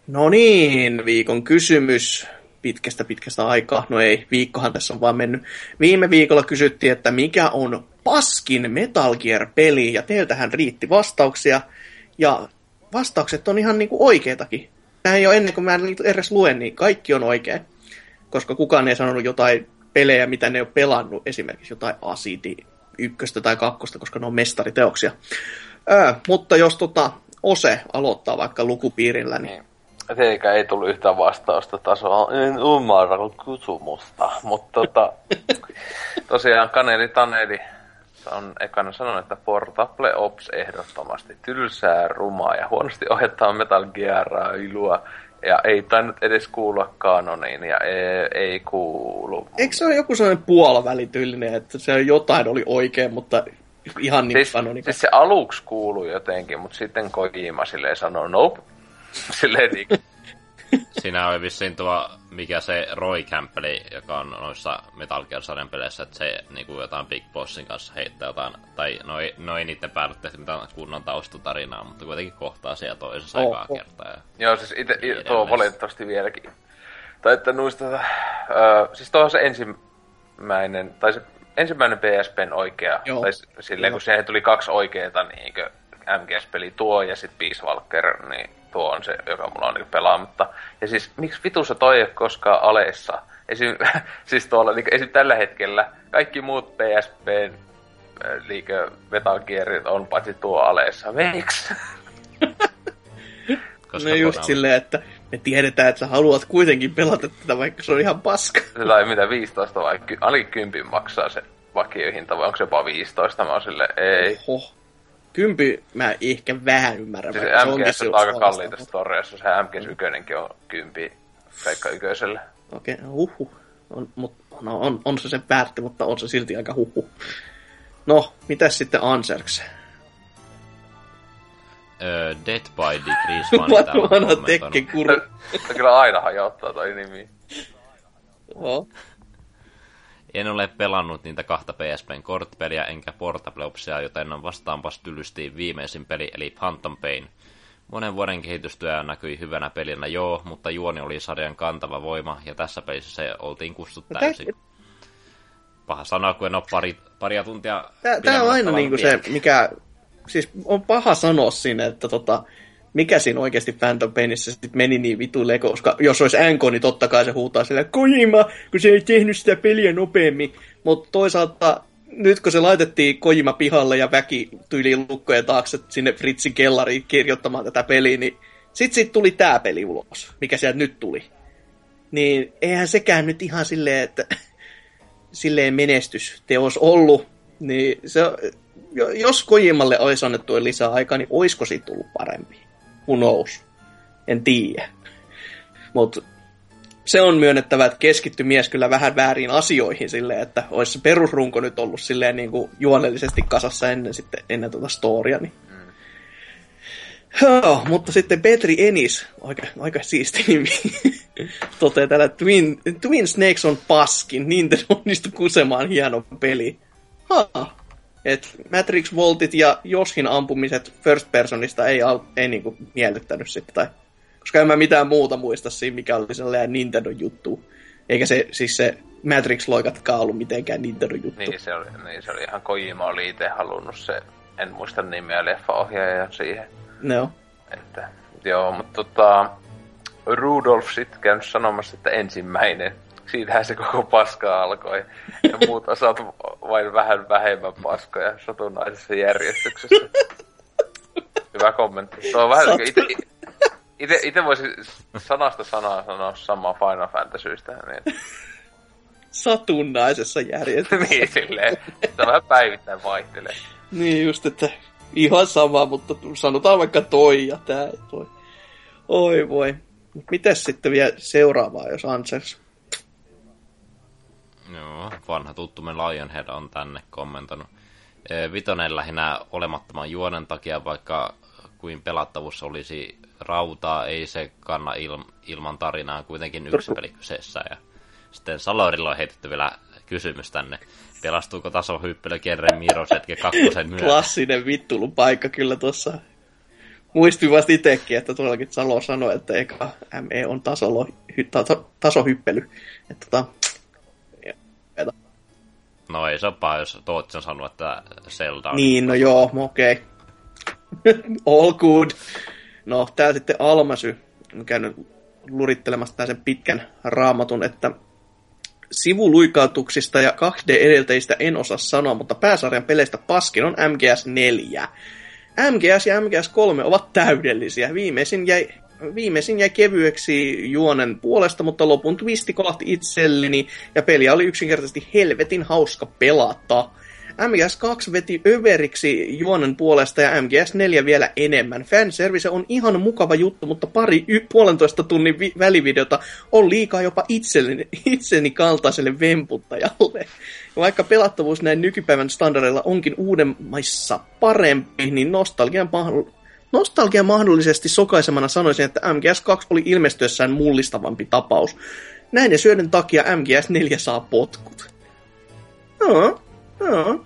B: No niin, viikon kysymys pitkästä pitkästä aikaa. No ei, viikkohan tässä on vaan mennyt. Viime viikolla kysyttiin, että mikä on paskin Metal Gear-peli, ja teiltähän riitti vastauksia. Ja vastaukset on ihan niinku oikeetakin. Tämä ei ole ennen kuin mä niitä edes luen, niin kaikki on oikein. Koska kukaan ei sanonut jotain pelejä, mitä ne ei ole pelannut. Esimerkiksi jotain Acidi ykköstä tai kakkosta, koska ne on mestariteoksia. Öö, mutta jos tota Ose aloittaa vaikka lukupiirillä, niin...
D: Eikä ei tullut yhtään vastausta tasoa. En ymmärrä kysymystä. Mutta tota, tosiaan Kaneli Taneli on ekana sanonut, että Portable Ops ehdottomasti tylsää, rumaa ja huonosti ohjattaa Metal Gearailua. Ja ei tainnut edes kuulua kanoniin ja ei, ei kuulu.
B: Eikö se ole joku sellainen puolivälityylinen, että se jotain oli oikein, mutta ihan niin
D: siis,
B: kanoniin?
D: Siis se aluksi kuului jotenkin, mutta sitten Kojima silleen sanoi nope. Silleen niin.
C: Siinä oli vissiin tuo, mikä se Roy Campbell, joka on noissa Metal Gear-sarjan peleissä, että se niinku jotain Big Bossin kanssa heittää jotain, tai no ei, no ei niiden päälle tehty mitään kunnon taustatarinaa, mutta kuitenkin kohtaa siellä toisessa oh, aikaa oh. kertaa. Ja
D: joo, siis ite, ite tuo valitettavasti vieläkin. Tai että noista, öö, siis tuo on se ensimmäinen, tai se ensimmäinen P S P:n oikea, joo. Tai silleen joo. Kun siihen tuli kaksi oikeeta niinkö M G S-peli tuo ja sitten Peace Walker, niin tuo on se, joka mulla on niin pelaamatta. Ja siis, miksi vitussa toi ei ole koskaan aleissa? Esim, siis tuolla, niin, esim tällä hetkellä kaikki muut P S P:n liikö Metal Gearit on paitsi tuo aleissa. Miksi?
B: No just on silleen, että me tiedetään, että sä haluat kuitenkin pelata tätä, vaikka se on ihan paska.
D: Se tai mitä viisitoista vai ainakin kympin maksaa se vakiohinta, vai onko se jopa viisitoista? Mä oon silleen, ei. Oho.
B: Kympi mä ehkä vähän ymmärrän.
D: Siis M G S on aika kalliita storeissa, se M G S ykkönen on kympi Veikka Yköiselle.
B: Okei, okay, huhu. On, mut, no, on, on se sen väärti, mutta on se silti aika huhu. No, mitäs sitten Anserks?
C: Öö, Dead by Degrees täällä
B: vanha Tekken kuru.
D: Se kyllä aina hajottaa toi nimi.
B: Joo.
C: En ole pelannut niitä kahta P S P:n korttipeliä enkä Portable Opsia, joten on vastaanpas tylysti viimeisin peli, eli Phantom Pain. Monen vuoden kehitystyö näkyi hyvänä pelinä, joo, mutta juoni oli sarjan kantava voima, ja tässä pelissä se oltiin kustut täysin. Paha sanoa, kun en ole pari, paria tuntia...
B: Tää, tää on aina niinku se, mikä... Siis on paha sanoa sinne, että tota... Mikä siinä oikeasti Phantom Painissa sitten meni niin vituille, koska jos olisi N K, niin totta kai se huutaa silleen, Kojima, kun se ei tehnyt sitä peliä nopeammin. Mutta toisaalta, nyt kun se laitettiin Kojima pihalle ja väki tyyliin lukkojen taakse sinne Fritzin kellariin kirjoittamaan tätä peliä, niin sitten sit tuli tää peli ulos, mikä sieltä nyt tuli. Niin eihän sekään nyt ihan silleen, että silleen menestysteos ollut, niin se, jos Kojimalle olisi annettu lisää aikaa, niin olisiko siitä tullut parempi? Who knows? En tiedä. Mutta se on myönnettävä, että keskittyi mies kyllä vähän väärin asioihin silleen, että olisi se perusrunko nyt ollut silleen niin kuin juonellisesti kasassa ennen, sitten, ennen tuota storia. Niin. Mm. Oh, mutta sitten Petri Enis, aika, aika siisti nimi, toteaa täällä, Twin, Twin Snakes on paskin, Nintendo onnistui kusemaan hieno peli. Ha. Et Matrix Voltit ja Joshin ampumiset first personista ei, ei niinku miellyttänyt sitten. Tai, koska en mä mitään muuta muista siinä, mikä oli sellainen Nintendo-juttu. Eikä se, siis se Matrix-loikatkaan ollut mitenkään Nintendo-juttu.
D: Niin se oli, niin se oli ihan Kojima oli itse halunnut se, en muista nimeä leffa-ohjaaja siihen.
B: No.
D: Että, joo, mutta tota, Rudolf sitten käynyt sanomassa, että ensimmäinen. Siitähän se koko paska alkoi. Ja muut osat vain vähän vähemmän paskoja satunnaisessa järjestyksessä. Hyvä kommentti. Tuo on vähän ite, ite, ite voisi sanasta sanaa sanoa samaa Final Fantasystä. Niin.
B: Satunnaisessa järjestyksessä.
D: Niin silleen. Sitä vähän päivittäin vaihtelee.
B: Niin just, että ihan sama, mutta sanotaan vaikka toi ja tää ja toi. Oi voi. Mitäs sitten vielä seuraavaa, jos Ansers?
C: Joo, vanha tuttumme Lionhead on tänne kommentoinut. Vitonen lähinnä olemattoman juonen takia, vaikka kuin pelattavuus olisi rautaa, ei se kanna il- ilman tarinaa kuitenkin yksi peli kyseessä. Ja sitten Salorilla on heitetty vielä kysymys tänne. Pelastuuko tasohyppely Kerren Mirosetke kakkosen myötä?
B: Klassinen vittulun paikka kyllä tuossa muistin vasta itsekin, että todellakin Salo sanoi, että eka M E on tasolo, hy, taso, tasohyppely. Että tota...
C: No ei se ole paha, jos Tootsi on sanonut, että Zelda on...
B: Niin, no joo, okei. Okay. All good. No, tää sitten Almasy on käynyt lurittelemassa tämän sen pitkän raamatun, että sivuluikautuksista ja kaksi D-edeltäjistä en osaa sanoa, mutta pääsarjan peleistä paskin on M G S neljä. M G S ja M G S kolme ovat täydellisiä. Viimeisin jäi, viimeisin jäi kevyeksi juonen puolesta, mutta lopun twisti kolahti itselleni ja peliä oli yksinkertaisesti helvetin hauska pelata. M G S kaksi veti överiksi juonen puolesta ja M G S neljä vielä enemmän. Fanservice on ihan mukava juttu, mutta pari y- puolentoista tunnin vi- välivideota on liikaa jopa itselleni, itseni kaltaiselle vemputtajalle. Ja vaikka pelattavuus näin nykypäivän standardilla onkin uudemmaissa parempi, niin nostalgian, mahdoll- nostalgian mahdollisesti sokaisemana sanoisin, että M G S kaksi oli ilmestyessään mullistavampi tapaus. Näin ja syöden takia M G S neljä saa potkut. Joo. Joo.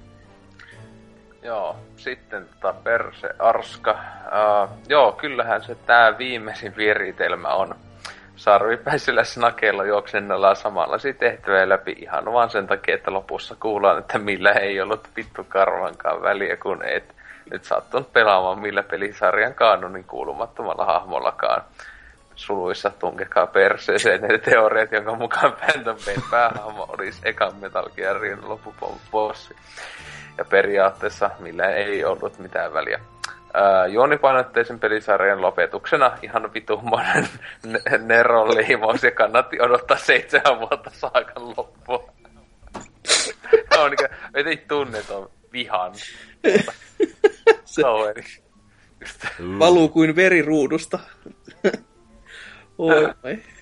D: Joo, sitten tota Perse Arska. Uh, joo, kyllähän se tää viimeisin viritelmä on. Sarvipäisillä snakeilla juoksennellaan samalla tehtävää läpi ihan vaan sen takia, että lopussa kuullaan, että millä ei ollut vittu karvankaan väliä, kun et nyt sattunut pelaamaan millä pelisarjan kanonin kuulumattomalla hahmollakaan. Suluissa tunkekaa perseeseen ne teoriat, jonka mukaan Phantom Pain päähahmo olisi ekan Metal Gearin loppubossi. Ja periaatteessa millä ei ollut mitään väliä. Ää, juonipainotteisen pelisarjan lopetuksena ihan vitummoinen neroliimaus ja kannatti odottaa seitsemän vuotta saakan loppua. No niin, ei tunne ton vihan. Kauheri.
B: Valuu kuin veri ruudusta. Oi.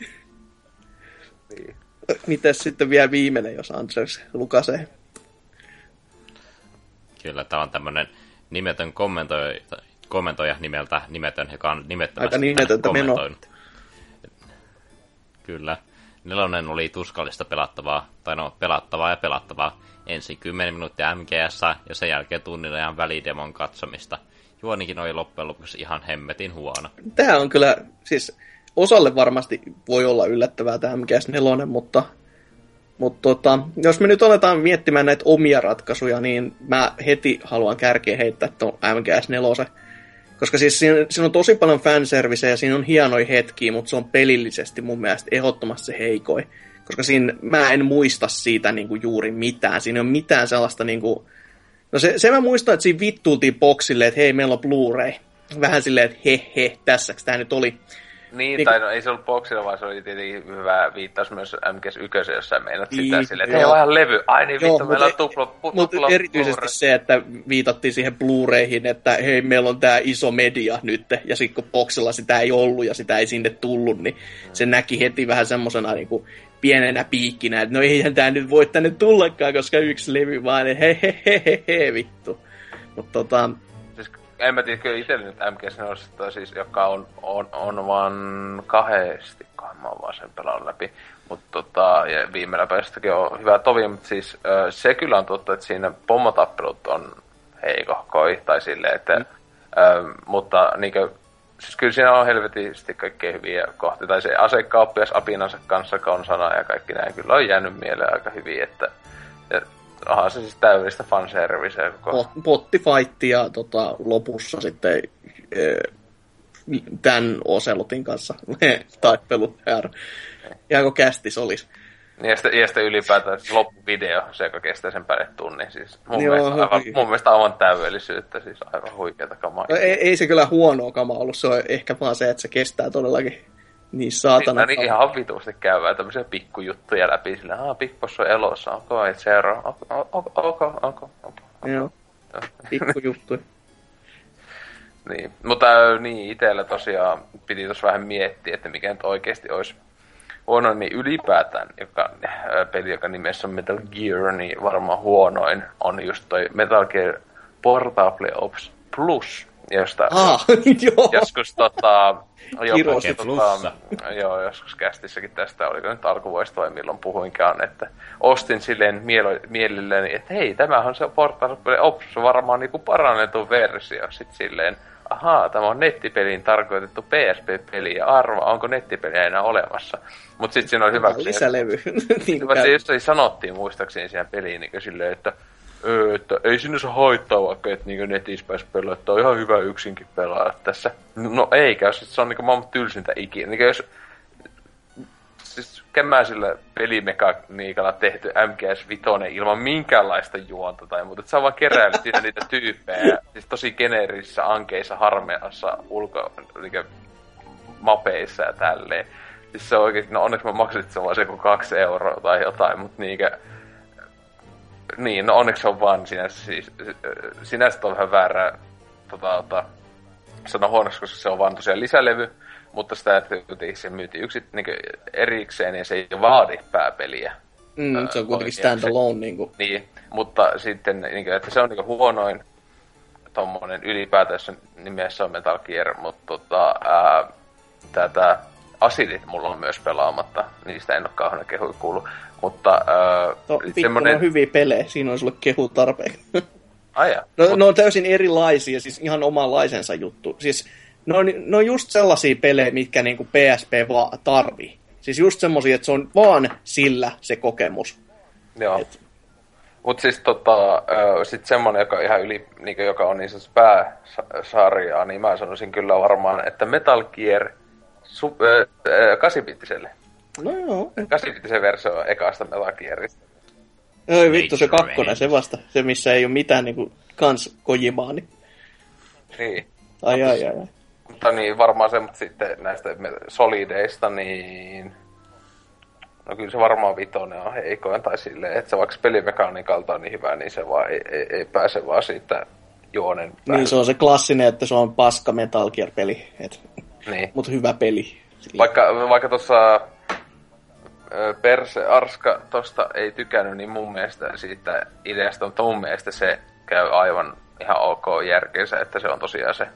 D: Niin.
B: Mitäs sitten vielä viimeinen, jos Andres lukasee?
C: Kyllä, tää on tämmönen nimetön kommentoija, kommentoija nimeltä nimetön, joka on nimettömästi
B: aika nimetöntä
C: kommentoinut. Kyllä. Nelonen oli tuskallista pelattavaa, tai no pelattavaa ja pelattavaa. Ensin kymmenen minuuttia M G S ja sen jälkeen tunnin ajan välidemon katsomista. Juonikin oli loppujen lopuksi ihan hemmetin huono.
B: Tää on kyllä, siis osalle varmasti voi olla yllättävää tämä M G S neljä, mutta, mutta tota, jos me nyt aletaan miettimään näitä omia ratkaisuja, niin mä heti haluan kärkeen heittää tuon M G S neljä. Koska siis siinä, siinä on tosi paljon fanserviceä ja siinä on hienoja hetkiä, mutta se on pelillisesti mun mielestä ehdottomasti se heikoi. Koska siinä mä en muista siitä niinku juuri mitään. Siinä ei ole mitään sellaista niinku... No se, se mä muistan, että siinä vittuultiin boksille, että hei, meillä on Blu-ray. Vähän silleen, että he he, tässäks tää nyt oli.
D: Niin, niin, tai no ei se ollut boksilla, vaan se oli tietenkin hyvä viittaus myös M G S yksi, jossa meinat sitä niin, silleen, että hei, vaan levy. Ai niin, vittu, meillä on tupla,
B: Mutta erityisesti Blu-ray. Se, että viitattiin siihen Blu-rayhin, että hei, meillä on tää iso media nyt, ja sitten kun boksilla sitä ei ollut ja sitä ei sinne tullut, niin hmm. se näki heti vähän semmosena niinku pienenä piikkinä, että no eihän tää nyt voi tänne tullakaan, koska yksi levy vaan, että he he he he he vittu. Mutta tota...
D: En mä tiedä, kyllä itsellä nyt M G S neljä, siis, joka on, on, on vaan kahdesti, kohan mä oon vaan sen pelannut läpi. Mutta tota, ja viime läpäistäkin on hyvä tovi, mutta siis se kyllä on totta, että siinä pommotappelut on heikohkoi, tai silleen, että, mm. ö, mutta niinkö, siis kyllä siinä on helvetisti kaikkein hyviä kohtia, tai se asekauppias apinansa kanssa konsana ja kaikki näin kyllä on jäänyt mieleen aika hyvin, että ja, onhan se siis täydellistä fanserviceä koko.
B: Pottifight ja tota, lopussa sitten e, tämän Ocelotin kanssa taippelu. Ihan kuin kästis olisi.
D: Ja sitten, ja sitten ylipäätään loppuvideo, se joka kestää sen päälle tunnin. Siis mun,
B: Joo,
D: mielestä aivan, mun mielestä aivan täydellisyyttä, siis aivan huikeata kamaa.
B: No, ei, ei se kyllä huonoa kamaa ollut, se on ehkä vaan se, että se kestää todellakin niin saatana.
D: Niin, ihan vituusti käyvää tämmöisiä pikkujuttuja läpi, sillä aah, Pippos on elossa, onko ei seuraa, onko, onko, onko, onko.
B: Joo, pikkujuttuja.
D: Niin, mutta niin, itsellä tosiaan piti tuossa vähän miettiä, että mikä nyt oikeasti olisi huonoin, niin ylipäätään joka, peli, joka nimessä on Metal Gear, niin varmaan huonoin on just toi Metal Gear Portable Ops Plus, josta
B: ah, joo.
D: joskus tota...
C: Kirosi plussa.
D: Joo, joskus kästissäkin tästä, oliko nyt alkuvuodesta vai milloin puhuinkaan, että ostin silleen mielo- mielelläni, että hei, tämähän on se Portable Ops, varmaan niinku parannettu versio, sit silleen ahaa, tämä on nettipeliin tarkoitettu P S P-peli, ja arva, onko nettipeliä enää olemassa. Mutta sitten siinä oli hyvä, kun
B: lisälevy.
D: niin se just sanottiin muistaakseni siihen peliin niin silleen, että, öö, että ei sinne saa haittaa vaikka, että niin netissä pääsi pelaa, että on ihan hyvä yksinkin pelaa tässä. No eikä, se on niin maailman tylsintä ikinä. Niin jos siis kämmäisellä pelimekaniikalla tehty M G S viisi ilman minkäänlaista juonta tai muuta. Sä vaan keräilyt siinä niitä tyyppejä, siis tosi geneerisissä, ankeissa, harmeassa, ulko, niin mapeissa ja tälleen. Siis se on oikein, no onneksi mä maksin se vaan se kuin kaksi euroa tai jotain, mutta niinkö... Niin, no onneksi on vaan sinänsä, siis, sinänsä on vähän väärää tota, tota, sano huonoksi, koska se on vaan tosiaan lisälevy. Mutta sitä se myytiin yksit niin erikseen, ja se ei vaadi pääpeliä.
B: Mm, se on kuitenkin stand-alone. Niin, kuin.
D: Niin, mutta sitten, niin kuin, että se on niin huonoin tommonen ylipäätään, jos nimessä on Metal Gear, mutta tota, ää, tätä Acidit mulla on myös pelaamatta. Niistä en ole kauhean kehuja kuullut. Mutta ää,
B: no, semmonen... on hyviä pelejä, siinä on sulle kehu tarpeen.
D: Ai ja,
B: no,
D: mut...
B: ne on täysin erilaisia, siis ihan omanlaisensa juttu. Siis ne on, ne on just sellaisia pelejä, mitkä niinku P S P vaan tarvii. Siis just semmosia, että se on vaan sillä se kokemus.
D: Joo. Et... Mut siis tota, sit semmonen, joka on ihan yli, niinku, joka on niin pääsarjaa, niin mä sanoisin kyllä varmaan, että Metal Gear su, äh, kahdeksan-bittiselle.
B: No joo.
D: kahdeksan-bittisen versio ekasta Metal Gearista.
B: Oi vittu, se kakkonen, se vasta. Se, missä ei ole mitään niinku kans Kojimaa, niin...
D: Niin.
B: Ai, ai, ai, ai.
D: Mutta niin, varmaan se, mutta sitten näistä solideista, niin... No kyllä se varmaan vitonen on heikoin, tai silleen, että se vaikka pelimekaniikalta on niin hyvä, niin se vaan ei, ei, ei pääse vaan siitä juonen päälle.
B: Niin, se on se klassinen, että se on paska Metal Gear-peli, et...
D: niin.
B: Mutta hyvä peli. Silleen.
D: Vaikka, vaikka tuossa Perse Arska tosta ei tykännyt, niin mun mielestä siitä ideasta, mutta mun mielestä se käy aivan ihan ok järkeensä, että se on tosiaan se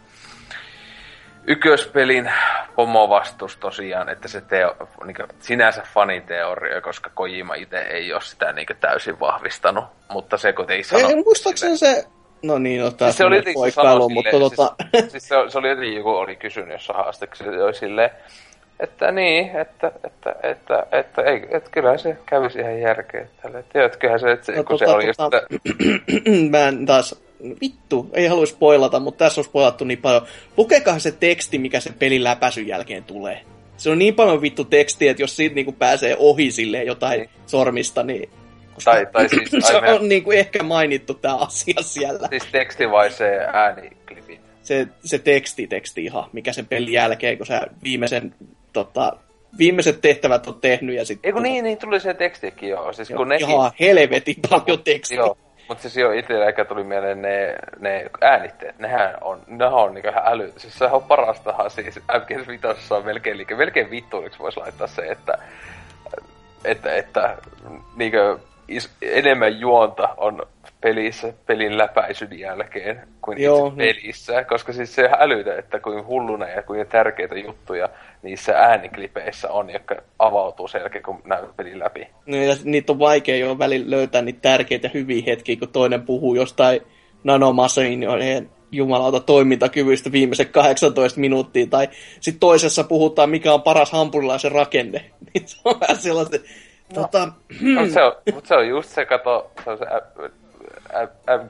D: ykköspelin pomovastus tosiaan, että se teo, niin kuin, sinänsä faniteoria, koska Kojima itse ei ole sitä niin kuin, täysin vahvistanut, mutta se kun ei sano...
B: Ei, muistaakseni se... No niin, no taas
D: siis se oli
B: poikkailu, mutta
D: silleen,
B: tota...
D: Siis, siis se, se oli jotenkin, joku oli kysynyt jossain haasteeksi, se oli silleen, että niin, että, että, että, että, ei, että kyllähän se kävisi ihan järkeä tälle. Tiedätköhän se, että se, no, kun tota, se oli tota, just... Että...
B: Mä en taas... Vittu, ei halua spoilata, mutta tässä on spoilattu niin paljon. Lukekaa se teksti, mikä sen pelin läpäisyn jälkeen tulee. Se on niin paljon vittu tekstiä, että jos siitä niinku pääsee ohi silleen jotain niin. sormista, niin... Koska
D: tai, tai siis,
B: se on me... niinku ehkä mainittu tää asia siellä.
D: Siis teksti vai se ääniklipi?
B: Se, se teksti, teksti ihan, mikä sen pelin jälkeen, kun sä viimeisen... Tota, viimeiset tehtävät on tehnyt ja sitten...
D: Eiku niin, niin tuli se tekstikin joo. Siis
B: joo
D: kun nekin...
B: Ihan helvetin paljon tekstiä.
D: Joo, mutta siis jo itsellä eikä tuli mieleen ne, ne äänitteet. Nehän on, nehän on niinku ihan älytä. Siis sehän on parastahan siis. M G S viisi on melkein liike. Melkein vittuuniksi voisi laittaa se, että... Että, että niinku is, enemmän juonta on pelissä pelin läpäisyn jälkeen kuin joo, itse pelissä. Niin. Koska siis se älytä, että kuin hulluna ja kuin tärkeitä juttuja niissä ääniklipeissä on, jotka avautuu sen jälkeen, kun näyt pelin läpi.
B: No ja niitä on vaikea jo välillä löytää niitä tärkeitä hyviä hetkiä, kun toinen puhuu jostain nanomasinoiden jumalauta toimintakyvystä viimeiset kahdeksantoista minuuttia, tai sitten toisessa puhutaan, mikä on paras hampurilaisen rakenne. Niin se on vähän sellaista...
D: No,
B: tota,
D: mutta se, mut se on just se, kato, se on se M G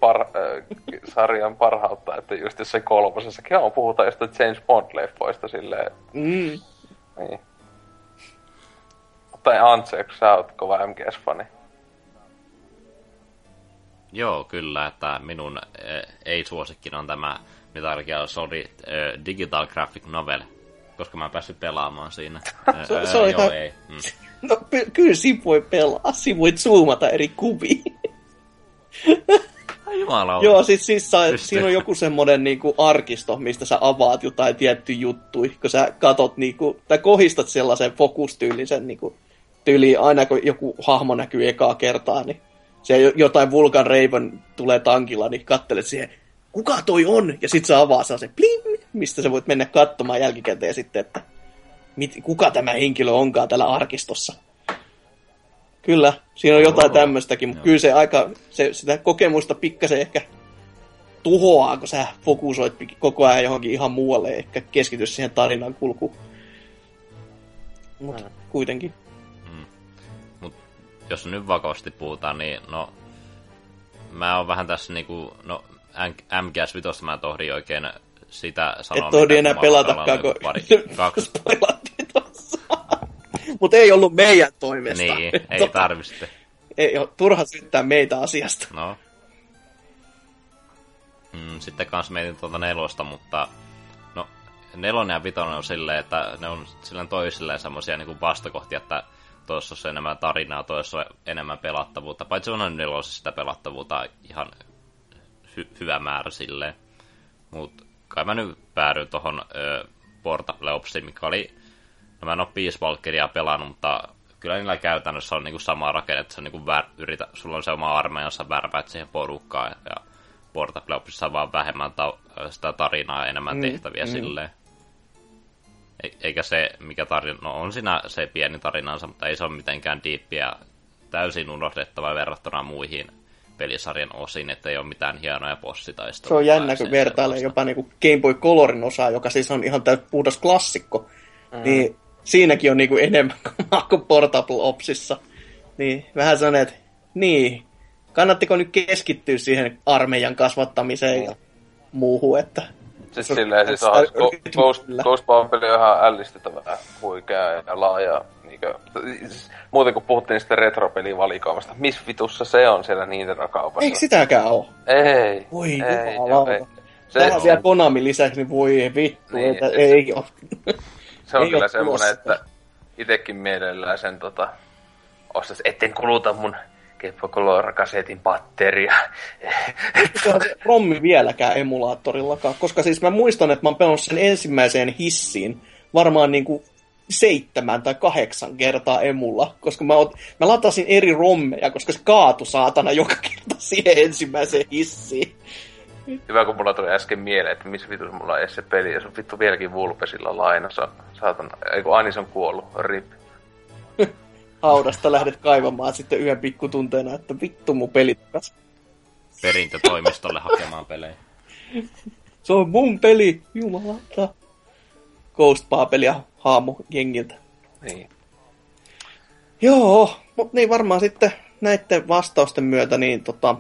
D: S-sarjan parhautta, että just jossain kolmosessakin on, puhutaan jostain James Bond-leffoista silleen.
B: Mm.
D: Niin. Tai Antse, kun sä oot kova M G S-fani.
C: Joo, kyllä, että minun äh, ei-suosikkina on tämä Metal Gear Solid äh, Digital Graphic Novel, koska mä en päässyt pelaamaan siinä. Äh,
B: se, se on
C: joo,
B: ihan...
C: ei. Mm.
B: No kyllä siinä voi pelaa, siinä voit zoomata eri kuvia.
C: Jumalauta.
B: Joo, siis, siis sa, siinä on joku semmoinen niinku arkisto, mistä sä avaat jotain tiettyjä juttuja, kun sä katot niinku, tai kohistat sellaisen fokustyylisen niinku, tyyliin aina kun joku hahmo näkyy ekaa kertaa, niin se jotain Vulcan Raven tulee tankilla, niin kattelet siihen, kuka toi on? Ja sit sä avaa sellaisen bling, mistä sä voit mennä katsomaan jälkikäteen sitten, että mit, kuka tämä henkilö onkaan täällä arkistossa. Kyllä, siinä on jotain tämmöistäkin, mutta kyllä se aika, se, sitä kokemusta pikkasen ehkä tuhoaa, kun sä fokusoit koko ajan johonkin ihan muualle, eikä keskity siihen tarinan kulkuun. Mutta mm. kuitenkin.
C: Mm. Mut jos nyt vakavasti puhutaan, niin no... Mä oon vähän tässä niinku... No, M G S viisi mä tohdin oikein sitä sanoa...
B: Et tohdi enää pelatakaan, kun kaksi pelattiin tossa. Mut ei ollut meidän toimesta.
C: Niin, ei tarvi sitten.
B: Ei ole turha syyttää meitä asiasta.
C: No. Mm, sitten kans mietin tuota nelosta, mutta... No, nelonen ja vitonen on silleen, että ne on silleen toisilleen semmosia niinku vastakohtia, että toissa on enemmän tarinaa, toissa on enemmän pelattavuutta. Paitsi on nelosessa sitä pelattavuutta ihan hy- hyvä määrä silleen. Mut kai mä nyt päädyin tohon ö, Portable Opsiin, mikä oli... No mä en oo Peace Walkeria pelannut, mutta kyllä niillä käytännössä on niinku sama rakenne, että se on niinku vär, yritä, sulla on se oma armeijansa, värpäät siihen porukkaan, ja Portable Opsissa on vaan vähemmän ta- sitä tarinaa ja enemmän mm, tehtäviä mm. silleen. E- eikä se, mikä tarina, no on siinä se pieni tarinansa, mutta ei se ole mitenkään diippiä, täysin unohdettava verrattuna muihin pelisarjan osiin, että ei ole mitään hienoja bossitaisteluja.
B: Se on jännä, kun vertailee jopa niinku Game Boy Colorin osaa, joka siis on ihan täys puhdas klassikko, mm. niin siinäkin on niinku enemmän kuin Portable Opsissa. Niin vähän sellainen, että niin, kannattiko nyt keskittyä siihen armeijan kasvattamiseen mm. ja muuhun, että...
D: Siis silleen, siis on, Ghost, Ghost Bombeli on ihan ällistettävää, huikea ja laaja. Niinkö, siis, muuten kun puhuttiin niistä retropelivalikoimasta, missä vitussa se on siellä Nintendo-kaupassa?
B: Eikö sitäkään oo?
D: Ei.
B: Voi jumalauta. Täällä on vielä Konami lisäksi, niin voi vittu, niin, että ei, ei oo.
D: Se on ei kyllä semmonen, että itekin mielellään sen tota, ostais, etten kuluta mun Game Boy Color-kasetin batteria.
B: Se on se rommi vieläkään emulaattorillakaan, koska siis mä muistan, että mä oon pelannut sen ensimmäiseen hissiin varmaan niinku seitsemän tai kahdeksan kertaa emulla, koska mä, ot, mä latasin eri rommeja, koska se kaatu saatana joka kerta siihen ensimmäiseen hissiin.
D: Hyvä, kun mulla tuli äsken mieleen, että missä vitus mulla on edes se peli, ja se on vittu vieläkin Vulpesilla lainassa. Saatana, eiku Anis on kuollut, rip.
B: Haudasta lähdet kaivamaan sitten yhden pikkutunteena, että vittu mun pelit takas.
C: Perintötoimistolle hakemaan pelejä.
B: Se on mun peli, jumalauta. Ghost Babelia haamu jengiltä.
D: Niin.
B: Joo, mutta niin varmaan sitten näiden vastausten myötä niin tota...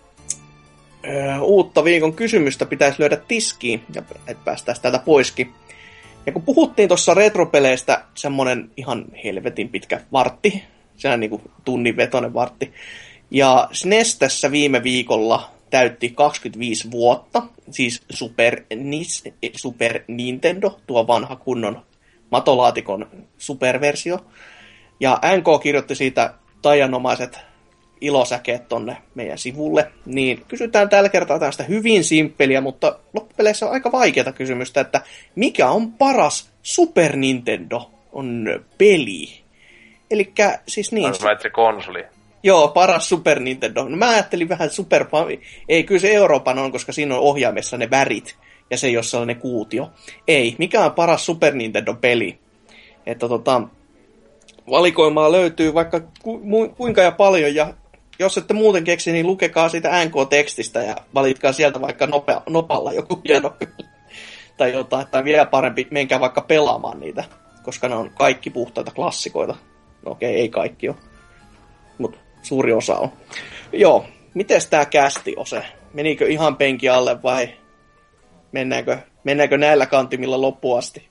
B: Öö, uutta viikon kysymystä pitäisi löydä tiskiin, ja et päästäisiin täältä poiskin. Ja kun puhuttiin tuossa retropeleistä semmonen ihan helvetin pitkä vartti, sehän niinku tunnin vetoinen vartti, ja S N E S tässä viime viikolla täytti kaksikymmentäviisi vuotta, siis Super, Nis, Super Nintendo, tuo vanha kunnon matolaatikon superversio, ja N K kirjoitti siitä taianomaiset ilosäkeet tonne meidän sivulle, niin kysytään tällä kertaa tästä hyvin simppeliä, mutta loppupeleissä on aika vaikeata kysymystä, että mikä on paras Super Nintendo on peli? Elikkä siis niin...
D: On se konsoli.
B: Joo, paras Super Nintendo. No mä ajattelin vähän Super... Ei, kyllä se Euroopan on, koska siinä on ohjaimessa ne värit, ja se ei ole sellainen kuutio. Ei, mikä on paras Super Nintendo peli? Että tota... Valikoimaa löytyy vaikka ku, kuinka ja paljon, ja jos ette muuten keksi, niin lukekaa siitä N K-tekstistä ja valitkaa sieltä vaikka nopea, nopalla joku hieno tai jotain, tai vielä parempi, menkää vaikka pelaamaan niitä, koska ne on kaikki puhtaita klassikoita. No okei, ei kaikki ole, mutta suuri osa on. Joo, mites tää kästi, Ose? Menikö ihan penki alle vai mennäänkö, mennäänkö näillä kantimilla loppuun asti?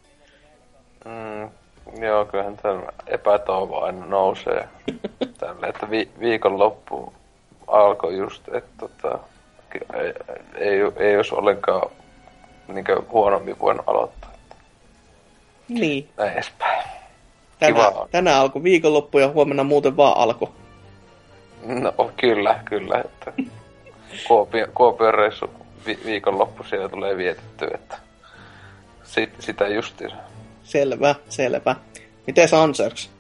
D: Mm. Joo, kyllähän tämä epätoivo aina nousee tälle, että vi- viikonloppu alkoi just, että tota, ei, ei, ei olisi ollenkaan niinkö huonommin voinut aloittaa.
B: Niin.
D: Näin edespäin.
B: Tänään, tänään alkoi viikonloppu ja huomenna muuten vaan alkoi.
D: No kyllä, kyllä. Että Kuopion, Kuopion reissu vi- viikonloppu siellä tulee vietetty, että sit, sitä justiinsa.
B: Selvä, selvä. Mites Anserks?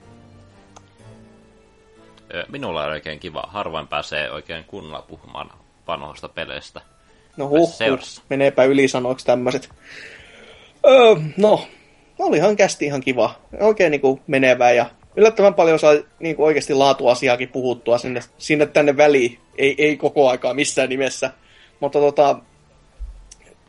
C: Minulla on oikein kiva. Harvoin pääsee oikein kunnolla puhumaan vanhoista peleistä.
B: No huh, meneepä ylisanoiksi tämmöiset. Öö, no, olihan kästi ihan kiva. Oikein niinku menevää ja yllättävän paljon sai niinku oikeasti laatuasiaakin puhuttua sinne, sinne tänne väliin. Ei, ei koko aikaa missään nimessä. Mutta tota,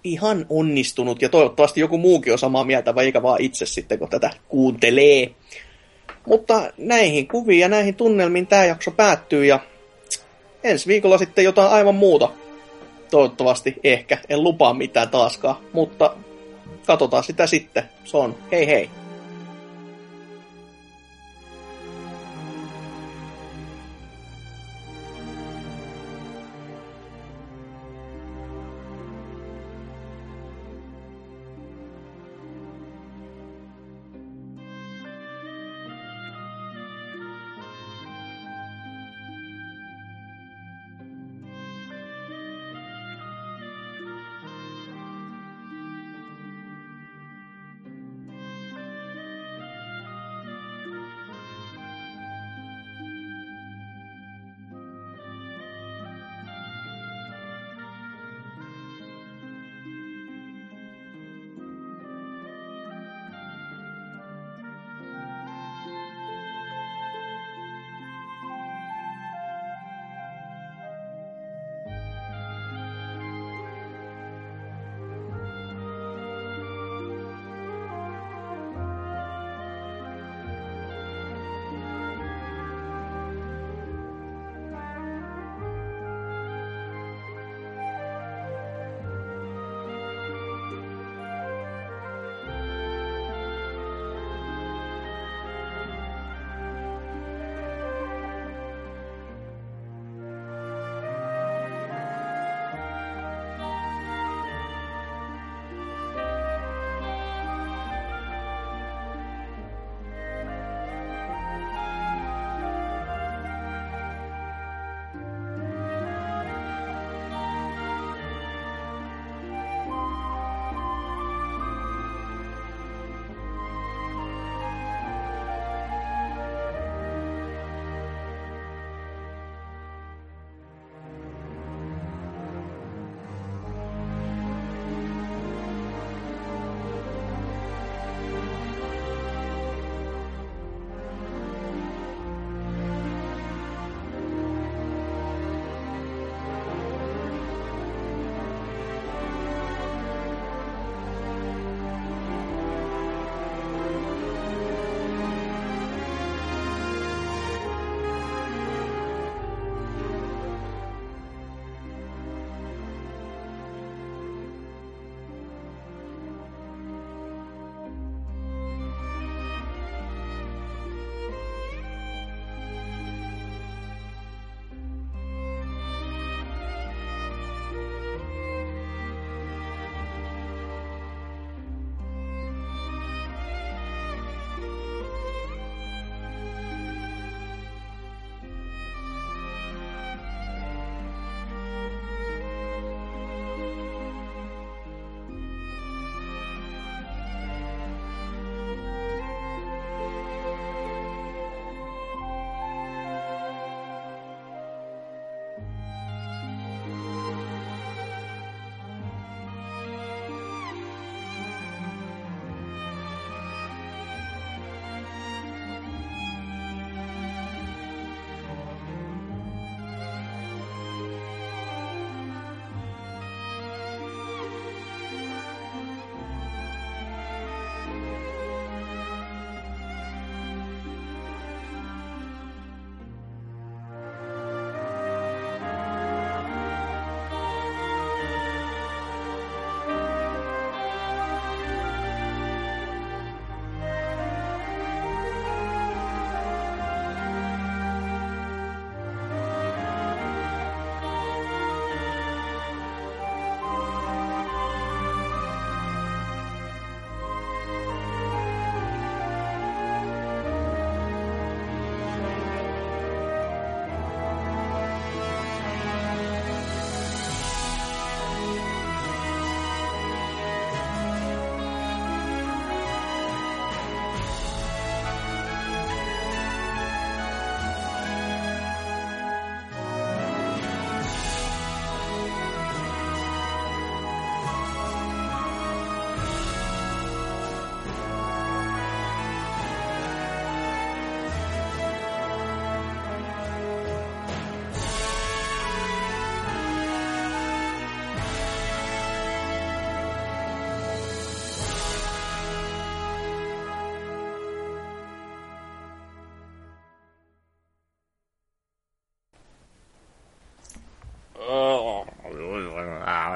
B: ihan onnistunut, ja toivottavasti joku muukin on samaa mieltä, vai eikä vaan itse sitten, kun tätä kuuntelee. Mutta näihin kuviin ja näihin tunnelmiin tämä jakso päättyy, ja ensi viikolla sitten jotain aivan muuta. Toivottavasti, ehkä, en lupaa mitään taaskaan, mutta katsotaan sitä sitten. Se on hei hei.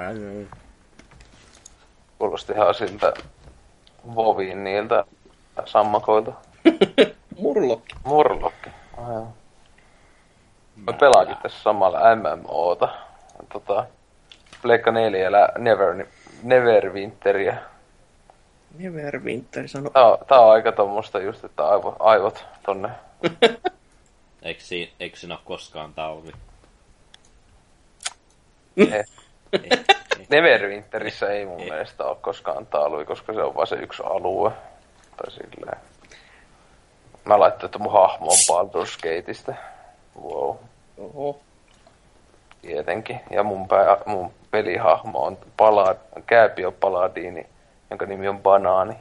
D: Kuulosti ihan siltä Vovin niiltä sammakoilta.
B: Murlokki.
D: Murlokki. Aivan. Mä pelaakin tässä samalla M M O:ta. Tota, Pleikka neljällä Never, Neverwinteria.
B: Neverwinter sano.
D: Tää on, tää on aika tommoista just, että aivot, aivot tonne.
C: Eikö, si- eikö siinä ole koskaan talvi?
D: Eh. Eh. Neverwinterissä ei mun eh. mielestä ole koskaan talvi, koska se on vaan se yksi alue. Tai silleen. Mä laittelin, että mun hahmo on Baldur's Gateista. Wow.
B: Oho.
D: Tietenkin. Ja mun, pää, mun pelihahmo on pala, Kääpiö Paladiini, jonka nimi on Banaani.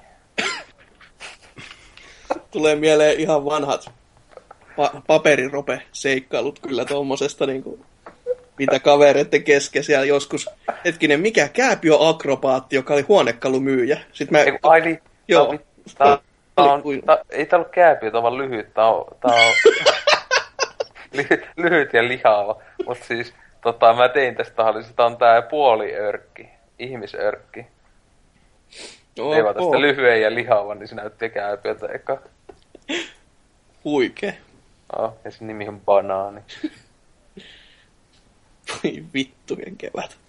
B: Tulee mieleen ihan vanhat pa- paperirope-seikkailut kyllä tommosesta niinku, mitä kavereiden kesken siellä joskus. Hetkinen, mikä Kääpiö-akrobaatti, joka oli huonekalumyyjä. Sitten mä...
D: Ei, ai niin.
B: Joo.
D: Tää, tää on, tää, ei tää ollut Kääpiö, tää on vaan lyhyt. Tää on, tää on lyhyt, lyhyt ja lihava. Mut siis, tota, mä tein tästä tahallisesti, tää on tää puoliörkki, ihmisörkki.
B: Oh,
D: ei vaan tästä
B: oh.
D: lyhyen ja lihavan, niin se näytti Kääpiöltä eka.
B: Huikee.
D: Oh, ja sen nimi on Banaani.
B: Voi vittujen kevät.